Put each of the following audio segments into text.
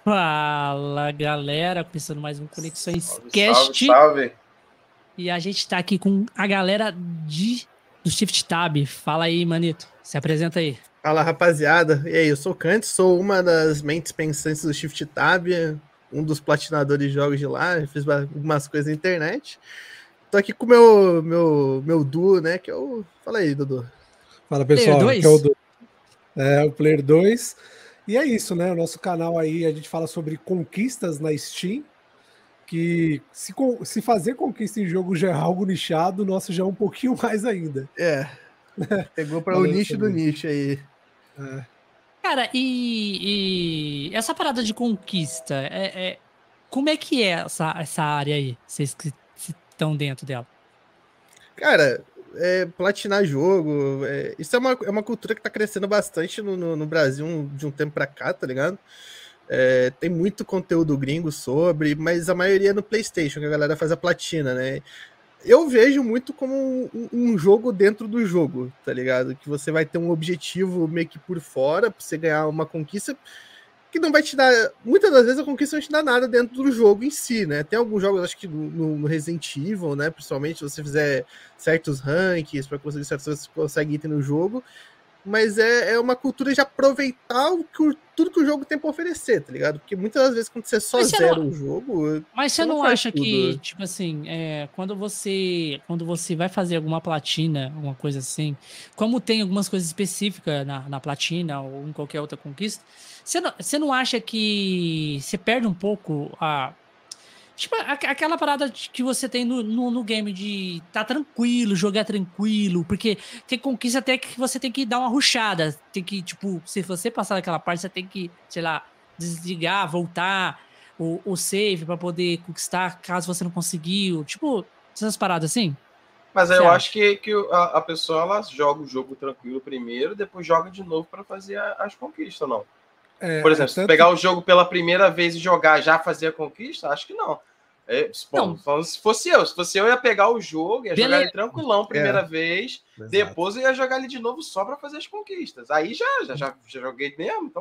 Fala, galera, começando mais um Conexões Salve, salve, Cast. salve. E a gente tá aqui com a galera do Shift Tab. Fala aí, manito. Se apresenta aí. Fala, rapaziada. E aí, eu sou o Kant, sou uma das mentes pensantes do Shift Tab, um dos platinadores de jogos de lá, fiz algumas coisas na internet. Tô aqui com o meu duo, né, que é o... Fala aí, Dudu. Fala, Player pessoal, 2? aqui é o, o Player 2. E é isso, né? O nosso canal aí, a gente fala sobre conquistas na Steam, que se fazer conquista em jogo já é algo nichado, o nosso já é um pouquinho mais ainda. Pegou para o nicho do nicho aí. Cara, e essa parada de conquista, como é que é essa área aí? Vocês que estão dentro dela? Cara, platinar jogo, isso é uma cultura que tá crescendo bastante no Brasil de um tempo pra cá, tá ligado? Tem muito conteúdo gringo sobre, mas a maioria é no PlayStation, que a galera faz a platina, né? Eu vejo muito como um jogo dentro do jogo, tá ligado? Que você vai ter um objetivo meio que por fora, pra você ganhar uma conquista que não vai te dar... Muitas das vezes a conquista não te dá nada dentro do jogo em si, né? Tem alguns jogos, acho que no Resident Evil, né? Principalmente se você fizer certos rankings para conseguir certas coisas, você consegue item no jogo. Mas é uma cultura de aproveitar tudo que o jogo tem pra oferecer, tá ligado? Porque muitas das vezes quando você só zera o jogo... Mas você não acha que, tipo assim, quando você vai fazer alguma platina, alguma coisa assim, como tem algumas coisas específicas na platina ou em qualquer outra conquista, você não acha que você perde um pouco a... Tipo, aquela parada que você tem no game de tá tranquilo, jogar tranquilo, porque tem conquista até que você tem que dar uma rushada, tem que, tipo, se você passar daquela parte, você tem que, sei lá, desligar, voltar o save pra poder conquistar, caso você não conseguiu, tipo, essas paradas assim. Mas eu acho que a pessoa ela joga o jogo tranquilo primeiro, depois joga de novo para fazer as conquistas, não? Por exemplo, se pegar o jogo pela primeira vez e jogar, já fazer a conquista, acho que não. Bom, se fosse eu ia pegar o jogo, ia jogar ele tranquilão primeira vez, depois eu ia jogar ele de novo só para fazer as conquistas. Aí já joguei mesmo. Então...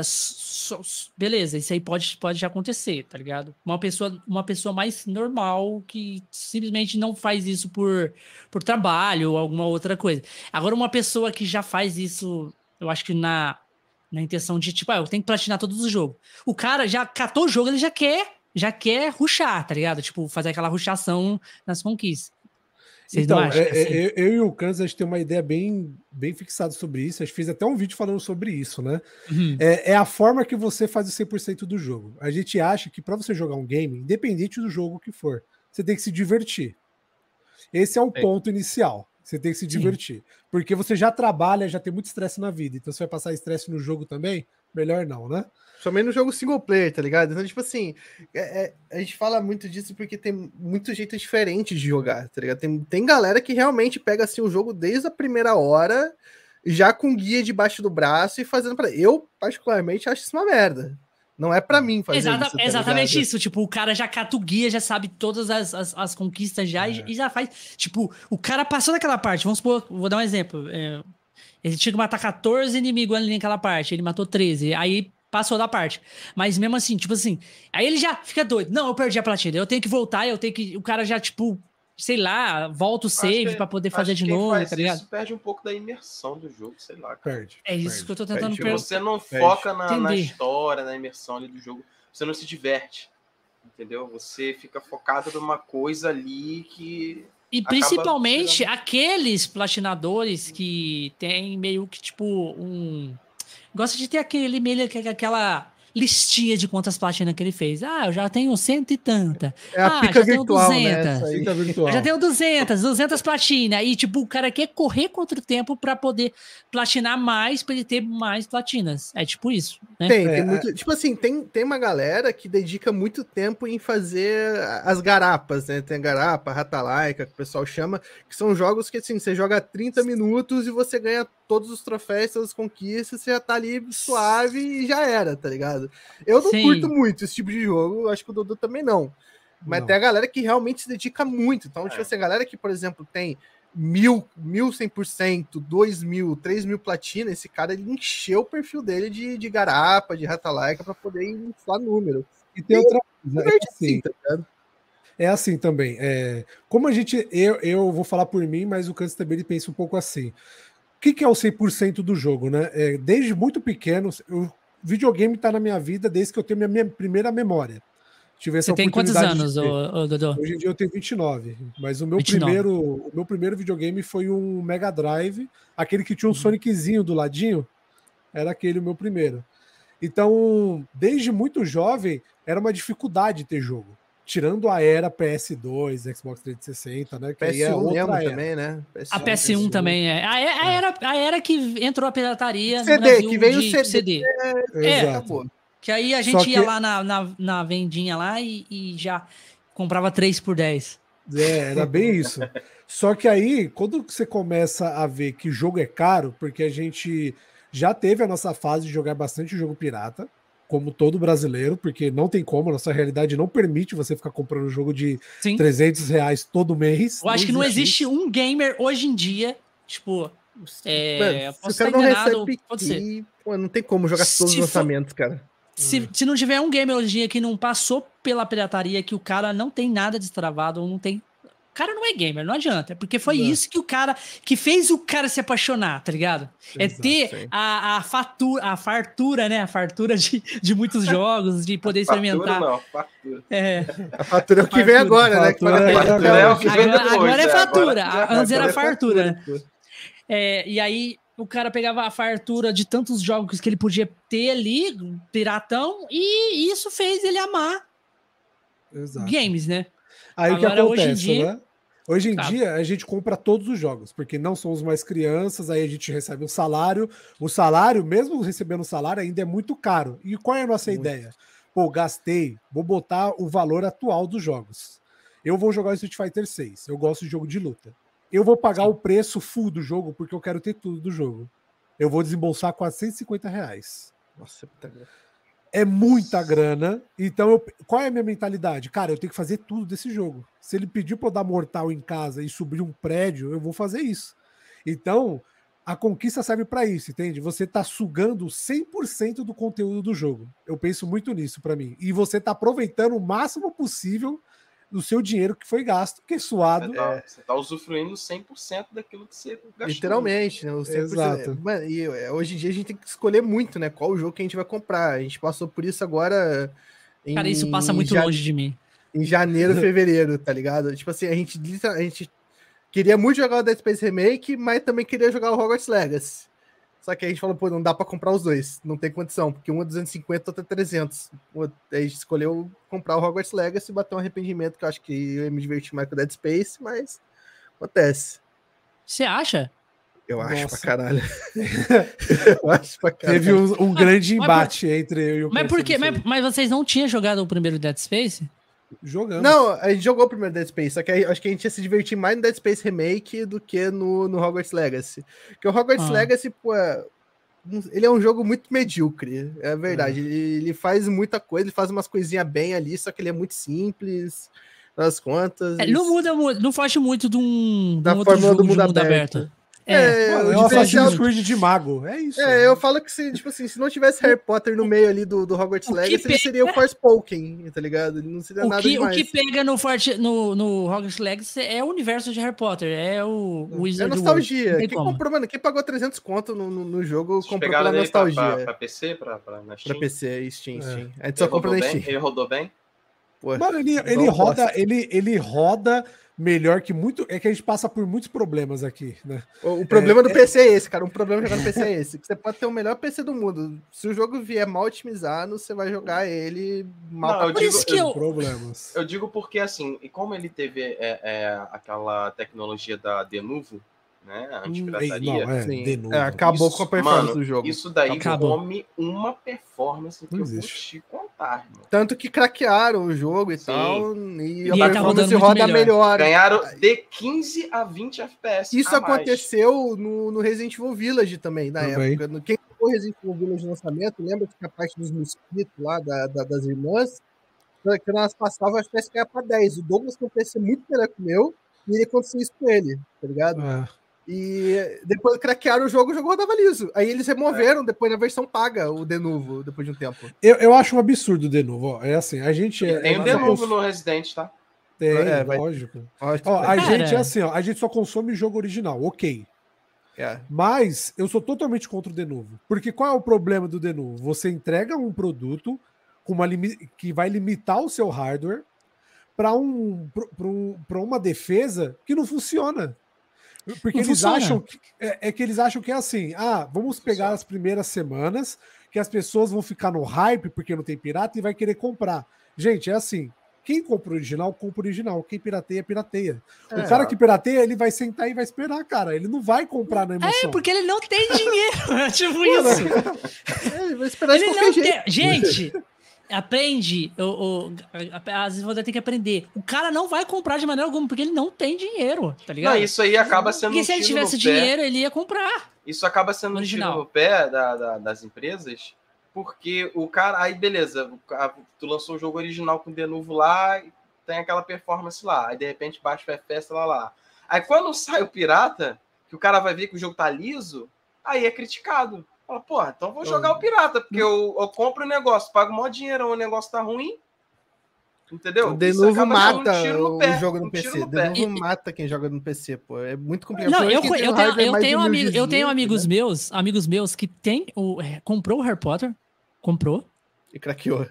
Beleza, isso aí pode já acontecer, tá ligado? Uma pessoa mais normal que simplesmente não faz isso por trabalho ou alguma outra coisa. Agora, uma pessoa que já faz isso, eu acho que na intenção de, tipo, eu tenho que platinar todos os jogos. O cara já catou o jogo, ele já quer rushar, tá ligado? Tipo, fazer aquela rushação nas conquistas. Vocês então, não acham? Assim? Eu e o Kansas, a gente tem uma ideia bem fixada sobre isso. A gente fez até um vídeo falando sobre isso, né? Uhum. É a forma que você faz o 100% do jogo. A gente acha que para você jogar um game, independente do jogo que for, você tem que se divertir. Esse é o ponto inicial. Você tem que se divertir. Porque você já trabalha, já tem muito estresse na vida. Então, você vai passar estresse no jogo também? Melhor não, né? Somente no jogo single player, tá ligado? Então, tipo assim, a gente fala muito disso porque tem muito jeito diferente de jogar, tá ligado? Tem galera que realmente pega assim o jogo desde a primeira hora, já com guia debaixo do braço e fazendo pra... Eu, particularmente, acho isso uma merda. Não é pra mim fazer isso, tá exatamente ligado? isso. Tipo, o cara já cata o guia, já sabe todas as conquistas já e já faz. Tipo, o cara passou daquela parte. Vamos supor, vou dar um exemplo. Ele tinha que matar 14 inimigos ali naquela parte. Ele matou 13. Aí passou da parte. Mas mesmo assim, tipo assim. Aí ele já fica doido. Não, eu perdi a platina. Eu tenho que voltar, o cara já, tipo, sei lá, volta o save pra poder fazer de novo, tá ligado? Isso perde um pouco da imersão do jogo, sei lá. Perde. É isso que eu tô tentando perguntar. Você não foca na história, na imersão ali do jogo. Você não se diverte. Entendeu? Você fica focado numa coisa ali que... E principalmente aqueles platinadores que tem meio que, tipo, gosta de ter aquela listinha de quantas platinas que ele fez. Ah, eu já tenho 100 e tanta. É a pica já virtual, tenho 200. Né? Pica virtual. Eu já tenho 200 platinas. E, tipo, o cara quer correr contra o tempo pra poder platinar mais, pra ele ter mais platinas. É tipo isso, né? Tem muito... Tipo assim, tem uma galera que dedica muito tempo em fazer as garapas, né? Tem a garapa, Ratalaika, que o pessoal chama, que são jogos que, assim, você joga 30 minutos e você ganha todos os troféus, todas as conquistas, você já tá ali suave e já era, tá ligado? Eu não curto muito esse tipo de jogo, acho que o Dudu também não. Mas tem a galera que realmente se dedica muito. Então, tipo assim, a galera que, por exemplo, tem 1.000, 1.100%, 2.000, 3.000 platina, esse cara ele encheu o perfil dele de garapa, de rata-laica para poder inflar número. E tem outra coisa, é assim também. Como a gente. Eu vou falar por mim, mas o Câncer também ele pensa um pouco assim. O que é o 100% do jogo, né? Desde muito pequeno, o videogame está na minha vida desde que eu tenho minha primeira memória. Você tem quantos anos, Dodô? Hoje em dia eu tenho 29, mas o meu primeiro videogame foi um Mega Drive, aquele que tinha um Soniczinho do ladinho, era aquele o meu primeiro. Então, desde muito jovem, era uma dificuldade ter jogo. Tirando a era PS2, Xbox 360, né? Que PS1 é mesmo era. também, né? A PS1 também é. A era que entrou a pirataria CD, no Brasil que veio de CD. Exato. Que aí a gente ia lá na vendinha lá e já comprava 3 por 10. Era bem isso. Só que aí, quando você começa a ver que jogo é caro, porque a gente já teve a nossa fase de jogar bastante jogo pirata, como todo brasileiro, porque não tem como, a nossa realidade não permite você ficar comprando jogo de R$300 todo mês. Eu acho que não existe um gamer hoje em dia, tipo... se o cara não recebe aqui, pô, não tem como jogar todos os lançamentos, cara. Se não tiver um gamer hoje em dia que não passou pela pirataria, que o cara não tem nada destravado, ou não tem... O cara não é gamer, não adianta. Porque foi isso que o cara... Que fez o cara se apaixonar, tá ligado? Exato, ter a fartura, né? A fartura de muitos jogos, de poder experimentar. Fartura. A fatura é o que vem agora, né? Agora é fatura. Antes era fartura. E aí... O cara pegava a fartura de tantos jogos que ele podia ter ali, piratão, e isso fez ele amar games, né? Aí agora, o que acontece, né? Hoje em dia, a gente compra todos os jogos, porque não somos mais crianças, aí a gente recebe um salário. O salário, mesmo recebendo o salário, ainda é muito caro. E qual é a nossa ideia? Pô, gastei, vou botar o valor atual dos jogos. Eu vou jogar o Street Fighter 6, eu gosto de jogo de luta. Eu vou pagar o preço full do jogo porque eu quero ter tudo do jogo. Eu vou desembolsar R$450. Nossa, é muita grana. Então, qual é a minha mentalidade? Cara, eu tenho que fazer tudo desse jogo. Se ele pedir para eu dar mortal em casa e subir um prédio, eu vou fazer isso. Então, a conquista serve para isso, entende? Você tá sugando 100% do conteúdo do jogo. Eu penso muito nisso para mim. E você tá aproveitando o máximo possível do seu dinheiro que foi gasto, que é suado. Você tá usufruindo 100% daquilo que você gastou. Literalmente, né? Exato. Mano, e hoje em dia a gente tem que escolher muito, né? Qual o jogo que a gente vai comprar. A gente passou por isso agora. Cara, isso passa muito longe de mim. Em janeiro, fevereiro, tá ligado? Tipo assim, a gente queria muito jogar o Dead Space Remake, mas também queria jogar o Hogwarts Legacy. Só que a gente falou, pô, não dá pra comprar os dois. Não tem condição, porque um é 250 e outro é 300. A gente escolheu comprar o Hogwarts Legacy e bater um arrependimento, que eu acho que eu ia me divertir mais com o Dead Space, mas acontece. Você acha? Eu acho pra caralho. Eu acho pra caralho. Teve um grande embate entre eu e o Mas por quê? Mas vocês não tinham jogado o primeiro Dead Space? Jogamos. Não, a gente jogou o primeiro Dead Space, só que acho que a gente ia se divertir mais no Dead Space Remake do que no Hogwarts Legacy. Porque o Hogwarts Legacy, pô, ele é um jogo muito medíocre, é verdade. Ele faz muita coisa, ele faz umas coisinhas bem ali, só que ele é muito simples, nas contas. Não foge muito de um outro jogo do mundo aberto. O Assassin's Creed de mago, é isso. Eu falo que se não tivesse Harry Potter no meio ali do Hogwarts Legacy, ele seria o Forspoken, tá ligado? Ele não seria nada demais. O que pega no Hogwarts Legacy é o universo de Harry Potter, é o Wizard World. É nostalgia. Quem comprou, mano, quem pagou 300 conto no jogo, comprou pela nostalgia. Pra PC, pra Steam? Pra PC, Steam. A gente só compra na Steam. Ele rodou bem? Pô, mano, ele roda melhor que muito. É que a gente passa por muitos problemas aqui, né? O problema do PC é esse, cara. Um problema jogar no PC é esse. Você pode ter o melhor PC do mundo. Se o jogo vier mal otimizado, você vai jogar ele mal. Eu digo porque, assim, e como ele teve aquela tecnologia da Denuvo, né? Anti-pirataria. Acabou com a performance do jogo. Isso daí come uma performance que eu vou te contar, irmão. Tanto que craquearam o jogo e tal. E a performance roda melhor. Ganharam de 15 a 20 FPS. Isso aconteceu no Resident Evil Village também, na época. Quem jogou Resident Evil Village no lançamento, lembra que a parte dos mosquitos lá, das irmãs, que nós passávamos, acho que ia pra 10. O Douglas tem um PC muito melhor que o meu. e ele aconteceu isso com ele, tá ligado? E depois craquearam o jogo rodava liso. Aí eles removeram depois na versão paga o Denuvo, depois de um tempo. Eu acho um absurdo o Denuvo, ó. É assim, a gente... Tem o Denuvo no Resident, tá? Tem, lógico. Ó, a gente é assim, ó, a gente só consome jogo original, ok. Mas eu sou totalmente contra o Denuvo. Porque qual é o problema do Denuvo? Você entrega um produto com que vai limitar o seu hardware para uma defesa que não funciona. Porque eles acham que eles acham que é assim, vamos pegar as primeiras semanas que as pessoas vão ficar no hype porque não tem pirata e vai querer comprar. Gente, é assim, quem compra o original, compra o original. Quem pirateia, pirateia. O cara que pirateia, ele vai sentar e vai esperar, cara. Ele não vai comprar na emoção. Porque ele não tem dinheiro. É tipo isso. Ele vai esperar de qualquer jeito. Gente, aprende. Às vezes você tem que aprender. O cara não vai comprar de maneira alguma, porque ele não tem dinheiro, tá ligado? Não, isso aí acaba sendo porque se ele tivesse dinheiro, ele ia comprar. Isso acaba sendo um tiro no pé das empresas, porque o cara... Aí, beleza, tu lançou o jogo original com o Denuvo lá, e tem aquela performance lá. Aí, de repente, baixa o FPS lá. Aí, quando sai o pirata, que o cara vai ver que o jogo tá liso, aí é criticado. Fala, porra, então vou jogar o pirata, porque eu compro o negócio, pago o maior dinheiro, o negócio tá ruim. Entendeu? O Denuvo mata o jogo no PC. O Denuvo mata quem joga no PC, pô. É muito complicado. Não, eu tenho amigos meus que comprou o Harry Potter, comprou. E craqueou.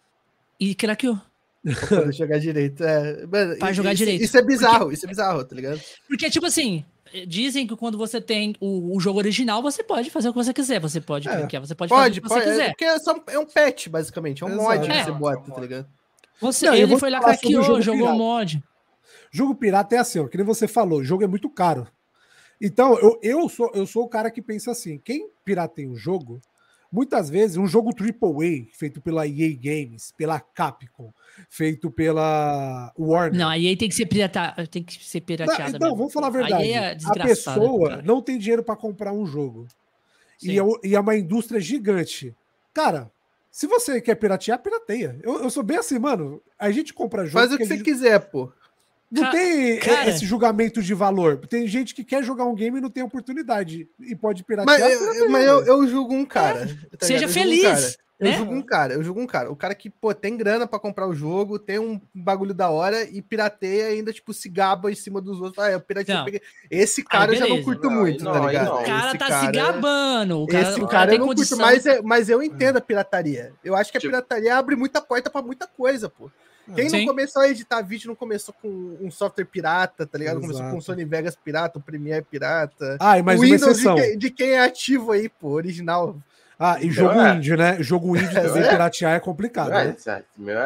Pra poder jogar direito. Pra jogar direito. Isso é bizarro, tá ligado? Porque, tipo assim, dizem que quando você tem o jogo original, você pode fazer o que você quiser. Você pode craquear, você pode fazer o que você quiser. Porque é um patch, basicamente. É um mod que você bota, tá ligado? Ele foi lá, craqueou, jogou mod. Jogo pirata é assim, ó, que nem você falou, o jogo é muito caro. Então, eu sou o cara que pensa assim, quem pirateia um jogo, muitas vezes, um jogo AAA, feito pela EA Games, pela Capcom, feito pela Warner... Não, a EA tem que ser pirateada. Não, vamos falar a verdade. A pessoa não tem dinheiro para comprar um jogo. E é uma indústria gigante. Cara, se você quer piratear, pirateia. Eu sou bem assim, mano. A gente compra jogo... Faz o que você quiser, pô. Não tem esse julgamento de valor. Tem gente que quer jogar um game e não tem oportunidade. E pode piratear. Mas eu julgo um cara. Tá Seja feliz. Eu julgo um cara. O cara que, pô, tem grana pra comprar o jogo, tem um bagulho da hora e pirateia ainda, tipo, se gaba em cima dos outros. Eu piratei. Esse cara eu já não curto muito, tá ligado? O cara tá se gabando. Esse cara eu não curto, mas eu entendo a pirataria. Eu acho que a pirataria abre muita porta pra muita coisa, pô. Quem não começou a editar vídeo não começou com um software pirata, tá ligado? Começou com o Sony Vegas pirata, o Premiere pirata. Mas o Windows de quem é ativo aí, pô, original. E jogo indie, né? Jogo indie também piratear é complicado, né? O meu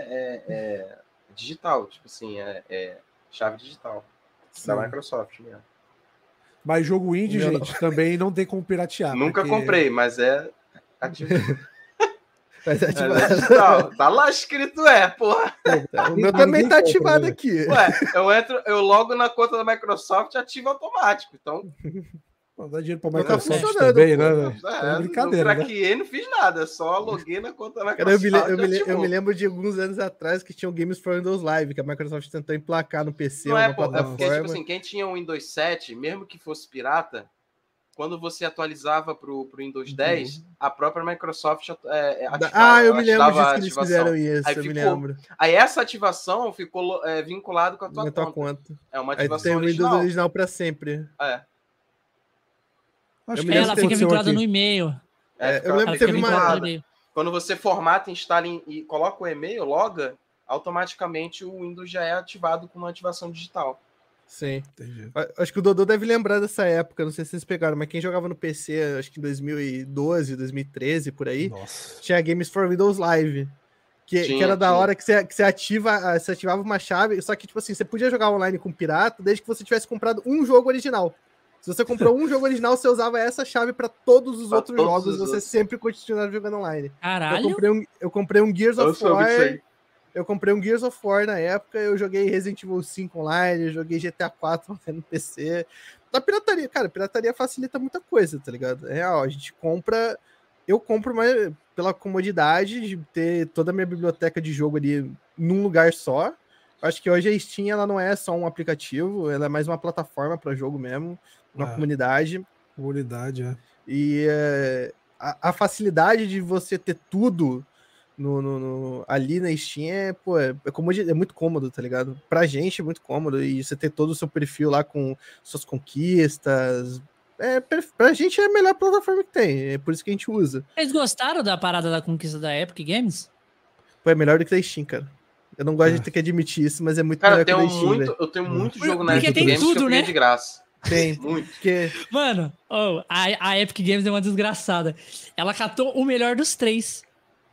é digital, tipo assim, é chave digital. Da Microsoft mesmo. Mas jogo indie, gente, também não tem como piratear. Nunca comprei, mas é ativo. Mas é digital. Tá lá escrito porra. O meu também tá ativado aqui. Ué, eu logo na conta da Microsoft ativo automático, então... Dá dinheiro pra Microsoft também, né, velho? Brincadeira, não craqueei, não fiz nada, só loguei na conta da Microsoft. Eu me lembro de alguns anos atrás que tinha o Games for Windows Live, que a Microsoft tentou emplacar no PC. Não é porque, tipo assim, quem tinha o Windows 7, mesmo que fosse pirata, quando você atualizava pro Windows 10, a própria Microsoft ativava. Eu me lembro disso que eles fizeram isso, eu me lembro. Aí essa ativação ficou vinculada com a tua conta. É uma ativação original. Aí tem o Windows original pra sempre. Acho que ela fica vinculada no e-mail. Eu lembro que teve uma... Quando você formata, instala e coloca o e-mail, loga, automaticamente o Windows já é ativado com uma ativação digital. Sim. Entendi. Acho que o Dodô deve lembrar dessa época, não sei se vocês pegaram, mas quem jogava no PC, acho que em 2012, 2013, por aí, tinha Games for Windows Live. Que era da hora que você ativava uma chave, só que, tipo assim, você podia jogar online com pirata desde que você tivesse comprado um jogo original. Se você comprou um jogo original, você usava essa chave para todos os outros jogos, você sempre continuava jogando online. Caralho! Eu comprei um Gears of War. Eu comprei um Gears of War na época, eu joguei Resident Evil 5 online, eu joguei GTA 4 no PC. Da pirataria, cara, pirataria facilita muita coisa, tá ligado? É real, a gente compra... Eu compro mais pela comodidade de ter toda a minha biblioteca de jogo ali num lugar só. Acho que hoje a Steam ela não é só um aplicativo, ela é mais uma plataforma para jogo mesmo, uma comunidade. Comunidade, é. E a facilidade de você ter tudo ali na Steam é muito cômodo, tá ligado? Pra gente é muito cômodo, e você ter todo o seu perfil lá com suas conquistas. Pra gente é a melhor plataforma que tem, é por isso que a gente usa. Vocês gostaram da parada da conquista da Epic Games? Pô, é melhor do que a Steam, cara. Eu não gosto de ter que admitir isso, mas é muito melhor que a Steam, eu tenho muito jogo na Epic Games tudo, que eu peguei de graça. Tem, muito. Mano, a Epic Games é uma desgraçada. Ela catou o melhor dos 3.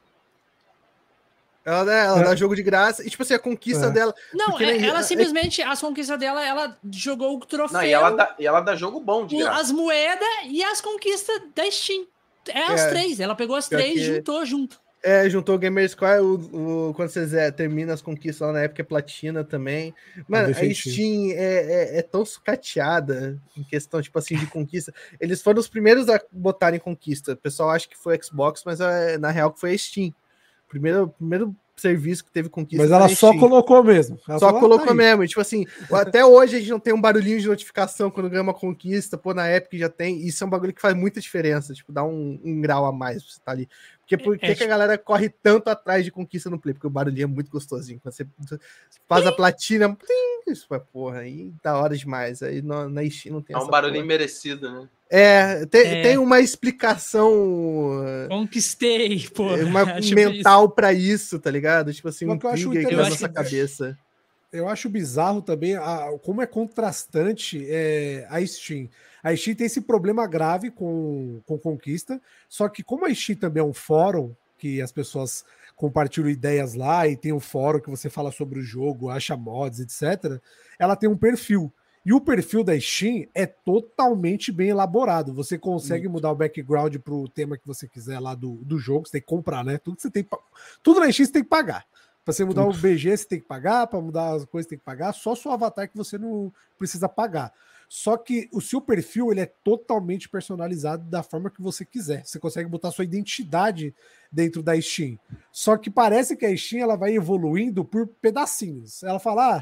Ela dá jogo de graça. E, tipo assim, a conquista dela... Não, ela simplesmente, as conquistas dela, ela jogou o troféu... Não, e ela dá jogo bom de graça. As moedas e as conquistas da Steam. As 3. Ela pegou as 3 e juntou junto. Juntou o Gamerscore, quando você termina as conquistas lá na época, é platina também. Mano, a Steam é tão sucateada em questão, tipo assim, de conquista. Eles foram os primeiros a botarem conquista. O pessoal acha que foi o Xbox, mas na real que foi a Steam. Primeiro serviço que teve conquista. Mas ela só colocou mesmo. Só colocou mesmo. E, tipo assim, até hoje a gente não tem um barulhinho de notificação quando ganha uma conquista. Pô, na Epic já tem. Isso é um bagulho que faz muita diferença. Tipo, dá um grau a mais pra você estar ali. Por que a galera corre tanto atrás de conquista no Play? Porque o barulhinho é muito gostosinho. Quando você faz a platina, isso foi porra, aí da hora demais. Aí na Steam não tem essa barulhinho merecido, né? Tem uma explicação. Conquistei, pô. Mental pra isso, tá ligado? Tipo assim, um trigger aqui na nossa cabeça. Eu acho bizarro também como é contrastante a Steam. A Steam tem esse problema grave com conquista, só que como a Steam também é um fórum, que as pessoas compartilham ideias lá, e tem um fórum que você fala sobre o jogo, acha mods, etc., ela tem um perfil. E o perfil da Steam é totalmente bem elaborado. Você consegue mudar o background para o tema que você quiser lá do jogo. Você tem que comprar, né? Tudo na Steam você tem que pagar. Para você mudar o BG, você tem que pagar. Para mudar as coisas, você tem que pagar. Só seu avatar que você não precisa pagar. Só que o seu perfil ele é totalmente personalizado da forma que você quiser. Você consegue botar sua identidade dentro da Steam. Só que parece que a Steam ela vai evoluindo por pedacinhos. Ela fala,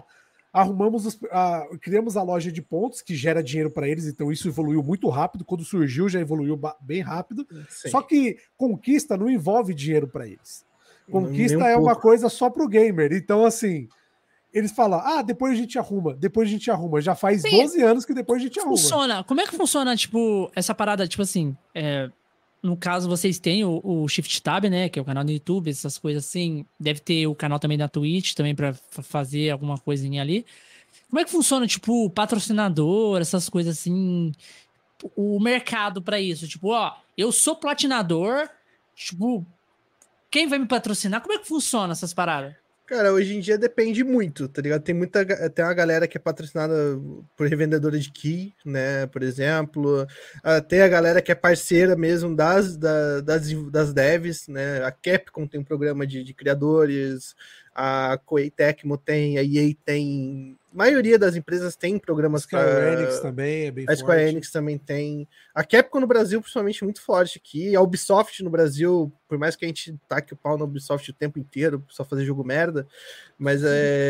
criamos a loja de pontos que gera dinheiro para eles, então isso evoluiu muito rápido. Quando surgiu, já evoluiu bem rápido. Sim. Só que conquista não envolve dinheiro para eles. Conquista é uma coisa só pro gamer. Então, assim, eles falam, depois a gente arruma. Já faz 12 anos que depois a gente arruma. Como é que funciona, tipo, essa parada, tipo assim, no caso, vocês têm o Shift Tab, né, que é o canal no YouTube, essas coisas assim. Deve ter o canal também da Twitch, também pra fazer alguma coisinha ali. Como é que funciona, tipo, patrocinador, essas coisas assim, o mercado pra isso? Tipo, eu sou platinador, tipo, quem vai me patrocinar? Como é que funciona essas paradas? Cara, hoje em dia depende muito, tá ligado? Tem uma galera que é patrocinada por revendedora de key, né, por exemplo. Tem a galera que é parceira mesmo das devs, né? A Capcom tem um programa de criadores, a Koei Tecmo tem, a EA tem... A maioria das empresas tem programas para... A Square Enix também é bem forte. A Square Enix também tem. A Capcom no Brasil, principalmente, muito forte aqui. A Ubisoft no Brasil, por mais que a gente taque o pau na Ubisoft o tempo inteiro, só fazer jogo merda, mas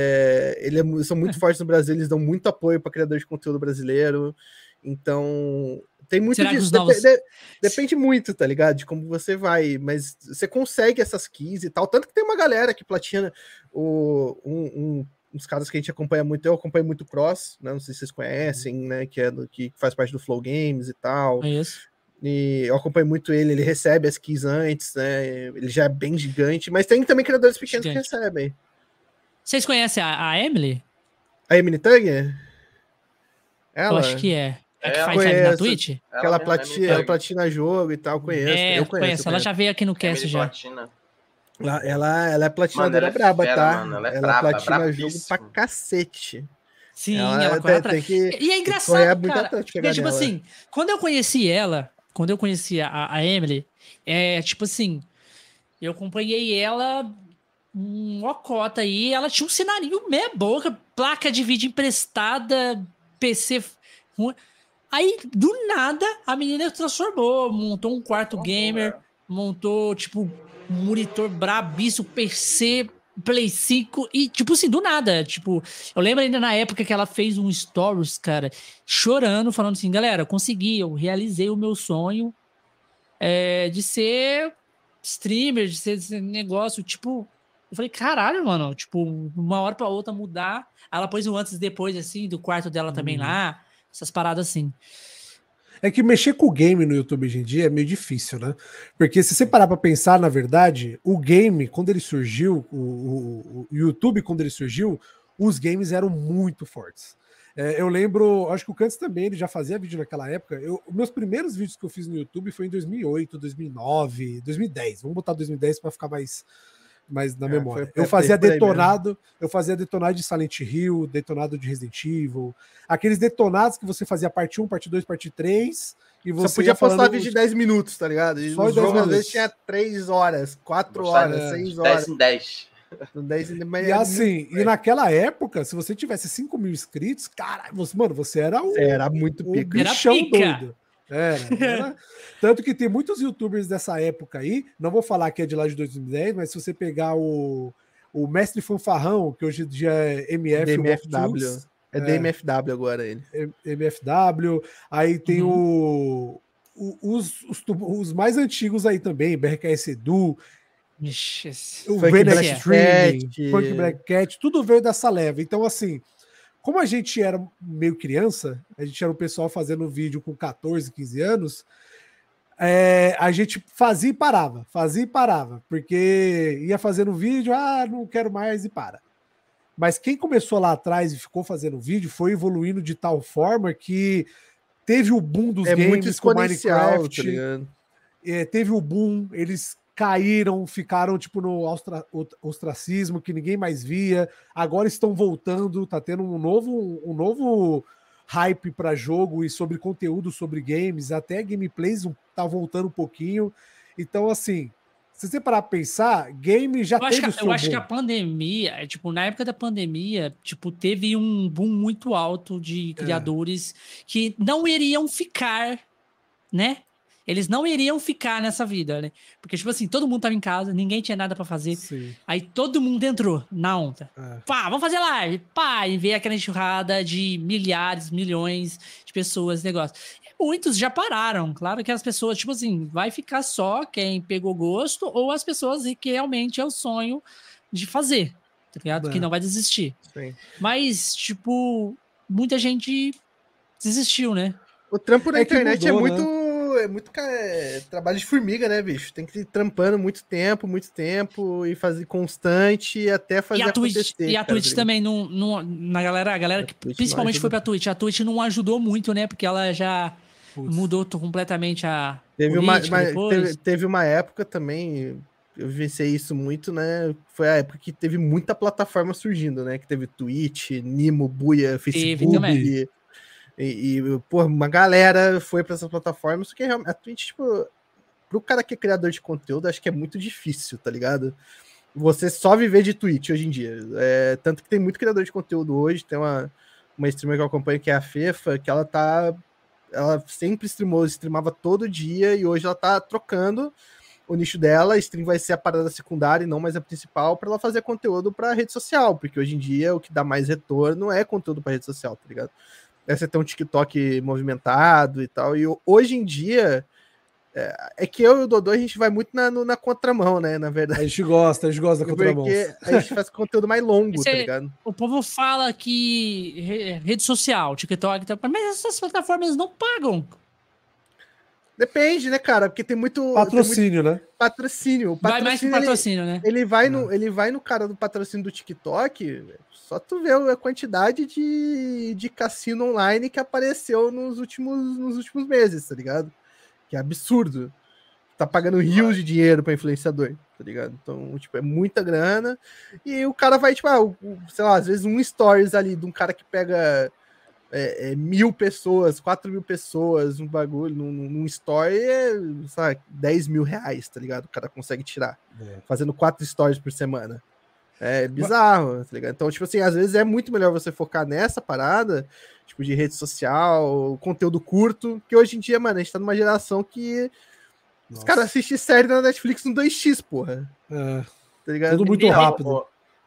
são muito fortes no Brasil, eles dão muito apoio para criador de conteúdo brasileiro. Então, tem muito disso. Depende muito, tá ligado? De como você vai, mas você consegue essas keys e tal. Tanto que tem uma galera que platina uns caras que a gente acompanha muito, eu acompanho muito o Cross, né? Não sei se vocês conhecem, né? Que faz parte do Flow Games e tal. É isso. E eu acompanho muito ele recebe as keys antes, né? Ele já é bem gigante, mas tem também criadores pequenos que recebem. Vocês conhecem a Emily? A Emily Tugger? Eu acho que é. É que faz live na Twitch? Ela platina jogo e tal, conheço. Eu conheço. Ela já veio aqui no cast já. Platina. Ela é platinadora braba, tá? Mano, ela platina jogo pra cacete. Sim, ela corre atrás. E é engraçado, cara, porque, tipo assim, quando eu conheci a Emily, tipo assim, eu acompanhei ela cota aí, ela tinha um cenarinho meia boca, placa de vídeo emprestada, PC... Aí, do nada, a menina transformou, montou um quarto gamer, montou, tipo, um monitor brabíssimo, PC Play 5 e, tipo assim, do nada. Tipo, eu lembro ainda na época que ela fez um stories, cara, chorando, falando assim, galera, consegui, eu realizei o meu sonho de ser streamer, de ser esse negócio, tipo... Eu falei, caralho, mano, tipo, uma hora pra outra mudar. Aí ela pôs o antes e depois, assim, do quarto dela também lá, essas paradas assim. É que mexer com o game no YouTube hoje em dia é meio difícil, né? Porque se você parar pra pensar, na verdade, o game, quando ele surgiu, o YouTube, quando ele surgiu, os games eram muito fortes. Eu lembro, acho que o Cantz também, ele já fazia vídeo naquela época. Meus primeiros vídeos que eu fiz no YouTube foi em 2008, 2009, 2010. Vamos botar 2010 para ficar mais na memória. Eu fazia detonado de Silent Hill, detonado de Resident Evil, aqueles detonados que você fazia parte 1, parte 2, parte 3, e você só podia postar vídeo de 10 minutos, tá ligado? E só 10 minutos. Às vezes tinha 3 horas, 4 horas, 6 horas. 10 em 10. E assim, e naquela época, se você tivesse 5 mil inscritos, cara, você era era muito pica. Bichão doido. Era. Tanto que tem muitos youtubers dessa época aí, não vou falar que é de lá de 2010, mas se você pegar o Mestre Fanfarrão, que hoje em dia é MF, DMFW. É DMFW agora ele. MFW, aí tem os mais antigos aí também, BRKS Edu, o Funk Black Cat, Funk Black Cat, tudo veio dessa leva. Então, assim, como a gente era meio criança, a gente era um pessoal fazendo vídeo com 14, 15 anos, a gente fazia e parava, porque ia fazendo vídeo, não quero mais e para. Mas quem começou lá atrás e ficou fazendo vídeo foi evoluindo de tal forma que teve o boom dos games com Minecraft, tá, teve o boom, eles caíram, ficaram tipo no ostracismo que ninguém mais via, agora estão voltando, tá tendo um novo hype para jogo e sobre conteúdo sobre games, até gameplays tá voltando um pouquinho. Então, assim, se você parar pra pensar, game já teve o seu boom. Eu acho que a pandemia, tipo, na época da pandemia, tipo, teve um boom muito alto de criadores que não iriam ficar, né? Eles não iriam ficar nessa vida, né? Porque, tipo assim, todo mundo tava em casa, ninguém tinha nada pra fazer. Sim. Aí todo mundo entrou na onda. Pá, vamos fazer live. Pá, e veio aquela enxurrada de milhares, milhões de pessoas, negócio. E muitos já pararam. Claro que as pessoas, tipo assim, vai ficar só quem pegou gosto ou as pessoas que realmente é o sonho de fazer, tá ligado? Que não vai desistir. Sim. Mas, tipo, muita gente desistiu, né? O trampo na internet mudou, é muito trabalho de formiga, né, bicho? Tem que ir trampando muito tempo e fazer constante até fazer acontecer. E a Twitch também, a galera que principalmente foi pra Twitch. A Twitch não ajudou muito, né? Porque ela já mudou completamente a teve uma época também, eu vivenciei isso muito, né? Foi a época que teve muita plataforma surgindo, né? Que teve Twitch, Nimo, Buia, Facebook... E pô, uma galera foi para essa plataforma, só que a Twitch, tipo, pro cara que é criador de conteúdo, acho que é muito difícil, tá ligado? Você só viver de Twitch hoje em dia. Tanto que tem muito criador de conteúdo hoje, tem uma streamer que eu acompanho, que é a Fefa, que ela sempre streamava todo dia, e hoje ela tá trocando o nicho dela, a stream vai ser a parada secundária e não mais a principal, para ela fazer conteúdo para rede social, porque hoje em dia o que dá mais retorno é conteúdo para rede social, tá ligado? Você tem um TikTok movimentado e tal, e hoje em dia é que eu e o Dodô, a gente vai muito na contramão, né, na verdade. A gente gosta da contramão. Porque a gente faz conteúdo mais longo, tá ligado? O povo fala que rede social, TikTok, mas essas plataformas não pagam. Depende, né, cara? Porque tem muito... Patrocínio, né? Patrocínio. Vai mais pro patrocínio, né? Ele vai no cara do patrocínio do TikTok, só tu vê a quantidade de cassino online que apareceu nos últimos meses, tá ligado? Que é absurdo. Tá pagando rios de dinheiro pra influenciador, tá ligado? Então, tipo, é muita grana. E o cara vai, tipo, sei lá, às vezes um stories ali de um cara que pega... 1.000 pessoas, 4.000 pessoas, um bagulho, num story sei lá, 10 mil reais, tá ligado? O cara consegue tirar, fazendo 4 stories por semana. É bizarro, tá ligado? Então, tipo assim, às vezes é muito melhor você focar nessa parada, tipo, de rede social, conteúdo curto, que hoje em dia, mano, a gente tá numa geração que os caras assistem série na Netflix no 2x, porra. Tá ligado? Tudo muito rápido.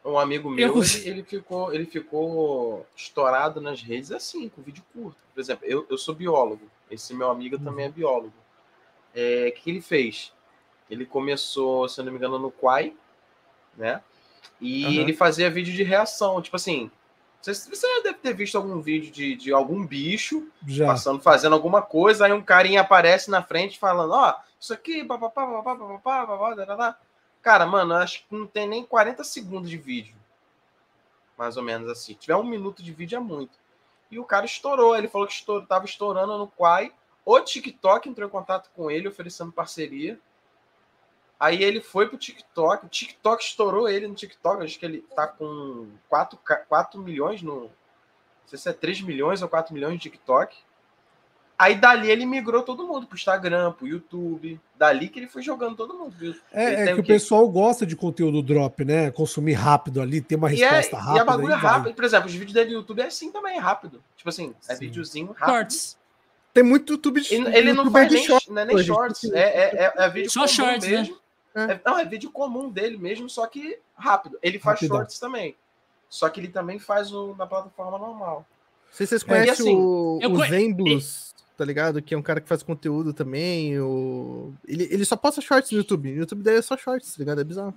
Um amigo meu, ele ficou estourado nas redes assim, com vídeo curto. Por exemplo, eu sou biólogo. Esse meu amigo também é biólogo. O que ele fez? Ele começou, se eu não me engano, no Quai, né? E ele fazia vídeo de reação. Tipo assim, você já deve ter visto algum vídeo de algum bicho fazendo alguma coisa, aí um carinha aparece na frente falando, isso aqui, papapá. Cara, mano, acho que não tem nem 40 segundos de vídeo. Mais ou menos assim. Se tiver 1 minuto de vídeo é muito. E o cara estourou. Ele falou que estava estourando no Quai. O TikTok entrou em contato com ele, oferecendo parceria. Aí ele foi pro TikTok. O TikTok estourou ele no TikTok. Acho que ele tá com 4 milhões no... Não sei se é 3 milhões ou 4 milhões de TikTok. Aí dali ele migrou todo mundo pro Instagram, pro YouTube. Dali que ele foi jogando todo mundo. Que o pessoal gosta de conteúdo drop, né? Consumir rápido ali, ter uma resposta rápida. E a bagulho é rápido. Por exemplo, os vídeos dele no YouTube é assim também, é rápido. Tipo assim, é videozinho rápido. Shorts. Tem muito YouTube. Ele não faz nem shorts. Não é nem shorts. É vídeo só shorts, mesmo. Né? É vídeo comum dele mesmo, só que rápido. Ele faz shorts também. Só que ele também faz na plataforma normal. Não sei se vocês conhecem assim, o Zemblos. Tá ligado? Que é um cara que faz conteúdo também. Ele só posta shorts no YouTube. No YouTube dele é só shorts, tá ligado? É bizarro.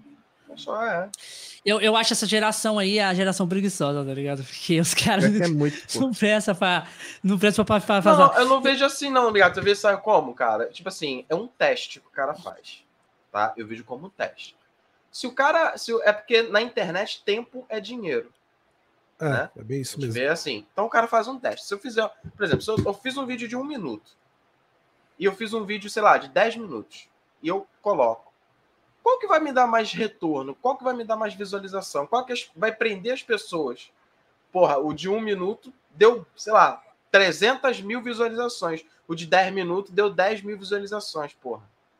Eu acho essa geração aí a geração preguiçosa, tá ligado? Porque os caras não prestam pra fazer. Não, eu não vejo assim, não, ligado? Tu vê, sabe como, cara? Tipo assim, é um teste que o cara faz. Tá? Eu vejo como um teste. Se o cara. É porque na internet tempo é dinheiro. Né? É bem isso mesmo. Vê assim. Então o cara faz um teste. Se eu fizer, por exemplo, se eu fiz um vídeo de 1 minuto e eu fiz um vídeo, sei lá, de 10 minutos e eu coloco, qual que vai me dar mais retorno? Qual que vai me dar mais visualização? Qual que vai prender as pessoas? Porra, o de 1 minuto deu, sei lá, 300 mil visualizações. O de 10 minutos deu 10 mil visualizações, porra.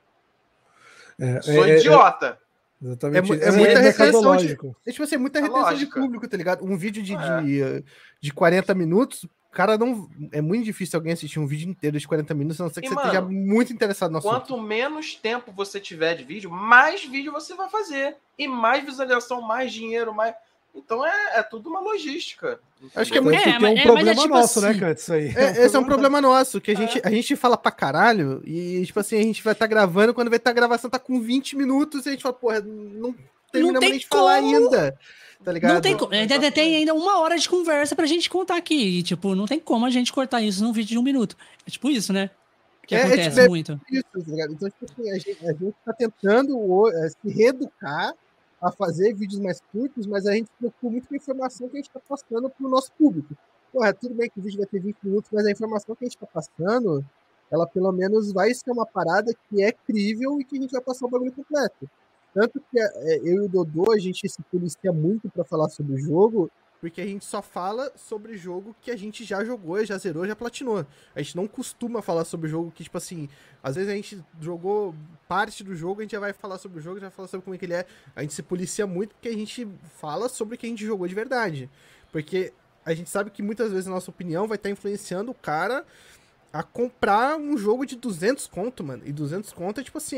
Sou idiota. Exatamente. É muita retenção de muita retenção de público, tá ligado? Um vídeo de 40 minutos, cara, não é muito difícil alguém assistir um vídeo inteiro de 40 minutos, a não ser que você esteja muito interessado no assunto. Quanto menos tempo você tiver de vídeo, mais vídeo você vai fazer. E mais visualização, mais dinheiro, mais... Então é tudo uma logística. Acho que é muito um problema nosso, né, Cante? Isso aí. Esse é um problema nosso, que a gente fala pra caralho e, tipo assim, a gente vai estar gravando, quando vai estar a gravação tá com 20 minutos e a gente fala, porra, não terminamos nem de falar ainda. Tá ligado? Não tem como. Tem ainda 1 hora de conversa pra gente contar aqui. E, tipo, não tem como a gente cortar isso num vídeo de 1 minuto. É tipo isso, né? Que acontece muito. Isso, tá ligado? Então, tipo assim, a gente tá tentando se reeducar a fazer vídeos mais curtos, mas a gente se preocupa muito com a informação que a gente está passando para o nosso público. Porra, tudo bem que o vídeo vai ter 20 minutos, mas a informação que a gente está passando, ela pelo menos vai ser uma parada que é crível e que a gente vai passar o bagulho completo. Tanto que eu e o Dodô, a gente se policia muito para falar sobre o jogo, porque a gente só fala sobre jogo que a gente já jogou, já zerou, já platinou. A gente não costuma falar sobre jogo que, tipo assim, às vezes a gente jogou parte do jogo, a gente já vai falar sobre o jogo, já vai falar sobre como é que ele é. A gente se policia muito porque a gente fala sobre o que a gente jogou de verdade. Porque a gente sabe que muitas vezes a nossa opinião vai estar influenciando o cara a comprar um jogo de 200 conto, mano. E 200 conto é, tipo assim,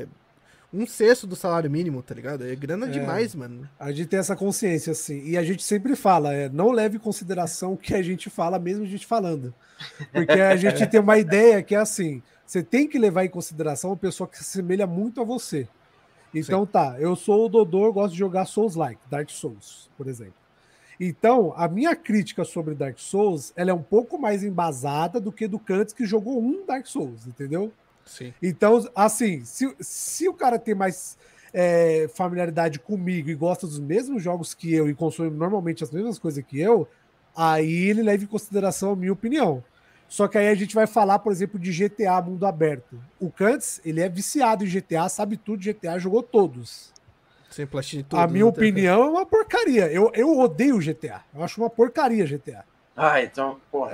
1/6 do salário mínimo, tá ligado? É grana demais, mano. A gente tem essa consciência, assim. E a gente sempre fala, não leve em consideração o que a gente fala, mesmo a gente falando. Porque a gente tem uma ideia que é assim, você tem que levar em consideração uma pessoa que se assemelha muito a você. Então tá, eu sou o Dodô, eu gosto de jogar Souls-like, Dark Souls, por exemplo. Então, a minha crítica sobre Dark Souls, ela é um pouco mais embasada do que do Cante, que jogou um Dark Souls, entendeu? Sim. Então, assim, se o cara tem mais familiaridade comigo e gosta dos mesmos jogos que eu e consome normalmente as mesmas coisas que eu, aí ele leva em consideração a minha opinião. Só que aí a gente vai falar, por exemplo, de GTA mundo aberto. O Cantz, ele é viciado em GTA, sabe tudo de GTA, jogou todos. Sem platina tudo. A minha opinião é uma porcaria. Eu odeio GTA. Eu acho uma porcaria GTA. Então, porra,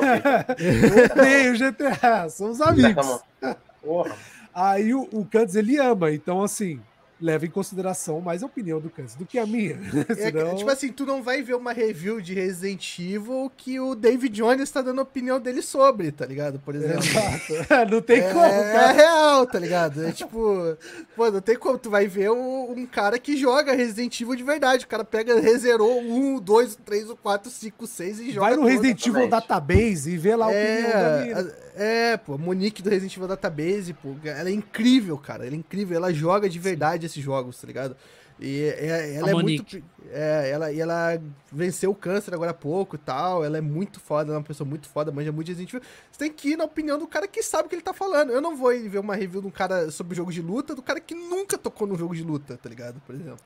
eu odeio GTA, somos amigos. Porra. Aí o Cantz, ele ama, então assim, leva em consideração mais a opinião do Câncer do que a minha. Senão... tipo assim, tu não vai ver uma review de Resident Evil que o David Jones tá dando a opinião dele sobre, tá ligado? Por exemplo. Não tem como, cara. É real, tá ligado? É tipo, pô, não tem como. Tu vai ver um cara que joga Resident Evil de verdade. O cara pega, rezerou 1, 2, 3, 4, 5, 6 e joga. Vai no Resident Evil Database e vê lá a opinião da mina. Pô, a Monique do Resident Evil Database, pô, ela é incrível, cara. Ela é incrível, ela joga de verdade esses jogos, tá ligado? E ela é Monique. muito. Ela venceu o câncer agora há pouco e tal. Ela é muito foda, ela é uma pessoa muito foda, manja muito de Resident Evil. Você tem que ir na opinião do cara que sabe o que ele tá falando. Eu não vou ir ver uma review de um cara sobre jogo de luta, do cara que nunca tocou num jogo de luta, tá ligado? Por exemplo.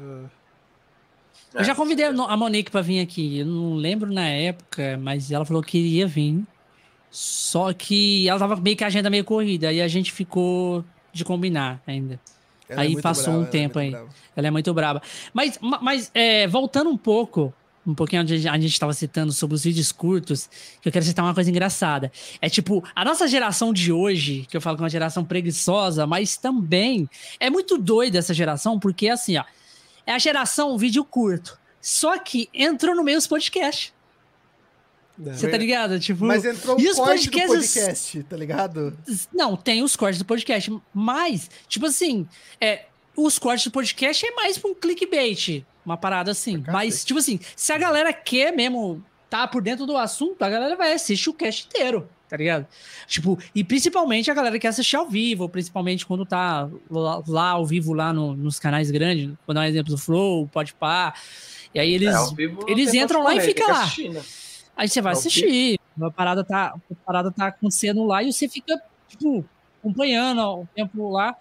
Eu já convidei a Monique pra vir aqui. Eu não lembro na época, mas ela falou que iria vir. Só que ela tava meio que a agenda meio corrida. Aí a gente ficou de combinar ainda. Ela aí passou um tempo aí. Ela é muito braba. Mas voltando um pouquinho onde a gente estava citando sobre os vídeos curtos, que eu quero citar uma coisa engraçada. É tipo, a nossa geração de hoje, que eu falo que é uma geração preguiçosa, mas também é muito doida essa geração, porque assim, ó, é a geração vídeo curto. Só que entrou no meio os podcasts. Você tá ligado? Tipo, mas entrou o corte do podcast, tá ligado? Não, tem os cortes do podcast, mas, tipo assim, os cortes do podcast é mais pra um clickbait, uma parada assim. Mas, tipo assim, se a galera quer mesmo tá por dentro do assunto, a galera vai assistir o cast inteiro, tá ligado? Tipo, e principalmente a galera que quer assistir ao vivo, principalmente quando tá lá ao vivo, lá nos canais grandes, vou dar um exemplo do Flow, Podpah, e aí eles entram lá e ficam lá. Aí você vai assistir, a parada tá acontecendo lá e você fica, tipo, acompanhando o tempo lá.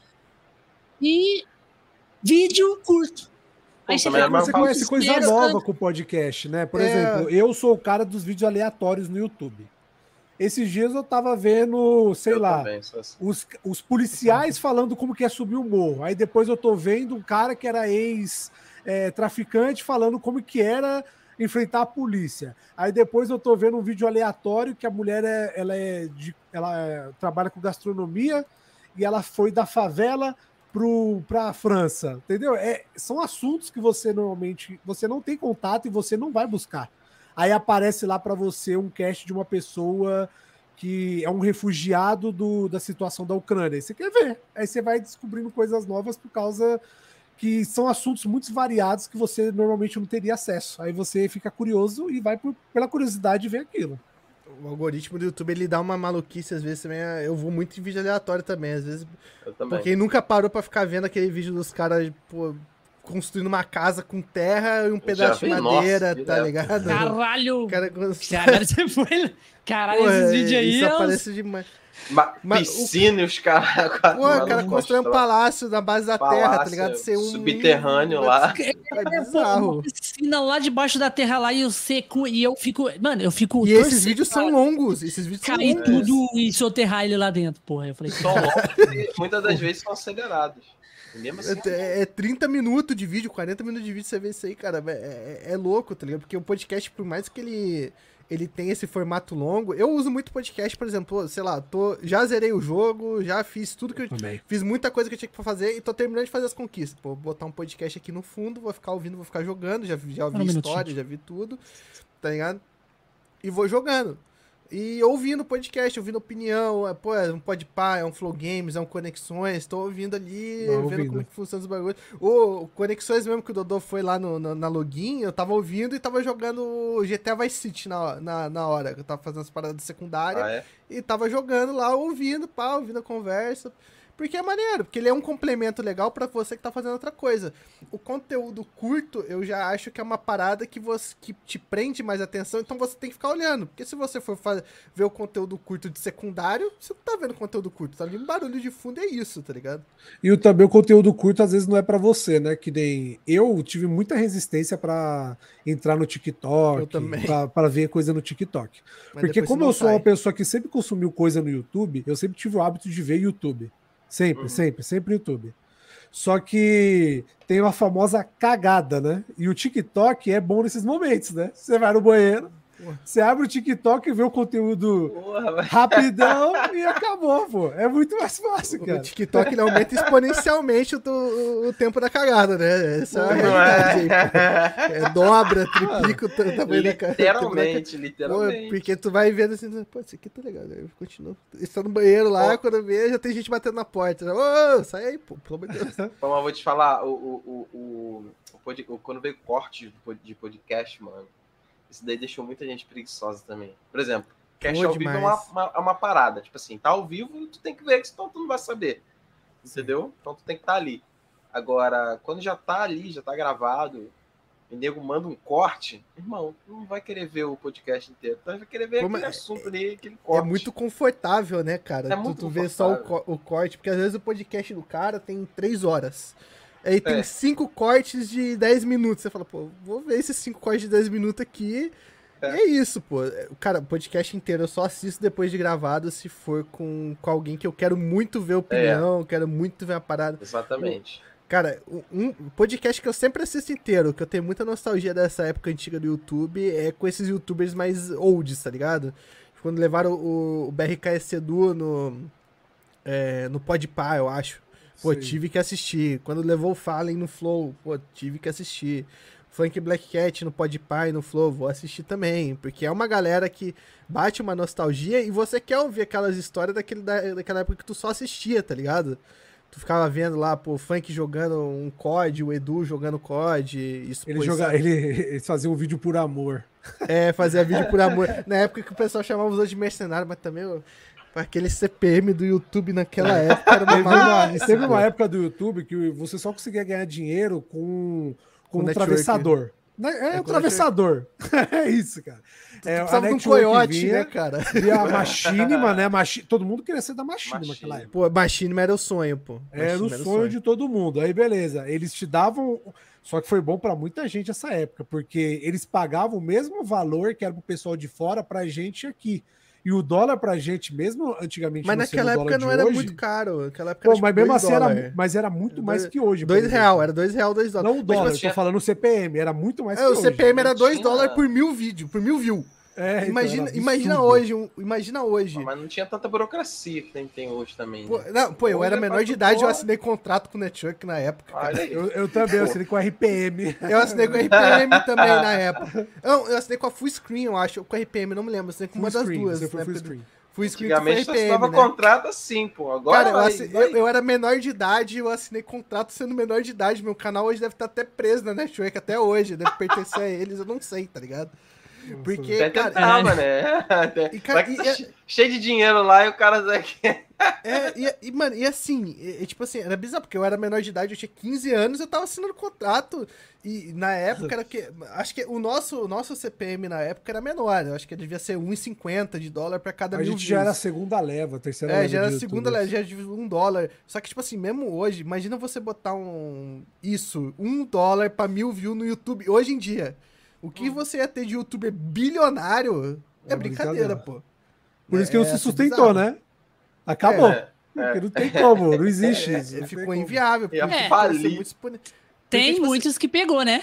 E vídeo curto. Aí você conhece coisa nova com o podcast, né? Por exemplo, eu sou o cara dos vídeos aleatórios no YouTube. Esses dias eu tava vendo, os policiais falando como que é subir o morro. Aí depois eu tô vendo um cara que era ex-traficante falando como que era enfrentar a polícia. Aí depois eu tô vendo um vídeo aleatório que a mulher ela trabalha com gastronomia e ela foi da favela pra França, entendeu? São assuntos que você normalmente não tem contato e você não vai buscar. Aí aparece lá para você um cast de uma pessoa que é um refugiado da situação da Ucrânia. Aí você quer ver. Aí você vai descobrindo coisas novas por causa que são assuntos muito variados que você normalmente não teria acesso. Aí você fica curioso e vai pela curiosidade ver aquilo. O algoritmo do YouTube, ele dá uma maluquice, às vezes também. Eu vou muito em vídeo aleatório também, às vezes. Eu também. Porque nunca parou pra ficar vendo aquele vídeo dos caras, pô, construindo uma casa com terra e um pedaço de madeira, tá ligado? Caralho! Caralho, porra, esses vídeos aí. Isso aparece demais. Piscina e os caras. Pô, o cara constrói um palácio na base da terra, tá ligado? Ser subterrâneo lá. É bizarro. Piscina lá debaixo da terra lá e eu seco. E eu fico. Mano, eu fico. E esses vídeos são longos. Esses vídeos são longos. Tudo e soterrar ele lá dentro, porra. Eu falei. São longos e muitas das vezes são acelerados. Assim, é 30 minutos de vídeo, 40 minutos de vídeo, você vê isso aí, cara. É louco, tá ligado? Porque o podcast, por mais que ele tem esse formato longo. Eu uso muito podcast, por exemplo, sei lá, já zerei o jogo, já fiz tudo que eu fiz muita coisa que eu tinha que fazer e tô terminando de fazer as conquistas. Pô, vou botar um podcast aqui no fundo, vou ficar ouvindo, vou ficar jogando, já vi história, já vi tudo, tá ligado? E vou jogando. E ouvindo podcast, ouvindo opinião, pô, é um Podpah, é um Flow Games, é um Conexões, tô ouvindo ali, vendo como é que funciona os bagulhos. O Conexões mesmo, que o Dodô foi lá na login, eu tava ouvindo e tava jogando GTA Vice City na hora, que eu tava fazendo as paradas secundárias, e tava jogando lá, ouvindo a conversa. Porque é maneiro, porque ele é um complemento legal pra você que tá fazendo outra coisa. O conteúdo curto, eu já acho que é uma parada que te prende mais atenção, então você tem que ficar olhando. Porque se você for ver o conteúdo curto de secundário, você não tá vendo conteúdo curto, tá vendo barulho de fundo, é isso, tá ligado? E também o conteúdo curto às vezes não é pra você, né? Que nem eu tive muita resistência pra entrar no TikTok, pra ver coisa no TikTok. Mas porque como eu sou uma pessoa que sempre consumiu coisa no YouTube, eu sempre tive o hábito de ver YouTube. Sempre YouTube. Só que tem uma famosa cagada, né? E o TikTok é bom nesses momentos, né? Você vai no banheiro, Você abre o TikTok e vê o conteúdo rapidão e acabou, pô. É muito mais fácil, cara. O TikTok ele aumenta exponencialmente o tempo da cagada, né? Essa é a realidade aí, dobra, triplica o tamanho da cagada. Literalmente. Pô, porque tu vai vendo assim, pô, isso aqui tá legal. Eu continuo. Está no banheiro lá, quando vê, já tem gente batendo na porta. Ô, sai aí, pô, pelo amor de Deus. Mas eu vou te falar, quando veio corte de podcast, mano, isso daí deixou muita gente preguiçosa também. Por exemplo, cast ao vivo é uma parada. Tipo assim, tá ao vivo, tu tem que ver, senão tu não vai saber. Entendeu? Então tu tem que estar ali. Agora, quando já tá ali, já tá gravado, o nego manda um corte, irmão, tu não vai querer ver o podcast inteiro. Tu vai querer ver aquele assunto ali, aquele corte. É muito confortável, né, cara? É muito tu vê só o corte, porque às vezes o podcast do cara tem 3 horas. Aí tem 5 cortes de 10 minutos. Você fala, pô, vou ver esses 5 cortes de 10 minutos aqui. E é isso, pô. Cara, o podcast inteiro eu só assisto depois de gravado se for com alguém que eu quero muito ver a opinião, quero muito ver a parada. Exatamente. Cara, um podcast que eu sempre assisto inteiro, que eu tenho muita nostalgia dessa época antiga do YouTube, é com esses youtubers mais olds, tá ligado? Quando levaram o BRKS Edu no Podpah, eu acho. Pô, tive que assistir. Quando levou o Fallen no Flow, pô, tive que assistir. Funk Black Cat no Podpah e no Flow, vou assistir também. Porque é uma galera que bate uma nostalgia e você quer ouvir aquelas histórias daquela época que tu só assistia, tá ligado? Tu ficava vendo lá, pô, o Funk jogando um COD, o Edu jogando COD. Eles faziam um vídeo por amor. Fazia vídeo por amor. Na época que o pessoal chamava os outros de mercenário, mas também... Aquele CPM do YouTube naquela época era uma teve uma época do YouTube que você só conseguia ganhar dinheiro com um atravessador. O atravessador. É isso, cara. Precisava de um coiote, né, cara? E a Machinima, né? Todo mundo queria ser da Machinima naquela época. Pô, Machinima era o sonho, pô. Era o sonho de todo mundo. Aí, beleza. Eles te davam... Só que foi bom pra muita gente essa época, porque eles pagavam o mesmo valor que era pro pessoal de fora pra gente aqui. E o dólar pra gente, mesmo antigamente... Mas naquela época não era muito caro. Naquela época mas mesmo assim era muito mais que hoje. R$2, era R$2, $2. Não o dólar, eu tô falando o CPM, era muito mais que hoje. O CPM era $2 por 1000 vídeos, por 1000 views. Imagina hoje. Mas não tinha tanta burocracia que tem hoje também. Né? Eu era menor de idade, eu assinei contrato com o Network na época. Eu também, assinei com a RPM. Eu assinei com a RPM também na época. Eu assinei com a Full Screen, eu acho, com a RPM, não me lembro. Eu assinei com uma das duas. Você foi Full Screen. Full Screen antigamente você assinava contrato assim, pô. Agora eu era menor de idade, eu assinei contrato sendo menor de idade. Meu canal hoje deve estar até preso na Network até hoje, deve pertencer a eles, eu não sei, tá ligado? Porque, cara, né? Cheio de dinheiro lá e o cara... Mano, e assim, tipo assim, era bizarro, porque eu era menor de idade, eu tinha 15 anos, eu tava assinando contrato, e na época era que... Acho que o nosso CPM na época era menor, eu acho que devia ser $1,50 pra cada 1000 views. A gente já era a segunda leva, a terceira leva. Já era a segunda leva, já era de $1. Só que, tipo assim, mesmo hoje, imagina você botar $1 pra 1000 views no YouTube, hoje em dia. O que você ia ter de youtuber bilionário é brincadeira, pô. Por isso que não se sustentou, né? Acabou. Porque não tem como, não existe isso. Ficou inviável. Tem muitos que pegou, né?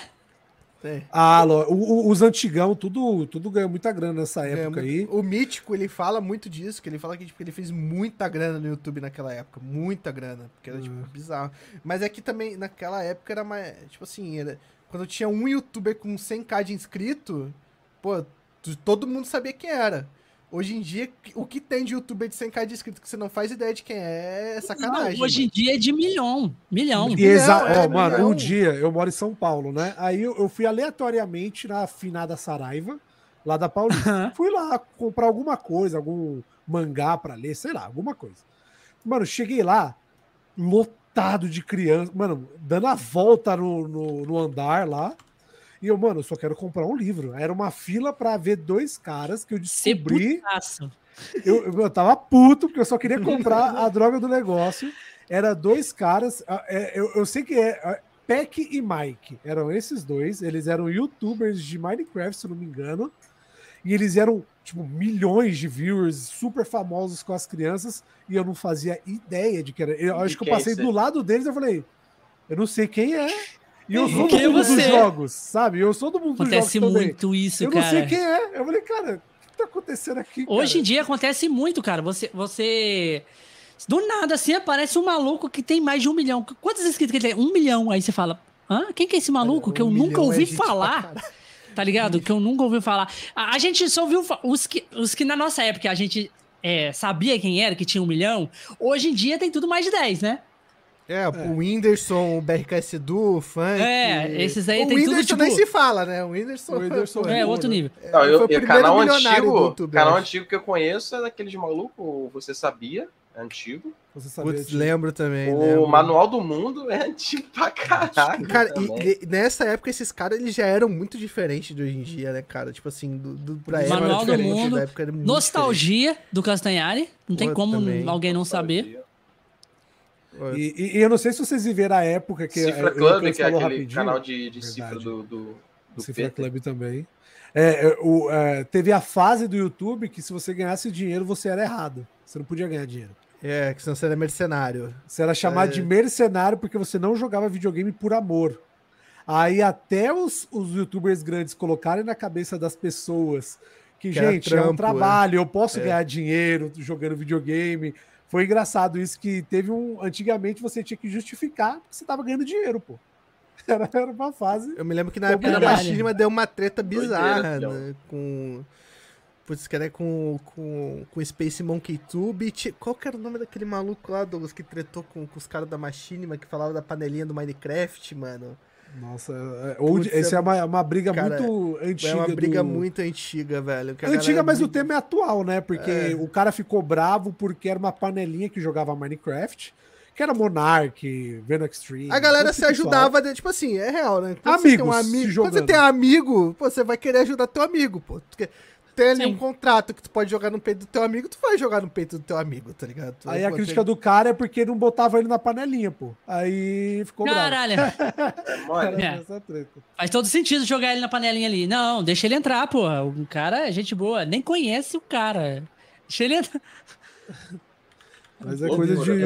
Os antigão, tudo ganhou muita grana nessa época aí. O Mítico, ele fala muito disso, que ele fala que tipo, ele fez muita grana no YouTube naquela época. Muita grana. Porque era, tipo, bizarro. Mas é que também, naquela época, era mais... Tipo assim, quando tinha um youtuber com 100k de inscrito, pô, todo mundo sabia quem era. Hoje em dia, o que tem de youtuber de 100k de inscrito que você não faz ideia de quem é sacanagem. Hoje em dia é de milhão. Exato. Mano, um dia, eu moro em São Paulo, né? Aí eu fui aleatoriamente na finada Saraiva, lá da Paulista. Fui lá comprar alguma coisa, algum mangá pra ler, sei lá, alguma coisa. Mano, cheguei lá, lotado de criança, mano, dando a volta no andar lá. E eu, mano, só quero comprar um livro. Era uma fila pra ver 2 caras que eu descobri. Eu tava puto, porque eu só queria comprar a droga do negócio. Era 2 caras. Eu sei que é Peck e Mike. Eram esses 2. Eles eram youtubers de Minecraft, se não me engano. E eles eram, tipo, milhões de viewers, super famosos com as crianças. E eu não fazia ideia de que era. Eu acho que eu passei do lado deles e eu falei, eu não sei quem é. E eu sou do mundo dos jogos, sabe? Eu sou do mundo dos jogos também. Acontece muito isso, cara. Eu não sei quem é. Eu falei, cara, o que tá acontecendo aqui, cara? Hoje em dia acontece muito, cara. Você... Do nada, assim, aparece um maluco que tem mais de 1 milhão. Quantos inscritos que ele tem? 1 milhão. Aí você fala, quem que é esse maluco que eu nunca ouvi falar? Tá ligado? Que eu nunca ouvi falar. A gente só ouviu os que na nossa época a gente sabia quem era, que tinha 1 milhão. Hoje em dia tem tudo mais de 10, né? O Whindersson, o BRKS Edu, o Funk... esses aí tem tudo, tipo... O Whindersson nem se fala, né? O Whindersson é outro nível. Canal antigo que eu conheço é daquele de maluco, Você Sabia? É antigo. Lembro também. O Manual do Mundo é antigo pra caralho. Cara, e nessa época esses caras eles já eram muito diferentes de hoje em dia, né, cara? Tipo assim, pra época Manual do Mundo, Nostalgia diferente. Do Castanhari. Não tem como alguém não saber. E eu não sei se vocês viveram a época que... Cifra Club, que é aquele canal de cifra do Cifra Club também. Teve a fase do YouTube que se você ganhasse dinheiro, você era errado. Você não podia ganhar dinheiro. Que senão você era mercenário. Você era chamado de mercenário porque você não jogava videogame por amor. Aí até os youtubers grandes colocarem na cabeça das pessoas que gente, é um trabalho, eu posso ganhar dinheiro jogando videogame. Foi engraçado isso que teve antigamente você tinha que justificar que você tava ganhando dinheiro, pô. Era uma fase. Eu me lembro que na época da Machinima deu uma treta bizarra, né? Putz, que era com Space Monkey Tube. Qual que era o nome daquele maluco lá, Douglas, que tretou com os caras da Machinima, que falava da panelinha do Minecraft, mano? Nossa, essa é uma briga muito antiga. É uma briga muito antiga, velho. Antiga, mas o tema é atual, né? Porque o cara ficou bravo porque era uma panelinha que jogava Minecraft, que era Monarch, Venom Extreme. A galera se ajudava, tipo assim, é real, né? Quando você tem amigo, você vai querer ajudar teu amigo, pô. Porque tem ali um contrato que tu pode jogar no peito do teu amigo, tu vai jogar no peito do teu amigo, tá ligado? Aí a crítica do cara é porque não botava ele na panelinha, pô. Aí ficou Caralho. Faz todo sentido jogar ele na panelinha ali. Não, deixa ele entrar, pô. O cara é gente boa. Nem conhece o cara. Deixa ele entrar. Mas é coisa de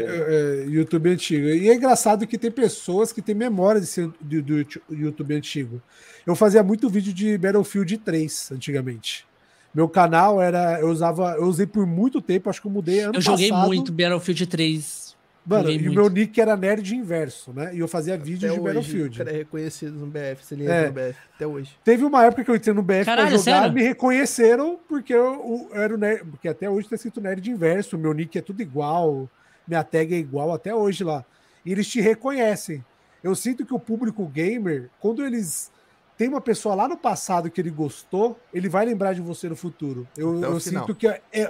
YouTube antigo. E é engraçado que tem pessoas que têm memória do YouTube antigo. Eu fazia muito vídeo de Battlefield 3 antigamente. Meu canal eu usei por muito tempo, acho que eu mudei ano passado. Eu joguei muito Battlefield 3. Mano, e o meu nick era Nerd Inverso, né? E eu fazia vídeos de Battlefield. O cara é reconhecido no BF, você entra no BF, até hoje. Teve uma época que eu entrei no BF pra jogar, sério? Me reconheceram porque eu era o nerd, porque até hoje tá escrito Nerd Inverso, meu nick é tudo igual, minha tag é igual até hoje lá. E eles te reconhecem. Eu sinto que o público gamer, quando eles tem uma pessoa lá no passado que ele gostou, ele vai lembrar de você no futuro. Eu sinto que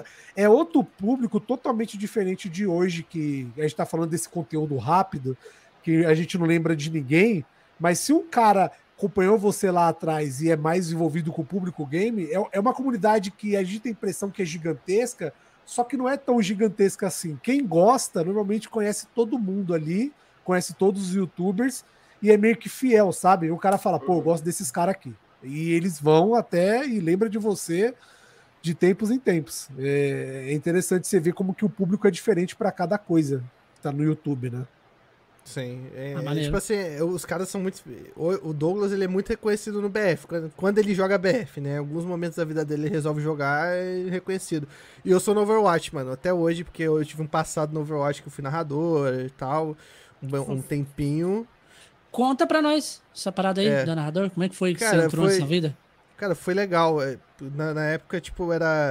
é outro público totalmente diferente de hoje, que a gente tá falando desse conteúdo rápido, que a gente não lembra de ninguém, mas se um cara acompanhou você lá atrás e é mais envolvido com o público game, é uma comunidade que a gente tem a impressão que é gigantesca, só que não é tão gigantesca assim. Quem gosta, normalmente conhece todo mundo ali, conhece todos os youtubers, e é meio que fiel, sabe? O cara fala, pô, eu gosto desses caras aqui. E eles vão até e lembram de você de tempos em tempos. É interessante você ver como que o público é diferente para cada coisa que tá no YouTube, né? Sim. Tipo assim, os caras são muito... O Douglas, ele é muito reconhecido no BF. Quando ele joga BF, né? Em alguns momentos da vida dele, ele resolve jogar e é reconhecido. E eu sou no Overwatch, mano. Até hoje, porque eu tive um passado no Overwatch que eu fui narrador e tal. Um tempinho... Conta pra nós essa parada aí do narrador. Como é que foi que você entrou nessa vida? Cara, foi legal. Na época, tipo,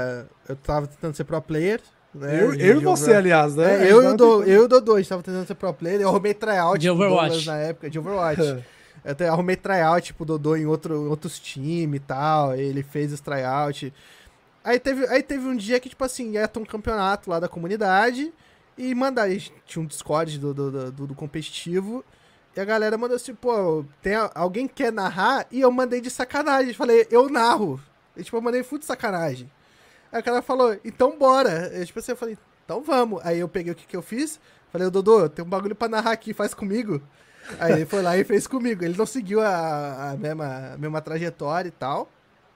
eu tava tentando ser pro player. Né? Eu e você, aliás, né? Eu e o Dodô, a gente tava tentando ser pro player. Eu arrumei tryout de Overwatch. Na época, de Overwatch. Eu arrumei tryout, tipo, o Dodô em outros times e tal. Ele fez os tryout. Aí teve um dia que, tipo assim, ia ter um campeonato lá da comunidade. E mandaram, tinha um Discord do competitivo. E a galera mandou assim, pô, alguém quer narrar? E eu mandei de sacanagem. Falei, eu narro. E, tipo, eu mandei full de sacanagem. Aí o cara falou, então bora. Eu, tipo assim, eu falei, então vamos. Aí eu peguei o que eu fiz. Falei, Dodô, tem um bagulho pra narrar aqui, faz comigo. Aí ele foi lá e fez comigo. Ele não seguiu a mesma trajetória e tal.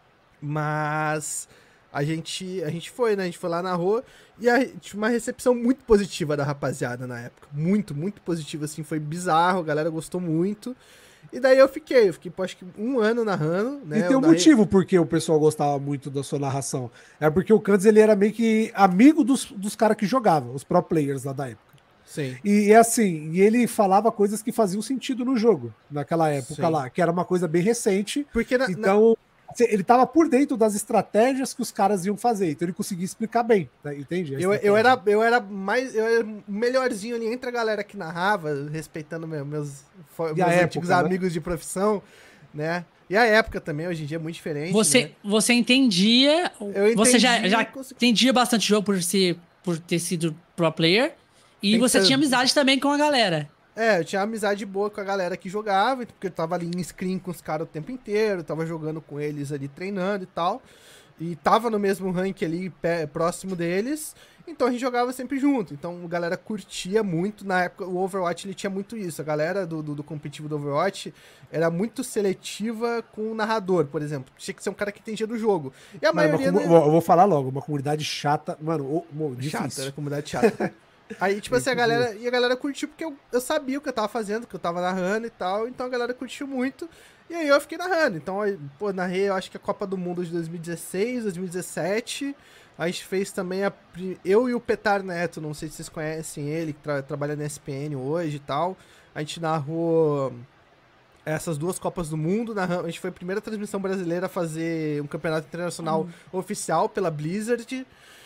Mas a gente foi, né? A gente foi lá na rua e tinha uma recepção muito positiva da rapaziada na época. Muito, muito positiva, assim. Foi bizarro, a galera gostou muito. E daí eu fiquei acho que 1 ano narrando, né? E tem um motivo porque o pessoal gostava muito da sua narração. É porque o Candes, ele era meio que amigo dos caras que jogavam, os pro players lá da época. Sim. E assim, e ele falava coisas que faziam sentido no jogo, naquela época lá, que era uma coisa bem recente. Porque então, ele tava por dentro das estratégias que os caras iam fazer, então ele conseguia explicar bem, né? Entende? Eu era melhorzinho ali entre a galera que narrava, respeitando meus antigos amigos de profissão, né? E a época também, hoje em dia, é muito diferente. Você entendia. Você já entendia bastante jogo por ter sido pro player. E você tinha amizade também com a galera. Eu tinha amizade boa com a galera que jogava, porque eu tava ali em screen com os caras o tempo inteiro, tava jogando com eles ali, treinando e tal. E tava no mesmo rank ali, próximo deles. Então a gente jogava sempre junto. Então a galera curtia muito. Na época o Overwatch ele tinha muito isso. A galera do competitivo do Overwatch era muito seletiva com o narrador, por exemplo. Tinha que ser um cara que entendia do jogo. E a maioria... Eu vou falar logo, uma comunidade chata. Mano, difícil. Chata, era comunidade chata. Aí, tipo assim, a galera curtiu porque eu sabia o que eu tava fazendo, que eu tava narrando e tal, então a galera curtiu muito, e aí eu fiquei narrando. Então, narrei, eu acho que a Copa do Mundo de 2016, 2017, a gente fez também eu e o Petar Neto, não sei se vocês conhecem ele, que trabalha na ESPN hoje e tal, a gente narrou essas 2 Copas do Mundo, a gente foi a primeira transmissão brasileira a fazer um campeonato internacional oficial pela Blizzard.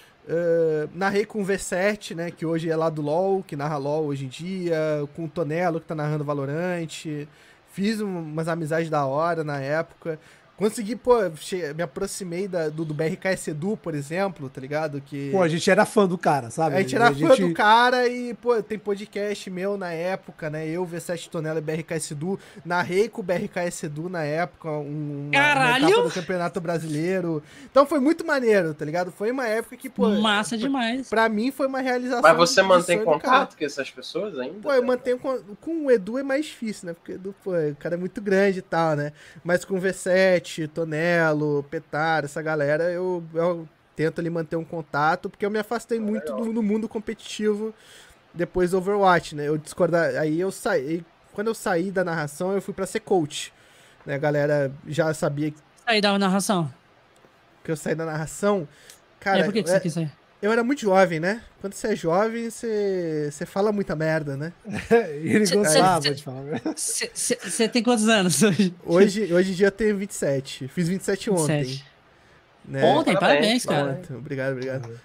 Narrei com o V7, né, que hoje é lá do LoL, que narra LoL hoje em dia, com o Tonelo, que tá narrando Valorant. Fiz umas amizades da hora na época. Consegui, me aproximei do BRKS Edu, por exemplo, tá ligado? A gente era fã do cara, sabe? A gente era fã do cara e, tem podcast meu na época, né? Eu, V7 Tonela e BRKS Edu. Narrei com o BRKS Edu na época, uma etapa do Campeonato Brasileiro. Então foi muito maneiro, tá ligado? Foi uma época que, massa demais. Pra mim foi uma realização. Mas você mantém contato com essas pessoas ainda? Eu mantenho com o Edu é mais difícil, né? Porque o Edu, o cara é muito grande e tal, né? Mas com o V7, Tonelo, Petar, essa galera, eu tento ali manter um contato, porque eu me afastei muito do mundo competitivo depois do Overwatch, né? Aí eu saí, quando eu saí da narração, eu fui pra ser coach, né? A galera já sabia que... Saí da narração? Que eu saí da narração, cara... por que você quis sair? Eu era muito jovem, né? Quando você é jovem, você fala muita merda, né? Ele gostava de falar merda. Você tem quantos anos hoje? Hoje em dia eu tenho 27. Fiz 27 ontem. 27. Né? Ontem, parabéns, cara. Obrigado.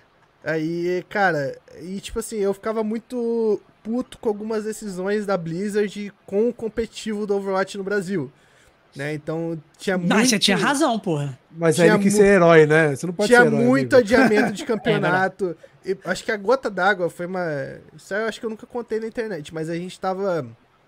Aí, cara, e tipo assim, eu ficava muito puto com algumas decisões da Blizzard com o competitivo do Overwatch no Brasil. Né? Então tinha muito... Mas você tinha razão, porra. Mas aí ele quis ser herói, né? Você não pode ser herói. Tinha muito adiamento de campeonato. Acho que a gota d'água foi uma... Isso eu acho que eu nunca contei na internet, mas a gente tava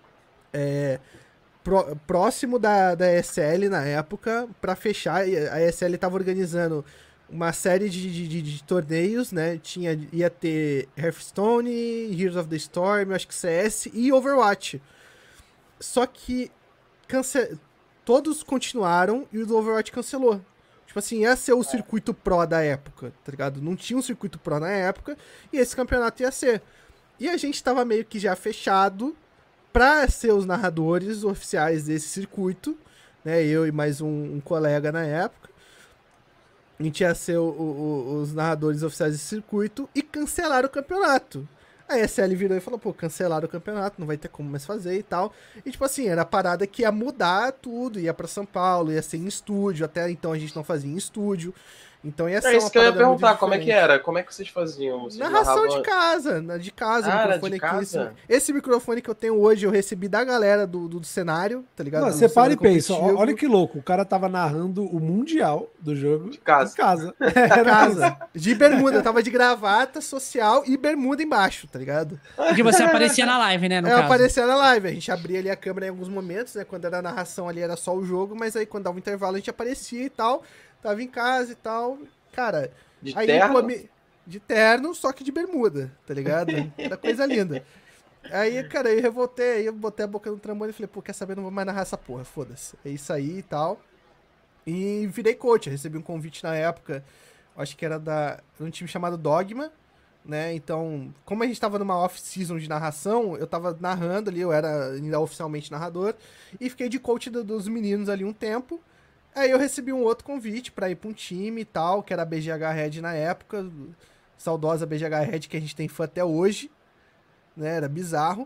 próximo da ESL na época pra fechar. A ESL tava organizando uma série de torneios, né? Ia ter Hearthstone, Heroes of the Storm, acho que CS e Overwatch. Só que todos continuaram e o Overwatch cancelou. Tipo assim, ia ser o circuito pro da época, tá ligado? Não tinha um circuito pro na época e esse campeonato ia ser. E a gente tava meio que já fechado pra ser os narradores oficiais desse circuito, né? Eu e mais um colega na época. A gente ia ser os narradores oficiais desse circuito e cancelaram o campeonato. A ESL virou e falou, cancelaram o campeonato, não vai ter como mais fazer e tal. E tipo assim, era a parada que ia mudar tudo, ia pra São Paulo, ia ser em estúdio, até então a gente não fazia em estúdio. Então ia ser isso que eu ia perguntar, como é que era? Como é que vocês faziam? Vocês narração de casa, microfone de casa? Esse microfone que eu tenho hoje, eu recebi da galera do cenário, tá ligado? Não, você para e pensa, olha que louco, o cara tava narrando o Mundial do jogo de casa. De casa. De bermuda, eu tava de gravata social e bermuda embaixo, tá ligado? Porque você aparecia na live, né, eu aparecia na live, a gente abria ali a câmera em alguns momentos, né, quando era a narração ali era só o jogo, mas aí quando dava um intervalo a gente aparecia e tal... Tava em casa e tal, cara... De terno? De terno, só que de bermuda, tá ligado? Era coisa linda. Aí, cara, eu revoltei, aí eu botei a boca no trambolho e falei, quer saber, não vou mais narrar essa porra, foda-se. É isso aí e tal. E virei coach, eu recebi um convite na época, acho que era de um time chamado Dogma, né? Então, como a gente tava numa off-season de narração, eu tava narrando ali, eu era ainda oficialmente narrador, e fiquei de coach dos meninos ali um tempo. Aí eu recebi um outro convite pra ir pra um time e tal, que era a BGH Red na época, saudosa BGH Red, que a gente tem fã até hoje, né? Era bizarro.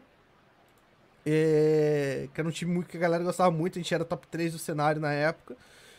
Que era um time que a galera gostava muito, a gente era top 3 do cenário na época.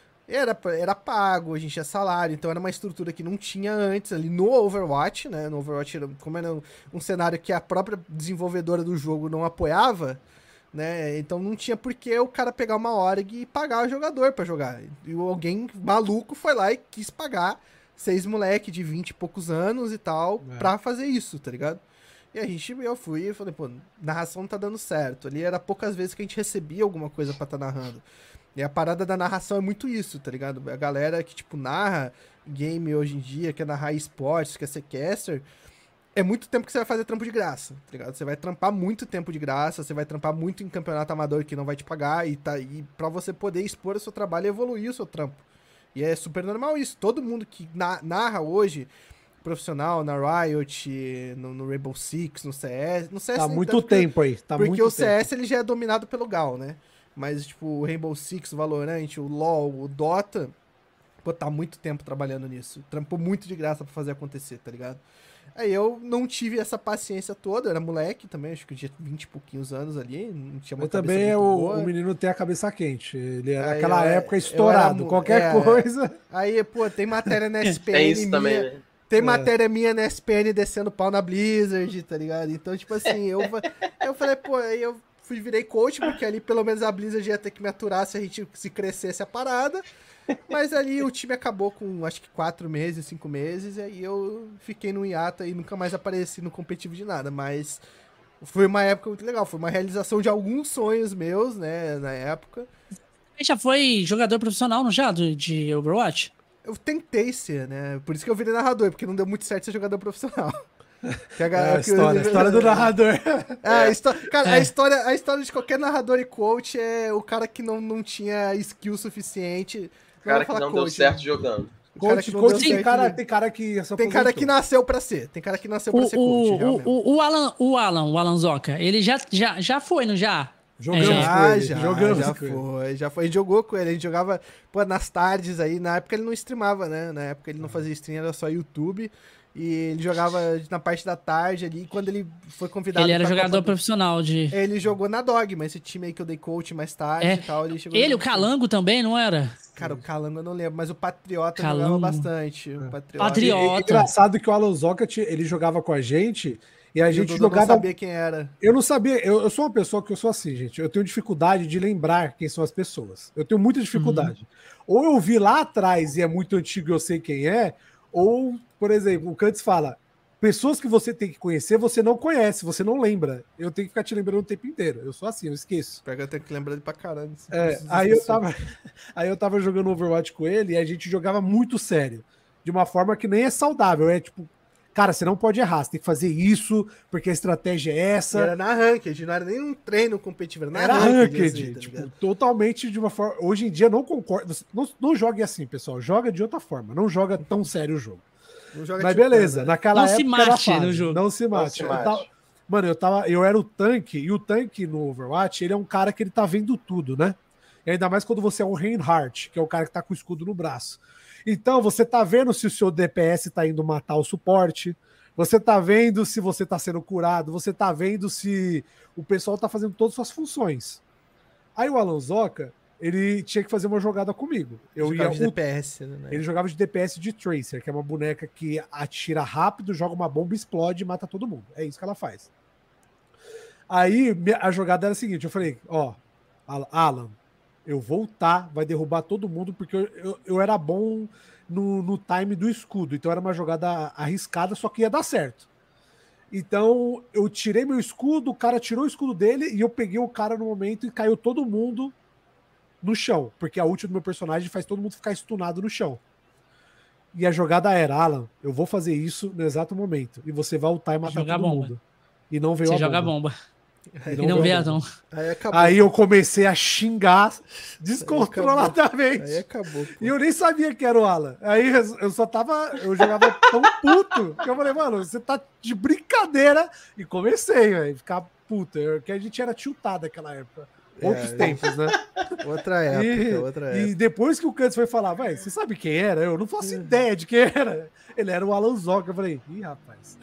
Era pago, a gente tinha salário, então era uma estrutura que não tinha antes ali no Overwatch, né? No Overwatch, como era um cenário que a própria desenvolvedora do jogo não apoiava, né? Então não tinha por que o cara pegar uma org e pagar o jogador pra jogar. E alguém maluco foi lá e quis pagar 6 moleque de 20 e poucos anos e tal, pra fazer isso, tá ligado? E eu fui e falei, pô, narração não tá dando certo. Ali era poucas vezes que a gente recebia alguma coisa pra tá narrando. E a parada da narração é muito isso, tá ligado? A galera que, tipo, narra game hoje em dia, quer narrar esportes, quer ser caster, é muito tempo que você vai fazer trampo de graça, tá ligado? Você vai trampar muito tempo de graça, você vai trampar muito em campeonato amador que não vai te pagar, e pra você poder expor o seu trabalho e evoluir o seu trampo. E é super normal isso. Todo mundo que narra hoje, profissional, na Riot, no Rainbow Six, no CS... No CS tá muito tempo aí, tá muito tempo. Porque o CS, ele já é dominado pelo Gal, né? Mas, tipo, o Rainbow Six, o Valorant, o LoL, o Dota, pô, tá muito tempo trabalhando nisso. Trampou muito de graça pra fazer acontecer, tá ligado? Aí eu não tive essa paciência toda, eu era moleque também, acho que eu tinha 20 e pouquinhos anos ali, não tinha uma cabeça também muito o menino tem a cabeça quente, ele era naquela época estourado, qualquer coisa. Aí, pô, tem matéria na SPN tem isso minha, também, né? Tem matéria minha na SPN descendo pau na Blizzard, tá ligado? Então, tipo assim, eu falei, pô, aí eu virei coach, porque ali pelo menos a Blizzard ia ter que me aturar se crescesse a parada. Mas ali o time acabou com, acho que 4 meses, 5 meses, e aí eu fiquei no hiato e nunca mais apareci no competitivo de nada. Mas foi uma época muito legal, foi uma realização de alguns sonhos meus, né, na época. Você já foi jogador profissional, não já, de Overwatch? Eu tentei ser, né? Por isso que eu virei narrador, porque não deu muito certo ser jogador profissional. A história do narrador. Cara, a história de qualquer narrador e coach é o cara que não tinha skill suficiente. O cara que não deu certo jogando. Coach, tem cara que tem cara que nasceu pra ser. Tem cara que nasceu pra ser coach, realmente. O Alan Zoca, ele já foi, não já? Jogamos com ele. Já foi. A gente jogou com ele. A gente jogava, pô, nas tardes aí. Na época ele não streamava, né? Na época ele não fazia stream, era só YouTube. E ele jogava na parte da tarde ali. E quando ele foi convidado... Ele era jogador profissional de... Ele jogou na Dogma, esse time aí que eu dei coach mais tarde e tal. Ele o Calango também, não era? Cara, o Calango eu não lembro, mas o Patriota jogava bastante. O Patriota. É engraçado que o Alan Zoca, ele jogava com a gente... E a gente jogava... Eu não sabia quem era. Eu não sabia. Eu sou uma pessoa que eu sou assim, gente. Eu tenho dificuldade de lembrar quem são as pessoas. Eu tenho muita dificuldade. Ou eu vi lá atrás e é muito antigo e eu sei quem é, ou, por exemplo, o Kantz fala, pessoas que você tem que conhecer, você não conhece, você não lembra. Eu tenho que ficar te lembrando o tempo inteiro. Eu sou assim, eu esqueço. Pega, eu tenho que lembrar ele pra caramba. Aí eu tava jogando Overwatch com ele e a gente jogava muito sério. De uma forma que nem é saudável. É tipo, cara, você não pode errar, você tem que fazer isso, porque a estratégia é essa. Era na Ranked, não era nem um treino competitivo, era Ranked, assim, tipo, totalmente de uma forma... Hoje em dia, não concordo, não jogue assim, pessoal, joga de outra forma, não joga tão sério o jogo. Mas beleza, naquela época não se mate no jogo. Não se mate. Mano, eu era o tanque, e o tanque no Overwatch, ele é um cara que ele tá vendo tudo, né? E ainda mais quando você é um Reinhardt, que é o cara que tá com o escudo no braço. Então, você tá vendo se o seu DPS tá indo matar o suporte, você tá vendo se você tá sendo curado, você tá vendo se o pessoal tá fazendo todas as suas funções. Aí o Alan Zoca, ele tinha que fazer uma jogada comigo. De DPS, né? Ele jogava de DPS de Tracer, que é uma boneca que atira rápido, joga uma bomba, explode e mata todo mundo. É isso que ela faz. Aí a jogada era a seguinte, eu falei, ó, Alan, eu vou vai derrubar todo mundo, porque eu era bom no time do escudo. Então era uma jogada arriscada, só que ia dar certo. Então eu tirei meu escudo, o cara tirou o escudo dele e eu peguei o cara no momento e caiu todo mundo no chão. Porque a ult do meu personagem faz todo mundo ficar stunado no chão. E a jogada era, Alan, eu vou fazer isso no exato momento. E você vai ultar e matar todo mundo. E não veio você a bomba. Joga bomba. E não vê Adão. Aí eu comecei a xingar descontroladamente. Aí acabou. E eu nem sabia que era o Alan. Aí eu só tava. Eu jogava tão puto que eu falei, mano, você tá de brincadeira. E comecei, velho, ficar puto. Porque a gente era tiltado naquela época. Outros tempos, né? Outra época. E depois que o Cantos foi falar, velho, você sabe quem era? Eu não faço ideia de quem era. Ele era o Alan Zoca. Eu falei, ih, rapaz.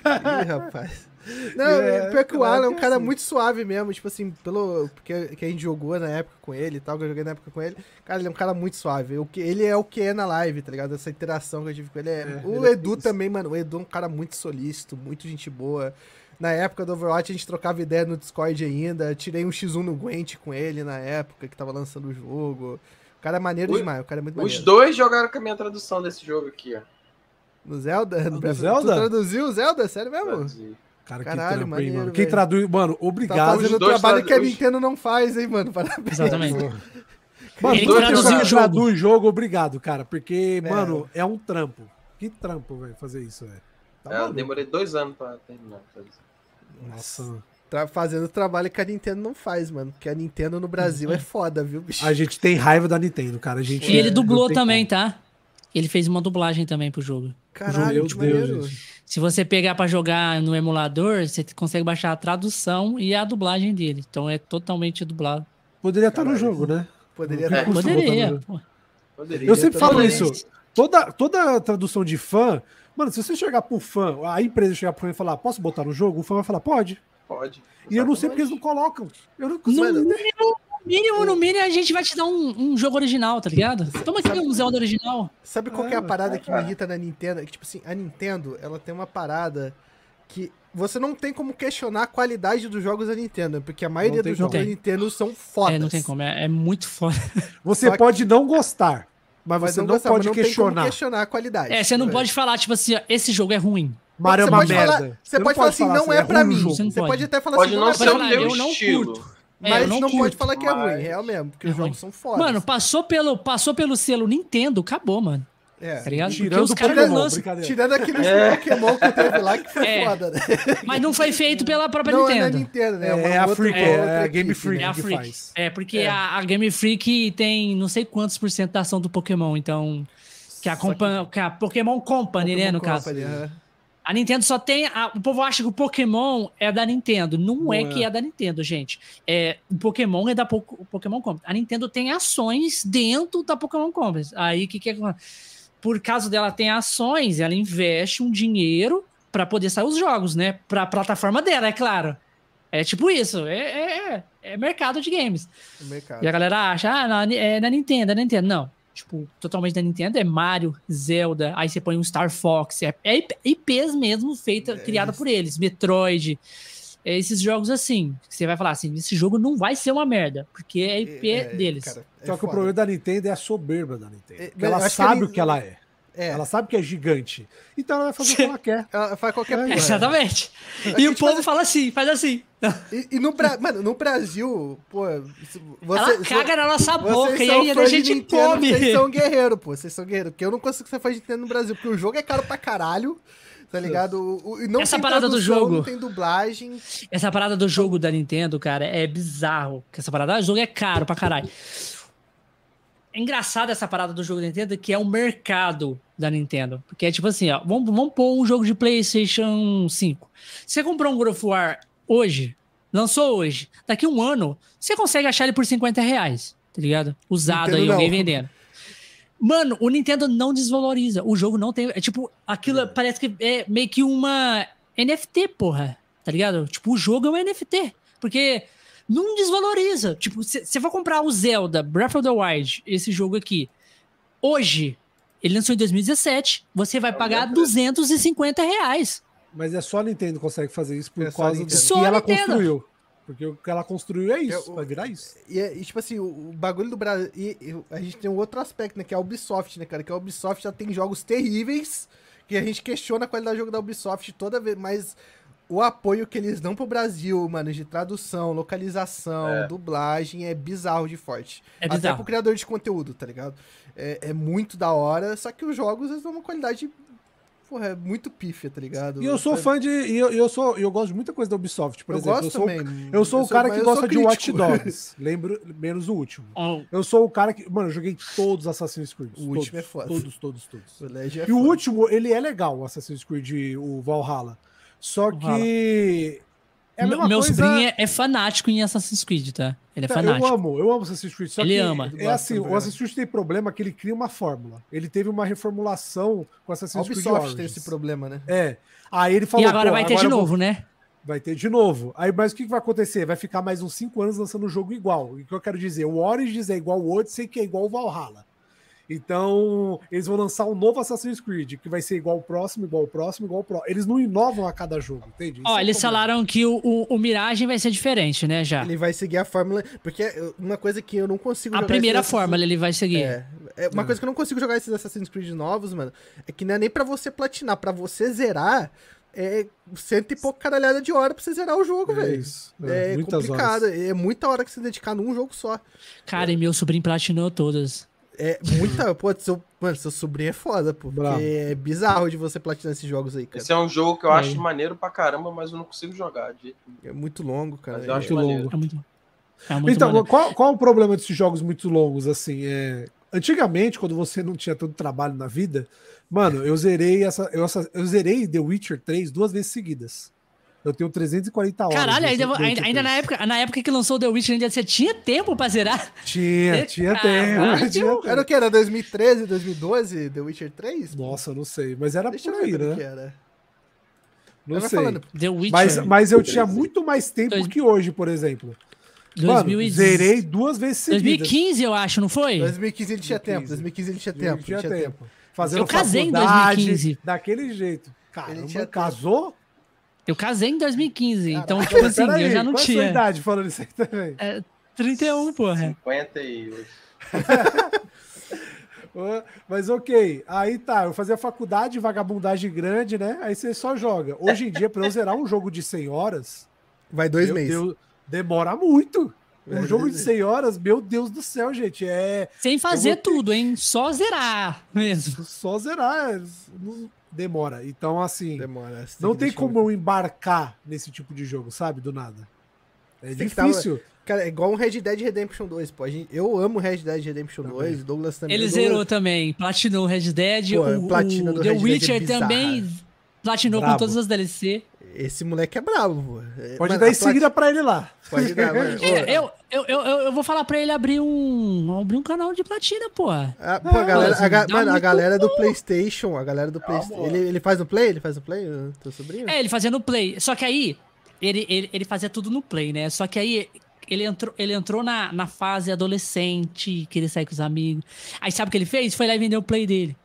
Não, pior que o Alan é um cara muito suave mesmo, tipo assim, porque a gente jogou na época com ele e tal, que eu joguei na época com ele. Cara, ele é um cara muito suave. Ele é o que é na live, tá ligado? Essa interação que eu tive com ele. O Edu também, mano. O Edu é um cara muito solícito, muito gente boa. Na época do Overwatch, a gente trocava ideia no Discord ainda. Tirei um X1 no Gwent com ele na época que tava lançando o jogo. O cara é maneiro demais, o cara é muito maneiro. Os dois jogaram com a minha tradução desse jogo aqui, ó. No Zelda? No Zelda? Tu traduziu o Zelda? Sério mesmo? Traduzi. Cara, caralho, que maneiro, mano. Quem traduz, mano, obrigado. Tá fazendo o trabalho que a Nintendo não faz, hein, mano? Parabéns. Exatamente. Mano, ele traduz o jogo, obrigado, cara. Porque, mano, é um trampo. Que trampo, velho, fazer isso, velho. Eu demorei 2 anos pra terminar. Nossa. Fazendo o trabalho que a Nintendo não faz, mano. Porque a Nintendo no Brasil é foda, viu, bicho? A gente tem raiva da Nintendo, cara. A gente e ele dublou também, tá? Ele fez uma dublagem também pro jogo. Caralho, que maneiro. Se você pegar pra jogar no emulador, você consegue baixar a tradução e a dublagem dele. Então é totalmente dublado. Poderia estar no jogo, né? Poderia. Eu sempre falo isso. Toda tradução de fã... Mano, se você chegar pro fã, a empresa chegar pro fã e falar, posso botar no jogo? O fã vai falar, pode. Pode. E eu não sei porque eles não colocam. Eu não consigo. No mínimo, a gente vai te dar um jogo original, tá ligado? Toma aqui um Zelda original. Sabe qual que é a parada que me irrita na Nintendo? É que, tipo assim, a Nintendo, ela tem uma parada que você não tem como questionar a qualidade dos jogos da Nintendo, porque a maioria dos jogos da Nintendo são fodas. Não tem como, é muito foda. Você pode não gostar, mas você não pode questionar. Tem como questionar a qualidade. Você não pode falar, tipo assim, esse jogo é ruim. Mario é uma merda. Você pode falar assim, não é pra mim. Você pode até falar assim, não é pra mim. Eu não curto. Mas não pode falar que é ruim, real mesmo, porque os jogos são fodas. Mano, passou pelo selo Nintendo, acabou, mano. Tá ligado? Tirando os caras não lançam. Tirando aquele Pokémon que teve lá, que foi foda, né? Mas não foi feito pela própria Nintendo. Não é Nintendo, né? É a Freak, é a Game Freak que faz. Porque a Game Freak tem não sei quantos % da ação do Pokémon, então... Que a Pokémon Company, né, no caso. A Nintendo só tem... o povo acha que o Pokémon é da Nintendo. Não é que é da Nintendo, gente. O Pokémon é da Pokémon Company. A Nintendo tem ações dentro da Pokémon Company. Aí, o que é... Por causa dela ter ações, ela investe um dinheiro para poder sair os jogos, né? Pra plataforma dela, é claro. É tipo isso. É mercado de games. E a galera acha, é da Nintendo, Não. Tipo, totalmente da Nintendo, é Mario, Zelda, aí você põe um Star Fox, é IPs mesmo criada por eles, Metroid, esses jogos assim, que você vai falar assim, esse jogo não vai ser uma merda, porque é IP deles. Cara, só que o problema da Nintendo é a soberba da Nintendo, ela sabe o que ela é. Ela sabe que é gigante. Então ela vai fazer o que ela quer. Ela faz qualquer coisa. Exatamente. E o povo fala assim, faz assim. E no Brasil, pô... Ela caga na nossa boca e ainda a gente come. Vocês são guerreiros, pô. Vocês são guerreiros. Porque eu não consigo ser fã de Nintendo no Brasil. Porque o jogo é caro pra caralho. Tá ligado? E não essa tem parada do jogo, não tem dublagem. Essa parada do jogo da Nintendo, cara, é bizarro. Essa parada do jogo é caro pra caralho. É engraçado essa parada do jogo da Nintendo, que é o mercado da Nintendo. Porque é tipo assim, ó, vamos pôr um jogo de PlayStation 5. Você comprou um God of War hoje, lançou hoje, daqui um ano, você consegue achar ele por R$50, tá ligado? Usado Nintendo aí, alguém vendendo. Mano, o Nintendo não desvaloriza. O jogo não tem... É tipo, aquilo parece que é meio que uma NFT, porra. Tá ligado? Tipo, o jogo é uma NFT. Porque... não desvaloriza. Tipo, você vai comprar o Zelda Breath of the Wild, esse jogo aqui, hoje, ele lançou em 2017, você vai pagar R$250. Mas é só a Nintendo que consegue fazer isso por causa do que ela construiu. Porque o que ela construiu é isso, vai virar isso. E tipo assim, o bagulho do Brasil... a gente tem um outro aspecto, né, que é a Ubisoft, né, cara? Que a Ubisoft já tem jogos terríveis, que a gente questiona a qualidade do jogo da Ubisoft toda vez, mas... o apoio que eles dão pro Brasil, mano, de tradução, localização, dublagem, é bizarro de forte. Até pro criador de conteúdo, tá ligado? É muito da hora, só que os jogos, eles dão uma qualidade porra, é muito pífia, tá ligado? E eu sou fã de... eu gosto de muita coisa da Ubisoft, por exemplo. Gosto também. Eu sou o cara que gosta de Watch Dogs. Lembro, menos o último. Eu sou o cara que... Mano, eu joguei todos os Assassin's Creed. O último é foda. Todos. E o último, ele é legal, o Assassin's Creed, o Valhalla. Só que... Meu sobrinho é fanático em Assassin's Creed, tá? Ele é fanático. Eu amo Assassin's Creed. Só ele que ama. É assim, o Assassin's Creed tem problema que ele cria uma fórmula. Ele teve uma reformulação com Assassin's Creed Origins. Ubisoft tem esse problema, né? Aí ele falou... E agora vai ter de novo, né? Vai ter de novo. Aí, mas o que vai acontecer? Vai ficar mais uns 5 anos lançando um jogo igual. O que eu quero dizer? O Origins é igual o Odyssey, que é igual o Valhalla. Então, eles vão lançar um novo Assassin's Creed, que vai ser igual o próximo. Eles não inovam a cada jogo, entende? Eles falaram que o Mirage vai ser diferente, né, já. Ele vai seguir a fórmula, porque uma coisa que eu não consigo jogar... A primeira fórmula ele vai seguir. Uma coisa que eu não consigo jogar esses Assassin's Creed novos, mano, é que não é nem pra você platinar, pra você zerar... É 100 e pouco caralhada de hora pra você zerar o jogo, velho. É complicado. Horas. É muita hora que você dedicar num jogo só. Cara, e meu sobrinho platinou todas. É muita... Pô, seu sobrinho é foda, pô. Porque é bizarro de você platinar esses jogos aí, cara. Esse é um jogo que eu acho maneiro pra caramba, mas eu não consigo jogar. É muito longo, cara. Mas eu acho longo. É muito então, maneiro. qual o problema desses jogos muito longos, assim? Antigamente, quando você não tinha tanto trabalho na vida... Mano, eu zerei The Witcher 3 2 vezes seguidas. Eu tenho 340 horas. Caralho, ainda na época que lançou The Witcher, ainda você tinha tempo pra zerar? Tinha tempo. Era o que? Era 2013, 2012, The Witcher 3? Nossa, eu não sei. Mas era por aí, né? Era. Não sei. The Witcher. Mas eu tinha muito mais tempo que hoje, por exemplo. Mano, zerei 2 vezes seguidas. 2015, eu acho, não foi? 2015 ele tinha tempo. 2015 ele tinha tempo. Fazendo eu casei em 2015. Daquele jeito. Caramba, casou? Eu casei em 2015. Então, tipo assim, eu já não tinha. Qual a sua idade falando isso aí também? 31, porra. 58. Mas ok. Aí tá, eu fazia faculdade, vagabundagem grande, né? Aí você só joga. Hoje em dia, pra eu zerar um jogo de 100 horas... Vai 2 meses. Demora muito. Um jogo de 100 horas, meu Deus do céu, gente. Sem fazer tudo, hein? Só zerar mesmo. Só zerar. Demora. Então, assim, não tem como eu embarcar nesse tipo de jogo, sabe? Do nada. É difícil. Cara, é igual um Red Dead Redemption 2, pô. Eu amo Red Dead Redemption 2, Douglas também. Ele zerou também. Platinou o Red Dead. O The Witcher também platinou com todas as DLC. Esse moleque é bravo, pô. Pode dar em seguida pra ele lá. Pode dar, mano. Eu vou falar pra ele abrir um canal de platina, pô. A galera do PlayStation, ele faz no Play? Ele faz no Play, teu sobrinho? Ele fazia no Play. Só que aí, ele fazia tudo no Play, né? Só que aí, ele entrou na fase adolescente, que ele sai com os amigos. Aí sabe o que ele fez? Foi lá e vendeu o Play dele.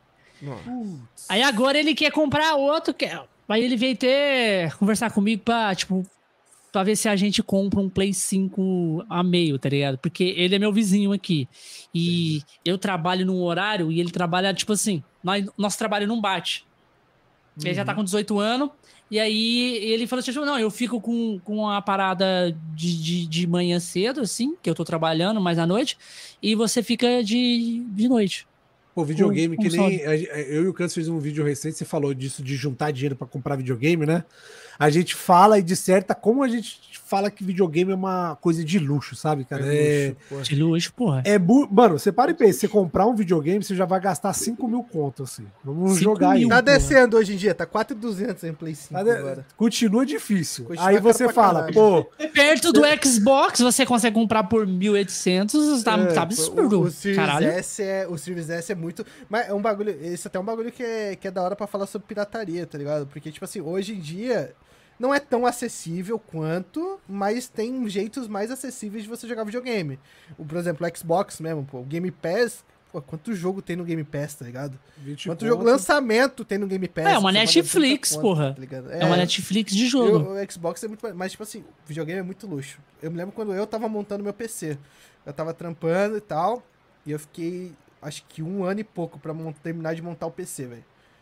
Aí agora ele quer comprar outro, Aí ele veio conversar comigo pra ver se a gente compra um Play 5 a meio, tá ligado? Porque ele é meu vizinho aqui. E eu trabalho num horário e ele trabalha, tipo assim, nosso trabalho não bate. Ele já tá com 18 anos. E aí ele falou assim, não, eu fico com a parada de manhã cedo, assim, que eu tô trabalhando mais à noite. E você fica de noite. Pô, videogame, que nem eu e o Câncer fez um vídeo recente, você falou disso, de juntar dinheiro pra comprar videogame, né? A gente fala e disserta como a gente fala que videogame é uma coisa de luxo, sabe, cara? De luxo, porra. Mano, você para e pensa, você comprar um videogame, você já vai gastar 5 mil contos, assim. Vamos jogar aí. Tá descendo hoje em dia, tá 4.200 em Play 5 agora. Continua difícil. Aí você fala, pô... Perto do Xbox, você consegue comprar por 1.800, tá absurdo. O Series S é muito... Mas é um bagulho... Esse até é um bagulho que é da hora pra falar sobre pirataria, tá ligado? Porque, tipo assim, hoje em dia... Não é tão acessível quanto, mas tem jeitos mais acessíveis de você jogar videogame. Por exemplo, o Xbox mesmo, pô, o Game Pass, pô, quanto jogo tem no Game Pass, tá ligado? Quanto jogo lançamento tem no Game Pass. É uma Netflix, porra. Tá é uma Netflix de jogo. O Xbox é muito... Mas, tipo assim, o videogame é muito luxo. Eu me lembro quando eu tava montando meu PC. Eu tava trampando e tal, e eu fiquei, acho que 1 ano e pouco pra terminar de montar o PC, velho.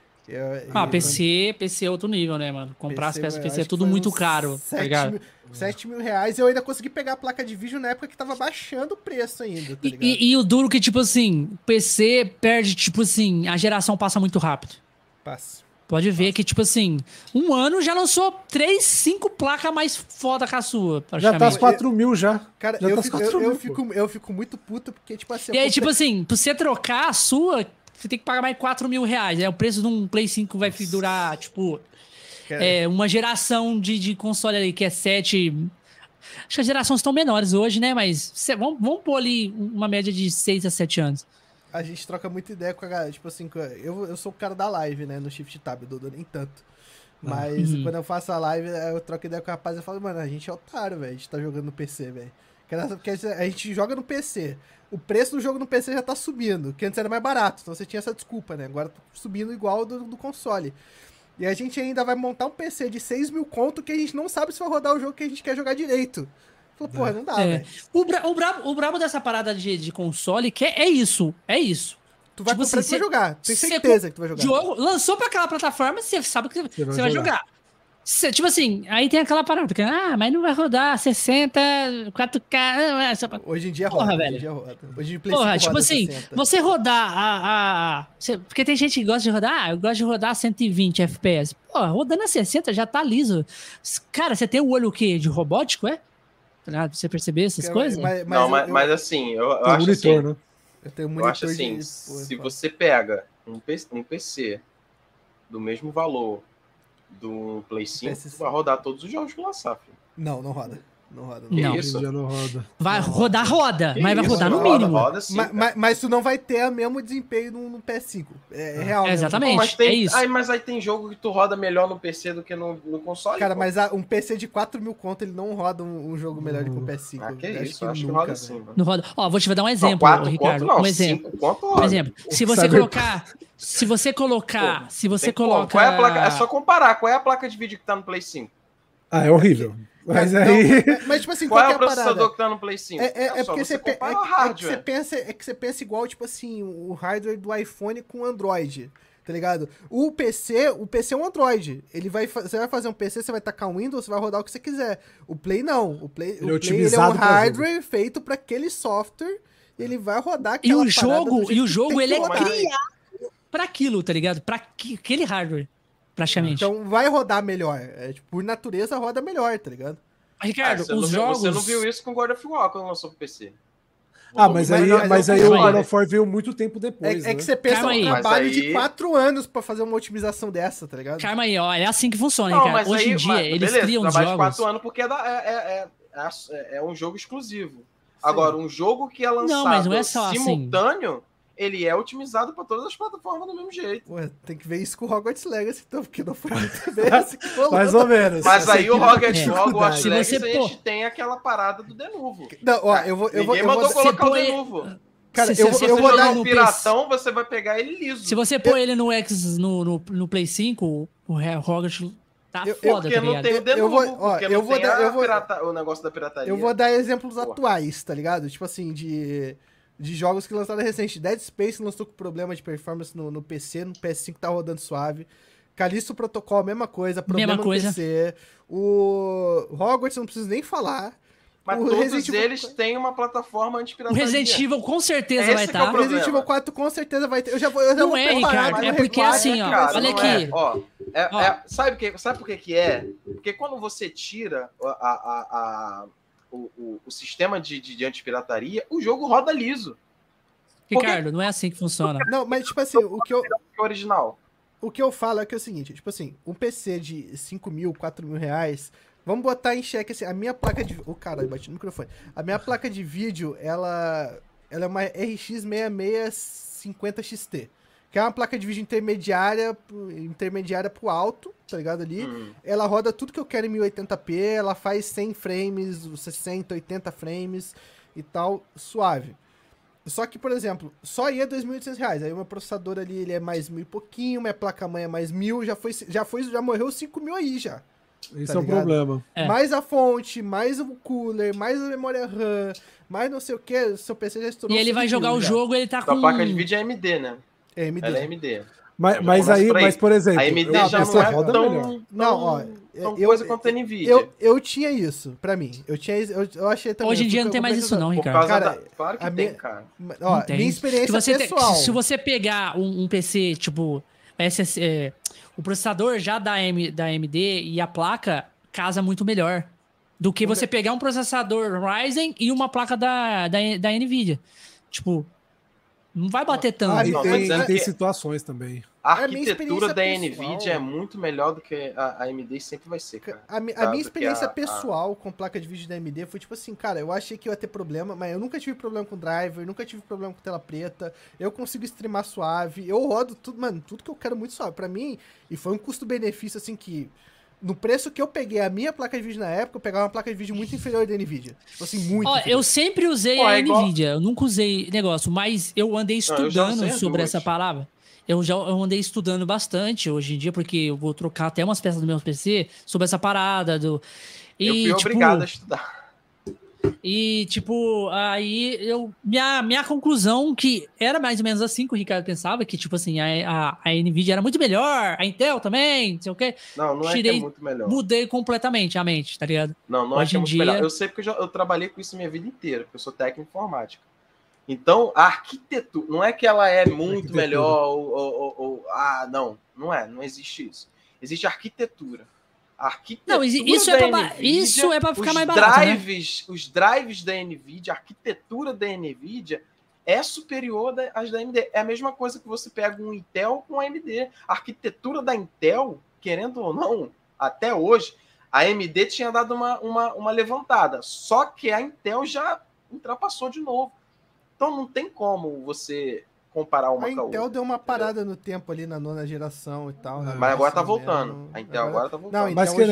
PC é outro nível, né, mano? Comprar as peças PC é tudo muito caro, tá ligado? 7 mil reais, eu ainda consegui pegar a placa de vídeo na época que tava baixando o preço ainda, tá ligado? E o duro que, tipo assim, PC perde, tipo assim, a geração passa muito rápido. Passa. Pode ver que, tipo assim, um ano já lançou 3, 5 placas mais foda que a sua. Já tá às 4 mil já. Cara, já eu fico muito puto, porque, tipo assim... E aí, tipo assim, pra você trocar a sua, você tem que pagar mais 4 mil reais. O preço de um Play 5 vai durar, tipo... uma geração de console ali, que é 7... Acho que as gerações estão menores hoje, né? Mas vamos pôr ali uma média de 6 a 7 anos. A gente troca muita ideia com a galera. Tipo assim, eu sou o cara da live, né? No Shift Tab, Dudu, nem tanto. Mas quando eu faço a live, eu troco ideia com a rapaz e falo, mano, a gente é otário, velho. A gente tá jogando no PC, velho. Porque a gente joga no PC. O preço do jogo no PC já tá subindo, que antes era mais barato. Então você tinha essa desculpa, né? Agora tá subindo igual do console. E a gente ainda vai montar um PC de 6 mil conto que a gente não sabe se vai rodar o jogo que a gente quer jogar direito. Falei, porra, não dá, velho. O brabo dessa parada de console que é isso. É isso. Tu vai comprar pra jogar. Tem certeza que tu vai jogar. Jogo, lançou pra aquela plataforma, você sabe que você vai jogar. Tipo assim, aí tem aquela parada que, mas não vai rodar 60, 4K. Hoje em dia roda. Porra, velho. Hoje em dia roda, tipo assim, 60. Você rodar porque tem gente que gosta de rodar, eu gosto de rodar 120 FPS. Pô, rodando a 60 já tá liso. Cara, você tem o olho o quê? De robótico, é? Pra você perceber essas coisas? Mas assim, eu acho monitor, assim... Né? Eu acho assim, se você pega um PC do mesmo valor do Play 5, vai rodar todos os jogos que lançar, filho. Não roda. Não roda. Não. Isso? Não roda. Vai rodar, mas vai rodar no mínimo. Roda, sim, mas tu não vai ter o mesmo desempenho no PS5. É real. Exatamente, mas é isso. Mas aí tem jogo que tu roda melhor no PC do que no console. Cara, mas um PC de 4 mil conto, ele não roda um jogo melhor do que um PS5. Que isso, eu acho que roda sim. Não roda. Ó, vou te dar um exemplo, Ricardo. Um exemplo. Um exemplo. Se você colocar... Qual é a placa? É só comparar. Qual é a placa de vídeo que tá no Play 5? É horrível. Mas aí... Mas, tipo assim, qual é o processador que tá no Play 5? É porque você pensa igual, tipo assim, o hardware do iPhone com Android, tá ligado? O PC é um Android. Você vai fazer um PC, você vai tacar um Windows, você vai rodar o que você quiser. O Play não. O Play ele é um hardware feito para aquele software e ele vai rodar aquela E o jogo ele é criado para aquilo, tá ligado? Para aquele hardware. Praticamente. Então vai rodar melhor. Por natureza roda melhor, tá ligado? Ricardo, Você não viu isso com God of War quando lançou pro PC. Mas aí o God of War veio muito tempo depois. É que você pensa um trabalho de 4 anos pra fazer uma otimização dessa, tá ligado? Calma aí, ó. É assim que funciona, Ricardo. Hoje em dia, eles criam jogos... trabalho de 4 anos porque é um jogo exclusivo. Sim. Agora, um jogo que é lançado simultâneo... Ele é otimizado para todas as plataformas do mesmo jeito. Ué, tem que ver isso com o Hogwarts Legacy, então, porque não foi muito bem assim que falou. Mais ou menos. Mas aí o Hogwarts Legacy, a gente tem aquela parada do Denuvo. Não, ó, Ninguém mandou colocar o Denuvo. Cara, eu vou dar um piratão, você vai pegar ele liso. Se você pôr ele no Play 5, o Hogwarts tá foda, tá ligado? Não tem o Denuvo, o negócio da pirataria. Eu vou dar exemplos atuais, tá ligado? Tipo assim, de jogos que lançaram recente. Dead Space lançou com problema de performance no PC, no PS5 tá rodando suave. Callisto Protocol, mesma coisa, problema no PC. O Hogwarts, não preciso nem falar. Mas todos eles têm uma plataforma anti-pirataria. O Resident Evil com certeza vai estar. O Resident Evil 4 com certeza vai ter. Eu já vou Ricardo, é porque assim, ó, olha aqui. Sabe por que é? Porque quando você tira o sistema de antipirataria, o jogo roda liso. Ricardo, não é assim que funciona. Não, mas tipo assim, original. O que eu falo é que é o seguinte, tipo assim, um PC de 5 mil, 4 mil reais, vamos botar em xeque assim, a minha placa de... caralho, bati no microfone. A minha placa de vídeo, ela é uma RX 6650 XT, que é uma placa de vídeo intermediária pro alto, tá ligado ali? Ela roda tudo que eu quero em 1080p, ela faz 100 frames, 60, 80 frames e tal, suave. Só que, por exemplo, só ia R$2.800. Aí o meu processador ali, ele é mais 1.000 e pouquinho, minha placa-mãe é mais 1.000, já morreu 5 mil aí já. Esse tá é o problema. Mais a fonte, mais o cooler, mais a memória RAM, mais não sei o que, o seu PC já estourou. E ele vai jogar o jogo, ele tá com... A placa de vídeo é AMD, né? É AMD. Ela é AMD. Mas, por exemplo... A AMD já não é tão coisa quanto a NVIDIA. Eu tinha isso, pra mim. Eu achei também... Hoje em dia não tem mais isso não, Ricardo. Claro que tem, cara. Ó, minha experiência pessoal... Se você pegar um PC, tipo... o processador já da AMD e a placa casa muito melhor do que você pegar um processador Ryzen e uma placa da NVIDIA. Tipo, não vai bater tanto. E tem situações também. A arquitetura da NVIDIA é muito melhor do que a AMD sempre vai ser, cara. A minha experiência pessoal com placa de vídeo da AMD foi tipo assim, cara, eu achei que eu ia ter problema, mas eu nunca tive problema com driver, nunca tive problema com tela preta, eu consigo streamar suave, eu rodo tudo, mano, tudo que eu quero muito suave. Pra mim, e foi um custo-benefício, assim, que no preço que eu peguei a minha placa de vídeo na época, eu pegava uma placa de vídeo muito inferior da NVIDIA. Tipo assim, muito inferior. Eu sempre usei a NVIDIA, eu nunca usei negócio, mas eu andei estudando sobre essa palavra. Eu andei estudando bastante hoje em dia, porque eu vou trocar até umas peças do meu PC sobre essa parada. Eu fui obrigado a estudar. E, tipo, aí minha conclusão, que era mais ou menos assim que o Ricardo pensava, que, tipo assim, a NVIDIA era muito melhor, a Intel também, não sei o quê. Não é que é muito melhor. Mudei completamente a mente, tá ligado? Não hoje é que é muito melhor. Eu sei porque eu trabalhei com isso minha vida inteira, porque eu sou técnico em informática. Então, a arquitetura, não é que ela é muito melhor não existe isso. Existe arquitetura. A arquitetura isso é para ficar mais barato, os drives da NVIDIA, a arquitetura da NVIDIA é superior às da AMD. É a mesma coisa que você pega um Intel com a AMD. A arquitetura da Intel, querendo ou não, até hoje, a AMD tinha dado uma levantada. Só que a Intel já ultrapassou de novo. Então não tem como você comparar uma com a outra. A Intel deu uma parada no tempo ali na 9ª geração e tal. Mas agora tá voltando. A Intel agora tá voltando.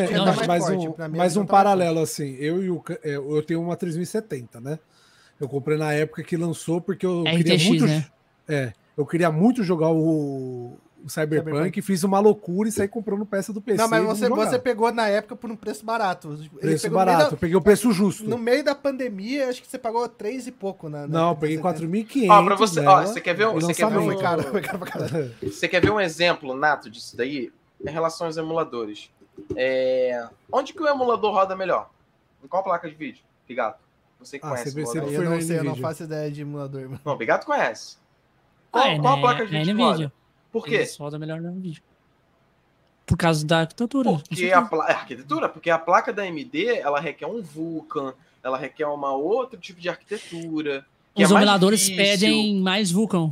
Mas um paralelo assim, eu tenho uma 3070, né? Eu comprei na época que lançou porque eu queria muito... Né? Eu queria muito jogar o Cyberpunk, fiz uma loucura e saí comprando peça do PC. Não, mas você pegou na época por um preço barato. Preço barato, eu peguei o preço justo. No meio da pandemia, acho que você pagou 3 e pouco. Não, eu peguei 4.500. Pra você, você quer ver Você quer ver um exemplo nato disso daí? Em relação aos emuladores. Onde que o emulador roda melhor? Em qual placa de vídeo? Bigato, você conhece o emulador? Eu não faço ideia de emulador. Mano. Não, Bigato conhece. Qual a placa de vídeo roda? Por quê? Eles rodam melhor no vídeo. Por causa da arquitetura. Porque a placa da AMD, ela requer um Vulkan, ela requer outro tipo de arquitetura. Os emuladores pedem mais Vulkan.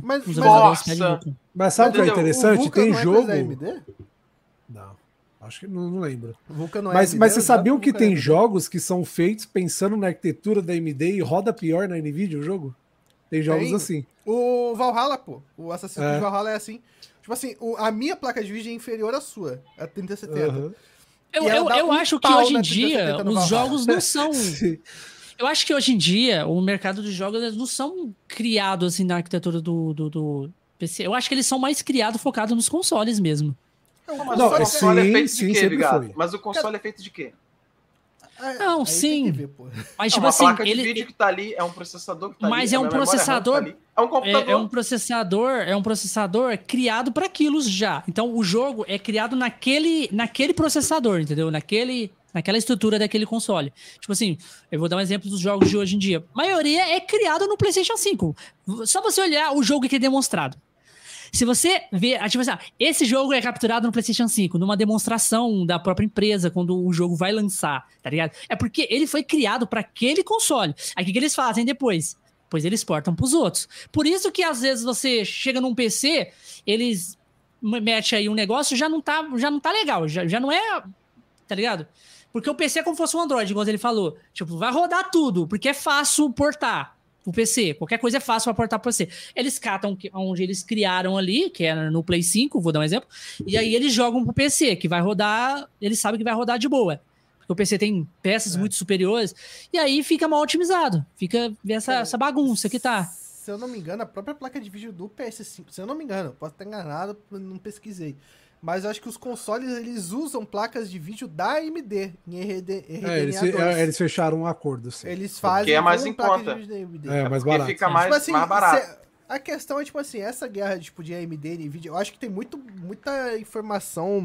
Mas sabe o que é interessante? Tem jogo... Não, acho que não lembro. Mas vocês sabiam que tem jogos que são feitos pensando na arquitetura da AMD e roda pior na NVIDIA o jogo? Tem jogos assim. O Valhalla, pô. O Assassin's Creed Valhalla é assim. Tipo assim, a minha placa de vídeo é inferior à sua, a 3070. Eu acho que hoje em dia os jogos não são... Eu acho que hoje em dia o mercado de jogos não são criados assim na arquitetura do PC. Eu acho que eles são mais criados focados nos consoles mesmo. Mas o console é feito de quê, Vigado? Mas o console é feito de quê? Não, sim. Ver, mas tipo assim, placa de vídeo que tá ali é um processador que tá ali. Mas é um processador. Tá é um computador. É um processador criado para aquilo já. Então o jogo é criado naquele processador, entendeu? Naquela estrutura daquele console. Tipo assim, eu vou dar um exemplo dos jogos de hoje em dia. A maioria é criado no PlayStation 5. Só você olhar o jogo que é demonstrado. Se você vê, tipo assim, esse jogo é capturado no PlayStation 5, numa demonstração da própria empresa, quando o jogo vai lançar, tá ligado? É porque ele foi criado para aquele console. Aí o que eles fazem depois? Pois eles portam pros outros. Por isso que às vezes você chega num PC, eles metem aí um negócio, já não tá legal, já não é, tá ligado? Porque o PC é como se fosse um Android, igual ele falou. Tipo, vai rodar tudo, porque é fácil portar o PC. Qualquer coisa é fácil para portar para você. Eles catam onde eles criaram ali, que é no Play 5, vou dar um exemplo, e aí eles jogam pro PC, que vai rodar, eles sabem que vai rodar de boa. Porque o PC tem peças muito superiores, e aí fica mal otimizado. Fica essa bagunça que tá. Se eu não me engano, a própria placa de vídeo do PS5, se eu não me engano, posso estar enganado, não pesquisei. Mas eu acho que os consoles, eles usam placas de vídeo da AMD em RDNA2. Eles fecharam um acordo, sim. Eles fazem... Que é mais em conta. Mais barato. Fica mais barato. A questão é, tipo assim, essa guerra tipo, de AMD e NVIDIA, eu acho que tem muita informação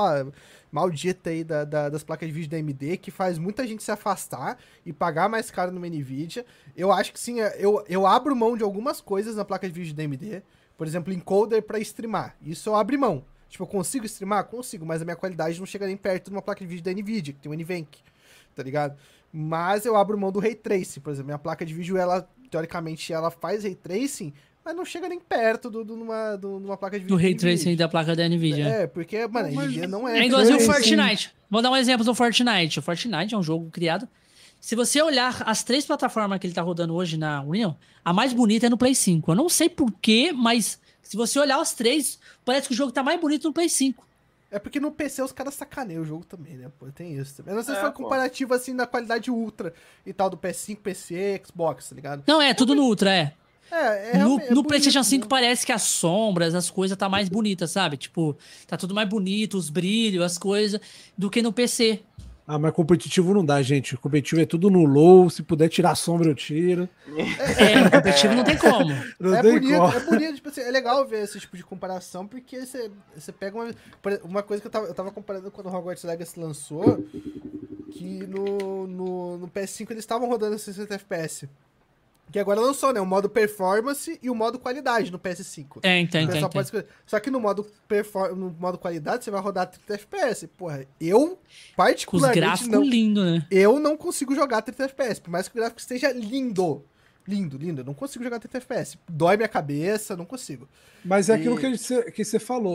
maldita aí das placas de vídeo da AMD, que faz muita gente se afastar e pagar mais caro numa NVIDIA. Eu acho que sim, eu abro mão de algumas coisas na placa de vídeo da AMD. Por exemplo, encoder para streamar. Isso eu abro mão. Tipo, eu consigo streamar? Consigo, mas a minha qualidade não chega nem perto de uma placa de vídeo da NVIDIA, que tem um NVENC, tá ligado? Mas eu abro mão do Ray Tracing, por exemplo. Minha placa de vídeo, ela, teoricamente, ela faz Ray Tracing, mas não chega nem perto de uma placa de vídeo. Do Ray Tracing da placa da NVIDIA. Porque, mano, a NVIDIA não é... É igualzinho o Fortnite. Vou dar um exemplo do Fortnite. O Fortnite é um jogo criado... Se você olhar as 3 plataformas que ele tá rodando hoje na Unreal, a mais bonita é no Play 5. Eu não sei porquê, mas se você olhar as 3, parece que o jogo tá mais bonito no Play 5. É porque no PC os caras sacaneiam o jogo também, né? Pô, tem isso também. Eu não sei se foi comparativo, assim, na qualidade ultra e tal, do PS5, PC, Xbox, tá ligado? Não, tudo no ultra, no PlayStation 5 né? parece que as sombras, as coisas tá mais bonitas, sabe? Tipo, tá tudo mais bonito, os brilhos, as coisas, do que no PC. Ah, mas competitivo não dá, gente. Competitivo é tudo no low. Se puder tirar a sombra, eu tiro. Competitivo não tem como. É bonito, tipo assim, é legal ver esse tipo de comparação, porque você pega uma coisa que eu tava comparando quando o Hogwarts Legacy lançou, que no PS5 eles estavam rodando 60 FPS. Que agora lançou, né? O modo performance e o modo qualidade no PS5. Tem. Só que no modo qualidade você vai rodar 30 FPS. Porra, eu particularmente os gráficos lindos, né? Eu não consigo jogar 30 FPS. Por mais que o gráfico esteja lindo. Lindo. Eu não consigo jogar 30 FPS. Dói minha cabeça, não consigo. Mas é aquilo que você falou.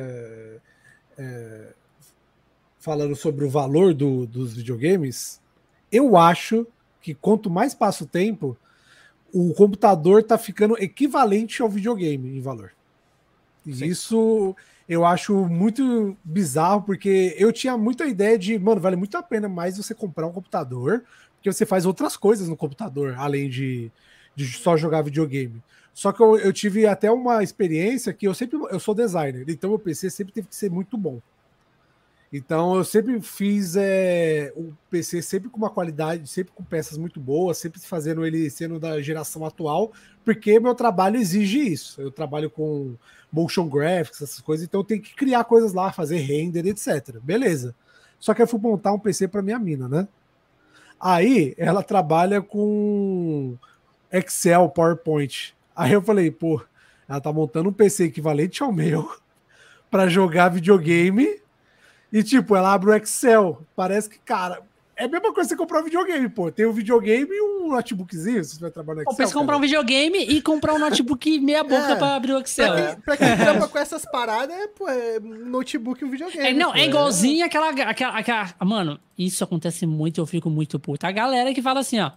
Falando sobre o valor dos videogames, eu acho que quanto mais passa o tempo, o computador tá ficando equivalente ao videogame em valor. E isso eu acho muito bizarro, porque eu tinha muita ideia de, mano, vale muito a pena mais você comprar um computador, porque você faz outras coisas no computador, além de só jogar videogame. Só que eu tive até uma experiência que eu sou designer, então meu PC sempre teve que ser muito bom. Então eu sempre fiz o PC sempre com uma qualidade, sempre com peças muito boas, sempre fazendo ele sendo da geração atual, porque meu trabalho exige isso. Eu trabalho com motion graphics, essas coisas, então eu tenho que criar coisas lá, fazer render, etc. Beleza. Só que eu fui montar um PC para minha mina, né? Aí ela trabalha com Excel, PowerPoint. Aí eu falei, pô, ela tá montando um PC equivalente ao meu para jogar videogame. E, tipo, ela abre o Excel. Parece que, cara, é a mesma coisa que você comprar um videogame, pô. Tem um videogame e um notebookzinho, você vai trabalhar no Excel. Compensa comprar um videogame e comprar um notebook meia boca pra abrir o Excel. Pra quem trampa com essas paradas, é um notebook e um videogame. É igualzinho aquela... Mano, isso acontece muito, eu fico muito puto. A galera que fala assim, ó.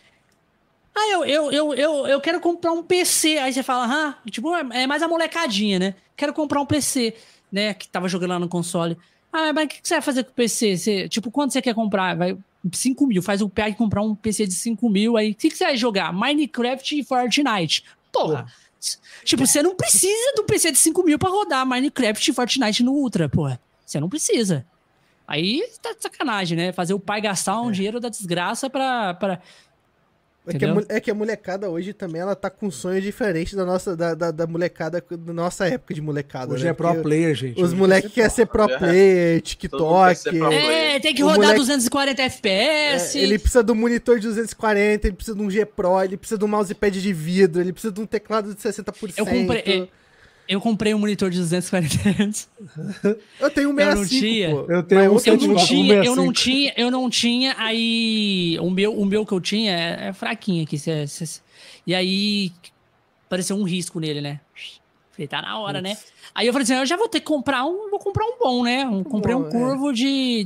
Eu quero comprar um PC. Aí você fala, tipo, é mais a molecadinha, né? Quero comprar um PC, né? Que tava jogando lá no console. Mas o que você vai fazer com o PC? Tipo, quanto você quer comprar? Vai 5 mil. Faz o PA e comprar um PC de 5 mil. Aí, o que você vai jogar? Minecraft e Fortnite. Porra. Tipo, você não precisa do PC de 5 mil pra rodar Minecraft e Fortnite no Ultra, porra. Você não precisa. Aí tá de sacanagem, né? Fazer o pai gastar um dinheiro da desgraça pra... É que a molecada hoje também, ela tá com um sonho diferente da molecada, da nossa época de molecada. Hoje, né? É pro player, gente. Os moleques querem ser pro player, TikTok. Tem que rodar 240 FPS. Ele precisa do monitor de 240, ele precisa de um G Pro, ele precisa de um mousepad de vidro, ele precisa de um teclado de 60%. Eu comprei um monitor de 240 Hz. Eu tenho um 65, Eu tenho Eu não tinha, aí o meu que eu tinha é fraquinho aqui. E aí apareceu um risco nele, né? Falei, tá na hora, né? Aí eu falei assim, eu já vou ter que comprar vou comprar um bom, né? Comprei um curvo de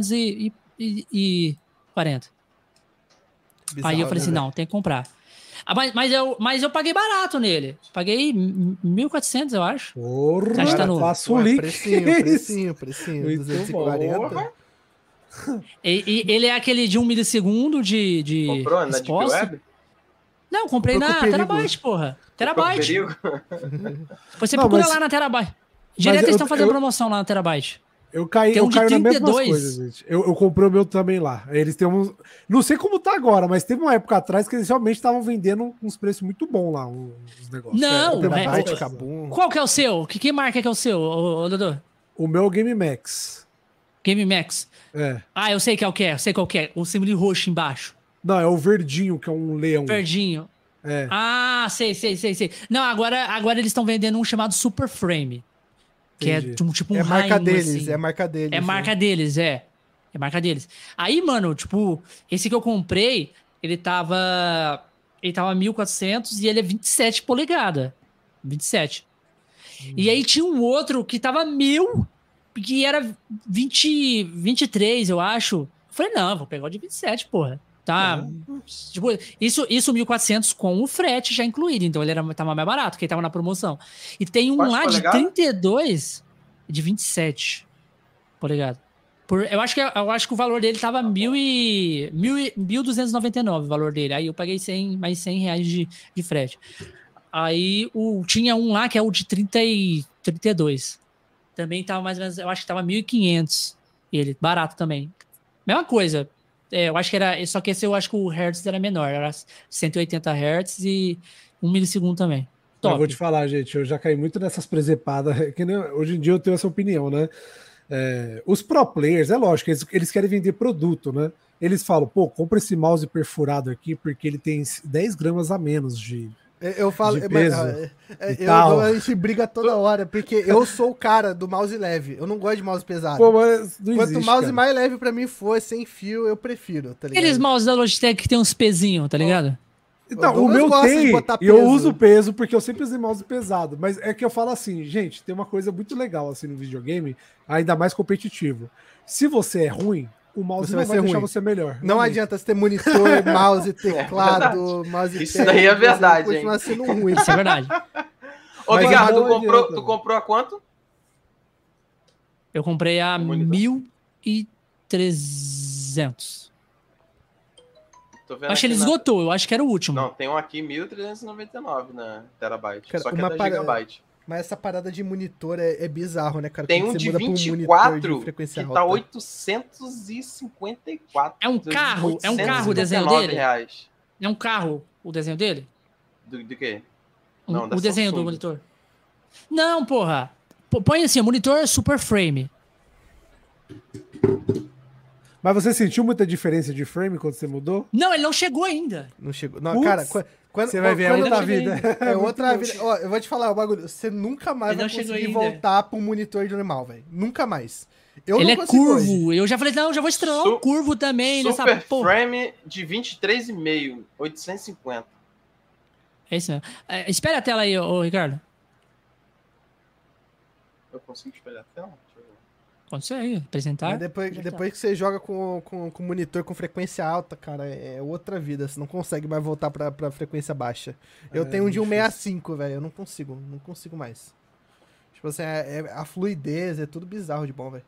240. Bizarro, aí eu falei assim, não, tem que comprar. Mas eu paguei barato nele. Paguei 1.400, eu acho. Porra, tá faço link. Precinho. 240. E ele é aquele de 1 milissegundo de Comprou na Deep Web? Não, comprei na Terabyte, porra. Terabyte. Você procura lá na Terabyte. Direto eles estão fazendo promoção lá na Terabyte. Eu caí na mesma coisa, gente. Eu comprei o meu também lá. Eles têm uns... Não sei como tá agora, mas teve uma época atrás que eles realmente estavam vendendo uns preços muito bons lá, os negócios. Não, qual que é o seu? Que marca que é o seu, Dodô? O meu Game Max. Game Max? É. Eu sei qual que é, o símbolo roxo embaixo. Não, é o verdinho, que é um leão. Verdinho. É. Sei. Não, agora eles estão vendendo um chamado Super Frame. Que é tipo um marca deles, assim. é marca deles. É marca deles, é. É marca deles. Aí, mano, tipo, esse que eu comprei, ele tava 1.400 e ele é 27 polegadas. 27. E aí tinha um outro que tava 1.000, que era 23, eu acho. Eu falei, não, vou pegar o de 27, porra. Tá. Tipo, isso 1.400 com o frete já incluído. Então ele tava mais barato, que ele tava na promoção. E tem um lá de 32 de 27 polegadas. Eu acho que o valor dele tava 1.299 o valor dele. Aí eu paguei mais 100 reais de frete. Aí tinha um lá que é o de 32. Também tava mais ou menos, eu acho que tava 1.500. Ele, barato também. Mesma coisa. Eu acho que era. Só que esse eu acho que o Hertz era menor. Era 180 Hz e 1 milissegundo também. Top. Eu vou te falar, gente, eu já caí muito nessas presepadas. Que hoje em dia eu tenho essa opinião, né? Os pro players, é lógico, eles querem vender produto, né? Eles falam, pô, compra esse mouse perfurado aqui porque ele tem 10 gramas a menos de. Eu falo, de peso a gente briga toda hora, porque eu sou o cara do mouse leve. Eu não gosto de mouse pesado. Pô, mas Quanto o mouse mais leve pra mim for, sem fio, eu prefiro, tá ligado? Aqueles mouse da Logitech que tem uns pezinhos, tá ligado? Então, o meu tem, e eu uso peso, porque eu sempre usei mouse pesado. Mas é que eu falo assim, gente, tem uma coisa muito legal assim no videogame, ainda mais competitivo. Se você é ruim, o mouse não vai deixar você melhor. Não adianta você ter monitor, mouse, teclado, mouse. Isso daí é verdade, hein? Continua sendo ruim. Isso é verdade. Ô, Ricardo, tu comprou a quanto? Eu comprei a 1.300. Acho que ele esgotou, eu acho que era o último. Não, tem um aqui 1.399 na terabyte. Cara, só que é 10 gigabyte. Mas essa parada de monitor é bizarro, né, cara? Tem um de 24 que tá 854. É um carro o desenho dele? Reais. É um carro o desenho dele? Do quê? Não, o desenho do monitor. Não, porra. Põe assim, o monitor Super Frame. Mas você sentiu muita diferença de frame quando você mudou? Não, ele não chegou ainda. Não chegou. Não, cara, você vai ver, é outra vida. É outra vida. Ó, eu vou te falar o bagulho. Você nunca mais vai conseguir voltar pro monitor de normal, velho. Nunca mais. Ele é curvo. Hoje. Eu já falei, não, já vou estrear um curvo também. Super Frame de 23,5, 850. É isso mesmo. Espera a tela aí, ô Ricardo. Eu consigo espelhar a tela? Pode ser aí, apresentar. Mas depois que você joga com monitor com frequência alta, cara, é outra vida. Você não consegue mais voltar pra frequência baixa. Eu tenho um de 165, velho. Eu não consigo mais. Tipo assim, a fluidez é tudo bizarro de bom, velho.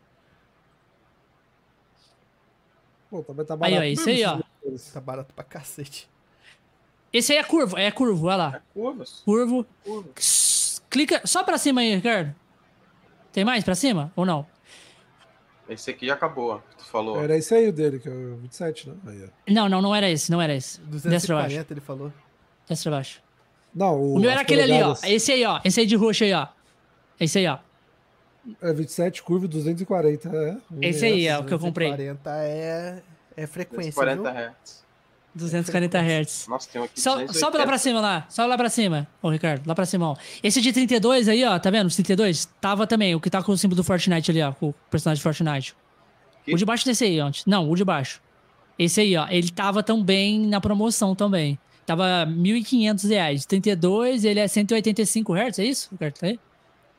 Pô, tá barato. Aí, ó, isso aí, ó. Tá barato pra cacete. Esse aí é curvo, olha lá. É curvo. Clica só pra cima aí, Ricardo. Tem mais pra cima ou não? Esse aqui já acabou, ó, que tu falou. Era esse aí o dele, que é o 27, né? Aí, ó. Não era esse. 240 ele falou. Desce pra baixo. Não, o meu era aquele ali, ó. Esse aí, ó. Esse aí de roxo aí, ó. Esse aí, ó. É 27, curvo, 240, Esse aí é o que eu comprei. 240 é frequência, 240 Hz. 240 Hz. Nossa, tem um aqui de Sobe lá pra cima lá. Sobe lá pra cima. Ô, Ricardo, lá pra cima, ó. Esse de 32 aí, ó. Tá vendo? Os 32? Tava também. O que tá com o símbolo do Fortnite ali, ó. Com o personagem de Fortnite. O de baixo desse aí, antes. Não, o de baixo. Esse aí, ó. Ele tava também na promoção também. Tava R$1.500. 32, ele é 185 Hz, é isso, Ricardo? Tá aí?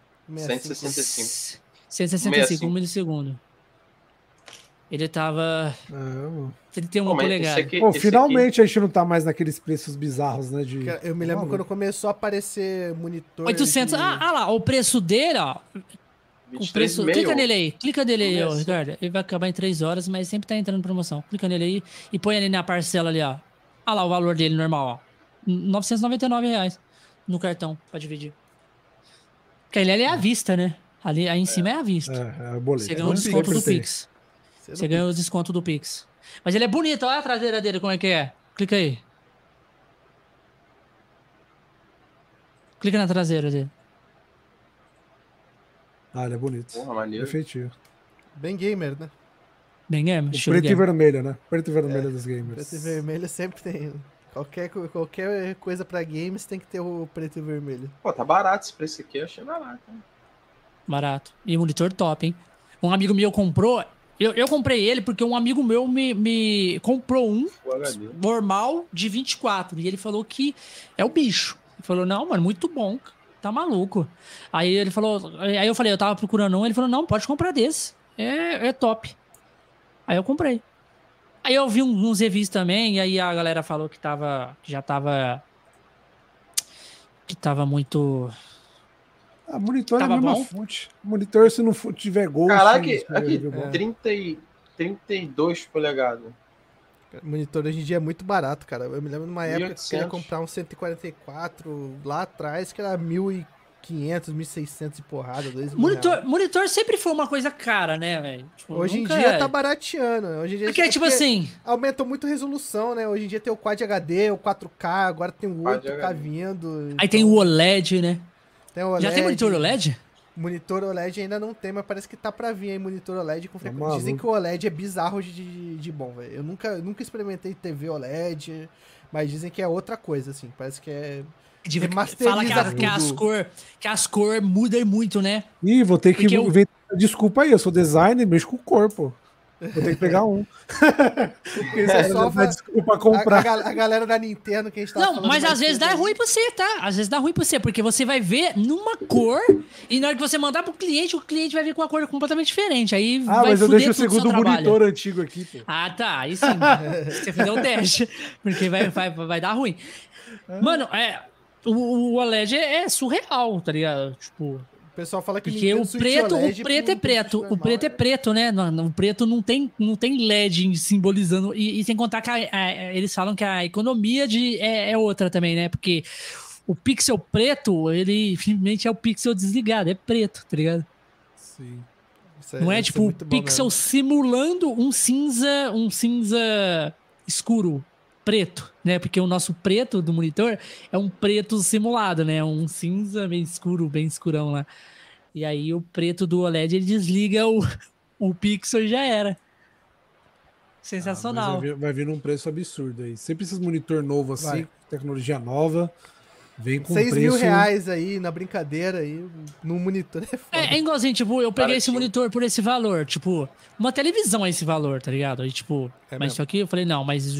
165. 165, 1 milissegundo. Ele tava 31 polegadas. Finalmente a gente não tá mais naqueles preços bizarros, né? Eu me lembro quando começou a aparecer monitor. 800. Ah lá, o preço dele, ó. O preço. Clica nele aí, ó, Ricardo. Ele vai acabar em 3 horas, mas sempre tá entrando em promoção. Clica nele aí e põe ali na parcela ali, ó. Ah lá o valor dele normal, ó. R$999 no cartão pra dividir. Porque ele ali é à vista, né? Ali aí em cima é à vista. É boleto. Você ganhou o desconto do Pix. Você ganhou o desconto do Pix. Mas ele é bonito, olha a traseira dele, como é que é. Clica aí. Clica na traseira dele. Ah, ele é bonito. Porra, maneiro. Perfeitinho. Bem gamer, né? Bem gamer. Preto e vermelho, né? Preto e vermelho dos gamers. Preto e vermelho sempre tem. Qualquer coisa pra games tem que ter o preto e vermelho. Pô, tá barato esse preço aqui, eu achei barato. Né? Barato. E monitor top, hein? Um amigo meu comprou... Eu comprei ele porque um amigo meu me comprou um normal de 24. E ele falou que é o bicho. Ele falou, não, mano, muito bom. Tá maluco. Aí ele falou... Aí eu falei, eu tava procurando um. Ele falou, não, pode comprar desse. É top. Aí eu comprei. Aí eu vi uns reviews também. E aí a galera falou que já tava... Que tava muito... monitor tava é a mesma fonte. Monitor, se não tiver Ghost... Caraca, aqui 32 polegadas. Monitor hoje em dia é muito barato, cara. Eu me lembro de uma época que eu queria comprar um 144 lá atrás, que era 1.500, 1.600 e porrada, 2.000 monitor sempre foi uma coisa cara, né, velho? Tipo, hoje em dia tá barateando. Hoje em dia porque, tipo assim... Aumentou muito a resolução, né? Hoje em dia tem o Quad HD, o 4K, agora tem o 8K vindo. Aí tem o OLED, né? Tem o OLED. Já tem monitor OLED? Monitor OLED ainda não tem, mas parece que tá pra vir aí monitor OLED com frequência. Dizem que o OLED é bizarro de bom, velho. Eu nunca experimentei TV OLED, mas dizem que é outra coisa, assim. Parece que é... Fala que as cores mudam muito, né? Ih, vou ter que... Desculpa aí, eu sou designer, mexo com o corpo. Vou ter que pegar um. Desculpa comprar. A galera da Nintendo que a gente tá falando. Não, mas às vezes dá ruim pra você, tá? Às vezes dá ruim pra você, porque você vai ver numa cor e na hora que você mandar pro cliente, o cliente vai ver com uma cor completamente diferente. Aí vai mas eu deixo o segundo monitor antigo aqui, pô. Ah, tá. Aí sim. Você fizer o teste. Porque vai dar ruim. Mano, o OLED é surreal, tá ligado? Tipo... O pessoal fala que porque o preto é preto. O preto é preto, né? O preto não tem LED simbolizando. E sem contar que eles falam que a economia é outra também, né? Porque o pixel preto, ele simplesmente é o pixel desligado. É preto, tá ligado? Sim. Não é tipo o pixel simulando um cinza escuro. Preto, né? Porque o nosso preto do monitor é um preto simulado, né? Um cinza bem escuro, bem escurão lá. E aí o preto do OLED, ele desliga o pixel e já era. Sensacional. Vai vir num preço absurdo aí. Sempre esses monitor novo assim, tecnologia nova, vem com R$6 mil aí na brincadeira aí, no monitor é foda. É igualzinho, tipo, eu peguei esse monitor por esse valor, tipo, uma televisão é esse valor, tá ligado? Aí, tipo, mas só que eu falei, não, mas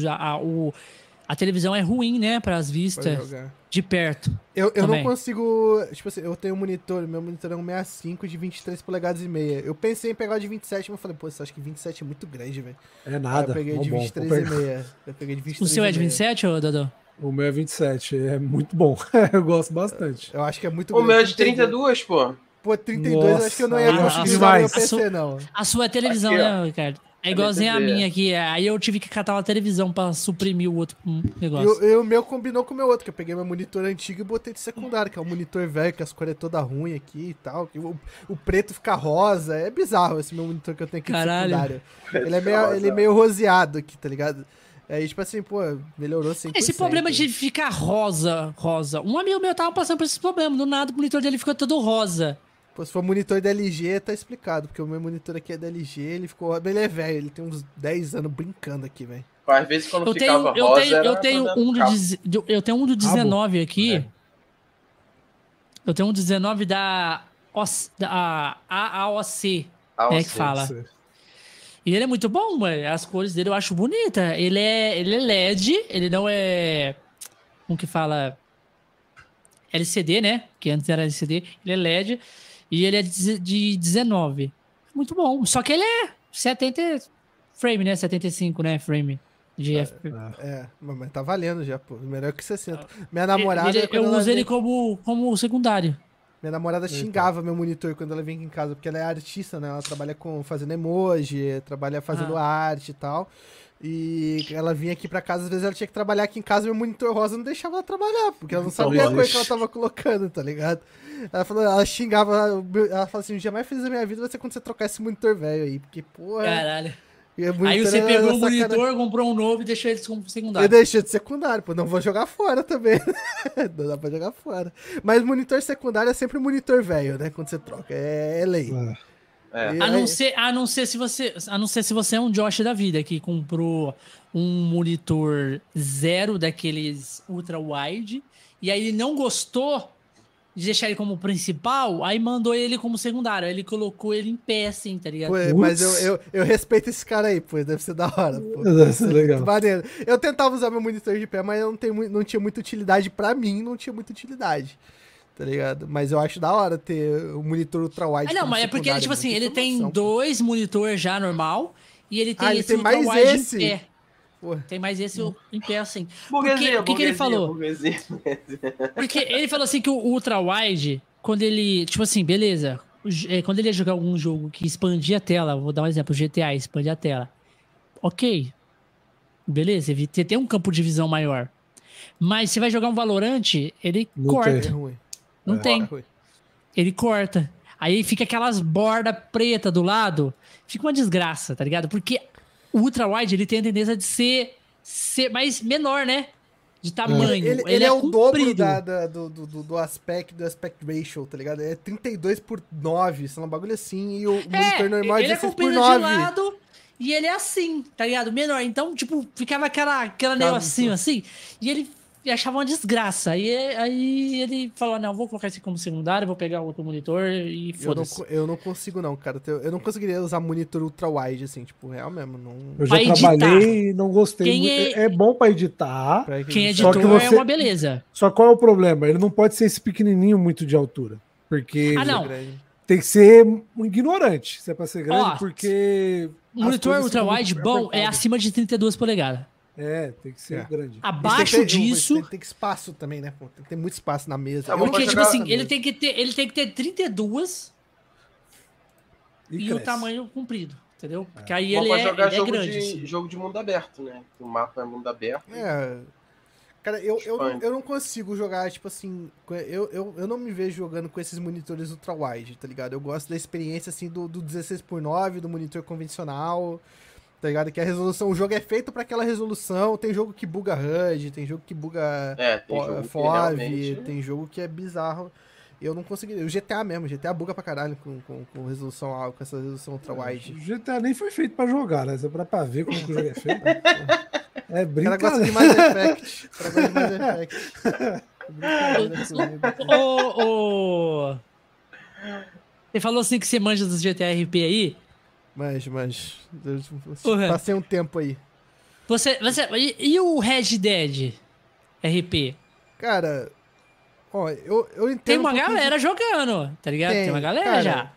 a televisão é ruim, né, pras vistas de perto. Eu não consigo, tipo assim, eu tenho um monitor, meu monitor é um 65 de 23 polegadas e meia. Eu pensei em pegar o de 27, mas eu falei, pô, você acha que 27 é muito grande, velho. É nada. Aí eu peguei de 23 e meia. O seu é de 27, ô, Dodô? O meu é 27, é muito bom. Eu gosto bastante. Eu acho que é muito grande. O meu é de 32, pô. Pô, 32 eu acho que eu não ia conseguir usar meu PC, não. A sua é televisão, aqui, né, Ricardo? É igualzinho a minha aqui. Aí eu tive que catar uma televisão pra suprimir o outro negócio. E o meu combinou com o meu outro, que eu peguei meu monitor antigo e botei de secundário, que é um monitor velho, que as cores é toda ruim aqui e tal. Que o preto fica rosa. É bizarro esse meu monitor que eu tenho aqui de secundário. Ele é meio roseado aqui, tá ligado? Aí, tipo assim, pô, melhorou 100%. Esse problema de ficar rosa. Um amigo meu tava passando por esse problema. Do nada o monitor dele ficou todo rosa. Pô, se for monitor da LG, tá explicado, porque o meu monitor aqui é da LG, ele ficou... Ele é velho, ele tem uns 10 anos brincando aqui, velho. Às vezes quando ficava rosa, eu tenho um do 19 aqui. Eu tenho um 19 da AOC, né, que fala. E ele é muito bom, mano. As cores dele eu acho bonita. Ele é LED, ele não é... Como que fala? LCD, né? Que antes era LCD. Ele é LED. E ele é de 19. Muito bom. Só que ele é 70 frame, né? 75, né? Frame. De mas tá valendo já, pô. Melhor que 60. Minha namorada... eu uso ele como secundário. Minha namorada xingava meu monitor quando ela vinha aqui em casa, porque ela é artista, né? Ela trabalha fazendo emoji, trabalha fazendo arte e tal. E ela vinha aqui pra casa, às vezes ela tinha que trabalhar aqui em casa, meu monitor rosa não deixava ela trabalhar, porque ela não sabia a coisa que ela tava colocando, tá ligado? Ela xingava, ela falou assim, o dia mais feliz da minha vida vai ser quando você trocar esse monitor velho aí, porque, porra... Caralho. Aí você pegou o monitor, comprou um novo e deixou ele como secundário. Eu deixei de secundário, pô, não vou jogar fora também. Não dá pra jogar fora. Mas monitor secundário é sempre monitor velho, né, quando você troca, é lei. A não ser se você é um Josh da vida que comprou um monitor zero daqueles ultra wide e aí ele não gostou de deixar ele como principal, aí mandou ele como secundário. Aí ele colocou ele em pé, assim, tá ligado? Pô, mas eu respeito esse cara aí, pô. Deve ser da hora, pô. Deve ser legal. Maneiro. Eu tentava usar meu monitor de pé, mas não tinha muita utilidade pra mim, não tinha muita utilidade. Tá ligado? Mas eu acho da hora ter o monitor ultra-wide. Não, mas é porque, tipo assim, ele tem 2 monitores já normal e ele tem esse ultra-wide em pé. Porra. Tem mais esse em pé, assim. O que ele falou? Porque ele falou assim que o ultra-wide, quando ele... Tipo assim, beleza. Quando ele ia jogar algum jogo que expandia a tela, vou dar um exemplo, GTA, expandia a tela. Ok. Beleza, você tem um campo de visão maior. Mas você vai jogar um Valorant, ele corta. Não tem. Ele corta. Aí fica aquelas bordas pretas do lado. Fica uma desgraça, tá ligado? Porque o ultra-wide, ele tem a tendência de ser mais menor, né? De tamanho. Ele é o dobro do aspect ratio, tá ligado? É 32:9, sei lá, um bagulho assim. E o monitor normal é 16:9. Ele é comprido de lado e ele é assim, tá ligado? Menor. Então, tipo, ficava aquela negocinho assim. E ele achava uma desgraça. Aí ele falou, não, vou colocar esse como secundário, vou pegar outro monitor e foda-se. Eu não consigo não, cara. Eu não conseguiria usar monitor ultra-wide, assim, tipo, real mesmo. Não... Eu já trabalhei e não gostei. É bom pra editar. Quem editor é uma beleza. Só qual é o problema? Ele não pode ser esse pequenininho muito de altura. Porque tem que ser um ignorante se é pra ser grande, porque... Monitor ultra-wide bom é acima de 32 polegadas. Tem que ser grande. Abaixo disso... Tem que espaço também, né? Tem que ter muito espaço na mesa. Porque, tipo assim, ele tem que ter 32 e o tamanho comprido, entendeu? Porque aí ele é grande. Jogo de mundo aberto, né? O mapa é mundo aberto. Cara, eu não consigo jogar, tipo assim... Eu não me vejo jogando com esses monitores ultra-wide, tá ligado? Eu gosto da experiência, assim, do 16:9, do monitor convencional... Tá ligado? Que a resolução, o jogo é feito pra aquela resolução. Tem jogo que buga HUD, tem jogo que buga FOV, tem jogo que é bizarro. Eu não conseguiria. O GTA mesmo, GTA buga pra caralho com resolução alta, com essa resolução ultra-wide. O GTA nem foi feito pra jogar, né? Só pra ver como que o jogo é feito. É brincadeira. O cara gosta de Mass Effect. Você falou assim que você manja dos GTA RP aí? Mas passei um tempo aí. E o Red Dead RP? Cara, ó, eu entendo. Tem uma galera jogando, tá ligado? Tem uma galera, cara, já.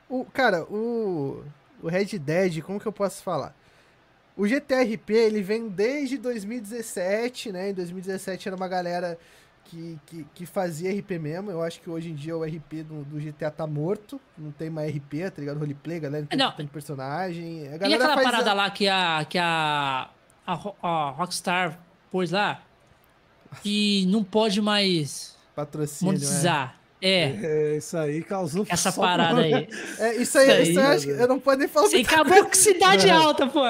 O Red Dead, como que eu posso falar? O GTA RP, ele vem desde 2017, né? Em 2017 era uma galera que fazia RP mesmo. Eu acho que hoje em dia o RP do GTA tá morto. Não tem mais RP, tá ligado? Roleplay, galera não tem personagem. A galera e aquela parada lá que a Rockstar pôs lá? Que não pode mais monetizar. Isso aí causou... Essa parada aí. Isso aí eu acho que eu não posso nem falar. Você acabou com Cidade Alta, pô.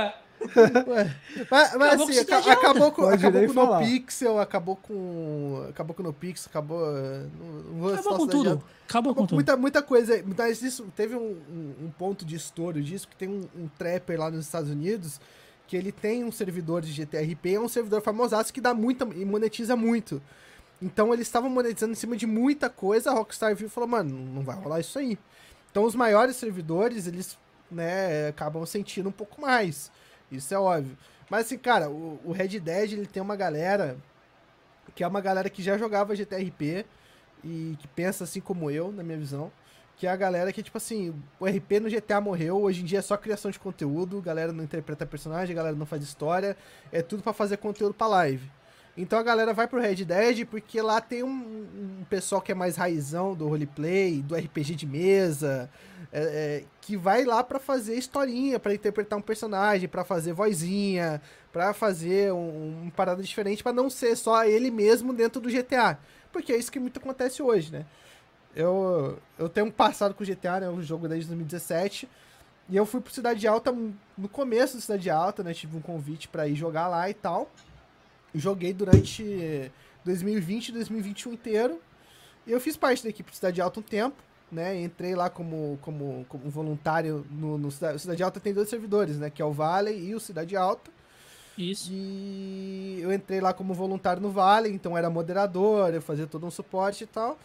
Mas assim, acabou com o NoPixel, acabou com o NoPixel, acabou com tudo. Acabou com tudo. Muita coisa. Mas isso teve um ponto de estouro disso, que tem um trapper lá nos Estados Unidos, que ele tem um servidor de GTRP, é um servidor famosaço que dá muita e monetiza muito. Então eles estavam monetizando em cima de muita coisa, a Rockstar viu e falou, mano, não vai rolar isso aí. Então os maiores servidores, eles, né, acabam sentindo um pouco mais. Isso é óbvio. Mas assim, cara, o Red Dead, ele tem uma galera que é uma galera que já jogava GTRP e que pensa assim como eu, na minha visão, que é a galera que, tipo assim, o RP no GTA morreu, hoje em dia é só criação de conteúdo, a galera não interpreta personagem, a galera não faz história, é tudo pra fazer conteúdo pra live. Então a galera vai pro Red Dead porque lá tem um pessoal que é mais raizão do roleplay, do RPG de mesa, que vai lá pra fazer historinha, pra interpretar um personagem, pra fazer vozinha, pra fazer uma parada diferente, pra não ser só ele mesmo dentro do GTA. Porque é isso que muito acontece hoje, né? Eu tenho um passado com o GTA, né? Um jogo desde 2017. E eu fui pro Cidade Alta no começo do Cidade Alta, né? Tive um convite pra ir jogar lá e tal. Joguei durante 2020 e 2021 inteiro. E eu fiz parte da equipe de Cidade Alta um tempo, né? Entrei lá como voluntário no Cidade Alta. Tem 2 servidores, né? Que é o Valley e o Cidade Alta. Isso. E eu entrei lá como voluntário no Valley, então era moderador, eu fazia todo um suporte e tal.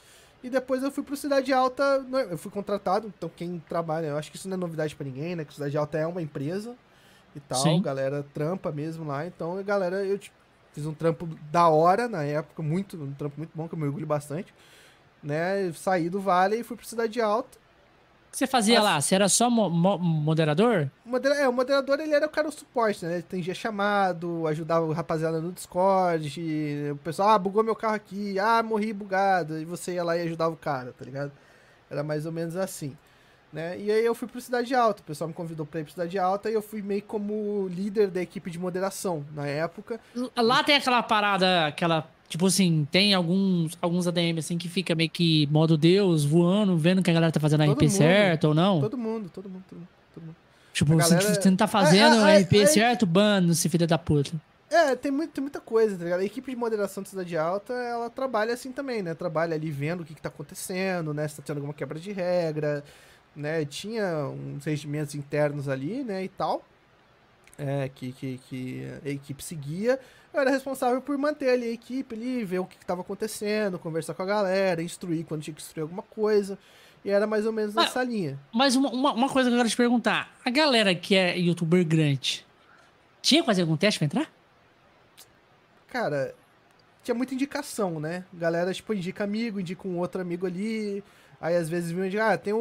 E depois eu fui pro Cidade Alta, eu fui contratado, então quem trabalha, eu acho que isso não é novidade pra ninguém, né? Que o Cidade Alta é uma empresa e tal, Sim. galera trampa mesmo lá. Então, galera, eu fiz um trampo da hora na época, um trampo muito bom, que eu me orgulho bastante, né? Eu saí do Vale e fui pro Cidade Alta. O que você fazia lá? Você era só moderador? O moderador, ele era o cara do suporte, né? Ele atendia chamado, ajudava o rapaziada no Discord, o pessoal, bugou meu carro aqui, morri bugado, e você ia lá e ajudava o cara, tá ligado? Era mais ou menos assim, né? E aí eu fui pro Cidade Alta, o pessoal me convidou pra ir pro Cidade Alta e eu fui meio como líder da equipe de moderação na época. Lá tem aquela parada, tipo assim, tem alguns ADM assim que fica meio que modo Deus, voando, vendo que a galera tá fazendo a RP certo ou não? Todo mundo. Tipo, galera... se você não tá fazendo a RP certo, bano-se, filha da puta. Tem muita coisa, tá ligado? A equipe de moderação de Cidade Alta, ela trabalha assim também, né? Trabalha ali vendo o que tá acontecendo, né? Se tá tendo alguma quebra de regra, né? Tinha uns regimentos internos ali, né? E tal. Que a equipe seguia. Eu era responsável por manter ali a equipe ali, ver o que tava acontecendo, conversar com a galera, instruir quando tinha que instruir alguma coisa. E era mais ou menos nessa linha. Mas uma coisa que eu quero te perguntar. A galera que é youtuber grande, tinha que fazer algum teste pra entrar? Cara, tinha muita indicação, né? Galera, tipo, indica um outro amigo ali. Aí às vezes vinha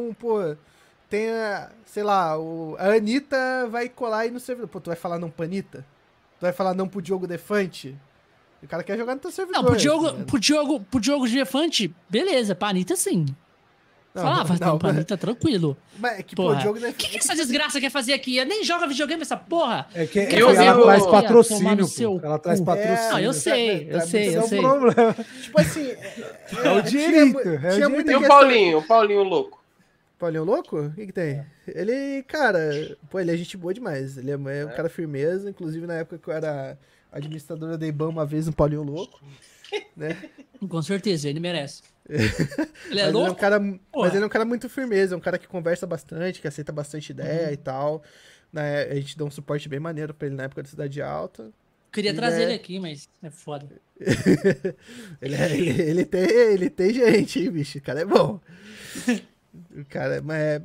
tem sei lá, a Anitta vai colar aí no servidor. Pô, tu vai falar não pra Anitta? Tu vai falar não pro Diogo Defante? O cara quer jogar no teu servidor. Não, pro Diogo Defante, beleza, pra Anitta sim. Não, pra Anitta tranquilo. Mas é que, porra, o Diogo Defante... O que essa desgraça quer fazer aqui? Eu nem joga videogame essa porra. Ela traz patrocínio, pô. Ela traz patrocínio. Não, eu sei. Problema. Tipo assim... É o direito. E o Paulinho louco? Paulinho louco? O que tem? Ele, cara... Pô, ele é gente boa demais. Ele é um cara firmeza. Inclusive, na época que eu era administradora da IBAN, uma vez, um Paulinho louco. Né? Com certeza, ele merece. Ele é louco? Mas ele é um cara muito firmeza. É um cara que conversa bastante, que aceita bastante ideia e tal. Né? A gente dá um suporte bem maneiro pra ele na época da Cidade Alta. Queria trazer ele aqui, mas é foda. ele tem gente, hein, bicho? O cara é bom. Cara,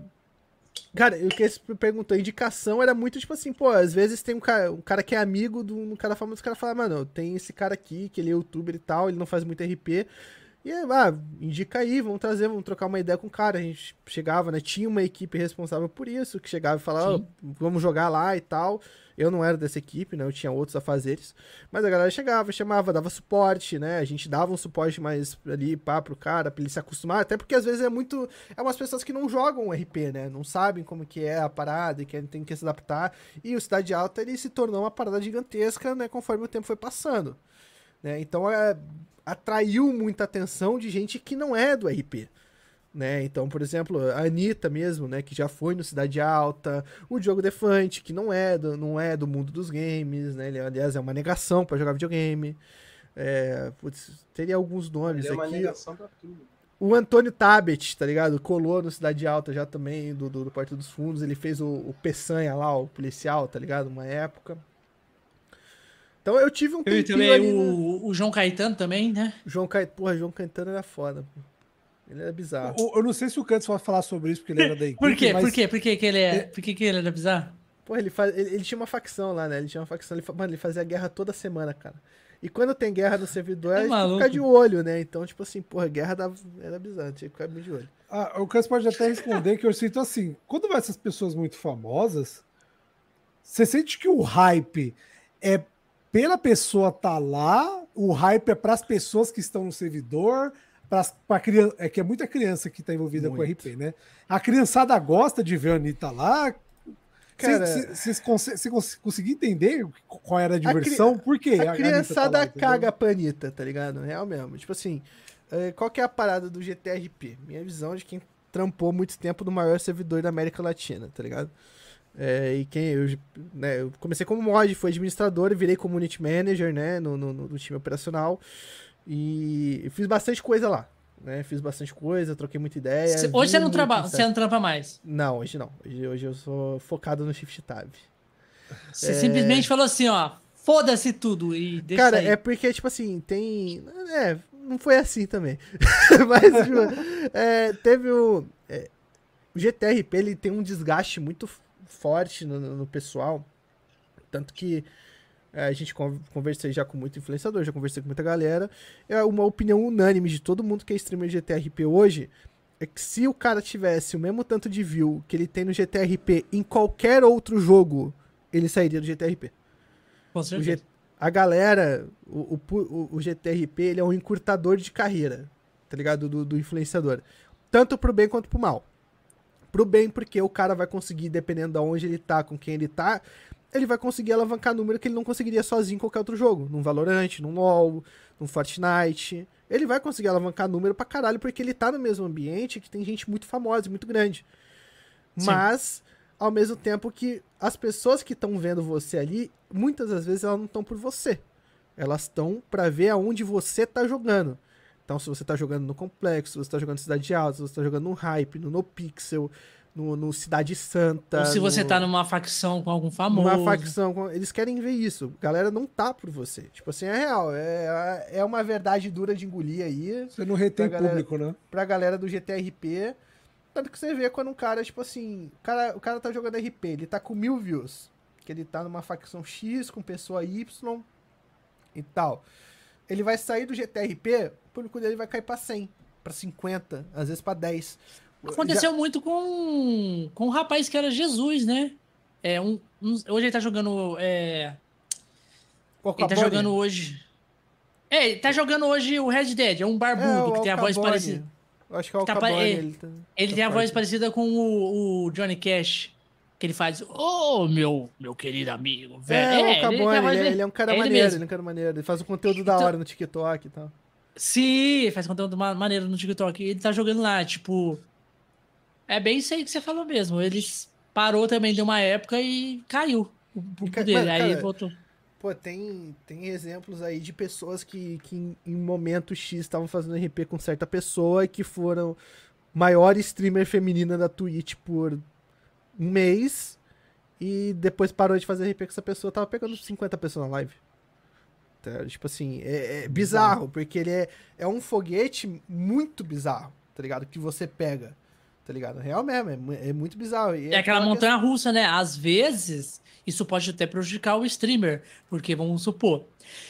o que você perguntou, a indicação era muito tipo assim, pô, às vezes tem um cara que é amigo do cara famoso, o cara fala, mano, tem esse cara aqui, que ele é youtuber e tal, ele não faz muito RP, e indica aí, vamos trocar uma ideia com o cara. A gente chegava, né, tinha uma equipe responsável por isso, que chegava e falava, vamos jogar lá e tal. Eu não era dessa equipe, né, eu tinha outros afazeres, mas a galera chegava, chamava, dava suporte, né, a gente dava um suporte mais ali, pro cara, pra ele se acostumar, até porque às vezes é umas pessoas que não jogam RP, né, não sabem como que é a parada e que tem que se adaptar, e o Cidade Alta, ele se tornou uma parada gigantesca, né, conforme o tempo foi passando, né, então atraiu muita atenção de gente que não é do RP. Né? Então, por exemplo, a Anitta mesmo, né, que já foi no Cidade Alta, o Diogo Defante, que não é do mundo dos games, né? Ele, aliás, é uma negação para jogar videogame. Teria alguns nomes aqui. É uma negação pra tudo. O Antônio Tabet, tá ligado? Colou no Cidade Alta já também, do Porto dos Fundos. Ele fez o Peçanha lá, o policial, tá ligado? Uma época. Então eu tive um tempinho também ali, o João Caetano também, né? João Caetano era foda, pô. Ele era bizarro. Eu não sei se o Cantos vai falar sobre isso, porque ele era da equipe. Por quê? Mas... Por que ele era bizarro? Pô, ele tinha uma facção lá, né? Ele tinha uma facção, ele fazia guerra toda semana, cara. E quando tem guerra no servidor, a gente tem que ficar de olho, né? Então, tipo assim, porra, guerra era bizarro, tinha que ficar bem de olho. O Cantos pode até responder que eu sinto assim, quando vai essas pessoas muito famosas, você sente que o hype é pela pessoa tá lá, o hype é pras pessoas que estão no servidor... Pra criança, que é muita criança que tá envolvida com RP, né? A criançada gosta de ver a Anitta lá. Você conseguiu entender qual era a diversão? Por quê? A criançada caga pra Anitta, tá ligado? Real mesmo. Tipo assim, qual que é a parada do GTRP? Minha visão de quem trampou muito tempo no maior servidor da América Latina, tá ligado? Eu comecei como mod, fui administrador e virei community manager, né? No time operacional. E fiz bastante coisa lá, né? Fiz bastante coisa, troquei muita ideia. Hoje você não trampa mais? Não, hoje não. Hoje eu sou focado no Shift Tab. Você simplesmente falou assim, ó, foda-se tudo e deixa Cara, aí. é porque, tipo assim, tem... não foi assim também. Mas tipo, teve o GTRP, ele tem um desgaste muito forte no pessoal. Tanto que a gente conversei já com muito influenciador, já conversei com muita galera. É uma opinião unânime de todo mundo que é streamer de GTRP hoje, é que se o cara tivesse o mesmo tanto de view que ele tem no GTRP em qualquer outro jogo, ele sairia do GTRP. Com certeza. A galera, o GTRP, ele é um encurtador de carreira, tá ligado? Do influenciador. Tanto pro bem quanto pro mal. Pro bem, porque o cara vai conseguir, dependendo de onde ele tá, com quem ele tá, ele vai conseguir alavancar número que ele não conseguiria sozinho em qualquer outro jogo. Num Valorant, num LoL, num Fortnite. Ele vai conseguir alavancar número pra caralho, porque ele tá no mesmo ambiente que tem gente muito famosa e muito grande. Sim. Mas, ao mesmo tempo que as pessoas que estão vendo você ali, muitas das vezes elas não estão por você. Elas estão pra ver aonde você tá jogando. Então, se você tá jogando no Complexo, se você tá jogando no Cidade Alta, se você tá jogando no Hype, no NoPixel, no Cidade Santa. Ou se você tá numa facção com algum famoso. Numa facção, eles querem ver isso. A galera não tá por você. Tipo assim, é real. É uma verdade dura de engolir aí. Você não retém público, né? Pra galera do GTRP. Tanto que você vê quando um cara, tipo assim, o cara tá jogando RP, ele tá com 1000 views. Que ele tá numa facção X com pessoa Y e tal. Ele vai sair do GTRP, o público dele vai cair pra 100, pra 50, às vezes pra 10. Aconteceu muito com um rapaz que era Jesus, né? Hoje ele tá jogando. Ele tá jogando hoje. Ele tá jogando hoje o Red Dead, é um barbudo que tem a voz parecida. Acho que é o Alcabone. Ele tem a voz parecida com o Johnny Cash. Que ele faz, meu querido amigo, velho. O Alcabone, ele é um cara maneiro, ele faz um conteúdo da hora no TikTok e tal. Sim, faz conteúdo maneiro no TikTok. Ele tá jogando lá, tipo... É bem isso aí que você falou mesmo. Ele parou também de uma época e caiu o público dele. Mano, aí voltou. Pô, tem exemplos aí de pessoas que em momento X estavam fazendo RP com certa pessoa e que foram maior streamer feminina da Twitch por um mês e depois parou de fazer RP com essa pessoa, tava pegando 50 pessoas na live. Tá? Tipo assim, é bizarro, porque ele é um foguete muito bizarro, tá ligado? Que você pega, tá ligado? Real mesmo, é muito bizarro. É aquela montanha-russa, né? Às vezes, isso pode até prejudicar o streamer, porque vamos supor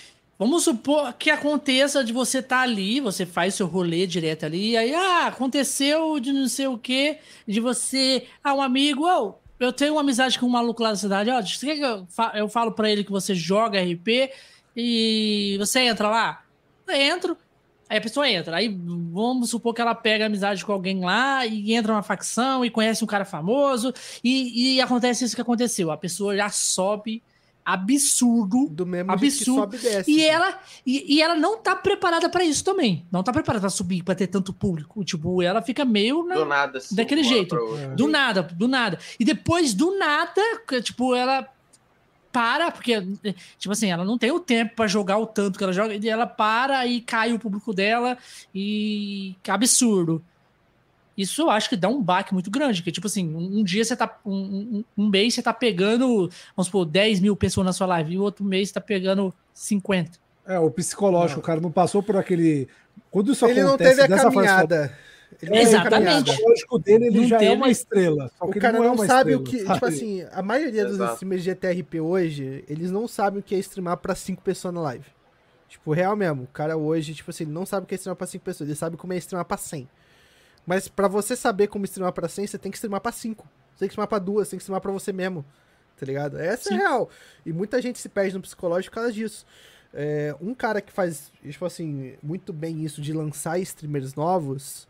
que aconteça de você estar ali, você faz seu rolê direto ali, e aí, aconteceu de não sei o quê, de você, um amigo, eu tenho uma amizade com um maluco lá da cidade, eu falo pra ele que você joga RP e você entra lá? Eu entro, aí a pessoa entra, aí vamos supor que ela pega amizade com alguém lá e entra numa facção e conhece um cara famoso e acontece isso que aconteceu, a pessoa já sobe absurdo. Do mesmo jeito que sobe e desce. E ela não tá preparada pra isso também. Não tá preparada pra subir, pra ter tanto público. Tipo, ela fica meio do nada, assim, daquele jeito. Do nada. E depois, do nada, tipo, ela para, porque, tipo assim, ela não tem o tempo pra jogar o tanto que ela joga, e ela para e cai o público dela e absurdo. Isso eu acho que dá um baque muito grande, que tipo assim, um dia você tá, um mês você tá pegando, vamos supor, 10 mil pessoas na sua live, e o outro mês você tá pegando 50. O psicológico, o cara não passou por aquele... Quando isso ele acontece... Ele não teve a caminhada. Exatamente. O psicológico dele, ele já é uma estrela. O cara não sabe o que... Tipo assim, a maioria dos streamers de GTRP hoje, eles não sabem o que é streamar pra 5 pessoas na live. Tipo, real mesmo. O cara hoje, tipo assim, ele não sabe o que é streamar pra 5 pessoas, ele sabe como é streamar pra 100. Mas pra você saber como streamar pra 100, você tem que streamar pra 5. Você tem que streamar pra 2, você tem que streamar pra você mesmo. Tá ligado? Essa é real. E muita gente se perde no psicológico por causa disso. Um cara que faz, tipo assim, muito bem isso de lançar streamers novos,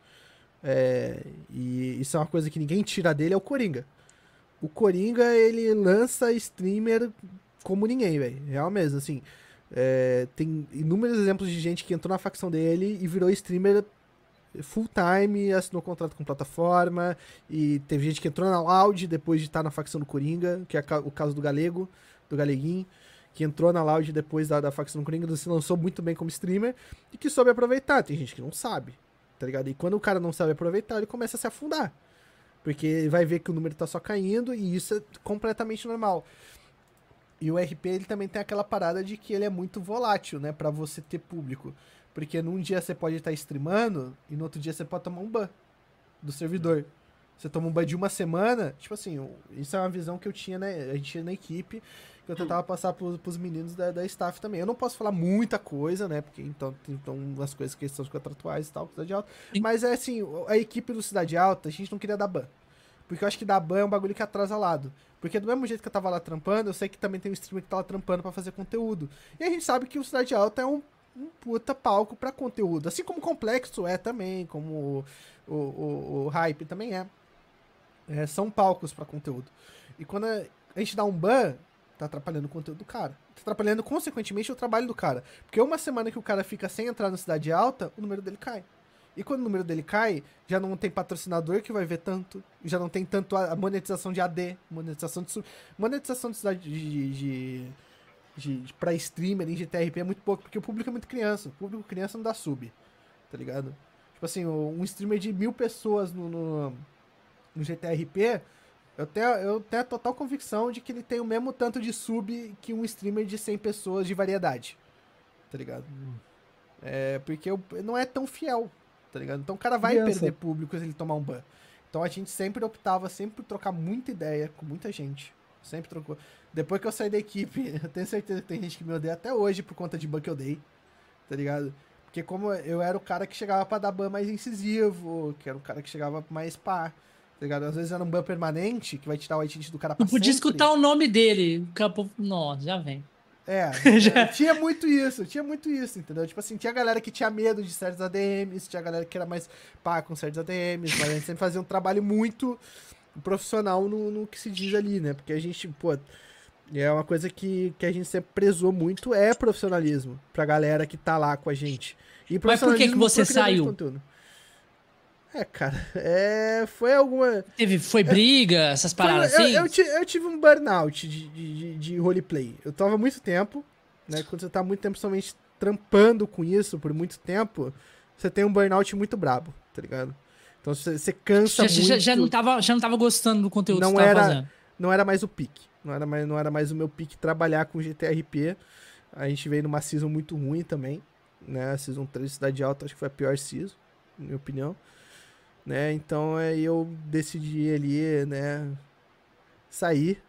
e isso é uma coisa que ninguém tira dele, é o Coringa. O Coringa, ele lança streamer como ninguém, velho. Real mesmo, assim. Tem inúmeros exemplos de gente que entrou na facção dele e virou streamer full time, assinou contrato com plataforma, e teve gente que entrou na Loud depois de estar na facção do Coringa, que é o caso do Galeguinho, que entrou na Loud depois da facção do Coringa, se lançou muito bem como streamer, e que soube aproveitar. Tem gente que não sabe, tá ligado? E quando o cara não sabe aproveitar, ele começa a se afundar, porque ele vai ver que o número tá só caindo, e isso é completamente normal. E o RP, ele também tem aquela parada de que ele é muito volátil, né, pra você ter público. Porque num dia você pode estar streamando e no outro dia você pode tomar um ban do servidor. Você toma um ban de uma semana, tipo assim, isso é uma visão que eu tinha, né? A gente tinha na equipe, que eu tentava passar pros meninos da staff também. Eu não posso falar muita coisa, né? Porque então umas coisas que são contratuais e tal, Cidade Alta. Mas é assim, a equipe do Cidade Alta, a gente não queria dar ban. Porque eu acho que dar ban é um bagulho que atrasa lado. Porque do mesmo jeito que eu tava lá trampando, eu sei que também tem um streamer que tá lá trampando pra fazer conteúdo. E a gente sabe que o Cidade Alta é um puta palco pra conteúdo. Assim como o Complexo é também, como o Hype também é. São palcos pra conteúdo. E quando a gente dá um ban, tá atrapalhando o conteúdo do cara. Tá atrapalhando, consequentemente, o trabalho do cara. Porque uma semana que o cara fica sem entrar na Cidade Alta, o número dele cai. E quando o número dele cai, já não tem patrocinador que vai ver tanto, já não tem tanto a monetização de AD, monetização de cidade pra streamer em GTRP é muito pouco, porque o público é muito criança. O público criança não dá sub, tá ligado? Tipo assim, um streamer de 1000 pessoas no GTRP, eu tenho a total convicção de que ele tem o mesmo tanto de sub que um streamer de 100 pessoas de variedade, tá ligado? Porque não é tão fiel, tá ligado? Então o cara vai perder público se ele tomar um ban. Então a gente sempre optava por trocar muita ideia com muita gente. Sempre trocou. Depois que eu saí da equipe, eu tenho certeza que tem gente que me odeia até hoje por conta de ban que eu dei, tá ligado? Porque como eu era o cara que chegava pra dar ban mais incisivo, que era o cara que chegava mais pá, tá ligado? Às vezes era um ban permanente, que vai tirar o whitelist do cara pra sempre. Não podia escutar o nome dele. Nossa, já vem. Tinha muito isso, entendeu? Tipo assim, tinha galera que tinha medo de certos ADMs, tinha galera que era mais pá com certos ADMs, mas a gente sempre fazia um trabalho muito profissional no que se diz ali, né? Porque a gente, é uma coisa que a gente sempre prezou muito, é profissionalismo pra galera que tá lá com a gente. E mas por que você saiu? Cara, foi alguma... Foi briga, essas paradas assim? Eu tive um burnout de roleplay. Eu tava muito tempo, né? Quando você tá muito tempo somente trampando com isso por muito tempo, você tem um burnout muito brabo, tá ligado? Então você cansa muito. Já não tava gostando do conteúdo que você tava fazendo. Não era mais o pique. Não era mais o meu pique trabalhar com GTRP. A gente veio numa season muito ruim também, né? A season 3 de Cidade Alta, acho que foi a pior season, na minha opinião. Né? Então eu decidi ali, né, sair.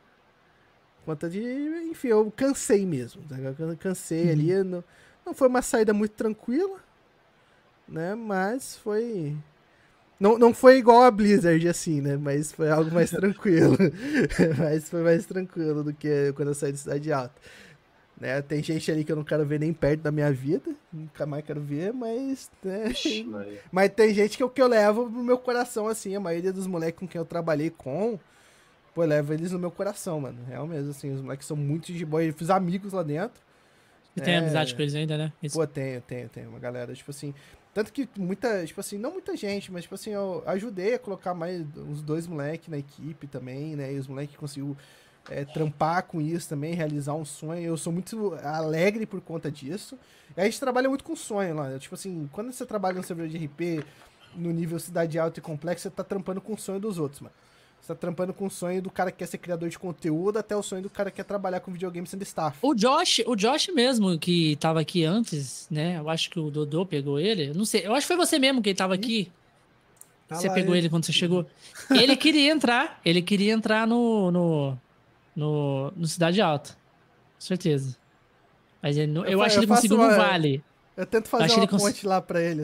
Enfim, eu cansei mesmo. Tá? Eu cansei ali. Não foi uma saída muito tranquila, né? Mas foi... Não foi igual a Blizzard, assim, né? Mas foi algo mais tranquilo. Mas foi mais tranquilo do que quando eu saí de Cidade Alta. Né? Tem gente ali que eu não quero ver nem perto da minha vida. Nunca mais quero ver, mas... Né? Mas tem gente que eu levo no meu coração, assim. A maioria dos moleques com quem eu trabalhei eu levo eles no meu coração, mano. Real mesmo, assim. Os moleques são muito de boa. Eu fiz amigos lá dentro. E tem amizade com eles ainda, né? Tenho. Uma galera, tipo assim... Tanto que tipo assim, não muita gente, mas, tipo assim, eu ajudei a colocar mais uns 2 moleques na equipe também, né? E os moleques conseguiu trampar com isso também, realizar um sonho. Eu sou muito alegre por conta disso. E a gente trabalha muito com sonho lá. Tipo assim, quando você trabalha no servidor de RP, no nível Cidade Alta e Complexo, você tá trampando com o sonho dos outros, mano. Você tá trampando com o sonho do cara que quer ser criador de conteúdo até o sonho do cara que quer trabalhar com videogame sendo staff. O Josh mesmo, que tava aqui antes, né? Eu acho que o Dodô pegou ele. Eu não sei. Eu acho que foi você mesmo que tava aqui. Você pegou ele quando você chegou. Ele queria entrar no Cidade Alta. Com certeza. Mas eu acho que ele conseguiu no Vale. Eu tento fazer uma ponte lá pra ele.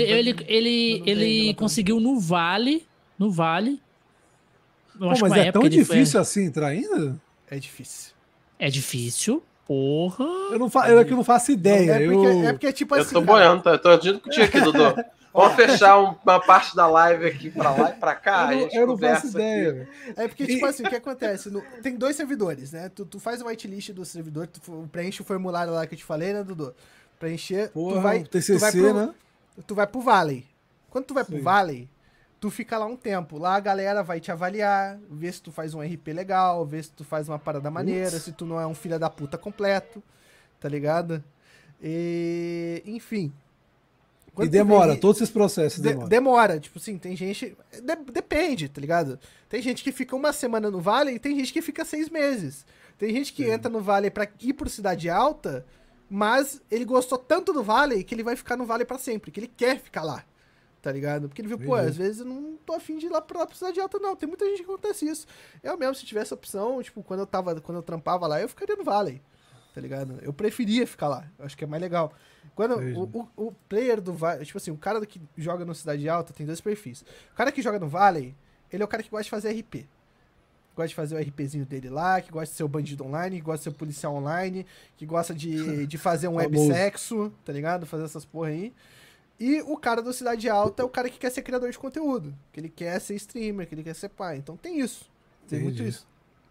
Ele conseguiu no Vale. No Vale. Mas é tão difícil assim entrar ainda? É difícil. É difícil. Porra. Eu é que eu não faço ideia. É porque tipo assim. Eu tô boiando, eu tô junto contigo aqui, Dudu. Vamos fechar uma parte da live aqui pra lá e pra cá. Eu não faço ideia. É porque, tipo assim, o que acontece? Tem 2 servidores, né? Tu faz o whitelist do servidor, tu preenche o formulário lá que eu te falei, né, Dudu? Preencher. TCC, né? Tu vai pro Valley. Quando tu vai pro Valley, tu fica lá um tempo. Lá a galera vai te avaliar, ver se tu faz um RP legal, ver se tu faz uma parada maneira, se tu não é um filho da puta completo, tá ligado? Enfim. E demora, todos esses processos demoram. Demora, tipo assim, tem gente... Depende, tá ligado? Tem gente que fica 1 semana no Vale e tem gente que fica 6 meses. Tem gente que entra no Vale pra ir pro Cidade Alta Mas ele gostou tanto do Valley que ele vai ficar no Valley pra sempre, que ele quer ficar lá. Tá ligado? Porque ele viu, pô, às vezes eu não tô afim de ir lá pra Cidade Alta, não. Tem muita gente que acontece isso. Eu mesmo, se tivesse opção, tipo, quando eu trampava lá, eu ficaria no Valley. Tá ligado? Eu preferia ficar lá. Eu acho que é mais legal. Quando o player do Valley, tipo assim, o cara que joga no Cidade Alta tem 2 perfis. O cara que joga no Valley, ele é o cara que gosta de fazer RP. Gosta de fazer o RPzinho dele lá, que gosta de ser o bandido online, que gosta de ser o policial online, que gosta de fazer um websexo, tá ligado? Fazer essas porra aí. E o cara do Cidade Alta é o cara que quer ser criador de conteúdo. Que ele quer ser streamer, que ele quer ser pai. Então tem isso. Tem muito isso.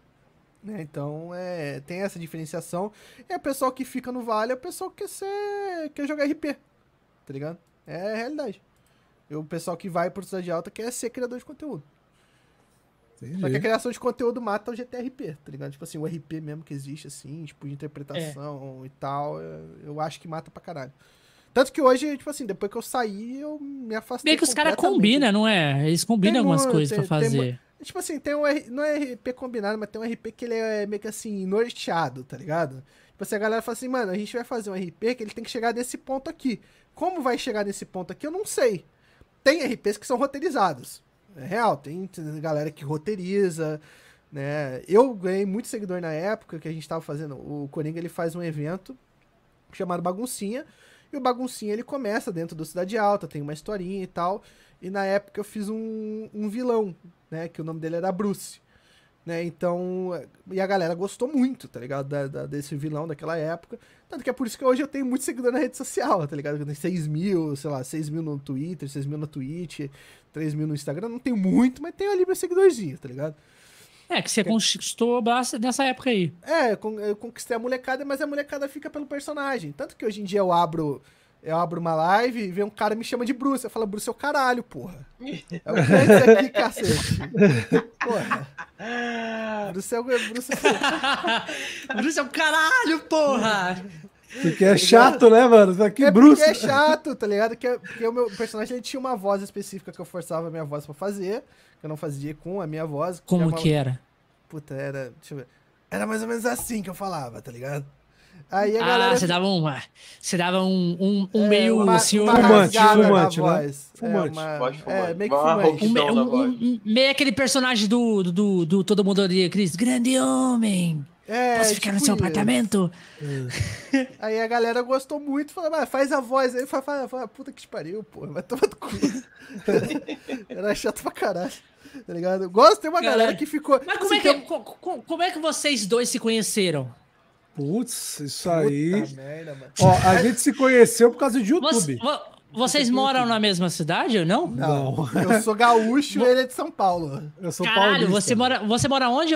Né? Então tem essa diferenciação. E o pessoal que fica no Vale é o pessoal que quer jogar RP. Tá ligado? É a realidade. E o pessoal que vai pro Cidade Alta quer ser criador de conteúdo. Entendi. Só que a criação de conteúdo mata o GTRP, tá ligado? Tipo assim, o RP mesmo que existe, assim, tipo, de interpretação e tal, eu acho que mata pra caralho. Tanto que hoje, tipo assim, depois que eu saí, eu me afastei. Meio que os caras combinam, não é? Eles combinam algumas coisas pra fazer. Tipo assim, não é RP combinado, mas tem um RP que ele é meio que assim, norteado, tá ligado? Tipo assim, a galera fala assim, mano, a gente vai fazer um RP que ele tem que chegar nesse ponto aqui. Como vai chegar nesse ponto aqui, eu não sei. Tem RPs que são roteirizados. É real, tem galera que roteiriza, né? Eu ganhei muito seguidor na época que a gente tava fazendo. O Coringa, ele faz um evento chamado Baguncinha. E o Baguncinha, ele começa dentro do Cidade Alta, tem uma historinha e tal. E na época eu fiz um vilão, né? Que o nome dele era Bruce. Né? Então, e a galera gostou muito, tá ligado? Desse vilão daquela época. Tanto que é por isso que hoje eu tenho muito seguidor na rede social, tá ligado? Eu tenho 6 mil, sei lá, 6 mil no Twitter, 6 mil no Twitch, 3 mil no Instagram. Não tenho muito, mas tenho ali meu seguidorzinho, tá ligado? É, que você conquistou nessa época aí. Eu conquistei a molecada, mas a molecada fica pelo personagem. Tanto que hoje em dia eu abro uma live e vem um cara me chama de Bruce. Eu falo, Bruce é o caralho, porra. É o Gantz aqui, cacete. Porra. Bruce é o caralho, porra. Porque é chato, né, mano? Aqui, Bruce. Porque é chato, tá ligado? Porque o meu personagem ele tinha uma voz específica que eu forçava a minha voz pra fazer. Que eu não fazia com a minha voz. Como que era? Puta, era... Deixa eu ver. Era mais ou menos assim que eu falava, tá ligado? Aí a galera... Você dava um meio... Fumante, né? Fumante. Meio que fumante. Meio aquele personagem do Todo Mundo Odeia Chris. Grande homem! Posso ficar no seu apartamento? Aí a galera gostou muito, falou, faz a voz aí. Fala, puta que te pariu, pô, vai tomar do cu. Era chato pra caralho, tá ligado? Tem uma galera que ficou... Mas como é que vocês dois se conheceram? Putz, isso aí... Puta merda, mano. Ó, a gente se conheceu por causa de YouTube. Vocês moram na mesma cidade ou não? Não. Eu sou gaúcho e ele é de São Paulo. Eu sou paulista. Caralho, você mora onde,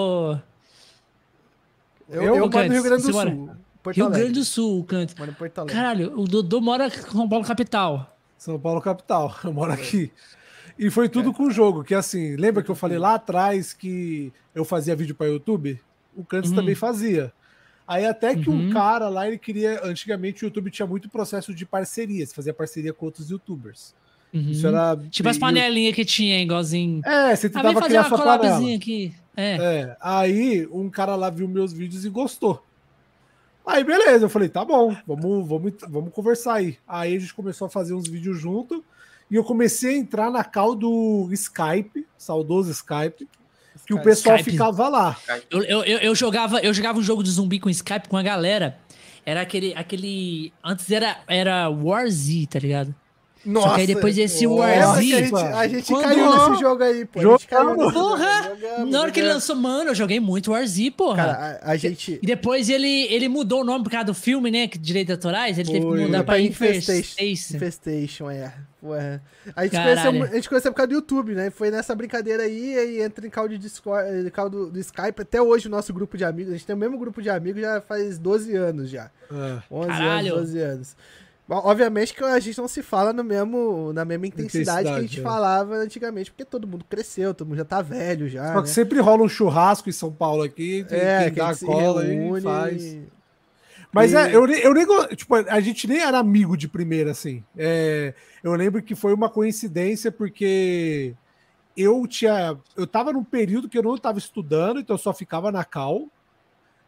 Eu moro no Rio Grande do Sul. Rio Grande do Sul, Canto. Moro em Porto Alegre. Caralho, o Dodô mora em São Paulo capital. São Paulo capital, eu moro aqui. E foi tudo com o jogo, que assim, lembra que eu falei lá atrás que eu fazia vídeo para YouTube? O Cantos também fazia. Aí até que um cara lá, ele queria... Antigamente o YouTube tinha muito processo de parceria, você fazia parceria com outros YouTubers. Isso era... Tipo as panelinhas que tinha, igualzinho. Você tentava criar sua panela. Aqui. Aí um cara lá viu meus vídeos e gostou. Aí beleza, eu falei, tá bom, vamos conversar aí. Aí a gente começou a fazer uns vídeos junto e eu comecei a entrar na call do Skype, saudoso Skype, que o pessoal ficava lá. Eu jogava um jogo de zumbi com Skype com a galera. Era aquele antes era War Z, tá ligado? Nossa, só que aí depois desse War Z... A gente caiu nesse jogo aí, pô. Porra! Na hora que ele lançou, mano, eu joguei muito War Z, porra. Cara, a gente... E depois ele mudou o nome por causa do filme, né? Direitos autorais, ele teve que mudar pra Infestation, Ué. A gente conheceu por causa do YouTube, né? Foi nessa brincadeira aí entra em call de Discord, call do Skype. Até hoje o nosso grupo de amigos, a gente tem o mesmo grupo de amigos já faz 12 anos já. 11 anos, 12 anos. Obviamente que a gente não se fala na mesma intensidade que a gente falava antigamente, porque todo mundo cresceu, todo mundo já tá velho já. Só que sempre rola um churrasco em São Paulo aqui, quem dá a cola e faz. Mas eu nem tipo, a gente nem era amigo de primeira, assim. Eu lembro que foi uma coincidência, porque eu tava num período que eu não tava estudando, então eu só ficava na cal.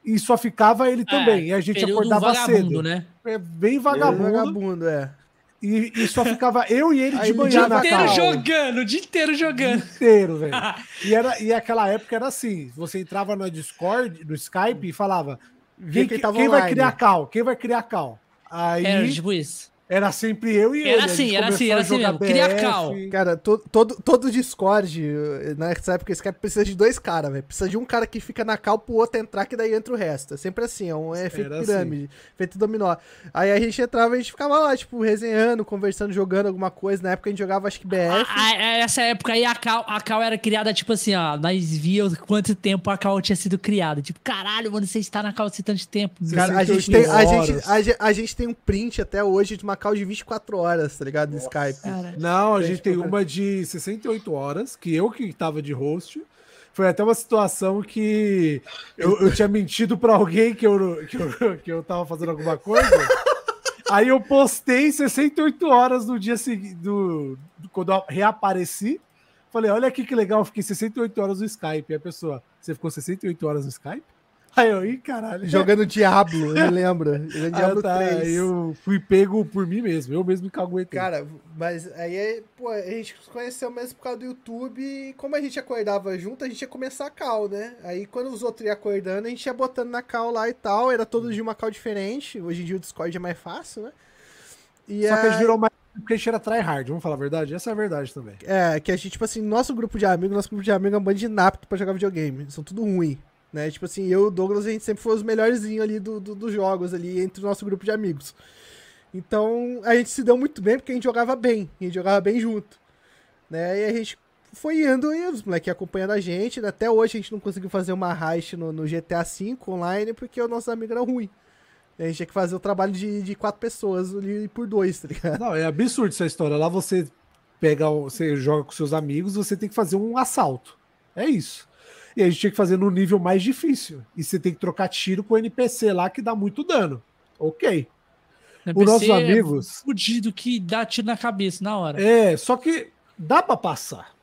e só ficava ele também. E a gente acordava cedo. Né? Bem vagabundo. E só ficava eu e ele de manhã na cal. O dia inteiro jogando. O dia inteiro, velho. E aquela época era assim, você entrava no Discord, no Skype e falava quem vai criar cal? Quem vai criar cal? Aí era tipo isso. Era sempre eu e ele. Era assim mesmo. Cria cal. Cara, todo Discord, nessa época, Skype precisa de 2 caras, velho. Precisa de um cara que fica na cal pro outro entrar, que daí entra o resto. É sempre assim, é feito pirâmide, feito dominó. Aí a gente entrava e a gente ficava lá, tipo, resenhando, conversando, jogando alguma coisa. Na época a gente jogava, acho que BF. Essa época aí a cal era criada, tipo assim, ó. Nós víamos quanto tempo a cal tinha sido criada. Tipo, caralho, mano, você está na cal há tanto tempo. Cara, a gente tem um print até hoje de uma cal de 24 horas, tá ligado? No Skype. Cara. Não, a gente tem uma de 68 horas, que eu que tava de host. Foi até uma situação que eu tinha mentido pra alguém que eu tava fazendo alguma coisa. Aí eu postei 68 horas no dia seguinte, quando eu reapareci. Falei, olha aqui que legal, eu fiquei 68 horas no Skype. E a pessoa, você ficou 68 horas no Skype? Aí eu, caralho. Jogando Diablo, eu lembro. Diablo 3. Aí eu fui pego por mim mesmo, eu mesmo me caguetei. Cara, mas aí, pô, a gente se conheceu mesmo por causa do YouTube e como a gente acordava junto, a gente ia começar a call, né? Aí quando os outros iam acordando, a gente ia botando na call lá e tal, era todo dia uma call diferente. Hoje em dia o Discord é mais fácil, né? Só que a gente virou mais porque a gente era tryhard, vamos falar a verdade? Essa é a verdade também. Que a gente, tipo assim, nosso grupo de amigos é um bando de inapto pra jogar videogame. São tudo ruim. Né? Tipo assim, eu e o Douglas, a gente sempre foi os melhorzinhos ali dos jogos ali entre o nosso grupo de amigos. Então, a gente se deu muito bem porque a gente jogava bem junto. Né? E a gente foi indo e os moleques acompanhando a gente. Né? Até hoje a gente não conseguiu fazer uma heist no GTA V online porque o nosso amigo era ruim. A gente tinha que fazer o trabalho de 4 pessoas ali por 2, tá ligado? Não, é absurdo essa história. Lá você você joga com seus amigos, você tem que fazer um assalto. É isso. E a gente tinha que fazer no nível mais difícil. E você tem que trocar tiro com o NPC lá que dá muito dano. Ok. Os nossos amigos. É fudido que dá tiro na cabeça na hora. Só que dá pra passar.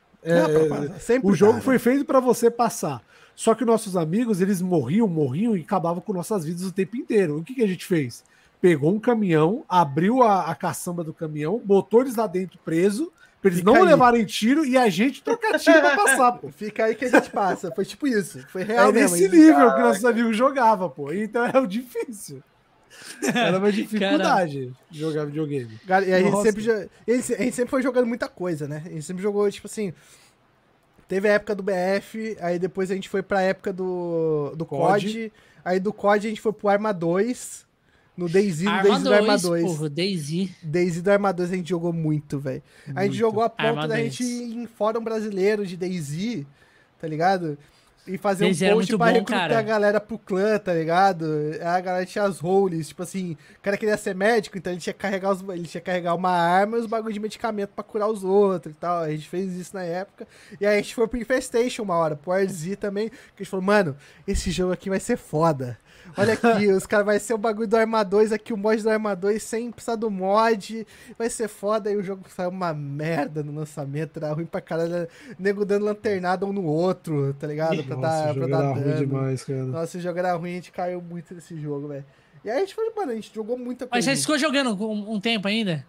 O jogo foi feito pra você passar. Só que nossos amigos, eles morriam e acabavam com nossas vidas o tempo inteiro. O que a gente fez? Pegou um caminhão, abriu a caçamba do caminhão, botou eles lá dentro preso. Pra eles não levarem tiro e a gente trocar tiro pra passar, pô. Fica aí que a gente passa. Foi tipo isso. Foi real mesmo. Nesse nível que nossos amigos jogavam, pô. Então era difícil. Era uma dificuldade jogar videogame. Cara, e a gente sempre foi jogando muita coisa, né? A gente sempre jogou, tipo assim... Teve a época do BF, aí depois a gente foi pra época do COD. Aí do COD a gente foi pro Arma 2... No DayZ do Arma 2. Porra, DayZ do Arma 2 a gente jogou muito, velho. A gente jogou a ponto da gente ir em fórum brasileiro de DayZ, tá ligado? E fazer um post pra recrutar a galera pro clã, tá ligado? A galera tinha as roles, tipo assim, o cara queria ser médico, então ele tinha que carregar uma arma e os bagulho de medicamento pra curar os outros e tal. A gente fez isso na época. E aí a gente foi pro Infestation uma hora, pro RZ também, que a gente falou, mano, esse jogo aqui vai ser foda. Olha aqui, os caras vai ser o bagulho do Arma 2 aqui, o mod do Arma 2 sem precisar do mod, vai ser foda. Aí o jogo saiu uma merda no lançamento, era ruim pra caralho, nego dando lanternada um no outro, tá ligado? Pra dar dano. Ruim demais, cara. Nossa, o jogo era ruim, a gente caiu muito nesse jogo, velho. E aí a gente falou, mano, a gente jogou muita coisa. Mas você ficou jogando um tempo ainda?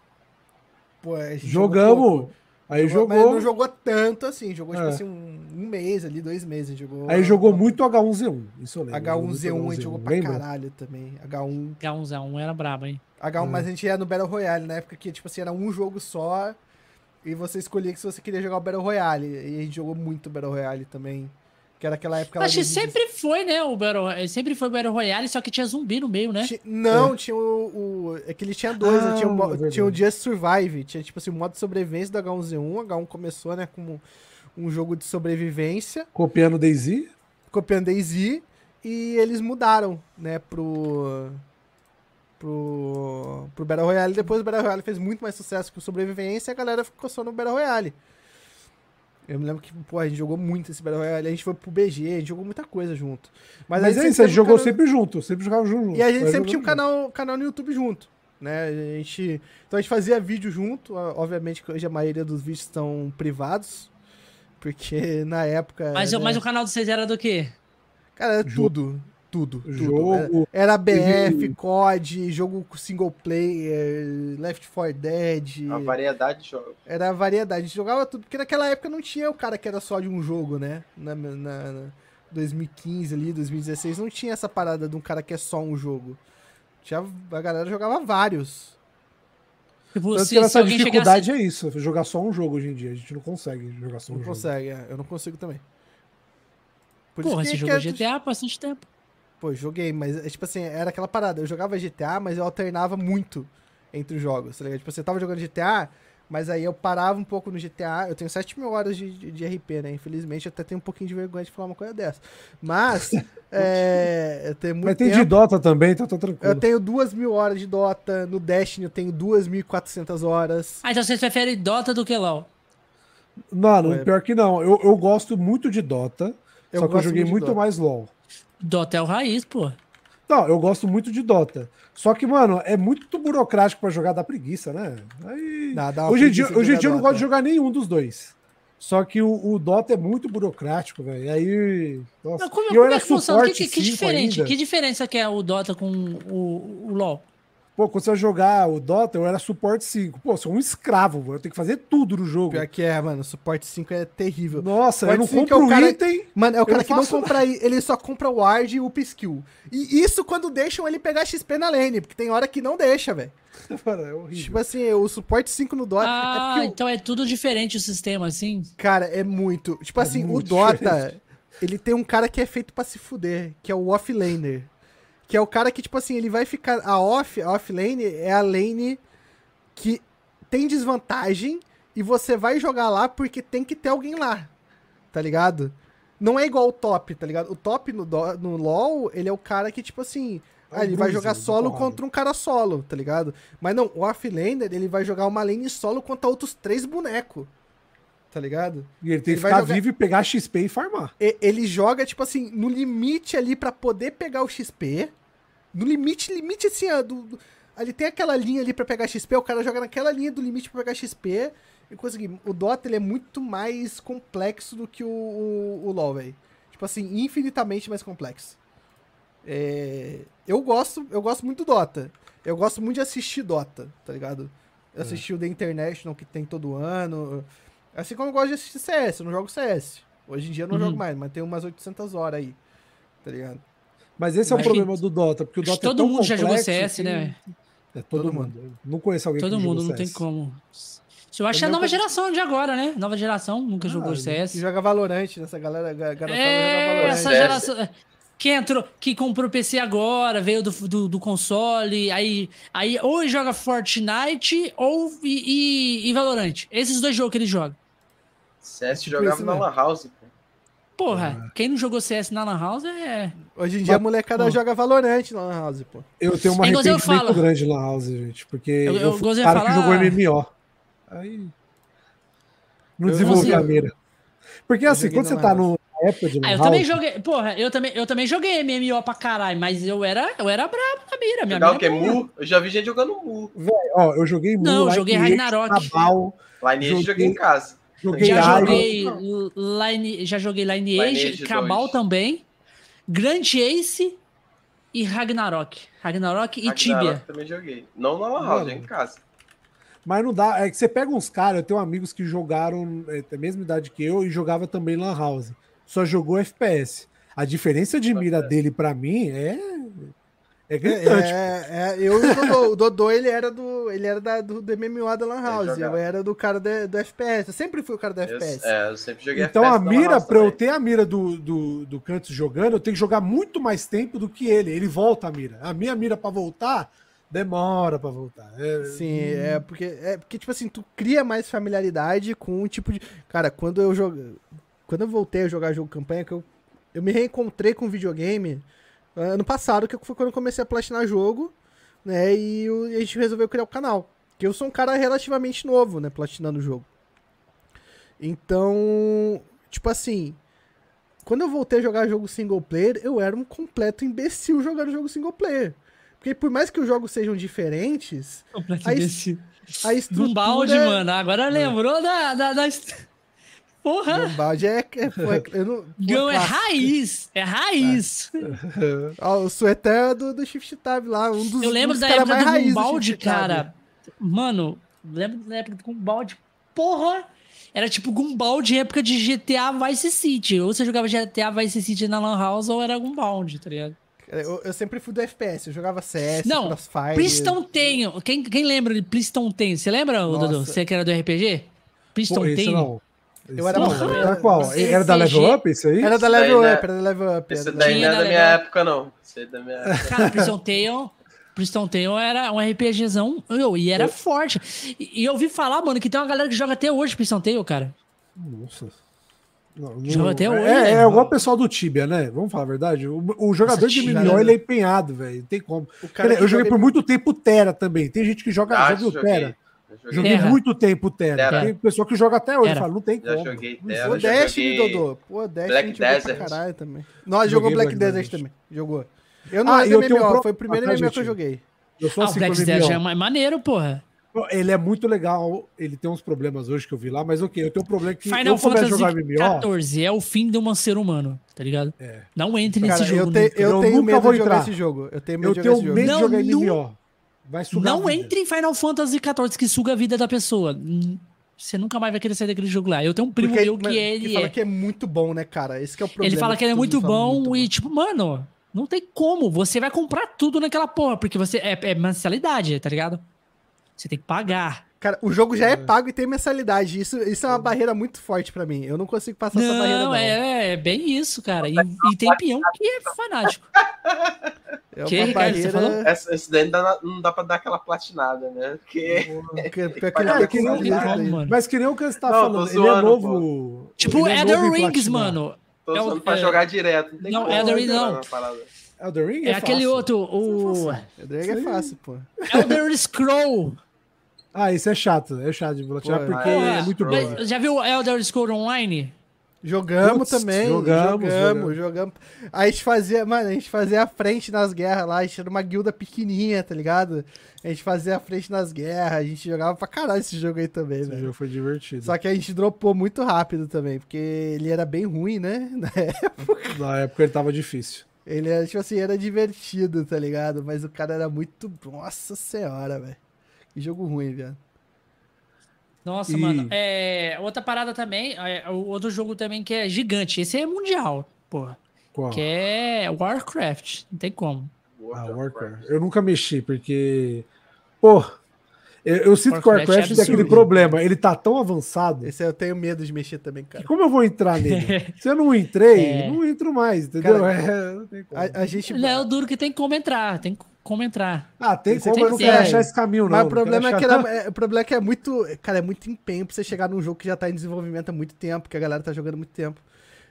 Pô, a gente jogamos. Aí jogou. Mas não jogou tanto assim, jogou tipo assim um mês ali, 2 meses. Jogou, aí jogou muito H1Z1, isso eu lembro. H1Z1 a gente jogou pra caralho também. H1Z1 era brabo, hein? H1, mas a gente ia no Battle Royale, na época que tipo assim, era um jogo só e você escolhia que se você queria jogar o Battle Royale. E a gente jogou muito Battle Royale também. Que era aquela época... Acho que sempre foi, né, o Battle Royale. Sempre foi o Battle Royale, só que tinha zumbi no meio, né? Tinha o... É que ele tinha 2, né? Tinha o Just Survive. Tinha, tipo assim, o modo de sobrevivência do H1Z1. O H1 começou, né, como um jogo de sobrevivência. Copiando DayZ. E eles mudaram, né, pro Battle Royale. Depois o Battle Royale fez muito mais sucesso que o sobrevivência e a galera ficou só no Battle Royale. Eu me lembro que, pô, a gente jogou muito esse Battle Royale, a gente foi pro BG, a gente jogou muita coisa junto. Mas é isso, a gente jogou sempre junto, sempre jogava junto. E a gente sempre tinha um canal no YouTube junto, né? Então a gente fazia vídeo junto, obviamente que hoje a maioria dos vídeos estão privados, porque na época... Mas o canal de vocês era do quê? Cara, era tudo. Tudo. Jogo. Era BF, COD, jogo single player, Left 4 Dead. Uma variedade de jogos. Era a variedade. A gente jogava tudo, porque naquela época não tinha o cara que era só de um jogo, né? Na 2015 ali, 2016, não tinha essa parada de um cara que é só um jogo. A galera jogava vários. Tanto que essa dificuldade é isso, jogar só um jogo hoje em dia. A gente não consegue jogar só um jogo. Não consegue, eu não consigo também. Porra, você jogou GTA há bastante tempo. Pô, joguei, mas, tipo assim, era aquela parada. Eu jogava GTA, mas eu alternava muito entre os jogos, tá ligado? Tipo, você tava jogando GTA, mas aí eu parava um pouco no GTA. Eu tenho 7.000 horas de RP, né? Infelizmente, eu até tenho um pouquinho de vergonha de falar uma coisa dessa. Mas, eu tenho muito tempo. Mas tem de Dota também, tá tranquilo. Eu tenho 2.000 horas de Dota. No Destiny eu tenho 2.400 horas. Ah, então você prefere Dota do que LoL? Não, pior que não. Eu gosto muito de Dota, só que eu joguei muito mais LoL. Dota é o raiz, pô. Não, eu gosto muito de Dota. Só que, mano, é muito burocrático pra jogar, dá preguiça, né? Aí... Hoje em dia eu não gosto de jogar nenhum dos dois. Só que o Dota é muito burocrático, velho. Aí. Nossa. Como é que funciona? Que diferente? Que diferença que é o Dota com o LoL? Pô, quando você vai jogar o Dota, eu era suporte 5. Pô, sou um escravo, mano. Eu tenho que fazer tudo no jogo. Pior que é, mano. Suporte 5 é terrível. Nossa, eu não compro item. Mano, é o cara que não compra item. Ele só compra o ward e o skill. E isso quando deixam ele pegar XP na lane. Porque tem hora que não deixa, velho. É horrível. Tipo assim, o suporte 5 no Dota... Então é tudo diferente o sistema, assim? Cara, é muito... Tipo assim, o Dota, diferente. Ele tem um cara que é feito pra se fuder. Que é o offlaner. Que é o cara que, tipo assim, ele vai ficar... A offlane é a lane que tem desvantagem e você vai jogar lá porque tem que ter alguém lá, tá ligado? Não é igual o top, tá ligado? O top no LoL, ele é o cara que, tipo assim... ele vai jogar solo contra um cara solo, tá ligado? Mas não, o offlaner, ele vai jogar uma lane solo contra outros 3 bonecos. Tá ligado? E ele tem que ficar vivo e pegar XP e farmar. Ele joga, tipo assim, no limite ali pra poder pegar o XP... No limite assim, ali tem aquela linha ali pra pegar XP, o cara joga naquela linha do limite pra pegar XP e conseguir. O Dota, ele é muito mais complexo do que o LoL, velho. Tipo assim, infinitamente mais complexo. Eu gosto muito do Dota. Eu gosto muito de assistir Dota, tá ligado? Eu assisti o The International, que tem todo ano. Assim como eu gosto de assistir CS, eu não jogo CS. Hoje em dia eu não jogo mais, mas tem umas 800 horas aí, tá ligado? Mas esse é o problema do Dota, porque o Dota todo mundo já jogou CS, né? Todo mundo. Não conheço alguém todo que mundo, jogou não CS. tem como. Eu acho que é a nova geração de agora, né? Nova geração, nunca jogou CS. Que joga Valorant, essa galera joga Valorant. Essa geração... Que comprou PC agora, veio do console, aí ou joga Fortnite ou e Valorant. Esses dois jogos que ele joga. CS jogava na Lan House, pô. Porra, quem não jogou CS na Lan House é... Hoje em dia a molecada joga Valorant na Lan House, pô. Eu tenho uma arrependimento grande na Lan House, gente, porque eu fui o cara que jogou MMO. Aí... Não desenvolvi a mira. Porque assim, quando você tá no época de Lan House... eu também joguei... Porra, eu também joguei MMO pra caralho, mas eu era brabo na mira. Minha mira o que? Mu? Eu já vi gente jogando Mu. Velho, ó, eu joguei Mu, não, eu joguei Ragnarok. Lineage joguei em casa. Já joguei Lineage, Cabal também, Grand Ace e Ragnarok e Tibia. Também joguei. Não na Lan House, em casa. Mas não dá, é que você pega uns caras, eu tenho amigos que jogaram a mesma idade que eu e jogava também Lan House. Só jogou FPS. A diferença de mira dele pra mim é gritante. O Dodô, ele era do MMO da Lan House. Eu era do cara do FPS. Eu sempre fui o cara do FPS. Eu sempre joguei então, FPS. Então a mira, pra eu ter a mira do Cantos jogando, eu tenho que jogar muito mais tempo do que ele. Ele volta a mira. A minha mira pra voltar demora pra voltar. Sim, porque, tipo assim, tu cria mais familiaridade com um tipo de... Cara, quando eu voltei a jogar jogo campanha, que eu me reencontrei com videogame... Ano passado, que foi quando eu comecei a platinar jogo, né, e a gente resolveu criar o canal. Que eu sou um cara relativamente novo, né, platinando o jogo. Então, tipo assim, quando eu voltei a jogar jogo single player, eu era um completo imbecil jogando jogo single player. Porque por mais que os jogos sejam diferentes, a estrutura... Um balde, mano, agora lembrou da... Porra! Gunbound é raiz! É raiz! O Sueté é do Shift Tab lá, um dos Eu lembro da época do Gunbound, cara. Mano, lembro da época do Gunbound. Porra! Era tipo Gunbound em época de GTA Vice City. Ou você jogava GTA Vice City na Lan House ou era Gunbound, tá ligado? Eu sempre fui do FPS, eu jogava CS, Não, Crossfire... Priston Tenho. Quem lembra de Priston Tenho? Você lembra, Dudu? Você que era do RPG? Priston Tenho. Eu era Era qual? Era da Level Up isso aí? Era da Level Up, Esse daí não é da minha época, não. Esse é da minha época. Cara, Priston Tenho era um RPGzão e era forte. E eu ouvi falar, mano, que tem uma galera que joga até hoje Priston Tenho, cara. Nossa. Joga até hoje. É igual o pessoal do Tibia, né? Vamos falar a verdade. O jogador de MMO, ele é empenhado, velho. Não tem como. Eu joguei por muito tempo Terra também. Tem gente que joga o Terra. Joguei muito tempo Terra. Tem pessoa que joga até hoje. Fala, não tem como. Já joguei Terra. O Destiny, Dodô. Pô, Destiny Black pra caralho também. Nós jogou Black Desert também. Jogou. Eu não era MMO, foi o primeiro MMO que eu joguei. Eu sou assim, o Black Desert é maneiro, porra. Ele é muito legal, ele tem uns problemas hoje que eu vi lá, mas ok, eu tenho um problema que Final Fantasy XIV é o fim de um ser humano, tá ligado? Não entre nesse jogo. Eu tenho medo de jogar esse jogo. Eu tenho medo de jogar MMO. Vai sugar não entre em Final Fantasy XIV que suga a vida da pessoa. Você nunca mais vai querer sair daquele jogo lá. Eu tenho um primo meu que ele fala que é muito bom, né, cara? Esse que é o problema. Ele fala que ele é muito bom e, tipo, mano, não tem como. Você vai comprar tudo naquela porra, porque você é mensalidade, tá ligado? Você tem que pagar. Cara, o jogo já é pago e tem mensalidade. Isso é uma barreira muito forte pra mim. Eu não consigo passar essa barreira, não. É bem isso, cara. E tem peão que é fanático. Uma Ricardo, você falou? Esse daí não dá pra dar aquela platinada, né? Mas que nem o que você tá falando. Ele é novo. Tipo, Elden Rings, mano. Tô usando pra jogar direto. Não, Elden Ring não. Elden Ring é aquele outro. Elden Ring é fácil, pô. Elder Scroll. Isso é chato de platinar porque é muito bom. Já viu Elder Scrolls Online? Jogamos também. Jogamos. A gente fazia a frente nas guerras lá, a gente era uma guilda pequenininha, tá ligado? A gente fazia a frente nas guerras, a gente jogava pra caralho esse jogo aí também, velho. Esse jogo foi divertido. Só que a gente dropou muito rápido também, porque ele era bem ruim, né? Na época ele tava difícil. Ele era, tipo assim, era divertido, tá ligado? Mas o cara era muito... Nossa senhora, velho. Que jogo ruim, velho. Nossa, mano. Outra parada também, outro jogo também que é gigante. Esse é mundial, porra. Qual? Que é Warcraft. Não tem como. Warcraft. Eu nunca mexi, porque... Pô, eu sinto que o Warcraft tem aquele problema. Ele tá tão avançado. Esse eu tenho medo de mexer também, cara. Como eu vou entrar nele? Se eu não entrei, não entro mais, entendeu? Cara, não tem como. A gente... Não, é o duro que tem como entrar. Tem como entrar. Tem como, eu não quero achar esse caminho, não. Mas o problema é que é muito... Cara, é muito empenho pra você chegar num jogo que já tá em desenvolvimento há muito tempo, que a galera tá jogando há muito tempo.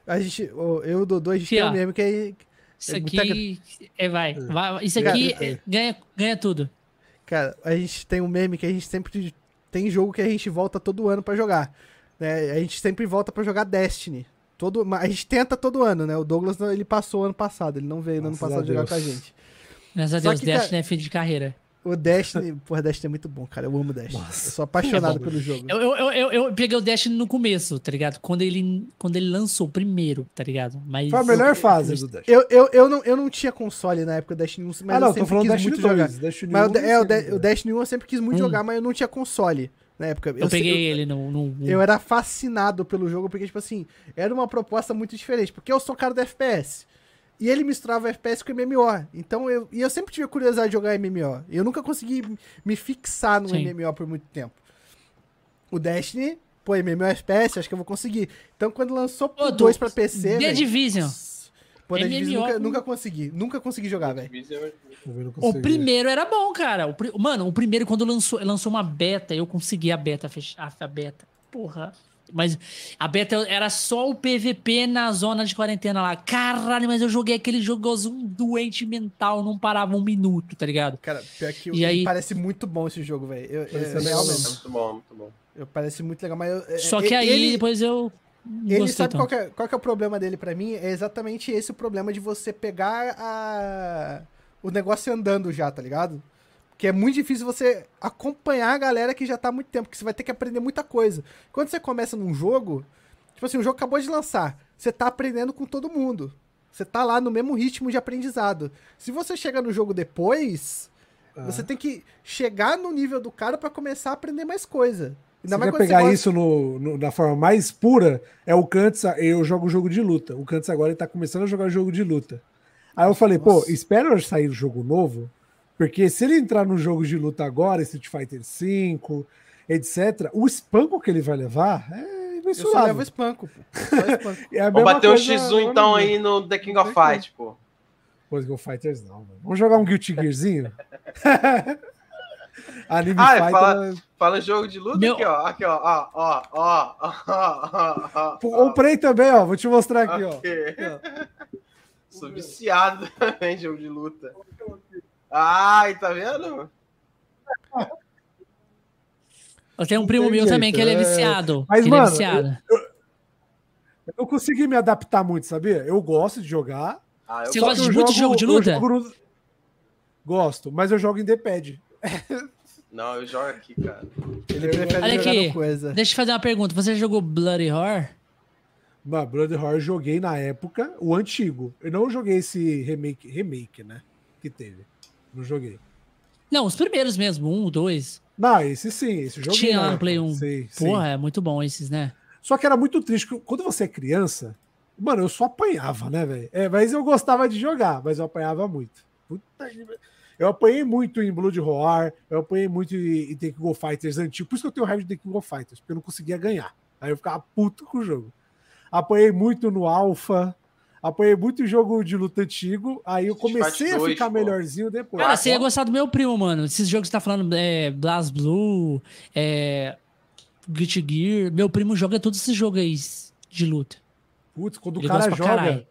Eu e o Dodô, a gente tem um meme que é... Isso aqui... vai. Isso aqui ganha tudo. Cara, a gente tem um meme que a gente sempre... Tem jogo que a gente volta todo ano pra jogar. Né? A gente sempre volta pra jogar Destiny. A gente tenta todo ano, né? O Douglas, ele passou ano passado. Ele não veio no ano passado jogar com a gente. Graças a Deus, Destiny é fim de carreira. O Destiny, Destiny é muito bom, cara. Eu amo Destiny. Nossa, eu sou apaixonado pelo jogo. Eu peguei o Destiny no começo, tá ligado? Quando ele lançou primeiro, tá ligado? Mas foi a melhor fase do Destiny. Eu não tinha console na época do Destiny 1, mas eu sempre quis muito jogar. O Destiny 1 eu sempre quis muito jogar, mas eu não tinha console na época. Eu peguei ele no... Eu era fascinado pelo jogo, porque, tipo assim, era uma proposta muito diferente. Porque eu sou cara do FPS. E ele misturava FPS com MMO. Então, eu sempre tive curiosidade de jogar MMO. E eu nunca consegui me fixar no MMO por muito tempo. O Destiny, MMO FPS, acho que eu vou conseguir. Então, quando lançou o 2 pra PC... The Division. The Division nunca consegui. Nunca consegui jogar, velho. O primeiro era bom, cara. Mano, o primeiro, quando lançou uma beta, eu consegui a beta, fechar a beta. Porra... Mas a beta era só o PVP na zona de quarentena lá. Caralho, mas eu joguei aquele jogozinho doente mental, não parava um minuto, tá ligado? Cara, pior que aí... parece muito bom esse jogo, velho. Realmente. Muito bom. Parece muito legal, mas... Só que aí depois eu... Ele sabe qual que é o problema dele pra mim? É exatamente esse o problema de você pegar o negócio andando já, tá ligado? Que é muito difícil você acompanhar a galera que já tá há muito tempo, que você vai ter que aprender muita coisa. Quando você começa num jogo, Tipo assim, o jogo acabou de lançar. Você tá aprendendo com todo mundo. Você tá lá no mesmo ritmo de aprendizado. Se você chega no jogo depois, você tem que chegar no nível do cara pra começar a aprender mais coisa. Ainda mais quando pegar isso da forma mais pura, é o Kantz, eu jogo jogo de luta. O Kantz agora ele tá começando a jogar jogo de luta. Aí eu falei, pô, espera sair o jogo novo, porque se ele entrar no jogo de luta agora, Street Fighter V, etc., o espanco que ele vai levar é imensurável. Eu só levo espanco, pô. Vamos bater um X1 então aí no The King of Fight, pô. Pô, King of Fighters não, mano. Vamos jogar um Guilty Gearzinho? Anime Fighter... Fala jogo de luta aqui, ó. Comprei também, ó. Vou te mostrar aqui, ó. Sou viciado também em jogo de luta. Ai, tá vendo? Eu tenho um primo meu também que ele é viciado. Mas, ele mano, é viciado. Eu não consegui me adaptar muito, sabia? Eu gosto de jogar. Você gosta de muito jogo de luta? Gosto, mas eu jogo em D-pad. Não, eu jogo aqui, cara. Ele prefere Olha jogar aqui, no coisa. Deixa eu fazer uma pergunta. Você jogou Bloody Horror? Não, Bloody Horror eu joguei na época, o antigo. Eu não joguei esse remake, né? Que teve. Não joguei. Não, os primeiros mesmo, 1, 2. Não, esse sim, esse joguei. Tinha lá no Play 1. Sim. Porra, é muito bom esses, né? Só que era muito triste, quando você é criança, mano, eu só apanhava, né, velho? Mas eu gostava de jogar, mas eu apanhava muito. Eu apanhei muito em Blood Horror, eu apanhei muito em The King of Fighters antigo, por isso que eu tenho raiva de The King of Fighters, porque eu não conseguia ganhar. Aí eu ficava puto com o jogo. Apanhei muito no Alpha, apanhei muito em jogo de luta antigo, aí eu comecei a ficar melhorzinho depois. Cara, você ia gostar do meu primo, mano. Esses jogos que você tá falando, BlazBlue, Guilty Gear, meu primo joga todos esses jogos aí de luta. Putz, quando o cara joga,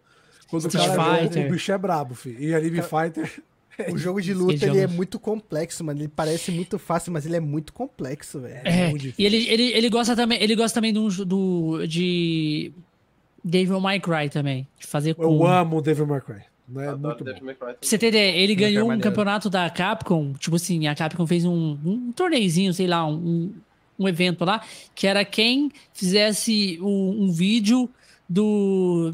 o bicho é brabo, filho. E Anime Fighter... O jogo de luta, ele é muito complexo, mano. Ele parece muito fácil, mas ele é muito complexo, velho. E ele gosta também de Devil May Cry também. De fazer Eu amo Devil May Cry. Não é muito bom. Pra você ter ideia, ele ganhou um campeonato da Capcom. Tipo assim, a Capcom fez um torneizinho, sei lá, um evento lá, que era quem fizesse um vídeo do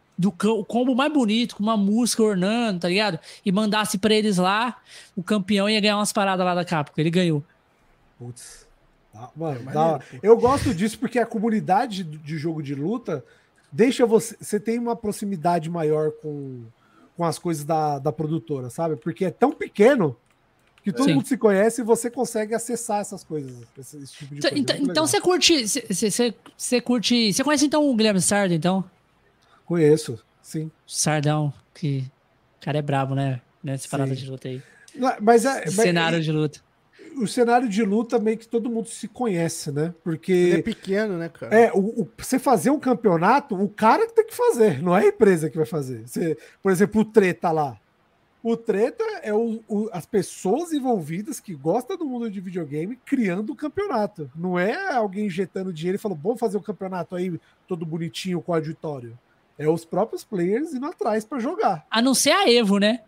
combo mais bonito, com uma música ornando, tá ligado? E mandasse pra eles lá, o campeão ia ganhar umas paradas lá da Capcom. Ele ganhou. Putz. Mano, eu gosto disso porque a comunidade de jogo de luta deixa você tem uma proximidade maior com as coisas da produtora, sabe? Porque é tão pequeno que todo mundo se conhece e você consegue acessar essas coisas, esse tipo de coisa. Então você curte... Você curte... Você conhece então o Guilherme Sardo, então? Conheço, sim. Sardão, que o cara é brabo, né? Nessa parada de luta aí. Cenário de luta. O cenário de luta meio que todo mundo se conhece, né? Porque... Ele é pequeno, né, cara? Você fazer um campeonato, o cara que tem que fazer, não é a empresa que vai fazer. Por exemplo, o Treta lá. O Treta é as pessoas envolvidas que gostam do mundo de videogame criando o campeonato. Não é alguém injetando dinheiro e falando, vamos fazer um campeonato aí todo bonitinho com auditório. É os próprios players indo atrás pra jogar. A não ser a Evo, né?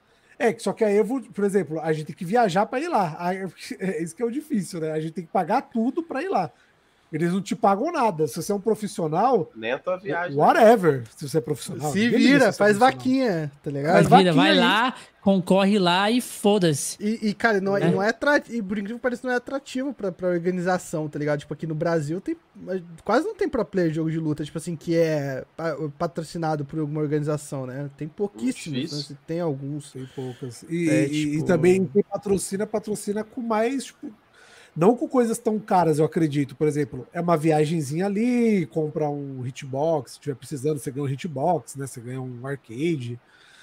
Só que a Evo, por exemplo, a gente tem que viajar pra ir lá. Isso que é o difícil, né? A gente tem que pagar tudo pra ir lá. Eles não te pagam nada. Se você é um profissional... Nem a tua viagem. Whatever. Se você é profissional. Se vira, faz vaquinha, tá ligado? Vai lá, concorre lá e foda-se. E cara, não é atrativo. E por incrível que pareça, não é atrativo pra organização, tá ligado? Tipo, aqui no Brasil quase não tem pro player de jogo de luta, tipo assim, que é patrocinado por alguma organização, né? Tem pouquíssimos, né? Tem alguns. Tem poucas. E também quem patrocina com mais, tipo... Não com coisas tão caras, eu acredito. Por exemplo, é uma viagenzinha ali, compra um hitbox, se estiver precisando, você ganha um hitbox, né? Você ganha um arcade.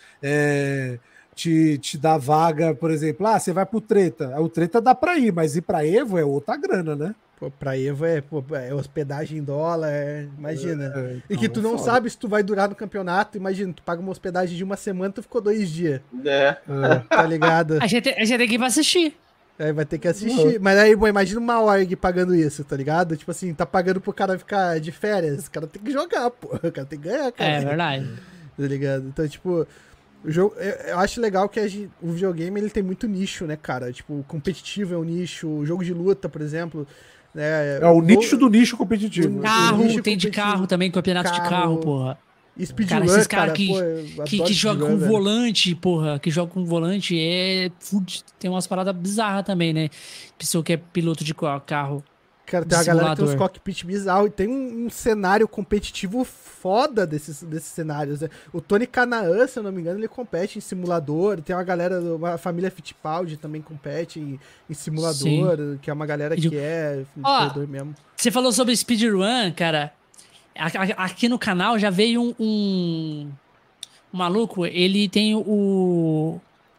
Te dá vaga, por exemplo, você vai pro Treta. O Treta dá pra ir, mas ir pra Evo é outra grana, né? Pô, pra Evo é hospedagem em dólar, imagina. E que tu não sabe se tu vai durar no campeonato, imagina, tu paga uma hospedagem de uma semana, tu ficou 2 dias. Tá ligado? A gente tem que ir pra assistir. Vai ter que assistir. Mas aí, imagina uma org pagando isso, tá ligado? Tipo assim, tá pagando pro cara ficar de férias. O cara tem que jogar, pô. O cara tem que ganhar, cara. É verdade. Tá ligado? Então, tipo, o jogo... Eu acho legal que o videogame, ele tem muito nicho, né, cara? Tipo, o competitivo é um nicho. O jogo de luta, por exemplo, É o nicho do nicho competitivo. Carro, tem de carro também, campeonato de carro, porra. Speedrun, esses caras que jogam com volante, porra, que jogam com volante, tem umas paradas bizarras também, né? Pessoa que é piloto de carro. Cara, tem uma galera que tem uns cockpit bizarros e tem um cenário competitivo foda desses cenários, né? O Tony Canaan, se eu não me engano, ele compete em simulador. Tem uma galera, uma família Fittipaldi também compete em simulador, sim, que é uma galera que é simulador mesmo. Você falou sobre speedrun, cara. Aqui no canal já veio um maluco, ele tem o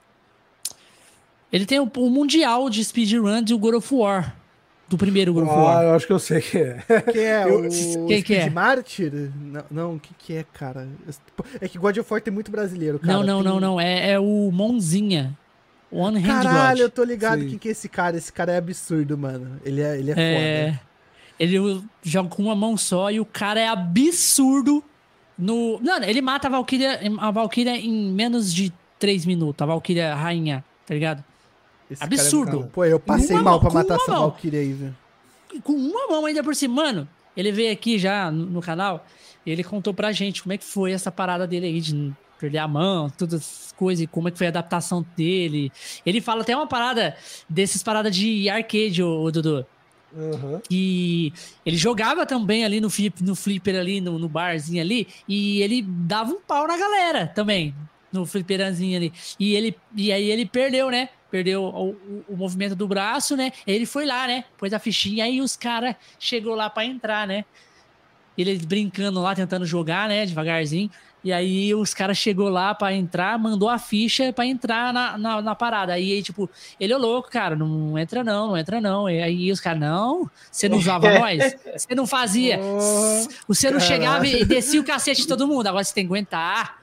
mundial de speedrun do God of War, do primeiro God of War. Eu acho que eu sei que é. Que é o Speed Martyr? Não, o que é, cara? É que God of War tem muito brasileiro, cara. Não, é o Monzinha. One Hand God. Caralho, eu tô ligado quem que é esse cara. Esse cara é absurdo, mano. Ele é foda. Ele joga com uma mão só e o cara é absurdo no... Não, ele mata a Valkyria em menos de 3 minutos. A Valkyria rainha, tá ligado? Esse absurdo. Pô, eu passei mal pra matar essa Valkyria aí, velho. Com uma mão ainda por cima. Mano, ele veio aqui já no canal e ele contou pra gente como é que foi essa parada dele aí de perder a mão, todas as coisas, e como é que foi a adaptação dele. Ele fala até uma parada paradas de arcade, o Dudu. Uhum. E ele jogava também ali no flipper ali, no barzinho ali, e ele dava um pau na galera também, no flipperanzinho ali. E aí ele perdeu, né? Perdeu o movimento do braço, né? Ele foi lá, né? Pôs a fichinha, aí os caras chegou lá pra entrar, né? Ele brincando lá, tentando jogar, né? Devagarzinho. E aí os caras chegou lá pra entrar, mandou a ficha pra entrar na parada. Aí, tipo, ele é louco, cara, não entra não. E aí os caras, não, você não usava nós? Você não fazia? Você não chegava e descia o cacete de todo mundo. Agora você tem que aguentar.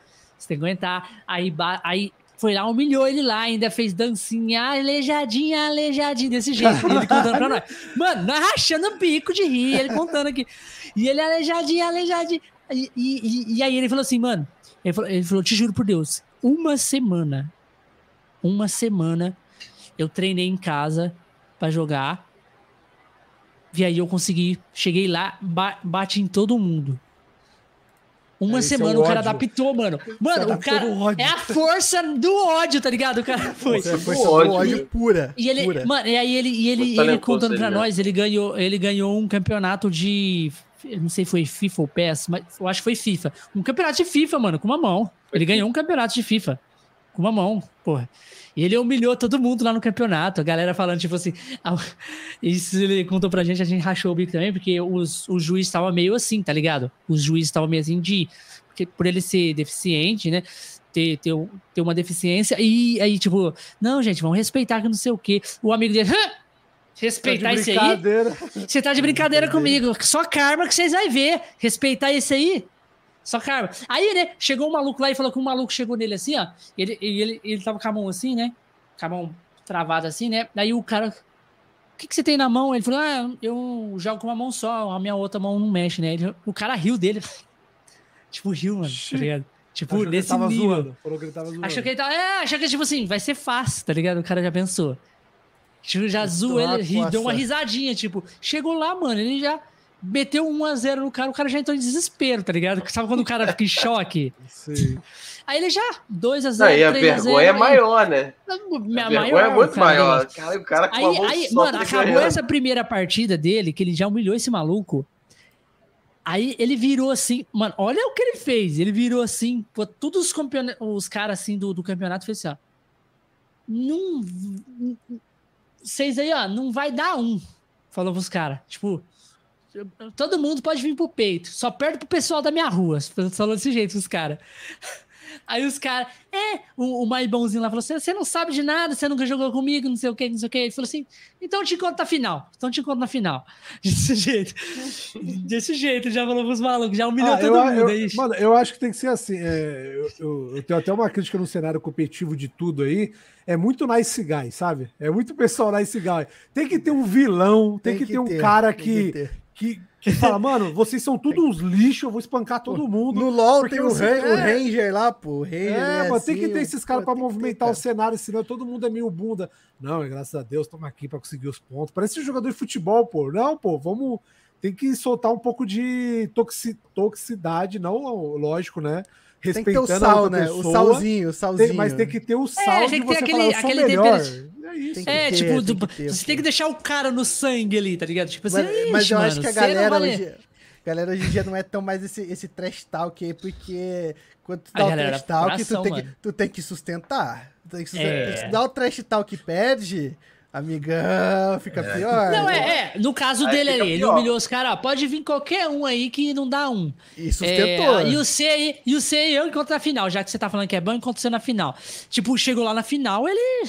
Aí foi lá, humilhou ele lá, ainda fez dancinha, aleijadinha, desse jeito. Ele contando pra nós. Mano, nós rachando o bico de rir, ele contando aqui. E ele aleijadinho. E aí ele falou assim, mano, ele falou, te juro por Deus, uma semana eu treinei em casa pra jogar, e aí eu consegui, cheguei lá, bati em todo mundo. Uma semana o cara adaptou, mano. Mano, o cara é a força do ódio, tá ligado? O cara foi. É a força do ódio pura. E ele, pura. Mano, e aí ele contando pra nós, ele ganhou um campeonato de... Eu não sei se foi FIFA ou PES, mas eu acho que foi FIFA. Um campeonato de FIFA, mano, com uma mão. Ele ganhou um campeonato de FIFA com uma mão, porra. E ele humilhou todo mundo lá no campeonato. A galera falando, tipo assim... Isso ele contou pra gente, a gente rachou o bico também, porque os juízes estavam meio assim, tá ligado? Os juízes estavam meio assim porque por ele ser deficiente, né? Ter uma deficiência. E aí, tipo... Não, gente, vamos respeitar que não sei o quê. O amigo dele... Respeitar isso aí? Você tá de brincadeira comigo. Só karma que vocês vão ver. Respeitar isso aí? Só karma. Aí, né, chegou um maluco lá e falou que um maluco chegou nele assim, ó. Ele tava com a mão assim, né? Com a mão travada assim, né? Aí o cara... O que você tem na mão? Ele falou, eu jogo com uma mão só. A minha outra mão não mexe, né? O cara riu dele. Tipo, riu, mano. Tá ligado? Tipo, achou nesse nível. Falou que ele tava zoando. Achou que, tipo assim, vai ser fácil, tá ligado? O cara já pensou. Já zoou ele, deu uma risadinha, tipo, chegou lá, mano, ele já meteu 1-0 no cara, o cara já entrou em desespero, tá ligado? Sabe quando o cara fica em choque? Sim. Aí ele já, 2-0, 3-0. Aí a vergonha é maior, né? A vergonha é muito maior. Cara, o cara com a mão aí mano, acabou essa primeira partida dele, que ele já humilhou esse maluco. Aí ele virou assim, mano, olha o que ele fez. Ele virou assim, pô, todos os caras assim do campeonato fez assim, ó. Vocês aí, ó, não vai dar falou pros caras. Tipo, todo mundo pode vir pro peito. Só perde pro pessoal da minha rua. Falou desse jeito os caras. Aí os caras... o mais bonzinho lá falou assim, você não sabe de nada, você nunca jogou comigo, não sei o que. Ele falou assim, então eu te encontro na final. Desse jeito, já falou pros malucos, já humilhou todo mundo. Mano, eu acho que tem que ser assim. Eu tenho até uma crítica no cenário competitivo de tudo aí. É muito nice guy, sabe? É muito pessoal nice guy. Tem que ter um vilão, tem que ter um cara que que fala, mano, vocês são tudo uns lixos, eu vou espancar todo mundo. No LoL tem o Ranger lá, pô. O Ranger mas tem que ter esses caras pra movimentar o cenário, senão todo mundo é meio bunda. Não, graças a Deus, estamos aqui pra conseguir os pontos. Parece um jogador de futebol, pô. Não, pô, vamos... Tem que soltar um pouco de toxicidade, não, lógico, né? Respeitando tem que ter o sal, né? Pessoa, o salzinho. Mas tem que ter o sal de você falar, eu sou melhor. É isso. Você tem que deixar o cara no sangue ali, tá ligado? Tipo assim, mas eu acho que a galera hoje em dia não é tão mais esse trash talk aí, porque quando tu dá o trash talk, tu tem que sustentar. Se dá o trash talk que perde... Amigão, fica pior. Não, no caso dele ali, ele humilhou os caras, pode vir qualquer um aí que não dá um. E sustentou. E o C e eu encontro na final, já que você tá falando que é bom, encontro você na final. Tipo, chegou lá na final, ele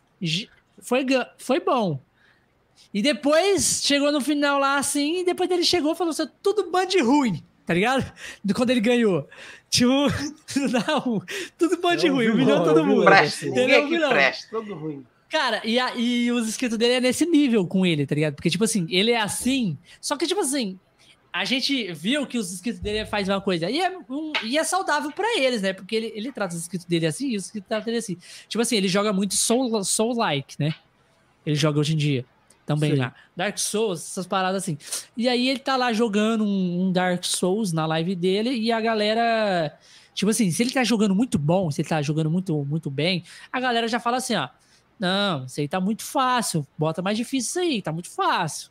foi bom. E depois, chegou no final lá assim, e depois ele chegou e falou assim, tudo band ruim, tá ligado? Quando ele ganhou. Tipo, não, tudo band ruim, humilhou todo mundo. Presta, tudo ruim. Cara, e os inscritos dele é nesse nível com ele, tá ligado? Porque, tipo assim, ele é assim, só que, tipo assim, a gente viu que os inscritos dele fazem uma coisa, e é saudável pra eles, né? Porque ele trata os inscritos dele assim, e os inscritos tratam ele assim. Tipo assim, ele joga muito Soul-like, né? Ele joga hoje em dia, também lá. Dark Souls, essas paradas assim. E aí ele tá lá jogando um Dark Souls na live dele, e a galera... Tipo assim, se ele tá jogando muito bom, se ele tá jogando muito, muito bem, a galera já fala assim, ó, não, isso aí tá muito fácil. Bota mais difícil isso aí, tá muito fácil.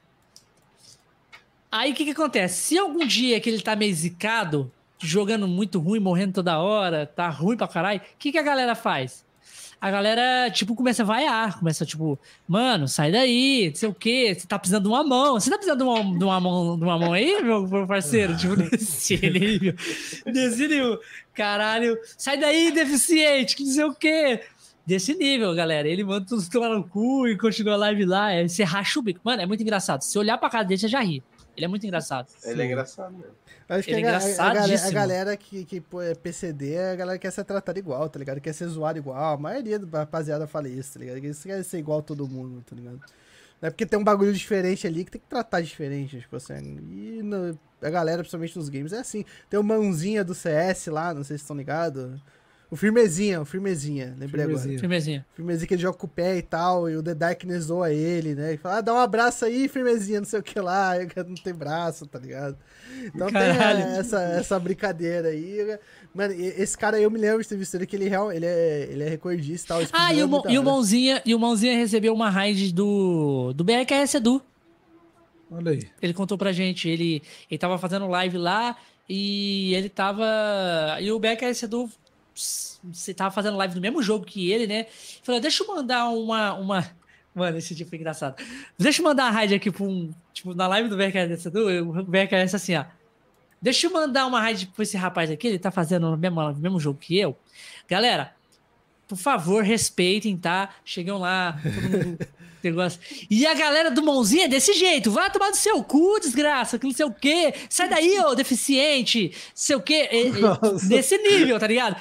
Aí o que acontece? Se algum dia que ele tá meio zicado, jogando muito ruim, morrendo toda hora, tá ruim pra caralho, o que a galera faz? A galera, tipo, começa a vaiar. Começa, tipo, mano, sai daí, não sei o quê. Você tá precisando de uma mão. Você tá precisando de uma mão aí, meu parceiro? Tipo, nesse nível. Nesse nível. Caralho, sai daí, deficiente, que não sei o quê. Desse nível, galera. Ele manda tudo tomar no cu e continua a live lá. Você racha o bico. Mano, é muito engraçado. Se olhar pra cara dele, você já ri. Ele é muito engraçado. Ele é engraçado mesmo. Acho que a galera que é PCD, a galera quer ser tratada igual, tá ligado? Quer ser zoado igual. A maioria da rapaziada fala isso, tá ligado? Eles querem ser igual a todo mundo, tá ligado? Não é porque tem um bagulho diferente ali que tem que tratar diferente, tipo assim. E a galera, principalmente nos games, é assim. Tem o Mãozinha do CS lá, não sei se estão ligados. O Firmezinha, lembrei agora. Firmezinha que ele joga com o pé e tal, e o The Darkness zoa ele, né? E fala, dá um abraço aí, Firmezinha, não sei o que lá, não tem braço, tá ligado? Então Caralho. Tem essa brincadeira aí. Mano, esse cara aí, eu me lembro de ter visto ele, que ele é recordista e tal. E o Mãozinha recebeu uma raid do BRKS Edu. Olha aí. Ele contou pra gente, ele tava fazendo live lá, e ele tava... E o BRKS Edu... Você tava fazendo live do mesmo jogo que ele, né? Falei, deixa eu mandar uma... Mano, esse tipo foi engraçado. Deixa eu mandar a raid aqui pra tipo, na live do BRKS, o BRKS assim, ó. Deixa eu mandar uma raid pra esse rapaz aqui, ele tá fazendo o mesmo jogo que eu. Galera, por favor, respeitem, tá? Chegam lá, todo mundo... negócio. E a galera do Mãozinha é desse jeito. Vai tomar do seu cu, desgraça, que não sei o quê. Sai daí, ô deficiente. Sei o quê. Nesse nível, tá ligado?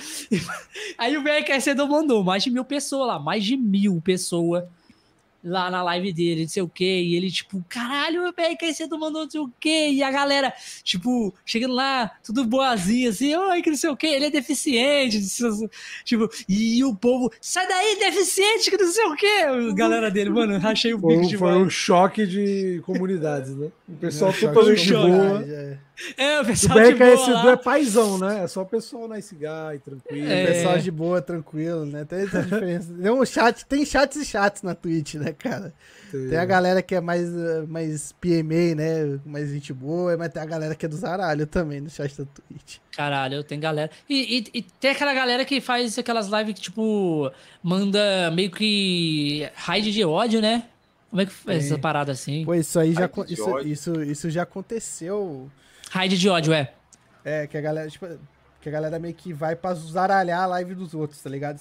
Aí o BRKS mandou mais de 1.000 pessoas lá. Mais de 1.000 pessoas lá na live dele, não sei o quê. E ele, tipo, caralho, o BRKS mandou não sei o quê. E a galera, tipo, chegando lá, tudo boazinho, assim, oi, que não sei o quê. Ele é deficiente. Tipo, e o povo, sai daí, deficiente, que não sei o quê. A galera dele, mano, rachei o bico demais. Foi um choque de comunidades, né? O pessoal totalmente de boa. O pessoal de boa é paizão, né? É só o pessoal nice guy, tranquilo. O pessoal de boa, tranquilo, né? Tem essa diferença. Tem chats e chats na Twitch, né, cara? Tem a galera que é mais PMA, né? Mais gente boa, mas tem a galera que é do zaralho também no chat da Twitch. Caralho, tem galera. E tem aquela galera que faz aquelas lives que, tipo, manda meio que raid de ódio, né? Como é que faz essa parada assim? Pô, isso aí isso já aconteceu. Raid de ódio, que a galera, tipo, que a galera meio que vai pra zaralhar a live dos outros, tá ligado?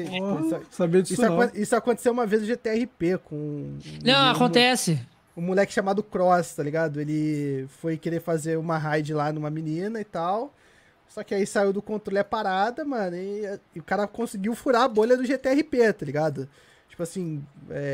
Isso aconteceu uma vez no GTRP com... Não, acontece. Um moleque chamado Cross, tá ligado? Ele foi querer fazer uma raid lá numa menina e tal. Só que aí saiu do controle a parada, mano, e o cara conseguiu furar a bolha do GTRP, tá ligado? Tipo assim,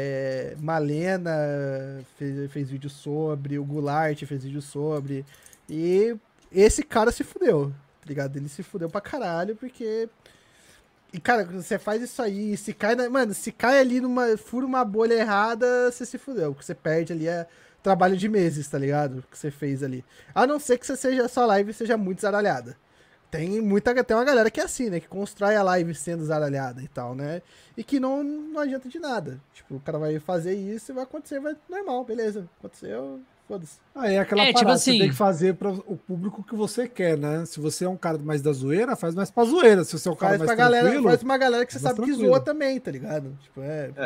Malena fez vídeo sobre, o Goulart fez vídeo sobre. E esse cara se fudeu, tá ligado? Ele se fudeu pra caralho, porque... E, cara, você faz isso aí, se cai mano, se cai ali fura uma bolha errada, você se fudeu. Porque você perde ali trabalho de meses, tá ligado? Que você fez ali. A não ser que sua live seja muito zaralhada. Tem uma galera que é assim, né? Que constrói a live sendo zaralhada e tal, né? E que não adianta de nada. Tipo, o cara vai fazer isso e vai acontecer, vai normal, beleza. Aconteceu, foda-se. É aquela parada, tipo assim, você tem que fazer para o público que você quer, né? Se você é um cara mais da zoeira, faz mais pra zoeira. Se você é um cara mais tranquilo... Faz uma galera que você sabe que zoa também, tá ligado? Tipo,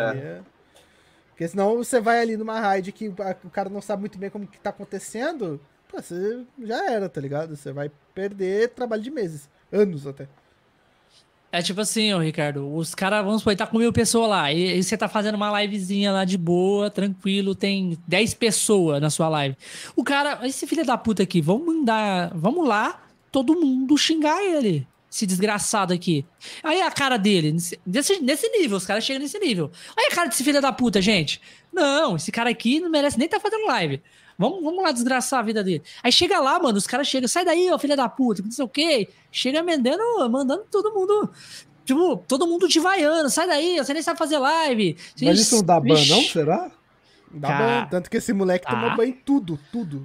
porque senão você vai ali numa raid que o cara não sabe muito bem como que tá acontecendo... Você já era, tá ligado? Você vai perder trabalho de meses. Anos até. É tipo assim, ô Ricardo, os caras, vamos supor, tá com 1000 pessoas lá, e você tá fazendo uma livezinha lá de boa, tranquilo, tem 10 pessoas na sua live. O cara, esse filho da puta aqui, vamos lá, todo mundo xingar ele, esse desgraçado aqui. Aí a cara dele, nesse nível, os caras chegam nesse nível. Aí a cara desse filho da puta, gente. Não, esse cara aqui não merece nem tá fazendo live. Vamos lá desgraçar a vida dele. Aí chega lá, mano, os caras chegam, sai daí, ó, filha da puta, não sei o quê. Chega mandando todo mundo, tipo, todo mundo de vaiano, sai daí, você nem sabe fazer live. Mas isso não dá ban, não? Será? Dá ban, tanto que esse moleque tomou ban em tudo.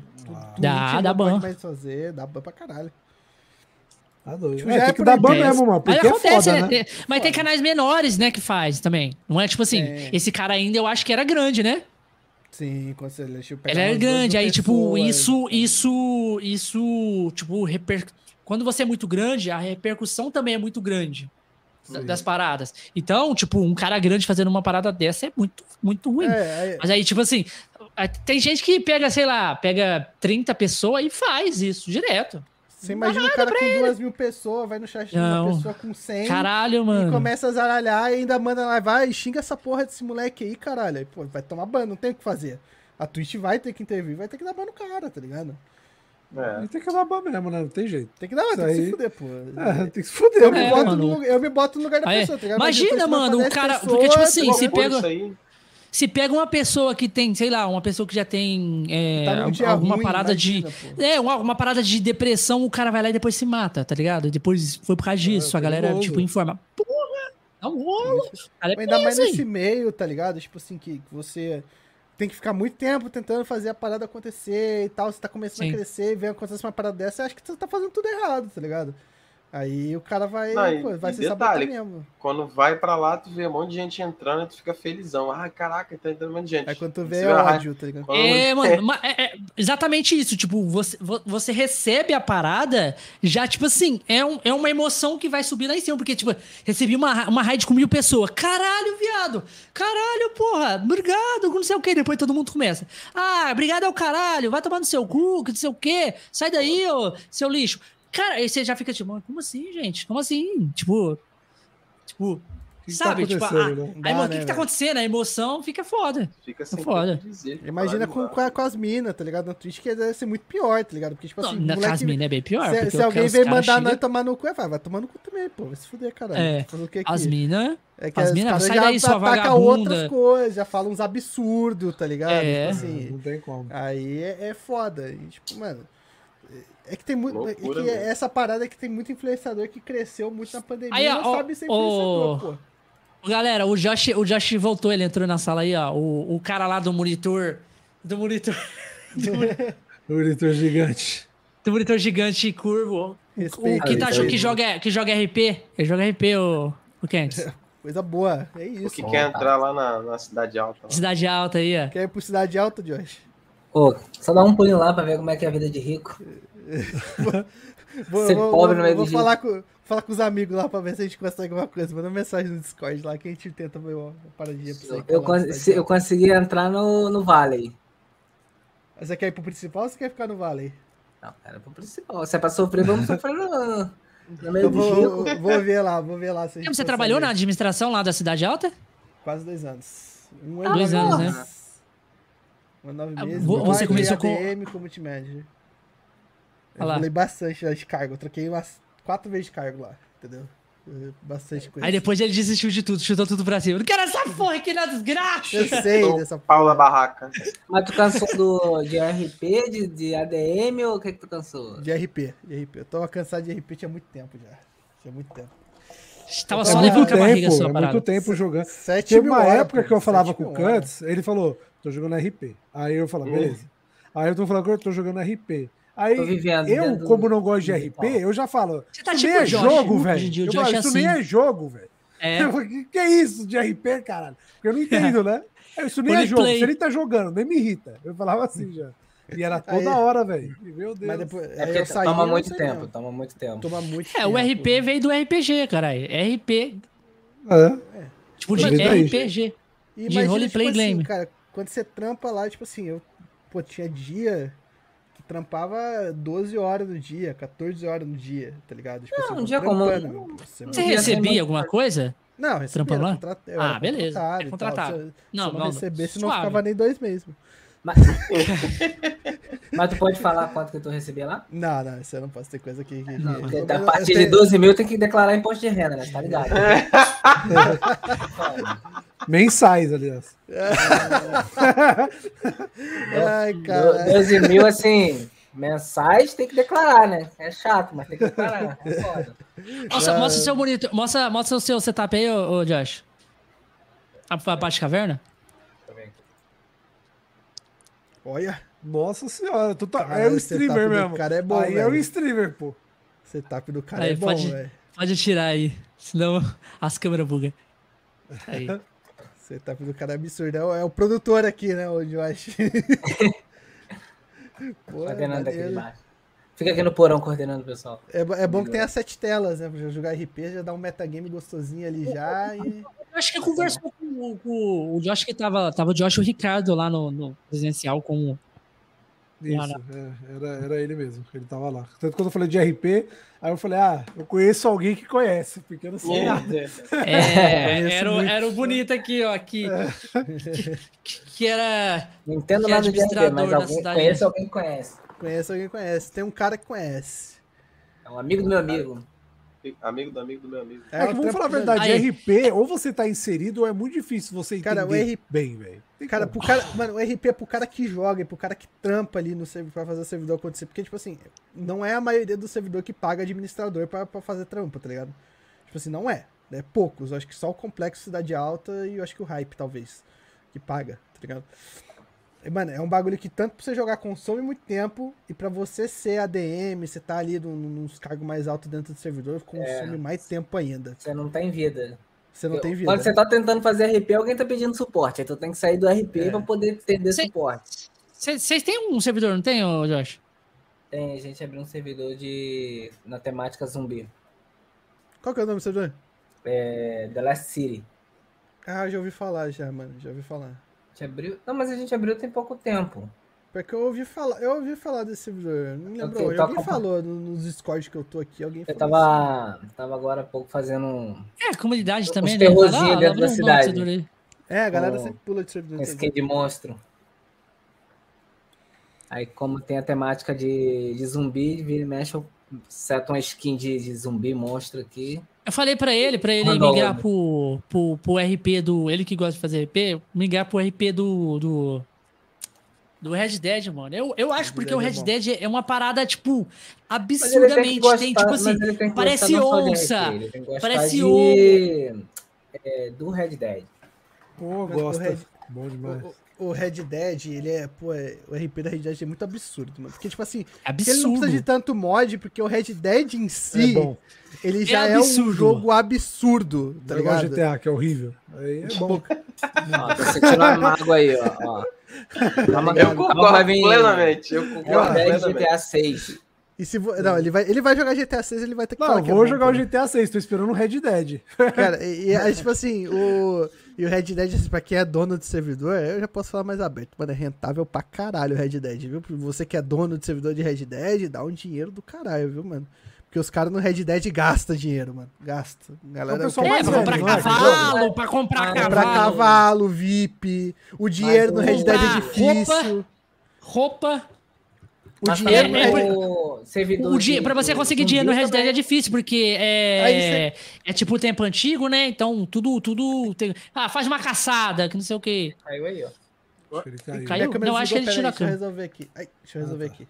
Dá ban. Não pode mais fazer, dá ban pra caralho. Tá doido. Tipo, tem que dar ban mesmo, mano, porque acontece, foda, né? Mas tem canais menores, né, que faz também. Não é tipo assim, esse cara ainda eu acho que era grande, né? Sim, quando você ele é grande, aí tipo, isso, tipo, quando você é muito grande, a repercussão também é muito grande das paradas. Então, tipo, um cara grande fazendo uma parada dessa é muito, muito ruim. Mas aí, tipo assim, tem gente que pega, sei lá, 30 pessoas e faz isso direto. Você imagina o cara com 2.000 pessoas, vai no chat de uma pessoa com 100. Caralho, mano. E começa a zaralhar e ainda manda lá, vai, xinga essa porra desse moleque aí, caralho. Aí, pô, vai tomar ban, não tem o que fazer. A Twitch vai ter que intervir, vai ter que dar ban no cara, tá ligado? Tem que dar ban mesmo, né? Não tem jeito. Tem que dar, tem que se fuder, pô. Tem que se fuder. Eu me boto no lugar da pessoa, tá ligado? Imagina, mano, o cara... Porque, tipo assim, se pega uma pessoa que tem, sei lá, uma pessoa que já tem alguma ruim, parada imagina, uma parada de depressão, o cara vai lá e depois se mata, tá ligado? E depois foi por causa disso, a galera, tipo, informa. Porra, dá um rolo. Ainda mais nesse meio, tá ligado? Tipo assim, que você tem que ficar muito tempo tentando fazer a parada acontecer e tal, você tá começando a crescer e vem acontecer uma parada dessa, você acha que você tá fazendo tudo errado, tá ligado? Aí o cara vai se sabotar mesmo. Quando vai pra lá, tu vê um monte de gente entrando e tu fica felizão. Ah, caraca, tá entrando um monte de gente. Aí quando tu vê ódio, tá ligado? Mano, exatamente isso. Tipo, você recebe a parada, já, tipo assim, é uma emoção que vai subir lá em cima. Porque, tipo, recebi uma raid com 1000 pessoas. Caralho, viado! Caralho, porra! Obrigado, não sei o quê. Depois todo mundo começa. Ah, obrigado ao caralho, vai tomar no seu cu, que não sei o quê. Sai daí, ô, seu lixo. Cara, aí você já fica tipo, como assim, gente? Como assim? Tipo, sabe? Tá tipo, o que tá acontecendo? A emoção fica foda. Fica sem foda. Dizer, imagina com as minas, tá ligado? Na Twitch que deve ser muito pior, tá ligado? Porque, tipo assim, com as minas é bem pior. Se alguém vem mandar nós tomar no cu, vai tomar no cu também, pô. Vai se fuder, caralho. As minas. As minas, sai daí, sua vagabunda. Outras coisas, já falam uns absurdos, tá ligado? Tipo assim, não tem como. Aí é foda. E, tipo, mano. É que tem muito. Essa parada é que tem muito influenciador que cresceu muito na pandemia e não sabe ser influenciador, pô. Galera, o Josh voltou, ele entrou na sala aí, ó. O cara lá do monitor. Do monitor gigante. Do monitor gigante curvo. O que tá achando que joga RP? Ele joga RP, o Kent. Coisa boa, é isso. O que quer entrar lá na Cidade Alta. Lá. Cidade Alta aí, ó. Quer ir pro Cidade Alta, Josh? Só dá um pulinho lá pra ver como é que é a vida de rico. Ser pobre no meio do falar com os amigos lá pra ver se a gente consegue alguma coisa. Manda mensagem no Discord lá que a gente tenta ver uma paradinha pra você. Eu consegui entrar no Valley. Você quer ir pro principal ou você quer ficar no Valley? Não, era pro principal. Se é pra sofrer, vamos sofrer no meio do rico. Vou ver lá. Se você trabalhou na administração lá da Cidade Alta? Quase 2 anos. 2 anos, né? 9 meses. Você começou ADM com multimanager. Eu falei bastante de cargo. Eu troquei umas 4 vezes de cargo lá, entendeu? Bastante coisa. Aí depois ele desistiu de tudo, chutou tudo pra cima. Não quero essa porra aqui na desgraça! Eu sei dessa pau da barraca. Mas tu cansou de RP, de ADM ou o que tu cansou? De RP. Eu tô cansado de RP tinha muito tempo já. Tinha muito tempo. Tava só levando com a barriga só, parada. Muito tempo jogando. 7 Teve mil uma horas, época que eu falava 7 com o mil horas. Cantz, ele falou, tô jogando RP. Aí eu falava, beleza. Aí eu tô falando que eu tô jogando RP. Aí eu, como não gosto de RP, eu já falo, Você tá isso tipo nem é Josh, jogo, hoje em velho. dia o Eu Josh falo, é isso assim. nem é jogo, velho. É. Eu falo, que é isso de RP, caralho? Porque eu não entendo, né? Isso nem é Roleplay. jogo. Se ele tá jogando, nem me irrita. Eu falava assim já. E era toda hora, velho. Meu Deus. Mas depois, É porque toma muito tempo, toma muito tempo. Toma muito tempo. O RP veio do RPG, caralho. RP. Tipo, de Talvez daí. RPG. E de imagina, roleplay tipo assim, game. cara, quando você trampa lá, tipo assim, eu tinha dia que trampava 12 horas no dia, 14 horas no dia, tá ligado? Tipo, Não, assim, um dia comum. Você recebia alguma coisa? Não, recebia. Trampando lá? Eu era Beleza. contratado É e contratado. tal. Se Não, eu não não, recebesse, não suave. ficava nem 2 meses. Mas tu pode falar quanto que tu recebia lá? Não, isso eu não posso ter coisa aqui. Não, porque a partir de 12 mil tem que declarar imposto de renda, né? Tá ligado? Mensais, aliás. Ai, cara. 12 mil, assim, mensais tem que declarar, né? É chato, mas tem que declarar. É foda. Mostra o seu monitor. Mostra o seu setup aí, ô Josh. A parte de caverna? Olha. Nossa senhora, tu tá... Cara, é um esse streamer setup do mesmo. cara é bom, aí é velho. um streamer, pô. Setup do cara Aí, é bom, velho. pode tirar aí. Senão as câmeras bugam. Aí. Setup do cara é absurdo. É o produtor aqui, né, o Josh. Pô, Coordenando aqui embaixo. Fica aqui no porão coordenando o pessoal. É bom que tem as 7 telas, né? Pra jogar RP, já dá um metagame gostosinho ali já. E... Eu acho que conversou com o Josh, que tava o Josh e o Ricardo lá no presencial com o. Isso, era ele mesmo, ele tava lá. Tanto quando eu falei de RP, aí eu falei, eu conheço alguém que conhece, porque eu não sei nada. Era o bonito aqui, ó, que era. Não entendo que é nada de RP, mas conheço alguém que conhece. Conhece alguém que conhece. Tem um cara que conhece. É um amigo do meu amigo. Amigo do amigo do meu amigo. É que vamos falar a verdade, RP, ou você tá inserido, ou é muito difícil você entender cara, o RP, bem, velho. Mano, o RP é pro cara que joga, é pro cara que trampa ali no servidor pra fazer o servidor acontecer. Porque, tipo assim, não é a maioria do servidor que paga administrador pra fazer trampa, tá ligado? Tipo assim, não é. É poucos. Eu acho que só o Complexo Cidade Alta e eu acho que o Hype, talvez, que paga, tá ligado? Mano, é um bagulho que tanto pra você jogar consome muito tempo e pra você ser ADM, você tá ali nos cargos mais altos dentro do servidor, consome mais tempo ainda. Você não tem vida. Você não tem vida. Quando você tá tentando fazer RP, alguém tá pedindo suporte. Aí tu tem que sair do RP pra poder entender suporte. Vocês têm um servidor, não tem, Josh? Tem, a gente abriu um servidor na temática zumbi. Qual que é o nome do servidor? The Last City. Ah, já ouvi falar já, mano. Já ouvi falar. Abriu? Não, mas a gente abriu tem pouco tempo. Porque eu ouvi falar desse servidor. Não me lembro. Alguém falou nos Discord que eu tô aqui. Alguém falou. Tava agora há pouco fazendo a comunidade também, né? Terrorzinho dentro da cidade. A galera sempre pula de servidor. Skin de monstro. Aí, como tem a temática de zumbi, vira e mexe, eu seto uma skin de zumbi monstro aqui. Eu falei pra ele migrar pro RP do... Ele que gosta de fazer RP, migrar pro RP do Red Dead, mano. Eu acho porque o Red Dead é uma parada, tipo, absurdamente. Tem, tipo assim, parece onça. Parece onça. Do Red Dead. Pô, gosto. Bom demais. O Red Dead, ele é... Pô, o RP da Red Dead é muito absurdo, mano. Porque, tipo assim... Absurdo. Ele não precisa de tanto mod, porque o Red Dead em si... É bom. Ele já é um jogo absurdo, tá ligado? O GTA, que é horrível. Aí é bom. Tô sentindo uma mágoa aí, ó. Eu concordo plenamente. Eu concordo plenamente. GTA 6. E se não, ele vai jogar GTA 6, ele vai ter que falar que vou jogar o GTA 6, tô esperando o Red Dead. Cara, aí, tipo assim, o Red Dead, assim, pra quem é dono de servidor, eu já posso falar mais aberto, mano, é rentável pra caralho o Red Dead, viu? Você que é dono de servidor de Red Dead, dá um dinheiro do caralho, viu, mano? Porque os caras no Red Dead gastam dinheiro, mano. Gasta. Galera, pra comprar cavalo, pra comprar cavalo. Pra cavalo, VIP. O dinheiro no Red Dead é difícil. Roupa. O dinheiro pra você conseguir dinheiro no Red Dead é difícil, porque é tipo tempo antigo, né? Então tudo tem... faz uma caçada, que não sei o quê. Caiu aí, ó. Caiu? Não, acho que ele tirou a câmera. Deixa eu resolver aqui.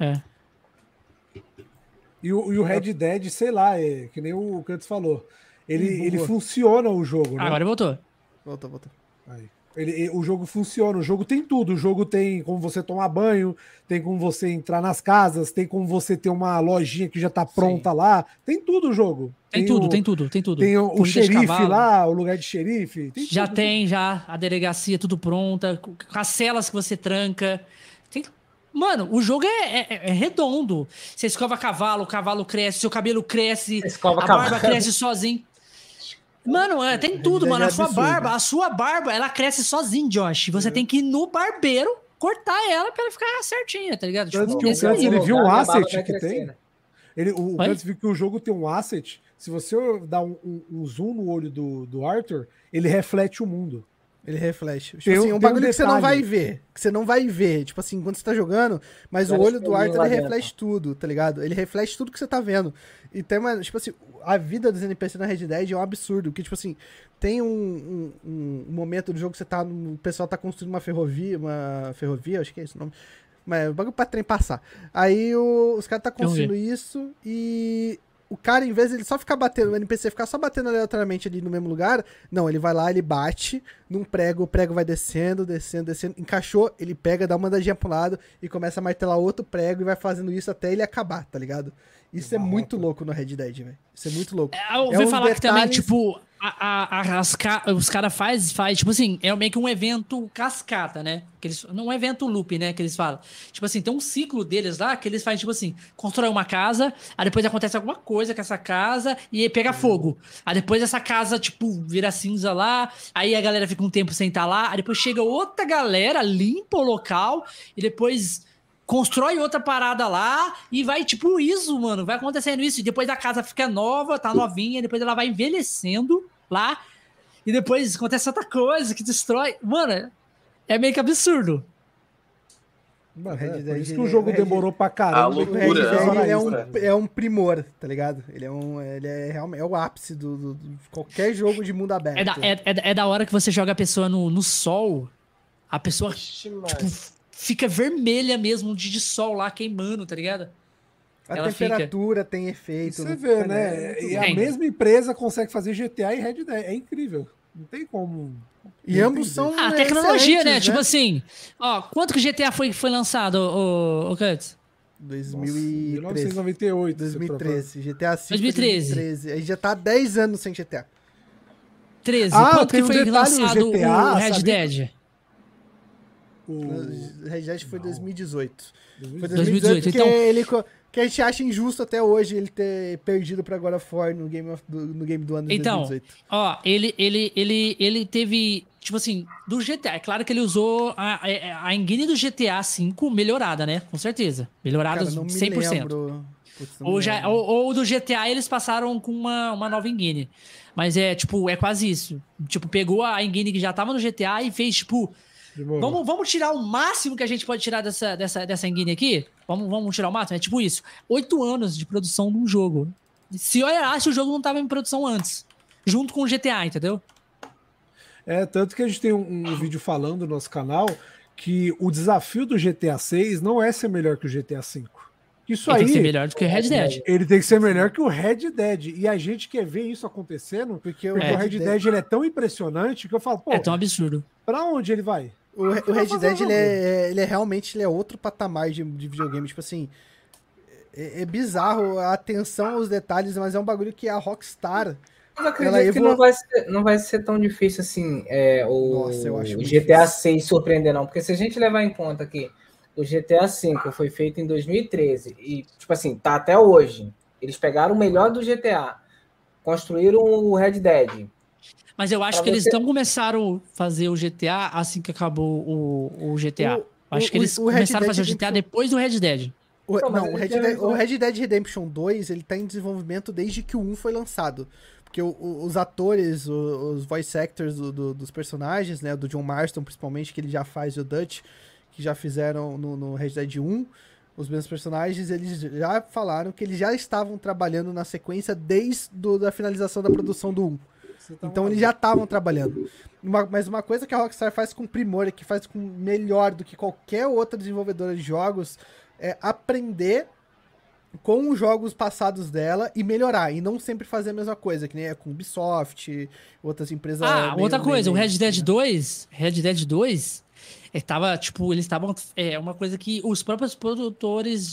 E o Red Dead, sei lá, que nem o Cantos falou. Ele funciona o jogo, né? Agora voltou. Voltou. Aí. O jogo funciona, o jogo tem tudo. O jogo tem como você tomar banho, tem como você entrar nas casas, tem como você ter uma lojinha que já tá pronta lá. Tem tudo o jogo. Tem tudo. Tem o xerife lá, o lugar de xerife. Já a delegacia tudo pronta, com as celas que você tranca. Mano, o jogo é redondo. Você escova cavalo, o cavalo cresce, seu cabelo cresce, a barba cresce sozinho. Mano, tem tudo, mano. A sua barba, ela cresce sozinha, Josh. Você tem que ir no barbeiro, cortar ela pra ela ficar certinha, tá ligado? Tanto que o Cantos, ele viu um asset que tem. O Cantos viu que o jogo tem um asset. Se você dar um zoom no olho do Arthur, ele reflete o mundo. Ele reflete. Tipo assim, um bagulho que você não vai ver. Que você não vai ver. Tipo assim, quando você tá jogando, mas o olho do Arthur, ele reflete tudo, tá ligado? Ele reflete tudo que você tá vendo. E tem uma, tipo assim, a vida dos NPC na Red Dead é um absurdo. Que, tipo assim, tem um momento do jogo que você tá. O pessoal tá construindo uma ferrovia, acho que é esse o nome. Mas o bagulho pra trem passar. Aí os caras tá construindo isso e o cara, em vez de ele só ficar batendo, o NPC ficar só batendo aleatoriamente ali no mesmo lugar, não, ele vai lá, ele bate num prego, o prego vai descendo, encaixou, ele pega, dá uma andadinha pro lado e começa a martelar outro prego e vai fazendo isso até ele acabar, tá ligado? Isso é muito louco no Red Dead, velho. Isso é muito louco. Eu ouvi falar que também, tipo, os caras faz, tipo assim, é meio que um evento cascata, né? Não é um evento loop, né? Que eles falam. Tipo assim, tem um ciclo deles lá que eles fazem, tipo assim, constrói uma casa, aí depois acontece alguma coisa com essa casa e aí pega fogo. Aí depois essa casa, tipo, vira cinza lá, aí a galera fica um tempo sem estar lá, aí depois chega outra galera, limpa o local e depois constrói outra parada lá e vai, tipo, isso, mano. Vai acontecendo isso. E depois a casa fica nova, tá novinha, depois ela vai envelhecendo lá. E depois acontece outra coisa que destrói. Mano, é meio que absurdo. Mano, por isso que o jogo demorou pra caramba. A loucura. Ele é um primor, tá ligado? Ele é realmente o ápice de qualquer jogo de mundo aberto. É da hora que você joga a pessoa no sol, a pessoa, tipo, fica vermelha mesmo, de sol lá queimando, tá ligado? A temperatura tem efeito. Você vê, né? E a mesma empresa consegue fazer GTA e Red Dead. É incrível. Não tem como. E ambos são. A tecnologia, né? Tipo assim, ó, quanto que GTA foi lançado, o Cuts? 1998. 2013. GTA V. 2013. A gente já tá há 10 anos sem GTA. 13. Quanto que foi lançado o Red Dead? O Red Dead foi 2018. Foi 2018, então... que a gente acha injusto até hoje ele ter perdido pra God of War no game do ano de 2018. Então, ó, ele teve, tipo assim, do GTA, é claro que ele usou a engine do GTA V melhorada, né? Com certeza. Melhorada 100%. Ou do GTA eles passaram com uma nova engine. Mas é quase isso. Tipo, pegou a engine que já tava no GTA e fez, tipo... Vamos tirar o máximo que a gente pode tirar dessa engine aqui? Vamos tirar o máximo? É tipo isso. 8 anos de produção de um jogo. Se olhasse, o jogo não tava em produção antes. Junto com o GTA, entendeu? Tanto que a gente tem um vídeo falando no nosso canal que o desafio do GTA 6 não é ser melhor que o GTA 5. Isso aí, tem que ser melhor do que o Red Dead. Ele tem que ser melhor que o Red Dead. E a gente quer ver isso acontecendo porque o Red Dead ele é tão impressionante que eu falo, pô... É tão absurdo. Pra onde ele vai? O Red Dead, ele é realmente outro patamar de videogame. Tipo assim, é bizarro a atenção aos detalhes, mas é um bagulho que a Rockstar... Mas eu acredito que não vai ser tão difícil assim o GTA 6 surpreender, não. Porque se a gente levar em conta que o GTA V foi feito em 2013 e, tipo assim, tá até hoje. Eles pegaram o melhor do GTA, construíram o Red Dead. Mas eu acho que eles não começaram a fazer o GTA assim que acabou o GTA. Acho que eles começaram a fazer o GTA depois do Red Dead. O Red Dead Redemption 2, ele tá em desenvolvimento desde que o 1 foi lançado. Porque os atores, os voice actors dos personagens, né, do John Marston principalmente, que ele já faz o Dutch, que já fizeram no Red Dead 1, Os mesmos personagens, eles já falaram que eles já estavam trabalhando na sequência desde a finalização da produção do 1. Então eles já estavam trabalhando. Mas uma coisa que a Rockstar faz com primor, e que faz com melhor do que qualquer outra desenvolvedora de jogos, é aprender com os jogos passados dela e melhorar, e não sempre fazer a mesma coisa, que nem é com Ubisoft, outras empresas... outra coisa, o Red Dead 2, tava, tipo, eles estavam... uma coisa que os próprios produtores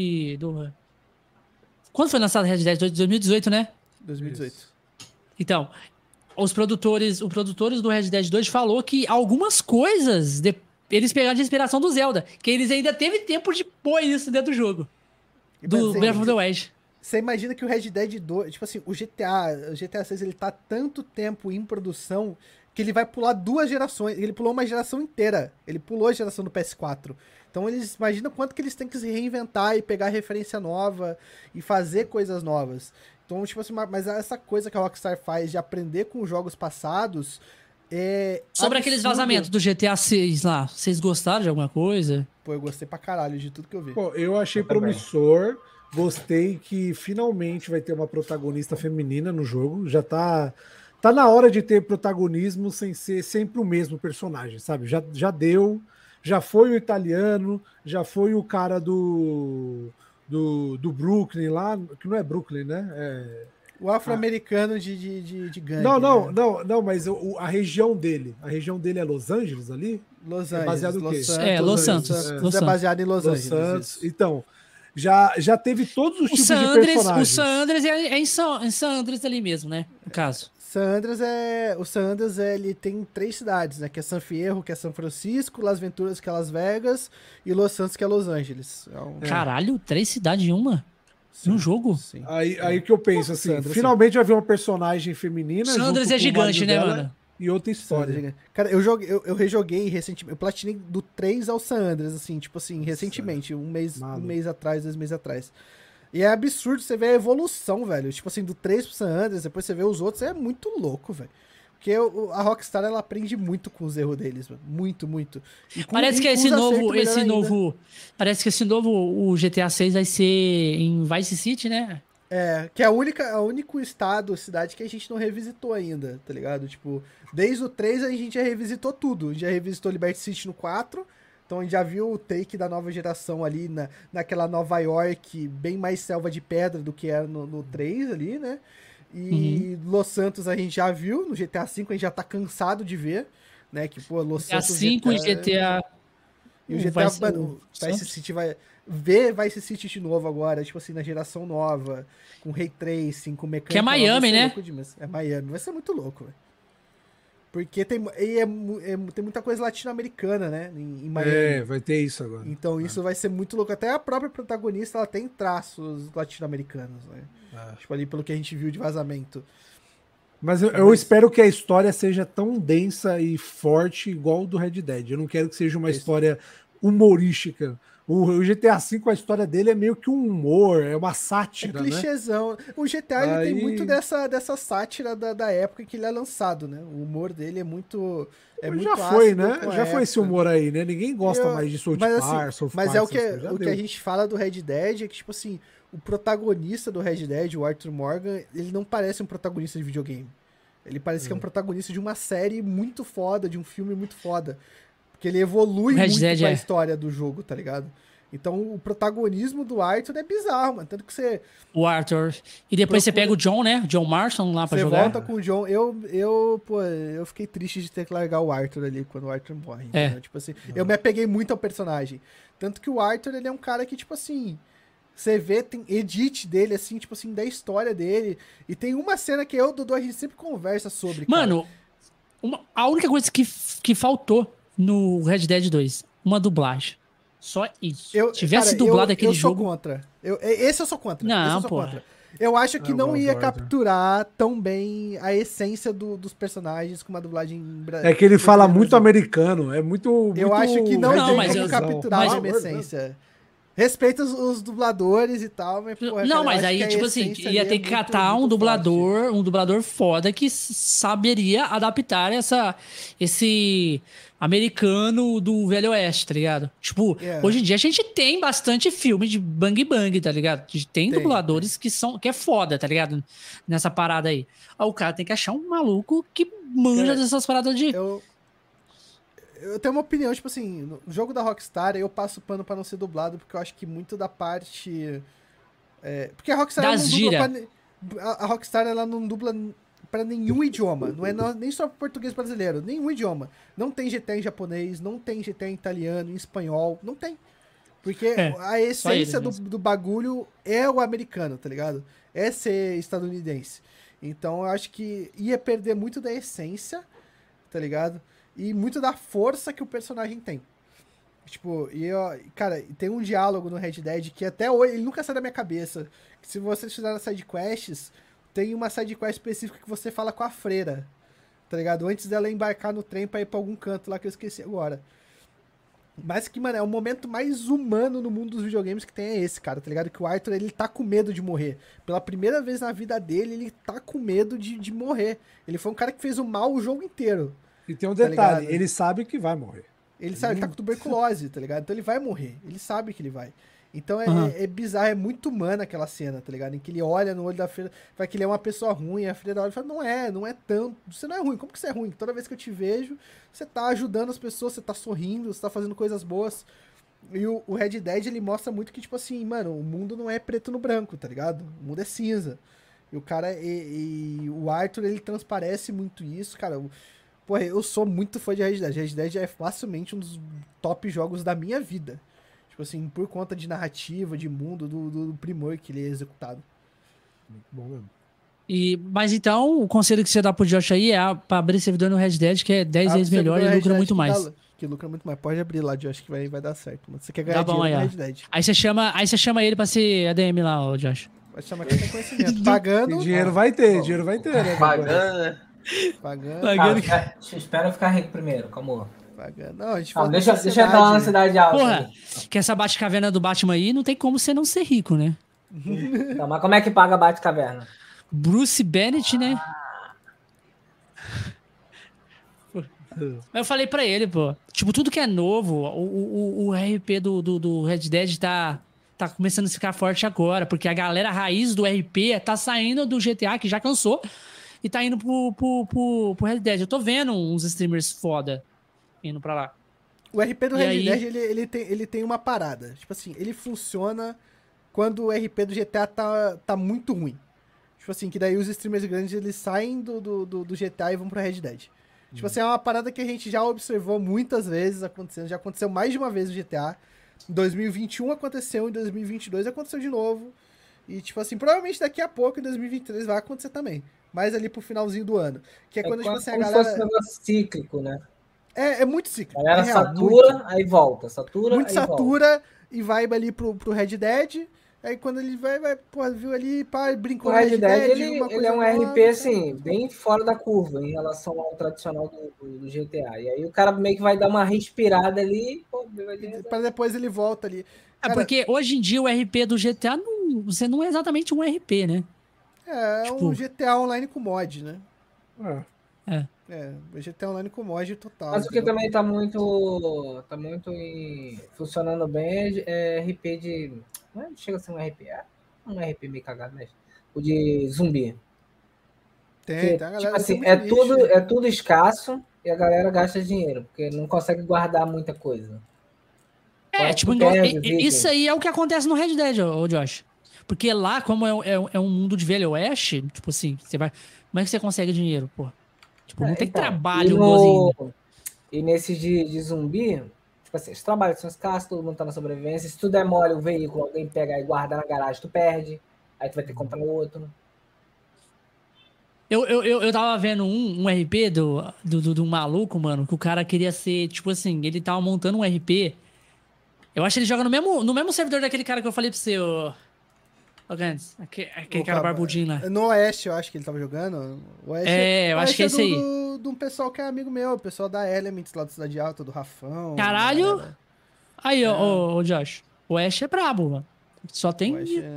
Quando foi lançado o Red Dead 2? 2018, né? 2018. Então, os produtores do Red Dead 2 falou que algumas coisas eles pegaram de inspiração do Zelda, que eles ainda teve tempo de pôr isso dentro do jogo. Do Breath of the Wild. Você imagina que o Red Dead 2, tipo assim, o GTA 6, ele tá tanto tempo em produção que ele vai pular 2 gerações. Ele pulou uma geração inteira. Ele pulou a geração do PS4. Então eles imaginam quanto que eles têm que se reinventar e pegar referência nova e fazer coisas novas. Então, tipo assim, mas essa coisa que a Rockstar faz de aprender com os jogos passados é... Sobre aqueles vazamentos do GTA 6 lá, vocês gostaram de alguma coisa? Pô, eu gostei pra caralho de tudo que eu vi. Pô, eu achei promissor. Gostei que finalmente vai ter uma protagonista feminina no jogo. Já tá na hora de ter protagonismo sem ser sempre o mesmo personagem, sabe? Já deu, já foi o italiano, já foi o cara do Brooklyn lá, que não é Brooklyn, né? O afro-americano de gangue. Não, mas a região dele é Los Angeles ali? Los Angeles. É baseado no quê? Los Santos. É baseado em Los Angeles. Então, já teve todos os tipos de personagens. O San Andreas é em San Andreas ali mesmo, né? No caso. O San Andreas, ele tem 3 cidades, né? Que é San Fierro, que é São Francisco, Las Venturas, que é Las Vegas, e Los Santos, que é Los Angeles. Caralho, 3 cidades em uma? Sim, num jogo? Sim. Aí que eu penso assim, finalmente vai ver uma personagem feminina. San Andreas é gigante, né, mano? E outra história. Cara, eu rejoguei recentemente. Eu platinei do 3 ao San Andreas, assim, tipo assim, recentemente. Um mês atrás, 2 meses atrás. E é absurdo você ver a evolução, velho. Tipo assim, do 3 pro San Andreas, depois você vê os outros, é muito louco, velho. Porque a Rockstar, ela aprende muito com os erros deles, mano. Muito, muito. Parece que esse novo, o GTA 6 vai ser em Vice City, né? Que é a único estado, cidade que a gente não revisitou ainda, tá ligado? Tipo, desde o 3 a gente já revisitou tudo. A gente já revisitou Liberty City no 4, então a gente já viu o take da nova geração ali naquela Nova York, bem mais selva de pedra do que era no 3 ali, né? E Los Santos a gente já viu, no GTA V a gente já tá cansado de ver, né? Que, pô, Los Santos... GTA V e GTA... E o GTA, mano, Vice City vai ver Vice City de novo agora, tipo assim, na geração nova, com Ray Tracing, com mecânica... Que é Miami, né? É Miami, vai ser muito louco, velho. Porque tem muita coisa latino-americana, né? Em Miami. Vai ter isso agora. Então isso vai ser muito louco. Até a própria protagonista, ela tem traços latino-americanos, né? Tipo ali pelo que a gente viu de vazamento. Mas eu espero que a história seja tão densa e forte igual o do Red Dead. Eu não quero que seja uma história humorística. O GTA V, a história dele é meio que um humor, é uma sátira, clichêzão. Né? O GTA ele tem muito dessa sátira da época que ele é lançado, né? O humor dele é muito... já foi, né? Já foi esse humor aí, né? Ninguém gosta mais de South Park. Mas é o que a gente fala do Red Dead, é que, tipo assim, o protagonista do Red Dead, o Arthur Morgan, ele não parece um protagonista de videogame. Ele parece que é um protagonista de uma série muito foda, de um filme muito foda. Porque ele evolui muito a história do jogo, tá ligado? Então o protagonismo do Arthur é bizarro, mano. Tanto que você... O Arthur. E depois você pega o John, né? John Marston lá pra jogar. Você volta com o John. Eu fiquei triste de ter que largar o Arthur ali quando o Arthur morre. Tipo assim, eu me apeguei muito ao personagem. Tanto que o Arthur, ele é um cara que, tipo assim... Você vê, tem edit dele, assim, tipo assim, da história dele. E tem uma cena que eu e o Dodô, a gente sempre conversa sobre, mano, a única coisa que faltou no Red Dead 2, uma dublagem. Só isso. Se tivesse dublado aquele jogo... Eu sou contra. Esse eu sou contra. Não, pô. Eu acho que não ia capturar tão bem a essência dos personagens com uma dublagem brasileira. É que ele fala muito americano, é muito... Eu acho que não ia capturar a mesma essência. Respeita os dubladores e tal, mas, porra, não, mas aí, tipo assim, ia ter que catar um dublador foda que saberia adaptar esse americano do Velho Oeste, tá ligado? Tipo, hoje em dia a gente tem bastante filme de Bang Bang, tá ligado? Tem dubladores que é foda, tá ligado? Nessa parada aí. O cara tem que achar um maluco que manja dessas paradas de... Eu tenho uma opinião, tipo assim, no jogo da Rockstar eu passo pano pra não ser dublado, porque eu acho que muito da parte... porque a Rockstar ela não dubla a Rockstar ela não dubla pra nenhum idioma, não é nem só português brasileiro, nenhum idioma. Não tem GTA em japonês, não tem GTA em italiano, em espanhol, não tem. Porque a essência do bagulho é o americano, tá ligado? É ser estadunidense. Então eu acho que ia perder muito da essência, tá ligado? E muito da força que o personagem tem. Tipo, cara, tem um diálogo no Red Dead que até hoje, ele nunca sai da minha cabeça. Que se vocês fizerem sidequests, tem uma sidequest específica que você fala com a freira, tá ligado? Antes dela embarcar no trem pra ir pra algum canto lá que eu esqueci agora. Mas que, mano, é o momento mais humano no mundo dos videogames que tem é esse, cara, tá ligado? Que o Arthur, ele tá com medo de morrer. Pela primeira vez na vida dele, ele tá com medo de morrer. Ele foi um cara que fez o mal o jogo inteiro. E tem um detalhe, ele sabe que vai morrer. Ele sabe, ele tá com tuberculose, tá ligado? Então ele vai morrer, ele sabe que ele vai. Então é bizarro, é muito humana aquela cena, tá ligado? Em que ele olha no olho da freira, fala que ele é uma pessoa ruim, a freira olha e fala, não é tanto, você não é ruim, como que você é ruim? Toda vez que eu te vejo, você tá ajudando as pessoas, você tá sorrindo, você tá fazendo coisas boas. E o Red Dead, ele mostra muito que, tipo assim, mano, o mundo não é preto no branco, tá ligado? O mundo é cinza. E o cara, o Arthur, ele transparece muito isso, cara. Porra, eu sou muito fã de Red Dead. Red Dead é facilmente um dos top jogos da minha vida. Tipo assim, por conta de narrativa, de mundo, do primor que ele é executado. Muito bom mesmo. Mas então, o conselho que você dá pro Josh aí é pra abrir servidor no Red Dead, que é 10 vezes melhor e lucra muito mais. Que lucra muito mais. Pode abrir lá, Josh, que vai dar certo. Mas você quer ganhar dinheiro no Red Dead. Aí você chama ele pra ser ADM lá, ô Josh. Vai chamar quem tem conhecimento. Pagando. E dinheiro vai ter, né? Pagando, né? Pagando. Espera eu ficar rico primeiro, calma. Pagando. Não, a gente deixa eu dar uma cidade alta. Porra, que essa Batcaverna do Batman aí não tem como você não ser rico, né? Tá, mas como é que paga a Batcaverna? Bruce Bennett, né? Eu falei pra ele, pô. Tipo, tudo que é novo, o RP do Red Dead tá começando a ficar forte agora, porque a galera raiz do RP tá saindo do GTA, que já cansou, e tá indo pro Red Dead. Eu tô vendo uns streamers foda indo pra lá. O RP do Red Dead, ele tem uma parada. Tipo assim, ele funciona quando o RP do GTA tá muito ruim. Tipo assim, que daí os streamers grandes, eles saem do GTA e vão pro Red Dead. Tipo assim, é uma parada que a gente já observou muitas vezes acontecendo. Já aconteceu mais de uma vez no GTA. Em 2021 aconteceu, em 2022 aconteceu de novo. E tipo assim, provavelmente daqui a pouco, em 2023, vai acontecer também. Mais ali pro finalzinho do ano. Que é quando, tipo assim, a galera... fosse um negócio cíclico, né? É muito cíclico. A galera satura, muito. Aí volta. Satura, muito aí satura volta. E vai ali pro Red Dead. Aí quando ele vai, pô, viu ali, pá, brincou o Red Dead. Ele é um RP, assim, bem fora da curva em relação ao tradicional do GTA. E aí o cara meio que vai dar uma respirada ali, pô, para depois ele volta ali. Cara, porque hoje em dia o RP do GTA você não é exatamente um RP, né? É tipo... um GTA Online com mod, né? O GTA Online com mod total. Mas o que também tá muito funcionando bem é RP de... Não chega a ser um RP, um RP meio cagado, né? O de zumbi. Tem, a galera, tipo assim, é tudo escasso e a galera gasta dinheiro, porque não consegue guardar muita coisa. Tipo, isso aí é o que acontece no Red Dead, ô Josh. Porque lá, como é um mundo de velho oeste, tipo assim, você vai... Como é que você consegue dinheiro, pô? Tipo, não tem trabalho igualzinho. E nesses de zumbi, tipo assim, os trabalhos são escassos, todo mundo tá na sobrevivência. Se tu der mole o veículo, alguém pega e guarda na garagem, tu perde. Aí tu vai ter que comprar outro. Eu tava vendo um RP do maluco, mano, que o cara queria ser, tipo assim, ele tava montando um RP. Eu acho que ele joga no mesmo servidor daquele cara que eu falei pra você, ô Gantz, aquele cara barbudinho lá. No Oeste, eu acho que ele tava jogando. Oeste, eu acho que é esse aí. De um pessoal que é amigo meu, o pessoal da Elements lá do Cidade Alta, do Rafão. Caralho! Aí, ô Josh. O Ash é brabo, mano. Só tem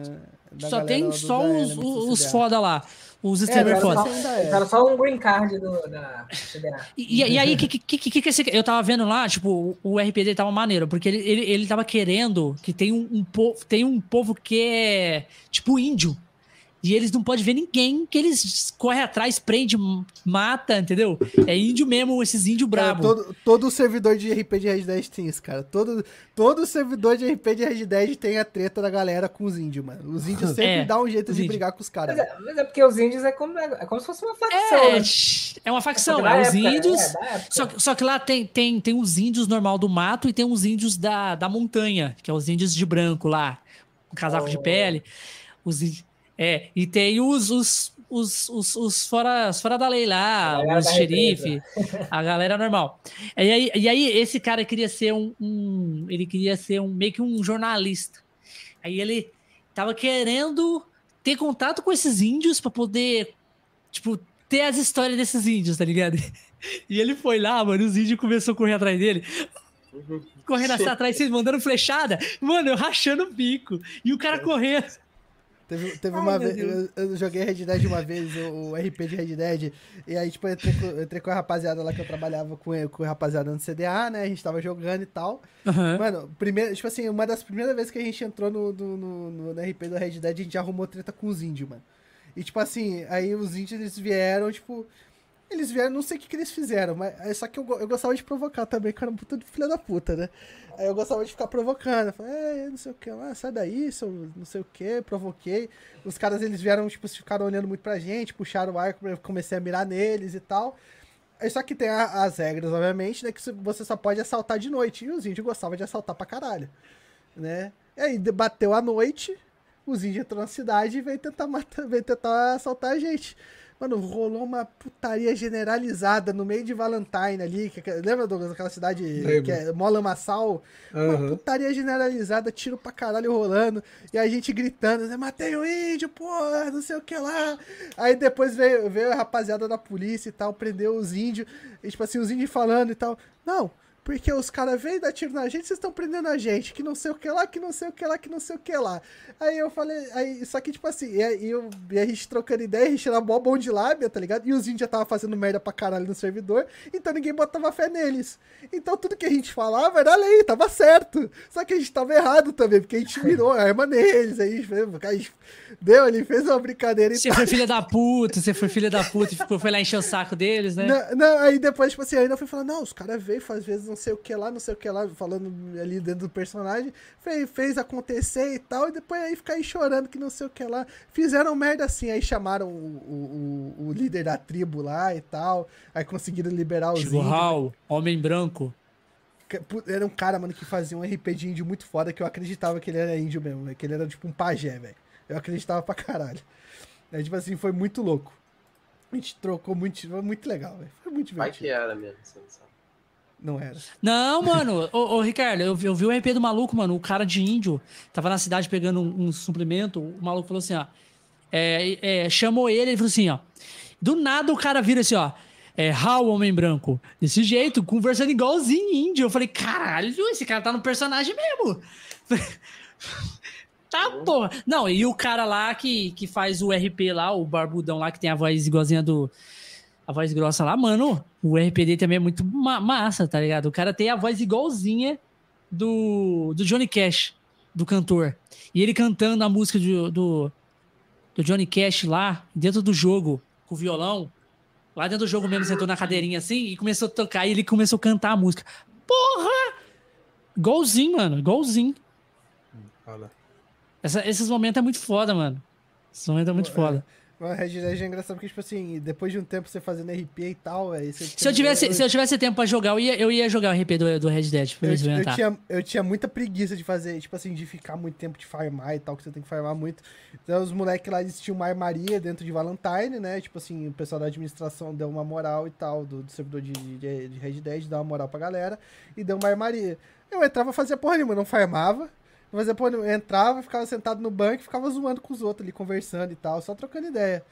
os foda lá. Os streamers foda. Era só um green card da CDA. E aí, eu tava vendo lá, tipo, o RPD tava maneiro, porque ele tava querendo que tem um povo que é tipo índio. E eles não podem ver ninguém, que eles correm atrás, prende, mata, entendeu? É índio mesmo, esses índios bravos. Todo servidor de RP de Red Dead tem isso, cara. Todo servidor de RP de Red Dead tem a treta da galera com os índios, mano. Os índios sempre dão um jeito de brigar com os caras. Mas é porque os índios é como se fosse uma facção. É uma facção, os índios. Só que lá tem os índios normal do mato e tem os índios da montanha, que é os índios de branco lá, com casaco de pele. Os índios. E tem os fora da lei lá, os xerife, a galera normal. E aí esse cara queria ser meio que um jornalista. Aí ele tava querendo ter contato com esses índios pra poder, tipo, ter as histórias desses índios, tá ligado? E ele foi lá, mano, os índios começaram a correr atrás dele. Correndo assim atrás, vocês mandando flechada. Mano, eu rachando o bico. E o cara correndo. Teve uma vez, eu joguei Red Dead uma vez, o RP de Red Dead, e aí, tipo, eu entrei com a rapaziada lá que eu trabalhava com a rapaziada no CDA, né, a gente tava jogando e tal. Mano, tipo assim, uma das primeiras vezes que a gente entrou no RP do Red Dead, a gente arrumou treta com os índios, mano. E, tipo assim, aí os índios, eles vieram, não sei o que eles fizeram, mas só que eu gostava de provocar também, que era um puta de filha da puta, né? Aí eu gostava de ficar provocando, eu falei, não sei o que lá, sai daí, não sei o que, provoquei. Os caras, eles vieram, tipo, ficaram olhando muito pra gente, puxaram o arco, eu comecei a mirar neles e tal. Aí só que tem as regras, obviamente, né, que você só pode assaltar de noite, e os índios gostavam de assaltar pra caralho, né? E aí bateu a noite, os índios entrou na cidade e veio tentar assaltar a gente. Mano, rolou uma putaria generalizada no meio de Valentine ali. Lembra, Douglas, aquela cidade que é Mola Massal? Uma putaria generalizada, tiro pra caralho rolando. E a gente gritando, matei o índio, porra, não sei o que lá. Aí depois veio a rapaziada da polícia e tal, prendeu os índios. E, tipo assim, os índios falando e tal. Não, porque os caras veio dar tiro na gente, vocês estão prendendo a gente, que não sei o que lá, que não sei o que lá, que não sei o que lá. Aí eu falei, só que tipo assim, e a gente trocando ideia, a gente era mó bom de lábia, tá ligado? E os índios já estavam fazendo merda pra caralho no servidor, então ninguém botava fé neles. Então tudo que a gente falava era lei, tava certo. Só que a gente tava errado também, porque a gente mirou a arma neles, a gente fez uma brincadeira e Você foi filha da puta e foi lá encher o saco deles, né? Não, aí depois, tipo assim, ainda fui falando, não, os caras veio, às vezes não sei o que lá, falando ali dentro do personagem, fez acontecer e tal, e depois aí ficar aí chorando que não sei o que lá. Fizeram merda assim, aí chamaram o líder da tribo lá e tal, aí conseguiram liberar os índios. Raul, homem branco. Era um cara, mano, que fazia um RP de índio muito foda, que eu acreditava que ele era índio mesmo, véio, que ele era tipo um pajé, velho. Eu acreditava pra caralho. Aí, tipo assim, foi muito louco. A gente trocou muito, foi muito legal, velho. Foi muito divertido. Vai que era mesmo, você não sabe. Não era. Não, mano. Ô, Ricardo, eu vi o RP do maluco, mano. O cara de índio tava na cidade pegando um suplemento. O maluco falou assim, ó. Chamou ele falou assim, ó. Do nada o cara vira assim, ó. Raul, homem branco. Desse jeito, conversando igualzinho índio. Eu falei, caralho, esse cara tá no personagem mesmo. Tá, porra. Não, e o cara lá que faz o RP lá, o barbudão lá, que tem a voz igualzinha a voz grossa lá, mano, o RPD também é muito massa, tá ligado? O cara tem a voz igualzinha do Johnny Cash, do cantor. E ele cantando a música do Johnny Cash lá, dentro do jogo, com o violão. Lá dentro do jogo mesmo, sentou na cadeirinha assim e começou a tocar. E ele começou a cantar a música. Porra! Igualzinho, mano, igualzinho. Olha. Esses momentos é muito foda, mano. Esses momentos é muito foda. O Red Dead é engraçado porque, tipo assim, depois de um tempo você fazendo RP e tal... Se eu tivesse tempo pra jogar, eu ia jogar o RP do Red Dead. Eu tinha muita preguiça de fazer, tipo assim, de ficar muito tempo de farmar e tal, que você tem que farmar muito. Então os moleques lá, eles tinham uma armaria dentro de Valentine, né? Tipo assim, o pessoal da administração deu uma moral e tal, do servidor de Red Dead, deu uma moral pra galera e deu uma armaria. Eu entrava, fazia porra nenhuma, não farmava. Mas depois eu entrava, ficava sentado no banco e ficava zoando com os outros ali, conversando e tal, só trocando ideia.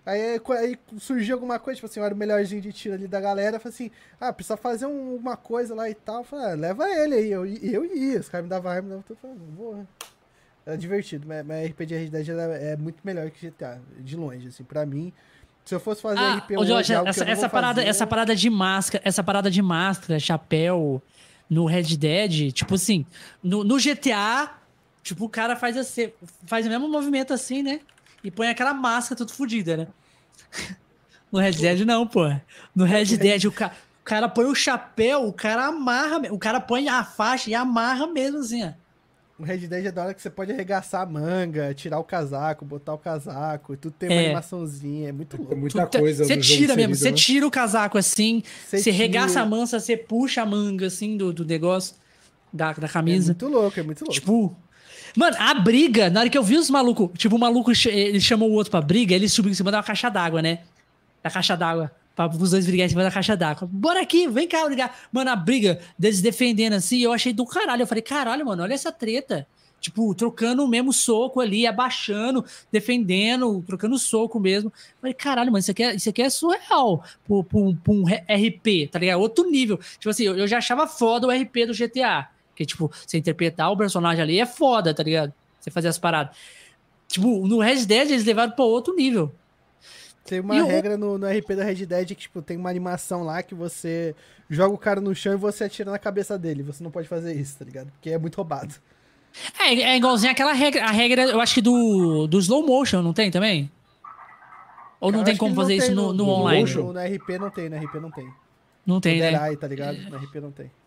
Aí surgiu alguma coisa, tipo assim, eu era o melhorzinho de tiro ali da galera, falei assim, precisa fazer uma coisa lá e tal. Eu falei, leva ele aí, eu ia, os caras me davam arma, eu falei, vou. Era divertido, mas RPG Red Dead é muito melhor que GTA, de longe, assim, pra mim. Se eu fosse fazer RP Jorge, essa parada de máscara, chapéu no Red Dead, tipo assim, no GTA, tipo, o cara faz o mesmo movimento assim, né? E põe aquela máscara tudo fodida, né? No Red Dead não, pô. No Red Dead o cara põe o chapéu, o cara amarra, o cara põe a faixa e amarra mesmo assim, ó. O Red Dead é da hora que você pode arregaçar a manga, tirar o casaco, botar o casaco, e tudo tem uma animaçãozinha, é muito louco. Muita coisa. Você tira mesmo, você tira o casaco assim, você regaça a mansa, você puxa a manga assim do negócio, da camisa. É muito louco, é muito louco. Tipo, mano, a briga, na hora que eu vi os malucos, tipo, o maluco, ele chamou o outro pra briga, ele subiu em cima da caixa d'água, né? Da caixa d'água. Pra os dois brigarem em cima da caixa d'água. Bora aqui, vem cá brigar. Mano, a briga deles defendendo assim, eu achei do caralho. Eu falei, caralho, mano, olha essa treta. Tipo, trocando o mesmo soco ali, abaixando, defendendo, trocando soco mesmo. Eu falei, caralho, mano, isso aqui é surreal pra um RP, tá ligado? Outro nível. Tipo assim, eu já achava foda o RP do GTA. Que, tipo, você interpretar o personagem ali é foda, tá ligado? Você fazer as paradas. Tipo, no Red Dead eles levaram pra outro nível. Tem uma regra no RP da Red Dead que, tipo, tem uma animação lá que você joga o cara no chão e você atira na cabeça dele. Você não pode fazer isso, tá ligado? Porque é muito roubado. É igualzinho aquela regra. A regra, eu acho que do slow motion, não tem também? Ou não tem como fazer isso no online? No RP não tem, no RP não tem. Não tem, né? Dead Eye, tá ligado? No RP não tem.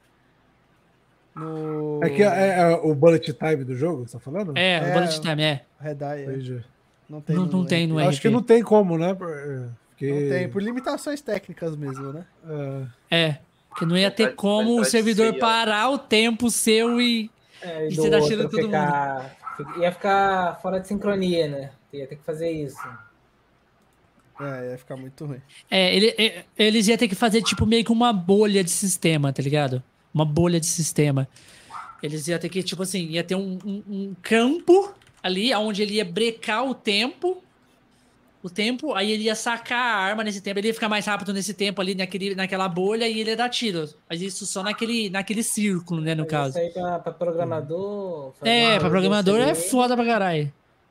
É que é o bullet time do jogo, você tá falando? O bullet time, Red Eye, Não tem no RP. Acho que não tem como, né? Porque... Não tem, por limitações técnicas mesmo, né? Porque não ia ter como o servidor parar o tempo seu e você dar tiro todo mundo. Ia ficar fora de sincronia, né? Ia ter que fazer isso. Ia ficar muito ruim. Eles iam ter que fazer tipo meio que uma bolha de sistema, tá ligado? Uma bolha de sistema. Eles iam ter que, tipo assim, ia ter um campo ali, onde ele ia brecar o tempo, aí ele ia sacar a arma nesse tempo, ele ia ficar mais rápido nesse tempo ali, naquela bolha, e ele ia dar tiro. Mas isso só naquele círculo, né, no caso. Isso aí pra programador... Pra programador é foda pra caralho.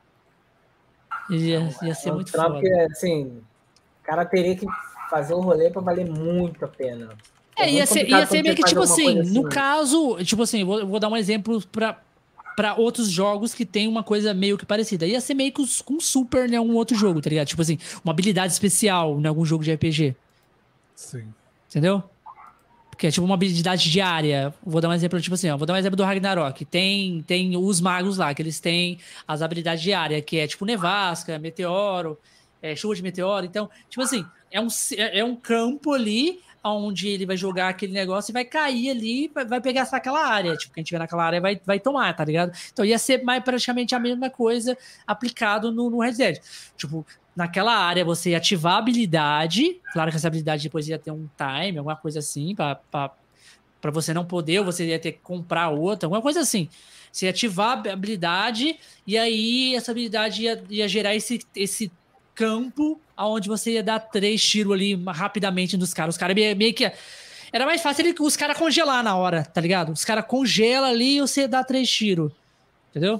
Ia ser muito foda. Porque, assim, o cara teria que fazer o rolê pra valer muito a pena. Ia ser meio que, tipo assim, no caso, tipo assim, eu vou dar um exemplo pra outros jogos que tem uma coisa meio que parecida. Ia ser meio que com Super em algum outro jogo, tá ligado? Tipo assim, uma habilidade especial em algum jogo de RPG. Sim. Entendeu? Porque é tipo uma habilidade diária. Vou dar um exemplo, tipo assim, vou dar um exemplo do Ragnarok. Tem os magos lá, que eles têm as habilidades diárias, que é tipo nevasca, meteoro, chuva de meteoro. Então, tipo assim, é um campo ali onde ele vai jogar aquele negócio e vai cair ali, vai pegar aquela área. Tipo, quem tiver naquela área vai tomar, tá ligado? Então ia ser praticamente a mesma coisa aplicado no Red Dead. Tipo, naquela área você ia ativar a habilidade, claro que essa habilidade depois ia ter um time, alguma coisa assim, pra você não poder, ou você ia ter que comprar outra, alguma coisa assim. Você ia ativar a habilidade e aí essa habilidade ia gerar esse campo onde você ia dar 3 tiros ali rapidamente nos caras. Os caras meio que... Era mais fácil os caras congelar na hora, tá ligado? Os caras congelam ali e você dá 3 tiros. Entendeu?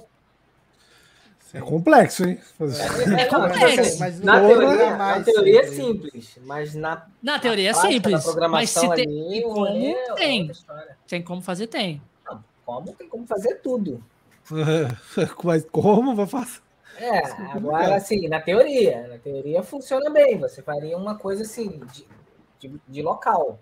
É complexo, hein? É complexo. Mas na teoria é simples. Mas na teoria é simples. Mas se tem como, tem. Tem como fazer, tem. Não, tem como fazer tudo. Mas como vai fazer? Agora assim, na teoria funciona bem. Você faria uma coisa assim, de local.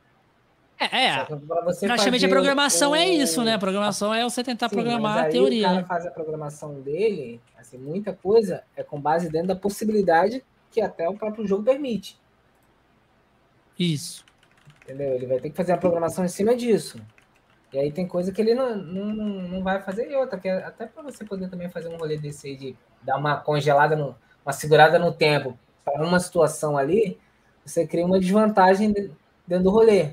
Praticamente a programação é isso, né? A programação é você tentar programar a teoria. O cara faz a programação dele, assim, muita coisa é com base dentro da possibilidade que até o próprio jogo permite. Isso. Entendeu? Ele vai ter que fazer a programação em cima disso. E aí tem coisa que ele não vai fazer, e outra, que até para você poder também fazer um rolê desse aí de dar uma congelada, uma segurada no tempo para uma situação ali, você cria uma desvantagem dentro do rolê.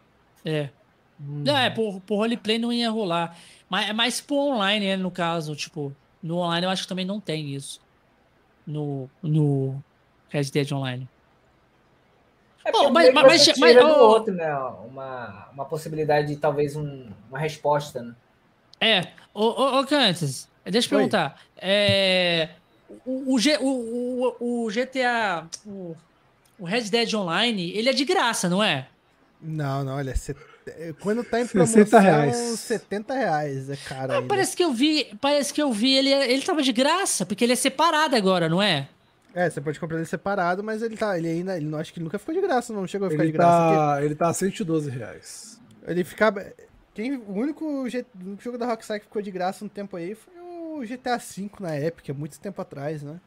Por roleplay não ia rolar. Mas é mais pro online, né, no caso. Tipo, no online eu acho que também não tem isso. No Red Dead Online. Mas tira do outro, né? Uma possibilidade de talvez uma resposta, né? Ô Cantas, deixa eu perguntar. O GTA, o Red Dead Online, ele é de graça, não é? Não, olha, quando tá em promoção, R$70 é caro. Parece que eu vi, ele tava de graça, porque ele é separado agora, não é? Você pode comprar ele separado, mas ele não acho que ele nunca ficou de graça, não chegou a ficar de graça. Ele tá R$112. Ele ficava... O único jogo da Rockstar que ficou de graça um tempo aí foi o GTA V na Epic, muito tempo atrás, né?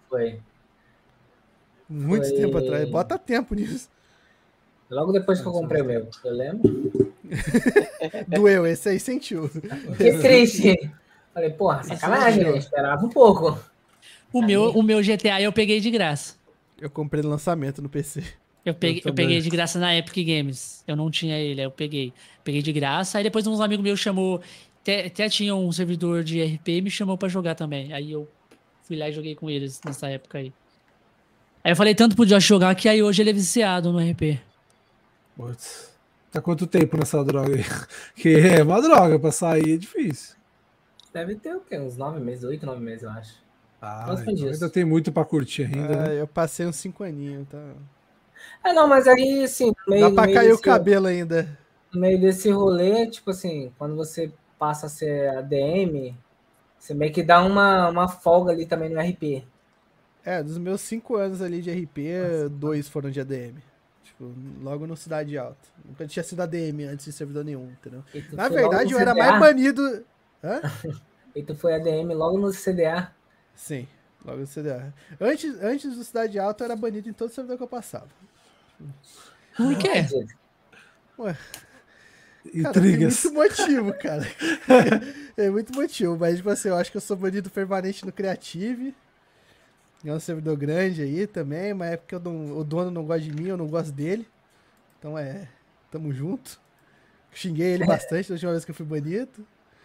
Muito tempo atrás. Bota tempo nisso. Logo depois que eu comprei o meu, eu lembro. Doeu, esse aí sentiu. Que triste. Falei, porra, sacanagem, eu esperava um pouco. O meu GTA eu peguei de graça. Eu comprei no lançamento no PC. Eu peguei de graça na Epic Games. Eu não tinha ele, aí eu peguei. Peguei de graça, aí depois uns amigos meus chamou... Até tinha um servidor de RP e me chamou pra jogar também. Aí eu fui lá e joguei com eles nessa época aí. Aí eu falei tanto pro Josh jogar que aí hoje ele é viciado no RP. Putz. Tá quanto tempo nessa droga aí? Que é uma droga, pra sair é difícil. Deve ter o quê? Uns 9 meses, 8, 9 meses, eu acho. Então ainda tem muito pra curtir ainda, né? Eu passei uns 5 aninhos, tá? Não, mas aí, assim... Dá pra cair o cabelo ainda. No meio desse rolê, tipo assim, quando você passa a ser ADM, você meio que dá uma folga ali também no RP. Dos meus 5 anos ali de RP, 2 foram de ADM. Tipo, logo no Cidade Alta. Nunca tinha sido ADM antes de servidor nenhum, entendeu? Na verdade, eu era mais banido... Hã? E tu foi ADM logo no CDA? Sim, logo no CDA. Antes do Cidade Alta, eu era banido em todo servidor que eu passava. Por quê? Ué... Cara, tem muito motivo, cara. É muito motivo, mas tipo assim, eu acho que eu sou banido permanente no Creative. É um servidor grande aí também, uma época o dono não gosta de mim, eu não gosto dele. Então tamo junto. Xinguei ele bastante da última vez que eu fui banido.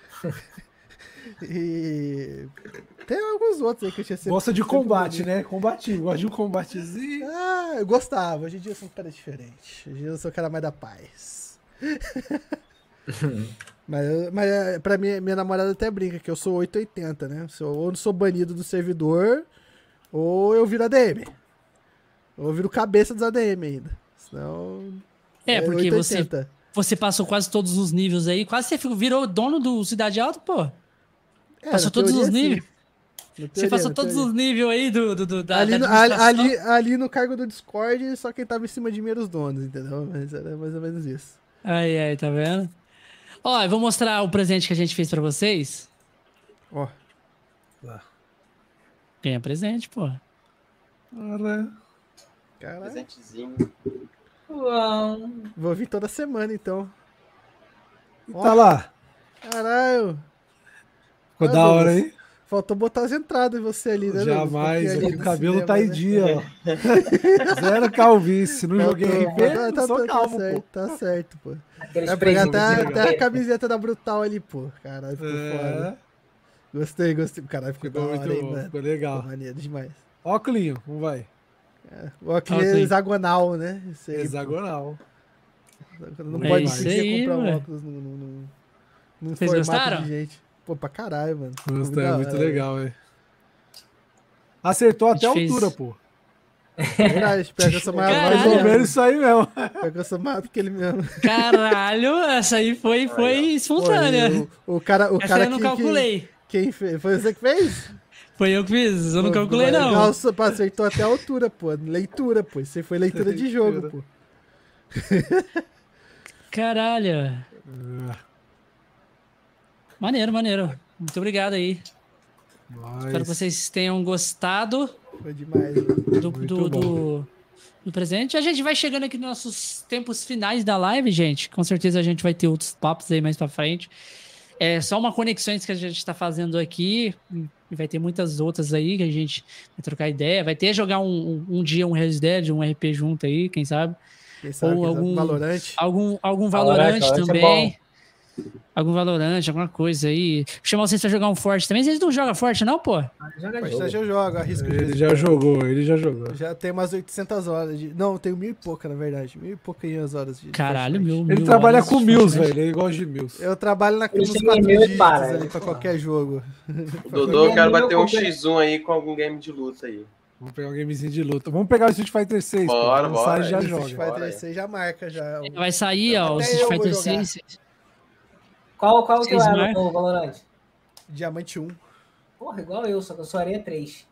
E tem alguns outros aí que eu tinha sempre... Gosta de combate, né? Combativo, gosta de um combatezinho. Eu gostava. Hoje em dia eu sou um cara diferente. Hoje em dia eu sou um cara mais da paz. mas pra mim, minha namorada até brinca que eu sou 880, né? Ou eu sou banido do servidor, ou eu viro ADM. Ou eu viro cabeça dos ADM ainda. Senão. Porque 880. Você passou quase todos os níveis aí, quase você virou dono do Cidade Alta, pô. Passou todos os níveis. Você passou todos os níveis aí da ali no cargo do Discord, só quem tava em cima de mim era os donos, entendeu? Mas era mais ou menos isso. Aí, tá vendo? Ó, eu vou mostrar o presente que a gente fez pra vocês. Ó. Ganha presente, pô. Caralho. Presentezinho. Uau. Vou vir toda semana, então. Tá lá. Caralho. Ficou da hora, hein? Faltou botar as entradas em você ali, né? Jamais, aqui o cabelo cinema, tá em dia, ó. Zero calvície, não joguei RP, tá calvo, certo, pô. tá certo, pô. Vai pegar até a camiseta da Brutal ali, pô. Caralho, ficou foda. Gostei. Caralho, ficou da hora, hein, mano. Ficou legal. Ficou maneiro demais. Óculinho, como vai? O óculos é hexagonal, né? Aí, hexagonal. Não pode comprar um óculos num formato gostaram? de gente. Pô, pra caralho, mano. Gostei, é muito legal, velho. Acertou até a altura, pô. Verdade, espero que eu sou maior. Mais ou menos isso aí mesmo. Espero que eu sou maior do que ele mesmo. Caralho, essa aí foi espontânea. O cara eu não calculei. Quem fez? Foi você que fez? Foi eu que fiz, eu não calculei, não. Nossa, acertou até a altura, pô. Leitura, pô. Isso aí foi leitura de jogo, pô. Caralho. Maneiro. Muito obrigado aí. Espero que vocês tenham gostado. Foi demais. Do presente. A gente vai chegando aqui nos nossos tempos finais da live, gente. Com certeza a gente vai ter outros papos aí mais pra frente. É só uma conexões que a gente tá fazendo aqui. E vai ter muitas outras aí que a gente vai trocar ideia. Vai ter jogar um dia um Red Dead, um RP junto aí, quem sabe. Quem sabe, ou algum Valorant. Algum Valorant também. Algum Valorant, alguma coisa aí. Chamar vocês pra jogar um Forte também. Vocês não jogam Forte, não, pô? Forte eu jogo, arrisco. Ele já jogou. Já tem umas 800 horas de... Não, tenho 1000 e pouca, na verdade. 1000 e poucas horas de... Caralho, Ele trabalha com Mills, velho. Ele gosta de Mills. Eu trabalho nos 4 dígitos ali pra qualquer jogo. Dodô, eu quero bater um X1 aí com algum game de luta aí. Vamos pegar um gamezinho de luta. Vamos pegar o Street Fighter 6. Bora. Já joga. Street Fighter 6 já marca, já. Vai sair, ó, o Street Fighter 6. Qual que eu era no Valorant? Diamante 1. Porra, igual eu, só que eu sou areia 3.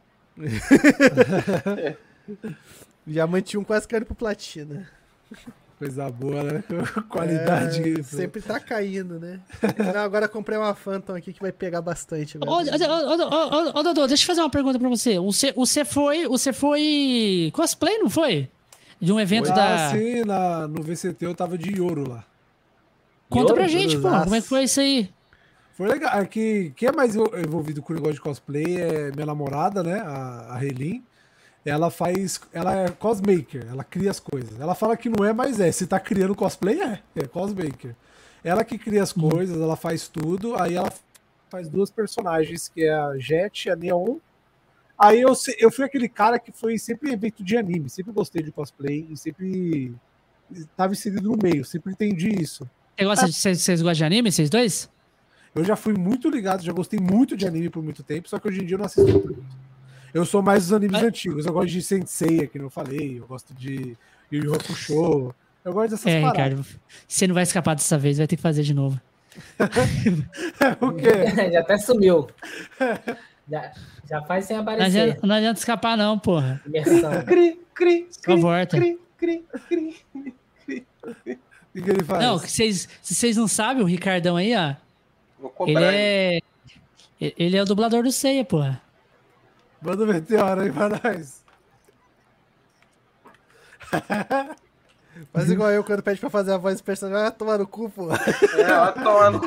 Diamante 1 quase caindo pro platina. Coisa boa, né? Qualidade. Sempre tá caindo, né? Não, agora comprei uma Phantom aqui que vai pegar bastante. Ô, Dodô, deixa eu fazer uma pergunta pra você. Você foi cosplay, não foi? De um evento da... Sim, no VCT eu tava de Yoro lá. Conta pra gente, pô, como é que foi isso aí? Foi legal. Quem é mais envolvido com o negócio de cosplay é minha namorada, né? A Relin. Ela é cosmaker, ela cria as coisas. Ela fala que não é, mas é. Se tá criando cosplay, é cosmaker. Ela que cria as coisas, ela faz tudo. Aí ela faz 2 personagens, que é a Jet e a Neon. Aí eu fui aquele cara que foi sempre em evento de anime. Sempre gostei de cosplay e sempre tava inserido no meio. Sempre entendi isso. Vocês gostam de anime, vocês dois? Eu já fui muito ligado, já gostei muito de anime por muito tempo, só que hoje em dia eu não assisto muito. Eu sou mais dos animes antigos, eu gosto de Sensei, que eu falei, eu gosto de Yu Yu Hakusho, eu gosto dessas paradas. Ricardo, você não vai escapar dessa vez, vai ter que fazer de novo. O quê? Já até sumiu. Já faz sem aparecer. Não adianta escapar não, porra. Imersão. Só volta. O que ele faz? Não, se vocês não sabem, o Ricardão aí, ó. Vou comprar. Ele é o dublador do Seiya, porra. Manda meter hora aí pra nós. Faz igual eu, quando pede pra fazer a voz do personagem, vai tomar no cu, pô. Vai tomar no cu.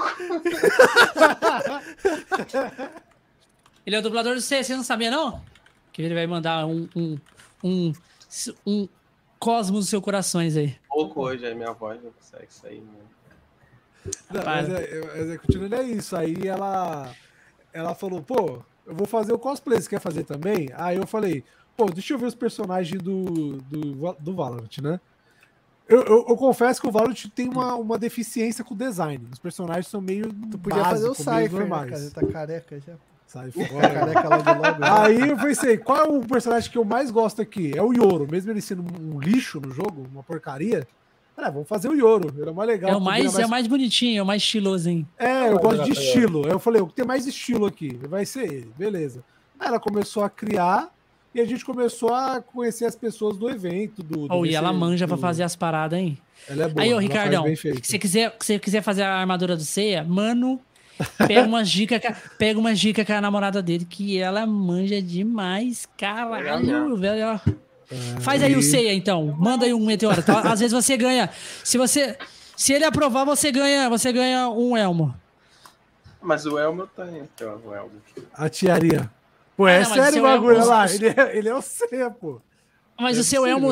Ele é o dublador do Seiya, você não sabia, não? Que ele vai mandar um cosmos dos seus corações aí. Pouco hoje, aí minha voz não consegue sair, mano. Não, mas continuando é isso. Aí ela falou, pô, eu vou fazer o cosplay, você quer fazer também? Aí eu falei, pô, deixa eu ver os personagens do Valorant, né? Eu confesso que o Valorant tem uma deficiência com o design. Os personagens são meio Tu podia fazer o Cypher, né, cara? Tá careca já. Sai fora. Careca logo. Aí eu pensei, qual é o personagem que eu mais gosto aqui? É o Yoro, mesmo ele sendo um lixo no jogo, uma porcaria. Vamos fazer o Yoro, ele é mais legal. É o mais bonitinho, é o mais estilosinho. Eu gosto de estilo. Aí eu falei, o que tem mais estilo aqui? Vai ser ele, beleza. Aí ela começou a criar e a gente começou a conhecer as pessoas do evento. E ela manja pra fazer as paradas, hein? Ela é boa. Aí, Ricardão, se você quiser fazer a armadura do Seiya, mano, pega umas dicas com a namorada dele, que ela manja demais, caralho, velho, ó. Faz aí o Seiya, então. Manda aí um meteoro. Então, às vezes você ganha. Se ele aprovar, você ganha um elmo. Mas o elmo tem, então, o elmo. A tiarinha. Pô, é sério o bagulho lá. Ele é o Seiya, pô. Mas o seu elmo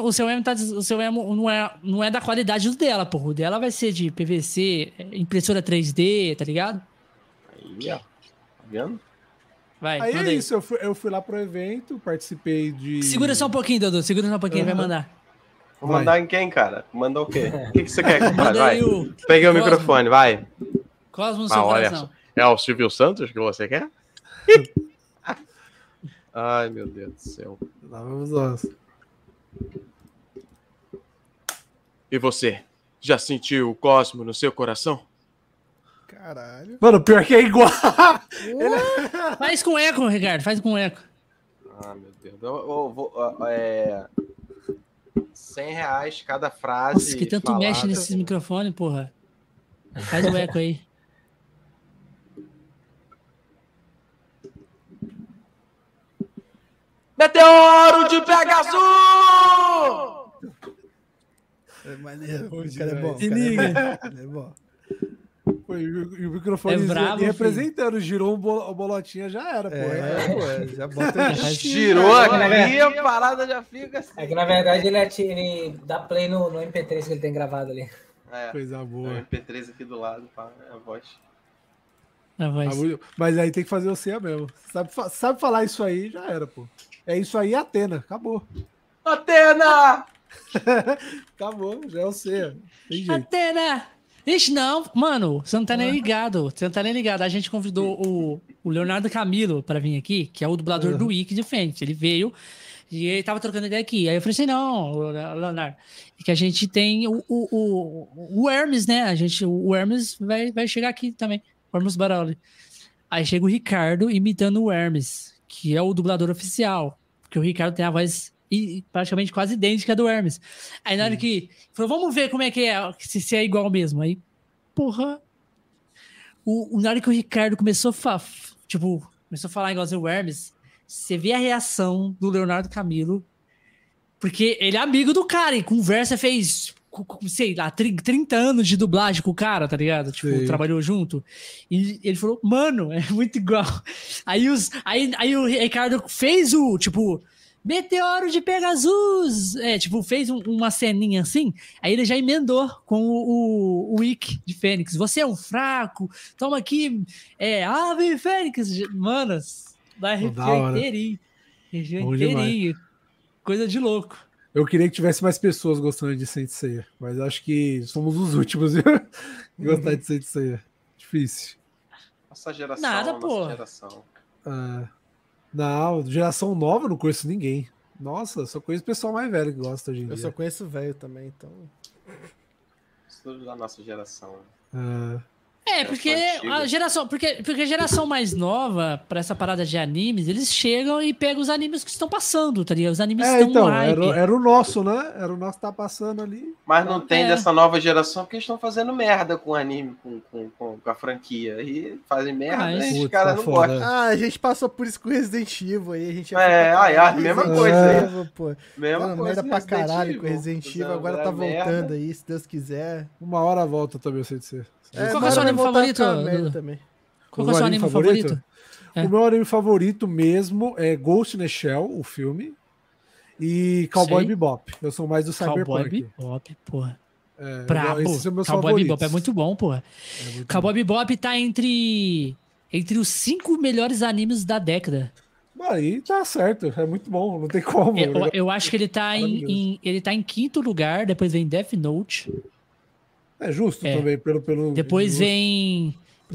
não é da qualidade do dela, pô. O dela vai ser de PVC, impressora 3D, tá ligado? Aí, ó. Tá vendo? Vai, aí é isso, eu fui lá pro evento, participei de... Segura só um pouquinho, Dodô, ele vai mandar. Vou mandar em quem, cara? Manda o quê? O que você quer que faz? Vai. Peguei o microfone, vai. Cosmo no seu coração. É o Silvio Santos que você quer? Ai, meu Deus do céu. Lá vamos nós. E você? Já sentiu o Cosmo no seu coração? Caralho. Mano, pior que é igual. Faz com eco, Ricardo. Faz com eco. Ah, meu Deus. Eu vou, R$100 cada frase. Nossa, que tanto falada. Mexe nesses microfones, porra. Faz o eco aí. Meteoro de Pegasus! É maneiro. O cara é bom. Se liga. Ele é bom. E o microfone representando, girou um bolotinha, já era, pô. Já bota girou aqui, a parada já fica assim. É que na verdade ele dá play no MP3 que ele tem gravado ali. Coisa boa. O MP3 aqui do lado, pá, a voz. Mas aí tem que fazer o CEA mesmo. Sabe falar isso aí, já era, pô. É isso aí, Atena. Acabou. Atena! Acabou, já é o CEA. Tem jeito. Atena! Ixi, não, mano, você não tá nem ligado. Você não tá nem ligado. A gente convidou o Leonardo Camilo pra vir aqui, que é o dublador do Wiki de Fênix. Ele veio e ele tava trocando ideia aqui. Aí eu falei assim, não, Leonardo, que a gente tem o Hermes, né? O Hermes vai chegar aqui também. O Hermes Baroli. Aí chega o Ricardo imitando o Hermes, que é o dublador oficial. Porque o Ricardo tem a voz praticamente quase idêntica do Hermes. Aí na hora que falou, vamos ver como é que é, se é igual mesmo. Aí, porra, na hora que o Ricardo começou a falar igualzinho o Hermes, você vê a reação do Leonardo Camilo, porque ele é amigo do cara e conversa, fez, sei lá, 30 anos de dublagem com o cara, tá ligado? Tipo, trabalhou junto. E ele falou, mano, é muito igual. Aí o Ricardo fez Meteoro de Pegasus! Fez uma ceninha assim, aí ele já emendou com o Wick de Fênix. Você é um fraco, toma aqui, Ave Fênix! Mano, vai arrepiar inteirinho. Inteirinho. Coisa de louco. Eu queria que tivesse mais pessoas gostando de Saint Seiya, mas acho que somos os últimos, viu? Gostar de Saint Seiya. Difícil. Nossa geração. Nada, pô. Não, geração nova eu não conheço ninguém. Nossa, só conheço o pessoal mais velho que gosta hoje em dia. Eu só conheço velho também, então. Isso da nossa geração. Porque a geração. Porque a geração mais nova, pra essa parada de animes, eles chegam e pegam os animes que estão passando, tá ligado? Os animes estão então, era o nosso, né? Era o nosso que tá passando ali. Mas não tem dessa nova geração porque eles estão fazendo merda com o anime, com a franquia. E fazem merda, e os caras não gostam. A gente passou por isso com Resident Evil aí. A gente mesma coisa aí. Mesma coisa pra caralho com Resident Evil. Agora tá voltando aí, se Deus quiser. Uma hora volta também, eu sei dizer. Qual é o seu anime favorito? Qual é o seu anime favorito? O meu anime favorito mesmo é Ghost in the Shell, o filme, e Cowboy Bebop. Eu sou mais do Cyberpunk. Cowboy Bebop, porra. Brabo. Esses são meus Cowboy favoritos. Bebop é muito bom, porra. Cowboy Bebop tá entre os 5 melhores animes da década. Aí tá certo, é muito bom, não tem como. Eu acho que ele tá em quinto lugar, depois vem Death Note. É justo também, pelo Depois vem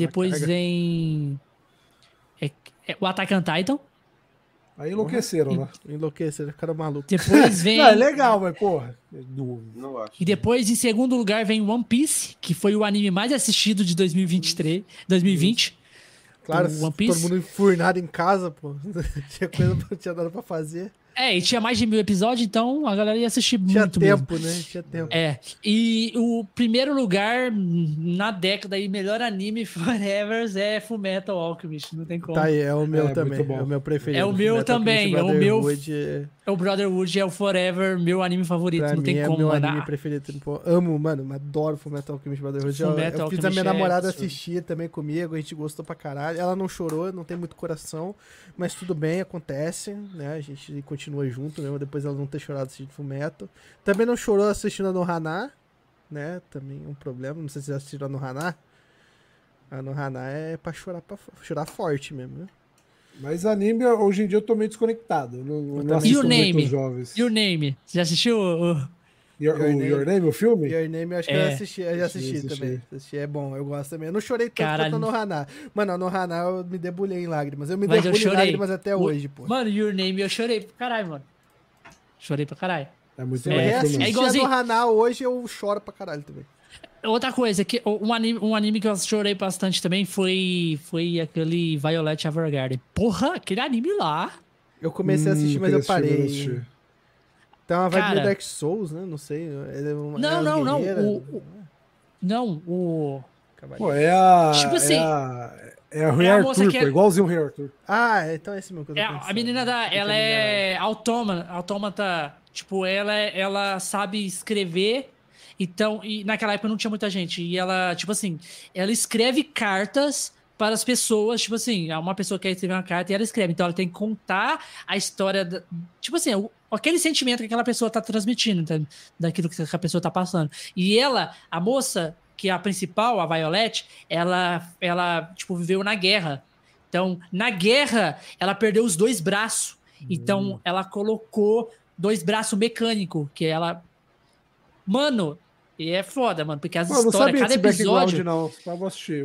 o Attack on Titan. Aí enlouqueceram, né? Enlouqueceram, ficaram malucos. Depois vem... Não, é legal, mas porra. Não acho. E depois, em segundo lugar, vem One Piece, que foi o anime mais assistido de 2020. Claro, One Piece. Todo mundo enfurnado em casa, pô. Não tinha nada pra fazer. E tinha mais de 1000 episódios, então a galera ia assistir muito mesmo. Tinha tempo, né? Tinha tempo. E o primeiro lugar na década e melhor anime forever é Fullmetal Alchemist, não tem como. Tá aí, é o meu também, é o meu preferido. É o meu também, o Brotherhood é o forever, meu anime favorito, pra não tem mim como, é meu anime preferido. Pô, amo, mano, adoro Fullmetal Alchemist Brotherhood. Eu fiz a minha namorada assistir também comigo, a gente gostou pra caralho. Ela não chorou, não tem muito coração, mas tudo bem, acontece, né? A gente continua junto mesmo, depois ela não ter chorado assistindo Fullmetal. Também não chorou assistindo a Nohana, né? Também é um problema, não sei se vocês assistiram a Nohana. A Nohana é pra chorar forte mesmo, né? Mas anime, hoje em dia eu tô meio desconectado. Não assisto muito jovens. Your Name, você já assistiu Your Name, o filme? Your Name, eu acho que eu já assisti também. É bom, eu gosto também. Eu não chorei tanto quanto a Nohana. Mano, a Nohana eu me debulhei em lágrimas. Eu me debulhei em lágrimas até hoje, pô. Mano, Your Name eu chorei pra caralho, mano. Chorei pra caralho. É muito bom. Se eu a Nohana hoje, eu choro pra caralho também. Outra coisa, um anime que eu chorei bastante também foi aquele Violet Evergarden. Porra, aquele anime lá. Eu comecei a assistir, mas eu parei. Tem uma vibe do Dark Souls, né? Não sei. Não. Pô, é a... Tipo assim... É a Rei Arthur, pô, igualzinho o Rei Arthur. Então é esse meu que eu tô pensando. A menina ela é autômata. Tipo, ela sabe escrever. Então, e naquela época não tinha muita gente. E ela, tipo assim, ela escreve cartas para as pessoas. Tipo assim, uma pessoa quer escrever uma carta e ela escreve. Então ela tem que contar a história. Tipo assim, aquele sentimento que aquela pessoa tá transmitindo, tá? Daquilo que a pessoa tá passando. E ela, a moça, que é a principal, a Violet, ela tipo, viveu na guerra. Então, na guerra, ela perdeu os 2 braços. Então, ela colocou 2 braços mecânicos, que ela... Mano, e é foda, mano, porque as histórias, cada episódio... Não, eu vou assistir.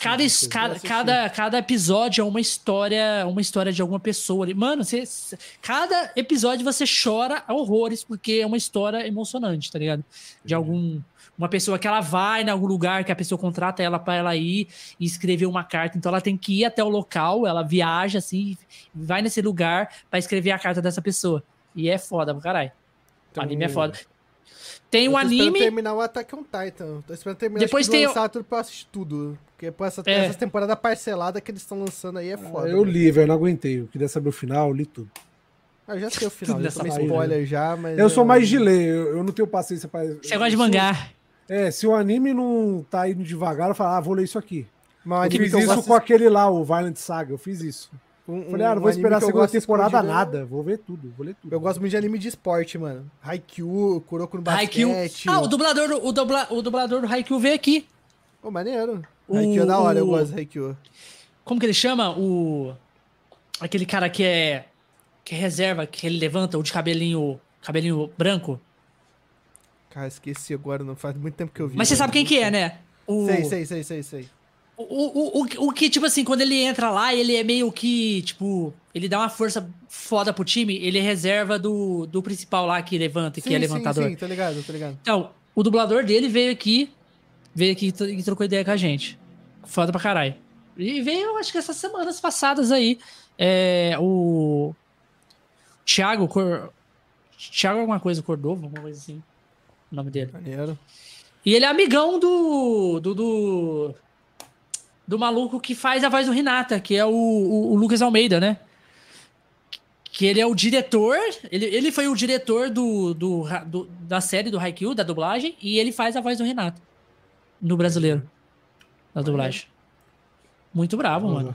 Cada episódio é uma história de alguma pessoa ali. Mano, cada episódio você chora horrores, porque é uma história emocionante, tá ligado? De uma pessoa que ela vai em algum lugar, que a pessoa contrata ela pra ela ir e escrever uma carta. Então ela tem que ir até o local, ela viaja assim, vai nesse lugar pra escrever a carta dessa pessoa. E é foda pra caralho. Então, o anime é foda. Tem um anime... esperando terminar o Attack on Titan. Tô esperando terminar depois tem lançar tudo pra assistir tudo. Porque por essa temporada parcelada que eles estão lançando aí é foda. Eu li, velho, não aguentei. Eu queria saber o final, eu li tudo. Eu já sei o final, já tomei spoiler já, mas... Eu sou mais de ler, eu não tenho paciência pra... Você gosta de mangá. Se o anime não tá indo devagar, eu falo, vou ler isso aqui. Mas eu fiz isso com aquele lá, o Violent Saga, eu fiz isso. Falei, não vou esperar a segunda temporada nada, vou ver tudo, vou ler tudo. Eu gosto muito de anime de esporte, mano. Haikyuu, Kuroko no basquete. O dublador do Haikyuu veio aqui. Pô, maneiro. Haikyuu é da hora, eu gosto do Haikyuu. Como que ele chama? Aquele cara que é reserva, que ele levanta, o de cabelinho branco. Cara, esqueci agora, não faz muito tempo que eu vi. Mas você sabe quem que é, né? Sei. O que, tipo assim, quando ele entra lá, ele é meio que, tipo, ele dá uma força foda pro time, ele é reserva do principal lá que levanta, que é levantador. Sim, tô ligado. Então, o dublador dele veio aqui e trocou ideia com a gente. Foda pra caralho. E veio, acho que essas semanas passadas aí, o Thiago alguma coisa, Cordova, alguma coisa assim, o nome dele. Maneiro. E ele é amigão do maluco que faz a voz do Hinata, que é o Lucas Almeida, né? Que ele é o diretor, ele foi o diretor da série do Haikyuu, da dublagem, e ele faz a voz do Hinata no brasileiro, da dublagem. Muito bravo, mano.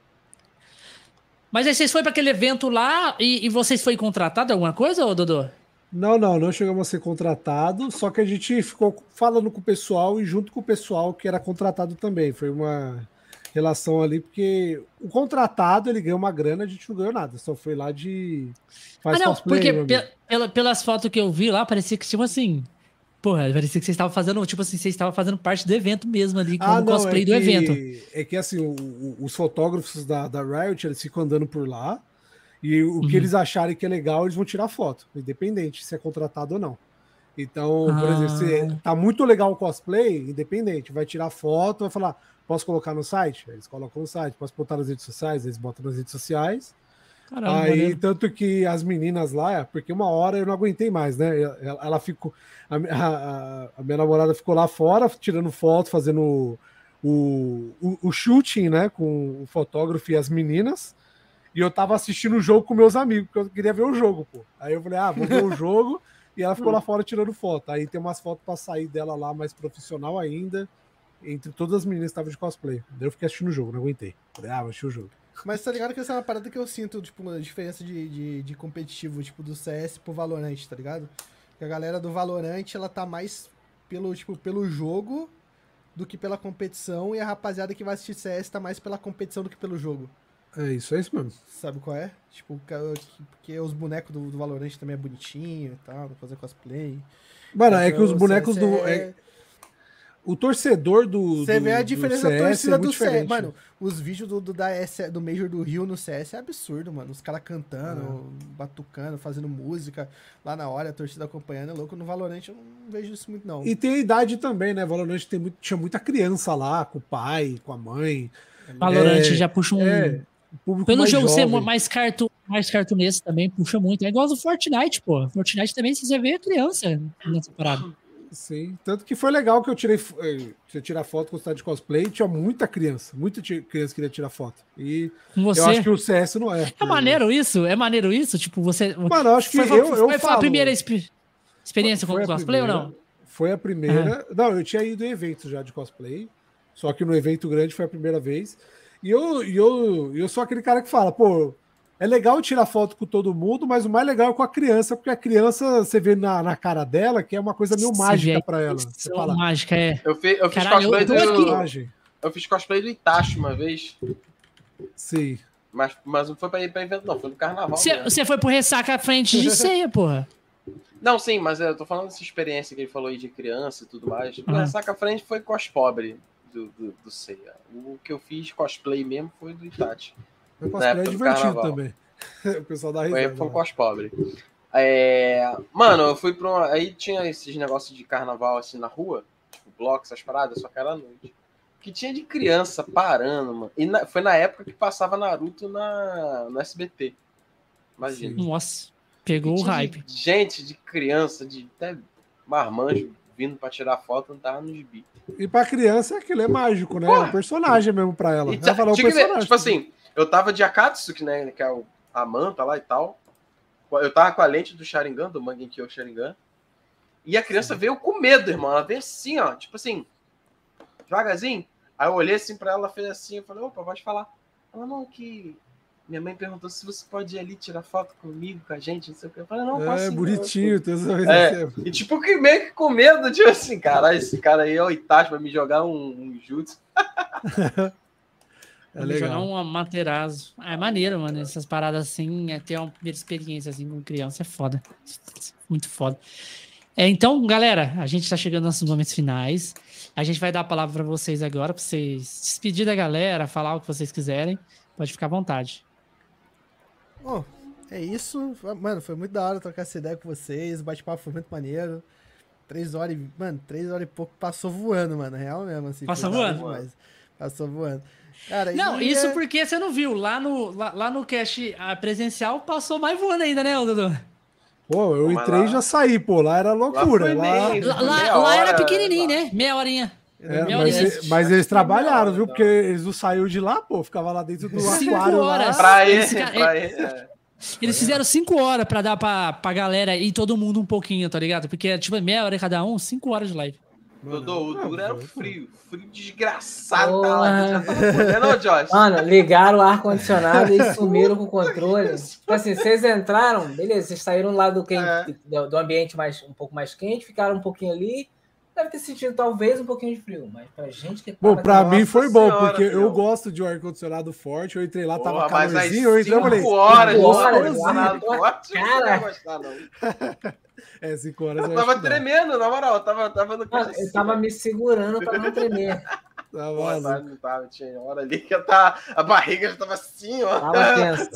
Mas aí vocês foram pra aquele evento lá e vocês foram contratados alguma coisa, ô Dodô? Não chegamos a ser contratado, só que a gente ficou falando com o pessoal e junto com o pessoal que era contratado também. Foi uma relação ali, porque o contratado, ele ganhou uma grana, a gente não ganhou nada, só foi lá de... Cosplay, porque pelas fotos que eu vi lá, parecia que, tipo assim... Porra, parecia que vocês estavam fazendo, tipo assim, vocês estavam fazendo parte do evento mesmo ali, como cosplay do evento. É que, assim, os fotógrafos da Riot, eles ficam andando por lá, e o que eles acharem que é legal, eles vão tirar foto, independente se é contratado ou não. Então, por exemplo, se tá muito legal o cosplay, independente, vai tirar foto, vai falar, posso colocar no site? Eles colocam no site. Posso botar nas redes sociais? Eles botam nas redes sociais. Caramba, aí, tanto que as meninas lá, porque uma hora eu não aguentei mais, né? Ela ficou... A minha namorada ficou lá fora, tirando foto, fazendo o shooting, né? Com o fotógrafo e as meninas. E eu tava assistindo o jogo com meus amigos, porque eu queria ver o jogo, pô. Aí eu falei, vou ver o jogo. E ela ficou lá fora tirando foto. Aí tem umas fotos pra sair dela lá, mais profissional ainda. Entre todas as meninas que estavam de cosplay. Daí eu fiquei assistindo o jogo, não aguentei. Falei, vou assistir o jogo. Mas tá ligado que essa é uma parada que eu sinto, tipo, uma diferença de competitivo, tipo, do CS pro Valorant, tá ligado? Que a galera do Valorant, ela tá mais pelo jogo do que pela competição, e a rapaziada que vai assistir CS tá mais pela competição do que pelo jogo. É isso mesmo. Sabe qual é? Tipo, porque os bonecos do Valorant também é bonitinho e tal, fazer cosplay. Mano, é que os bonecos do... O torcedor do Você vê a diferença da torcida do CS. Mano, os vídeos do Major do Rio no CS é absurdo, mano. Os caras cantando, batucando, fazendo música lá na hora, a torcida acompanhando. É louco. No Valorant eu não vejo isso muito, não. E tem a idade também, né? Valorant tinha muita criança lá, com o pai, com a mãe. Valorant já puxa um... público pelo mais jogo jovem. ser mais cartunista também, puxa muito. É igual do Fortnite, pô. Fortnite também, se você vê a criança nessa parada. Sim, tanto que foi legal que eu tirar foto com o estado de cosplay, tinha muita criança queria tirar foto. E eu acho que o CS não é. É maneiro isso? Tipo, você... Mano, eu acho que foi a primeira experiência com cosplay ou não? Foi a primeira. Não, eu tinha ido em eventos já de cosplay, só que no evento grande foi a primeira vez. E eu sou aquele cara que fala, pô, é legal tirar foto com todo mundo, mas o mais legal é com a criança, porque a criança, você vê na cara dela que é uma coisa meio mágica pra ela. Você fala, mágica, é. Eu fiz cosplay eu fiz cosplay do Itachi uma vez. Sim. Mas não foi pra ir pra evento, não. Foi no carnaval. Você foi pro Ressaca à frente de ceia, porra. Não, sim, mas eu tô falando dessa experiência que ele falou aí de criança e tudo mais. O Ressaca à frente foi cospobre do ceia. O que eu fiz cosplay mesmo foi do Itachi. O cosplay é divertido também. O pessoal dá risada. Foi um cospobre. Mano, eu fui pra aí tinha esses negócios de carnaval assim na rua, tipo blocos, essas paradas, só que era à noite. Que tinha de criança parando, mano. E foi na época que passava Naruto no SBT. Imagina. Nossa, pegou o hype. Gente de criança, de até marmanjo vindo pra tirar foto, não tava no gibi. E pra criança aquilo é mágico, né? É um personagem mesmo pra ela. Ela falou personagem. Tipo assim, eu tava de Akatsuki, né? Que é a manta lá e tal. Eu tava com a lente do Sharingan, do Mangekyou Sharingan. E a criança veio com medo, irmão. Ela veio assim, ó. Tipo assim, devagarzinho. Aí eu olhei assim pra ela, fez assim. Eu falei, opa, pode falar. Ela, não, que... Minha mãe perguntou se você pode ir ali tirar foto comigo, com a gente, não sei o que. Eu falei, não, posso. É, bonitinho. E tipo, que meio que com medo, tipo assim, caralho, esse cara aí é o Itachi, vai me jogar um jutsu. É legal. Jogar um Amaterasu. É maneiro, mano. Essas paradas assim, ter uma primeira experiência assim com criança é foda. Muito foda. Então, galera, a gente tá chegando nos momentos finais. A gente vai dar a palavra para vocês agora, para vocês se despedir da galera, falar o que vocês quiserem. Pode ficar à vontade. Bom, é isso. Mano, foi muito da hora trocar essa ideia com vocês. O bate-papo foi muito maneiro. 3 horas e pouco passou voando, mano. Real mesmo, assim. Passou voando? Passou voando. Cara, não, isso porque você não viu. Lá no cast presencial passou mais voando ainda, né, Dudu? Pô, eu entrei e já saí, pô. Lá era loucura. Lá era pequenininho, né? Meia horinha. Mas eles trabalharam, viu? Porque eles não saíram de lá, pô. Ficava lá dentro do 5 aquário. Horas. Eles fizeram 5 horas pra dar pra galera e todo mundo um pouquinho, tá ligado? Porque tipo meia hora cada um, 5 horas de live. Dodô, o duro era frio desgraçado. Não, Josh? Mano, ligaram o ar-condicionado e sumiram com o controle. Tipo assim, vocês entraram, beleza, vocês saíram lá do ambiente um pouco mais quente, ficaram um pouquinho ali. Deve ter sentido talvez um pouquinho de frio, mas pra gente que... Bom, pra mim foi bom, porque eu gosto de um ar-condicionado forte, eu entrei lá, tava calorzinho, eu entrei e falei... 5 horas de ar-condicionado forte, cara. Não vai gostar, não. 5 horas eu tava tremendo, na moral, eu tava no canto. Eu tava me segurando pra não tremer. Não tava, tinha hora ali que a barriga já tava assim, ó. Tava tenso.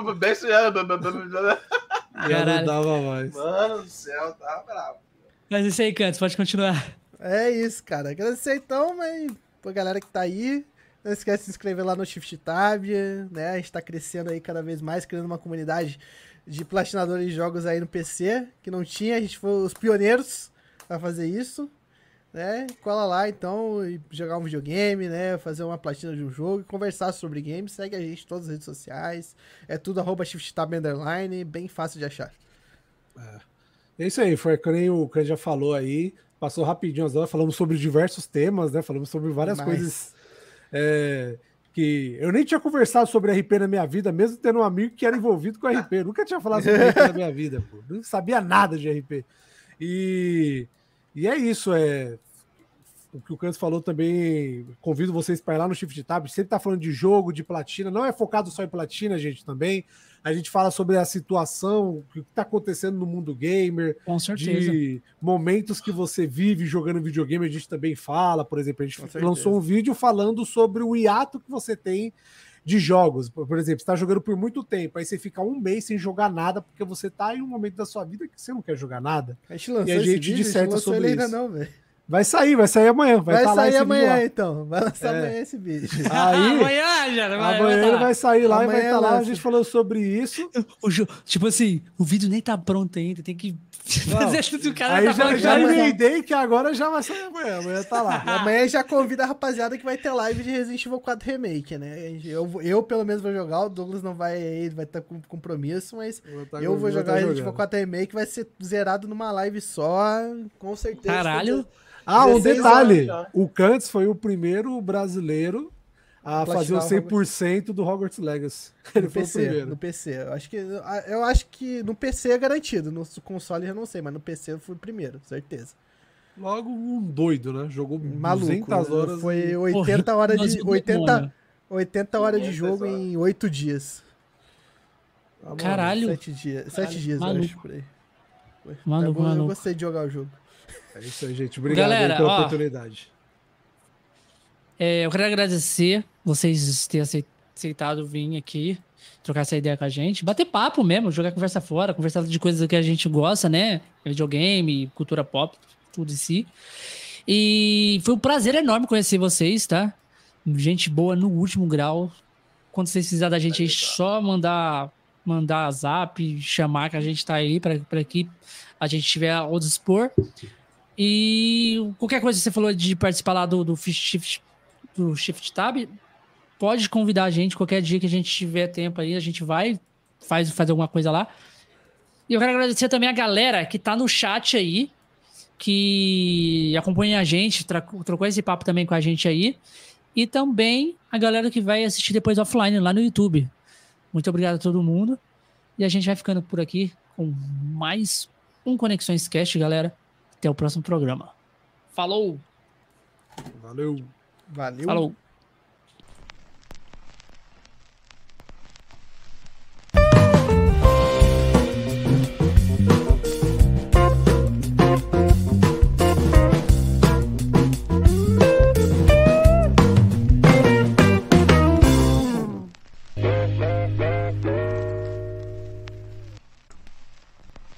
Já não dava mais. Mano do céu, tava bravo. Mas isso aí, Cantos, pode continuar. É isso, cara. Agradecer então, mas pra galera que tá aí, não esquece de se inscrever lá no Shift Tab, né? A gente tá crescendo aí cada vez mais, criando uma comunidade de platinadores de jogos aí no PC, que não tinha, a gente foi os pioneiros pra fazer isso, né? Cola lá então e jogar um videogame, né? Fazer uma platina de um jogo e conversar sobre games. Segue a gente em todas as redes sociais. É tudo @ShiftTab_, bem fácil de achar. É isso aí, foi como o Can já falou aí, passou rapidinho as horas, falamos sobre diversos temas, né? Falamos sobre várias coisas que eu nem tinha conversado sobre RP na minha vida, mesmo tendo um amigo que era envolvido com RP. Eu nunca tinha falado sobre RP na minha vida, pô. Não sabia nada de RP. E é isso, o que o Cantos falou também, convido vocês para ir lá no Shift Tab, sempre tá falando de jogo, de platina, não é focado só em platina, gente, também. A gente fala sobre a situação, o que está acontecendo no mundo gamer. Com certeza. De momentos que você vive jogando videogame, a gente também fala. Por exemplo, a gente lançou um vídeo falando sobre o hiato que você tem de jogos. Por exemplo, você está jogando por muito tempo, aí você fica um mês sem jogar nada, porque você está em um momento da sua vida que você não quer jogar nada. A gente lançou e a gente disserta sobre isso. Ainda não, velho. Vai sair amanhã. Vai sair amanhã, então. Vai lançar amanhã esse vídeo. Aí, amanhã ele vai sair lá e vai estar lá. A gente falando sobre isso. Tipo assim, o vídeo nem tá pronto ainda. Tem que fazer tudo o cara. Aí já emendei que agora já vai sair amanhã. Amanhã tá lá. E amanhã já convida a rapaziada que vai ter live de Resident Evil 4 Remake, né? Eu pelo menos vou jogar. O Douglas não vai estar com compromisso, mas eu vou jogar Resident Evil 4 Remake. Vai ser zerado numa live só, com certeza. Caralho. Um detalhe, o Cantos foi o primeiro brasileiro a fazer o 100% do Hogwarts Legacy. Ele foi o primeiro. No PC. Eu acho que no PC é garantido. No console eu não sei, mas no PC eu fui o primeiro, certeza. Logo um doido, né? Jogou maluco, 200 horas. Foi 80 horas de jogo em 8 dias. Caralho. 7 dias. 7 dias, eu acho, por aí. Maluco. Eu gostei de jogar o jogo. É isso aí, gente. Obrigado pela oportunidade. Eu quero agradecer vocês terem aceitado vir aqui, trocar essa ideia com a gente, bater papo mesmo, jogar conversa fora, conversar de coisas que a gente gosta, né? Videogame, cultura pop, tudo em si. E foi um prazer enorme conhecer vocês, tá? Gente boa no último grau. Quando vocês precisarem da gente aí, só mandar zap, chamar que a gente tá aí para que a gente tiver ao dispor. E qualquer coisa que você falou de participar lá do Shift Tab, pode convidar a gente qualquer dia que a gente tiver tempo aí, a gente vai fazer alguma coisa lá. E eu quero agradecer também a galera que tá no chat aí, que acompanha a gente, trocou esse papo também com a gente aí, e também a galera que vai assistir depois offline lá no YouTube. Muito obrigado a todo mundo, e a gente vai ficando por aqui com mais um Conexões Cast, galera. Até o próximo programa. Falou! Valeu! Valeu! Falou!